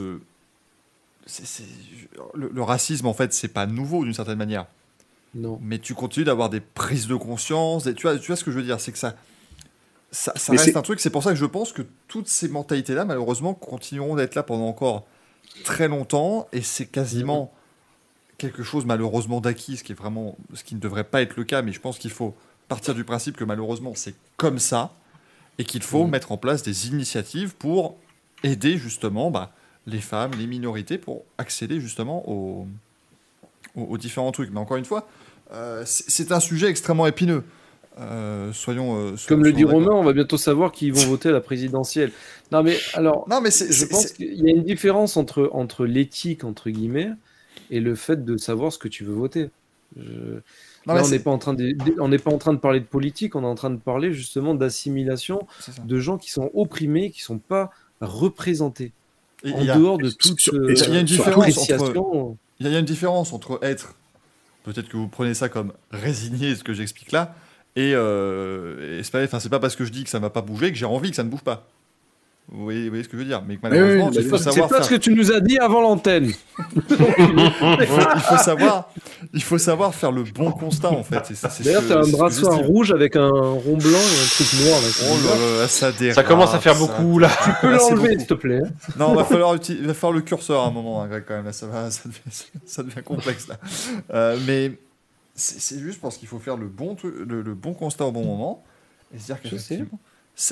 le racisme, en fait, c'est pas nouveau d'une certaine manière. Non. Mais tu continues d'avoir des prises de conscience. Tu vois ce que je veux dire, c'est que ça reste un truc. C'est pour ça que je pense que toutes ces mentalités-là, malheureusement, continueront d'être là pendant encore très longtemps. Et c'est quasiment quelque chose, malheureusement, d'acquis, ce qui ne devrait pas être le cas. Mais je pense qu'il faut partir du principe que malheureusement, c'est comme ça. Et qu'il faut mettre en place des initiatives pour aider justement les femmes, les minorités, pour accéder justement aux différents trucs. Mais encore une fois, c'est un sujet extrêmement épineux. Soyons comme le dit d'accord. Romain, on va bientôt savoir qui vont voter à la présidentielle. Non mais alors, je pense qu'il y a une différence entre l'éthique entre guillemets et le fait de savoir ce que tu veux voter. Là, on n'est pas en train de parler de politique, on est en train de parler justement d'assimilation de gens qui sont opprimés, qui sont pas représentés. En dehors de toute appréciation. Il y a une différence entre être, peut-être que vous prenez ça comme résigné, ce que j'explique là, et c'est pas parce que je dis que ça ne va pas bouger que j'ai envie que ça ne bouge pas. Vous voyez ce que je veux dire, mais que malheureusement, il faut savoir. C'est pas ce que tu nous as dit avant l'antenne. il faut savoir faire le bon constat en fait. D'ailleurs, tu as un bracelet rouge avec un rond blanc et un truc noir. Oh là là, ça commence à faire beaucoup là. Tu peux l'enlever, s'il te plaît. Non, il va falloir le curseur à un moment, hein, Greg, quand même. Là, ça devient complexe là. Mais c'est juste parce qu'il faut faire le bon constat au bon moment et se dire qu'effectivement,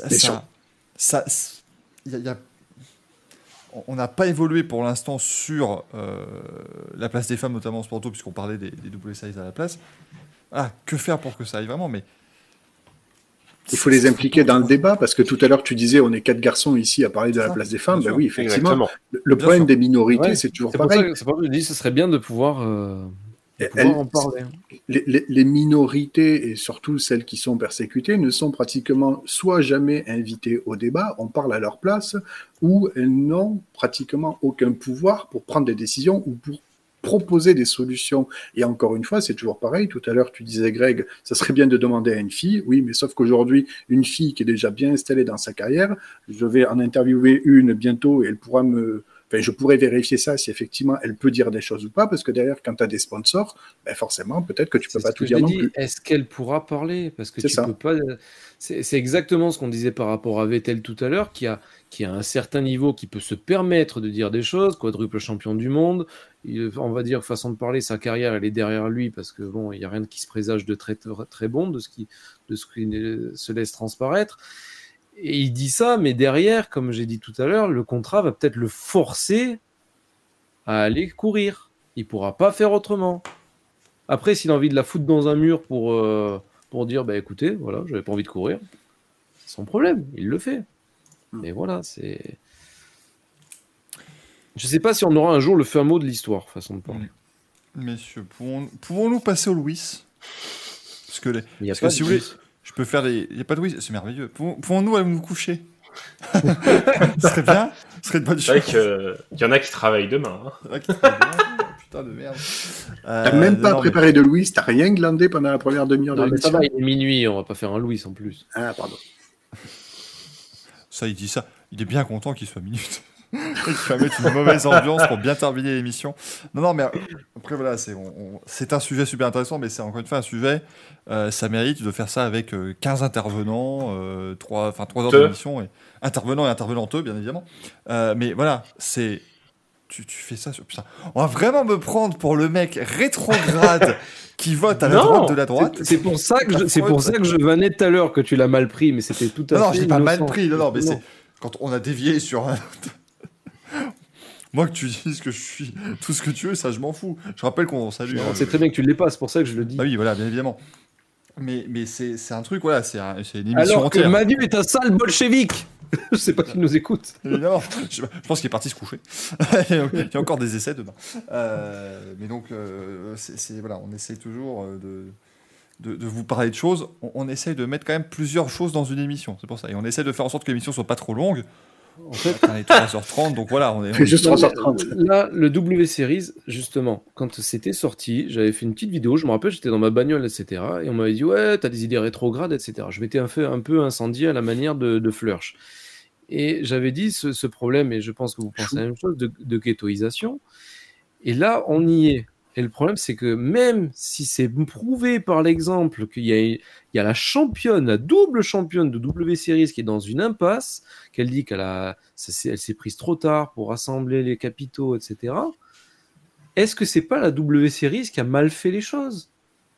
on n'a pas évolué pour l'instant sur la place des femmes, notamment en sport auto, puisqu'on parlait des double size à la place. Que faire pour que ça aille vraiment, mais il faut les impliquer dans le débat, parce que tout à l'heure tu disais on est 4 garçons ici à parler de la place des femmes. Ben oui, effectivement. Exactement. Le problème des minorités, c'est toujours pareil. C'est pour ça que je dis, ce serait bien de pouvoir en parler. Les minorités, et surtout celles qui sont persécutées, ne sont pratiquement soit jamais invitées au débat, on parle à leur place, ou elles n'ont pratiquement aucun pouvoir pour prendre des décisions ou pour proposer des solutions. Et encore une fois, c'est toujours pareil. Tout à l'heure, tu disais, Greg, ça serait bien de demander à une fille. Oui, mais sauf qu'aujourd'hui, une fille qui est déjà bien installée dans sa carrière, je vais en interviewer une bientôt et elle pourra je pourrais vérifier ça si effectivement elle peut dire des choses ou pas, parce que derrière, quand tu as des sponsors, forcément, peut-être que tu peux pas tout dire non plus. Est-ce qu'elle pourra parler ? Parce que tu peux pas. C'est exactement ce qu'on disait par rapport à Vettel tout à l'heure, qui a un certain niveau, qui peut se permettre de dire des choses, quadruple champion du monde. On va dire, façon de parler, sa carrière, elle est derrière lui, parce que bon, il n'y a rien qui se présage de très, très bon, de ce qui se laisse transparaître. Et il dit ça, mais derrière, comme j'ai dit tout à l'heure, le contrat va peut-être le forcer à aller courir. Il ne pourra pas faire autrement. Après, s'il a envie de la foutre dans un mur pour dire, écoutez, voilà, j'avais pas envie de courir, c'est son problème, il le fait. Mais voilà, c'est... Je ne sais pas si on aura un jour le fin mot de l'histoire, façon de parler. Messieurs, pouvons-nous passer au Louis ? Parce que si vous voulez... Je peux faire les... Il n'y a pas de oui, c'est merveilleux. Pouvons-nous aller nous coucher ? Ce serait bien. Ce serait de bonne chose. C'est vrai qu'il y en a qui travaillent demain. Hein. Putain de merde. T'as même pas préparé de Louis, t'as rien glandé pendant la première demi-heure de l'émission. Ça va, il est minuit, on va pas faire un Louis en plus. Ah, pardon. Ça, il dit ça. Il est bien content qu'il soit minute. Il va mettre une mauvaise ambiance pour bien terminer l'émission. Non, mais Après, voilà, c'est un sujet super intéressant, mais c'est encore une fois un sujet. Ça mérite de faire ça avec 15 intervenants, 3 heures d'émission, et intervenants et intervenanteux, bien évidemment. Mais voilà, c'est. Tu fais ça sur. Putain, on va vraiment me prendre pour le mec rétrograde qui vote à la droite de la droite. C'est pour ça que je vannais tout à l'heure que tu l'as mal pris, mais c'était tout à fait. Non, j'ai pas innocent. mal pris. Non, mais c'est quand on a dévié sur un. Moi, que tu dises que je suis tout ce que tu veux, ça, je m'en fous. Je rappelle qu'on salue. C'est très bien que tu l'aies pas, c'est pour ça que je le dis. Bah oui, voilà, bien évidemment. Mais c'est un truc, voilà, c'est une émission Alors entière. que Manu est un sale bolchevique. Je sais pas qui nous écoute. Évidemment, je pense qu'il est parti se coucher. Il y a encore des essais demain. Mais donc, voilà, on essaie toujours de vous parler de choses. On essaye de mettre quand même plusieurs choses dans une émission. C'est pour ça. Et on essaie de faire en sorte que l'émission soit pas trop longue. En fait, on est 3h30, donc voilà, on est juste 3h30. Là, le W Series, justement, quand c'était sorti, j'avais fait une petite vidéo, je me rappelle, j'étais dans ma bagnole, etc. Et on m'avait dit, ouais, t'as des idées rétrogrades, etc. Je m'étais un peu incendié à la manière de Flurch. Et j'avais dit ce problème, et je pense que vous pensez la même chose, de ghettoisation. Et là, on y est. Et le problème, c'est que même si c'est prouvé par l'exemple qu'il y a la championne, la double championne de W Series qui est dans une impasse, qu'elle dit elle s'est prise trop tard pour rassembler les capitaux, etc. Est-ce que c'est pas la W Series qui a mal fait les choses ?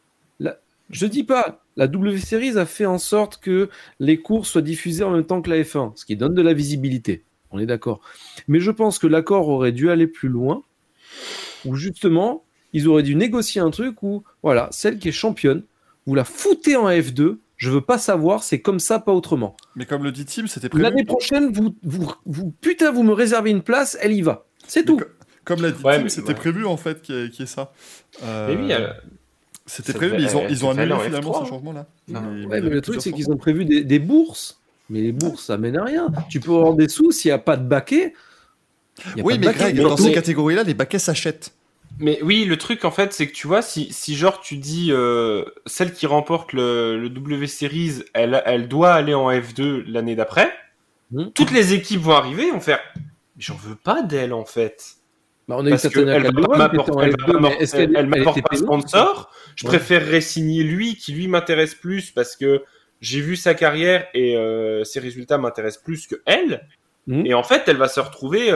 Je dis pas, la W Series a fait en sorte que les courses soient diffusées en même temps que la F1, ce qui donne de la visibilité. On est d'accord. Mais je pense que l'accord aurait dû aller plus loin, où justement, ils auraient dû négocier un truc où, voilà, celle qui est championne, vous la foutez en F2, je veux pas savoir, c'est comme ça, pas autrement. Mais comme le dit Tim, c'était prévu. L'année prochaine, putain, vous me réservez une place, elle y va. C'est tout. Comme l'a dit Tim, c'était prévu en fait qu'il y ait ça. Mais oui, c'était prévu, mais ils ont annulé finalement ce changement-là. Mais le truc, c'est qu'ils ont prévu des bourses. Mais les bourses, ça mène à rien. Tu peux avoir des sous s'il n'y a pas de baquet. Oui, mais Greg, dans ces catégories-là, les baquets s'achètent. Mais oui, le truc en fait, c'est que tu vois, si genre tu dis celle qui remporte le W Series, elle doit aller en F2 l'année d'après, toutes les équipes vont arriver et vont faire mais j'en veux pas d'elle en fait. Bah, on a parce qu'elle elle m'apporte pas de sponsor. Je préférerais signer lui qui lui m'intéresse plus parce que j'ai vu sa carrière et ses résultats m'intéressent plus que elle. Et en fait, elle va se retrouver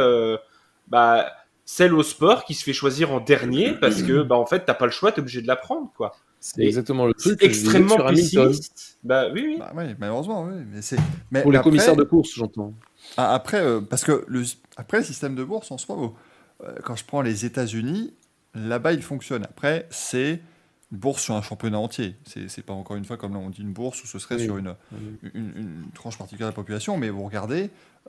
celle au sport qui se fait choisir en dernier parce que en fait t'as pas le choix, t'es obligé de la prendre quoi. C'est exactement le truc. Extrêmement pessimiste. Oui. Oui, malheureusement, oui. Mais pour les commissaires de course, j'entends. Après, parce que le système de bourse en soi, quand je prends les États-Unis, là-bas il fonctionne. Après, c'est une bourse sur un championnat entier. C'est pas encore une fois comme là on dit une bourse où ce serait sur une tranche particulière de la population, mais vous regardez.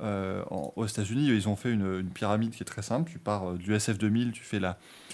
Aux États-Unis, ils ont fait une pyramide qui est très simple. Tu pars du SF 2000, tu fais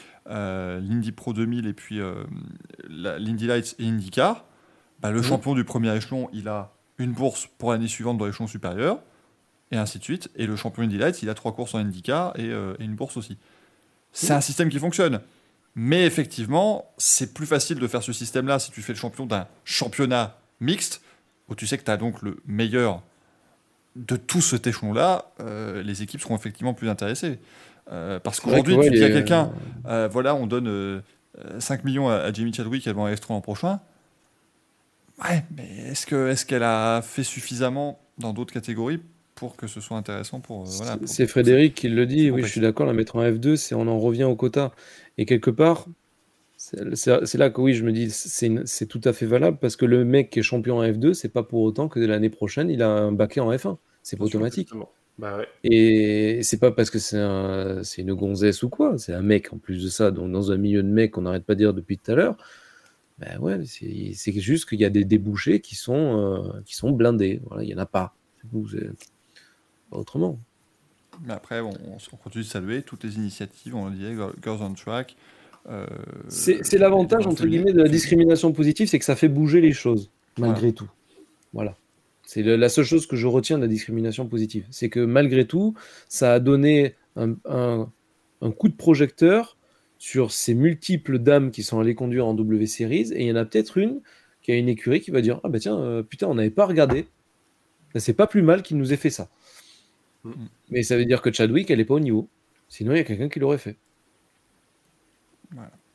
l'Indy Pro 2000 et puis l'Indy Lights et IndyCar. Le champion du premier échelon, il a une bourse pour l'année suivante dans l'échelon supérieur, et ainsi de suite. Et le champion Indy Lights, il a 3 courses en IndyCar et une bourse aussi. C'est un système qui fonctionne. Mais effectivement, c'est plus facile de faire ce système-là si tu fais le champion d'un championnat mixte, où tu sais que tu as donc le meilleur de tout cet échelon-là, les équipes seront effectivement plus intéressées. Parce qu'aujourd'hui, tu dis à quelqu'un, on donne 5 millions à Jamie Chadwick, elle va en F3 l'an prochain. Ouais, mais est-ce qu'elle a fait suffisamment dans d'autres catégories pour que ce soit intéressant pour... c'est Frédéric qui le dit, oui, je suis d'accord, la mettre en F2, on en revient au quota. Et quelque part, c'est là que oui, je me dis, c'est tout à fait valable, parce que le mec qui est champion en F2, c'est pas pour autant que l'année prochaine, il a un baquet en F1. C'est pas automatique. Ouais. Et c'est pas parce que c'est une gonzesse ou quoi, c'est un mec en plus de ça, donc dans un milieu de mecs qu'on n'arrête pas de dire depuis tout à l'heure, c'est juste qu'il y a des débouchés qui sont blindés. Voilà, il y en a pas. C'est pas autrement. Mais après, on continue de saluer toutes les initiatives, on le disait, Girls on Track. C'est l'avantage, entre guillemets, de la discrimination positive, c'est que ça fait bouger les choses, malgré tout. Voilà. C'est la seule chose que je retiens de la discrimination positive. C'est que malgré tout, ça a donné un coup de projecteur sur ces multiples dames qui sont allées conduire en W Series, et il y en a peut-être une qui a une écurie qui va dire « Ah bah tiens, putain, on n'avait pas regardé. C'est pas plus mal qu'il nous ait fait ça. » Mais ça veut dire que Chadwick, elle n'est pas au niveau. Sinon, il y a quelqu'un qui l'aurait fait. Voilà.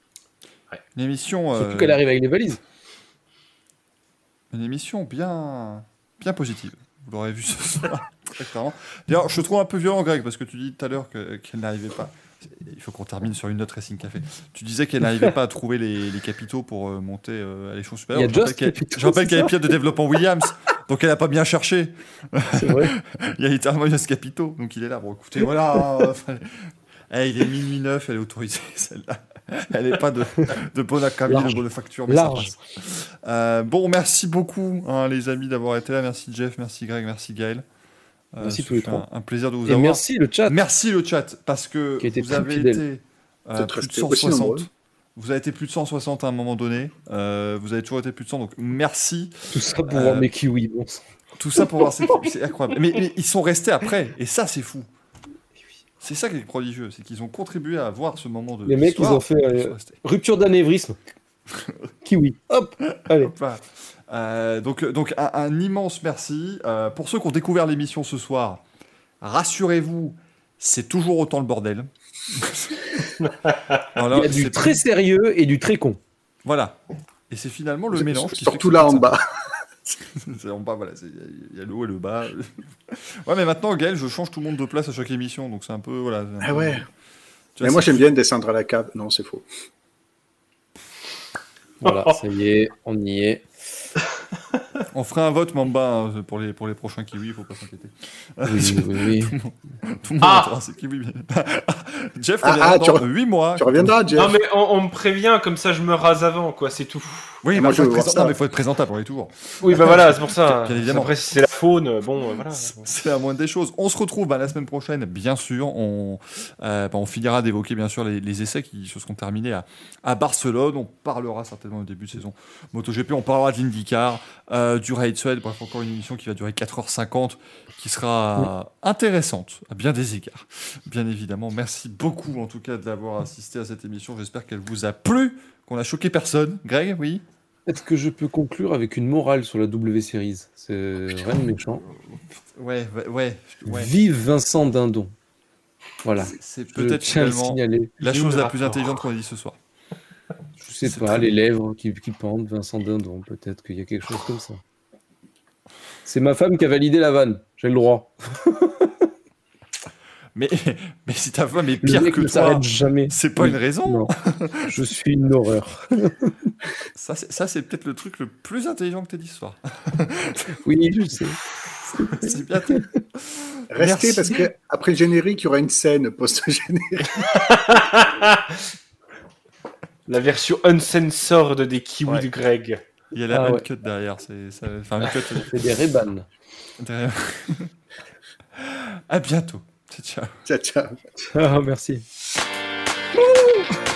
Une émission, Surtout qu'elle arrive avec les valises. une émission bien positive. Vous l'aurez vu ce soir, très clairement. D'ailleurs, je te trouve un peu violent, Greg, parce que tu dis tout à l'heure qu'elle n'arrivait pas. Il faut qu'on termine sur une note Racing Café. Tu disais qu'elle n'arrivait pas à trouver les capitaux pour monter à l'échelon supérieur. Il y a Just Capitaux, Je rappelle c'est qu'il y a les ça pilotes de développement Williams, donc elle n'a pas bien cherché. C'est vrai. Il y a littéralement Just Capitaux, donc il est là. Bon, écoutez, voilà. Il est minuit 9, elle est autorisée, celle-là. Elle n'est pas de bonne acabit, de bonne facture, mais Large. ça passe. Bon, merci beaucoup, les amis, d'avoir été là. Merci Jeff, merci Greg, merci Gaël. Merci Ce tous les fut trois. un plaisir de vous Et avoir. merci le chat. Merci le chat, parce que Qui a été vous très avez fidèle. été Vous êtes plus de restés aussi 160. nombreux. Vous avez été plus de 160 à un moment donné. Vous avez toujours été plus de 100, donc merci. Tout ça pour voir mes kiwis. Bon. Tout ça pour voir, c'est incroyable. Mais ils sont restés après, et ça, c'est fou. C'est ça qui est prodigieux, c'est qu'ils ont contribué à avoir ce moment de. Les mecs, ils ont fait ils sont restés. rupture d'anévrisme. Kiwi. Hop. Allez. Voilà. Donc un immense merci. Pour ceux qui ont découvert l'émission ce soir, rassurez-vous, c'est toujours autant le bordel. Voilà, Il y a du très sérieux et du très con. Voilà. Et c'est finalement le mélange qui fait Surtout que là c'est en ça. bas. C'est en bas, voilà. Il y a le haut et le bas. Ouais, mais maintenant, Gaël, je change tout le monde de place à chaque émission, donc c'est un peu. Voilà, Ah ouais. Tu vois, Mais moi, c'est- j'aime bien descendre à la cave. Non, c'est faux. Voilà, ça y est, on y est. On fera un vote, Mamba, pour les prochains kiwis, il faut pas s'inquiéter. Oui. Tout le monde entendra ces kiwis. Jeff reviendra dans 8 mois. Tu reviendras, Jeff. Non, mais on me prévient, comme ça je me rase avant, quoi, c'est tout. Oui, Moi, mais je veux il voir ça. faut être présentable, on est toujours. Oui, bah voilà, c'est pour ça. Bien évidemment. Après, si c'est la faune, bon, voilà. C'est la moindre des choses. On se retrouve la semaine prochaine, bien sûr. On finira d'évoquer, bien sûr, les essais qui se seront terminés à Barcelone. On parlera certainement au début de saison MotoGP. On parlera de l'IndyCar, du Raid Suède. Bref, encore une émission qui va durer 4h50, qui sera intéressante à bien des égards. Bien évidemment. Merci beaucoup, en tout cas, d'avoir assisté à cette émission. J'espère qu'elle vous a plu, qu'on a choqué personne. Greg, oui? Est-ce que je peux conclure avec une morale sur la W Series? C'est rien de méchant. Ouais. Vive Vincent Dindon. Voilà. C'est Je peut-être tiens à le finalement signaler. la Vive chose le la plus rapport. intelligente qu'on a dit ce soir. Je sais C'est pas, très les lèvres qui pendent, Vincent Dindon, peut-être qu'il y a quelque chose comme ça. C'est ma femme qui a validé la vanne, j'ai le droit. Mais si ta femme est Le pire mec que ne toi, s'arrête jamais. c'est pas Oui, une raison. non. Je suis une horreur. Ça, c'est peut-être le truc le plus intelligent que tu as dit ce soir. Oui, je sais. C'est bien. Restez Merci. parce qu'après le générique, il y aura une scène post-générique. La version uncensored des kiwis Ouais. de Greg. Il y a la Ah ouais. uncut derrière. Enfin, uncut C'est des rébans. derrière. À bientôt. Ciao. Ciao, ciao. Ah, merci. Ciao.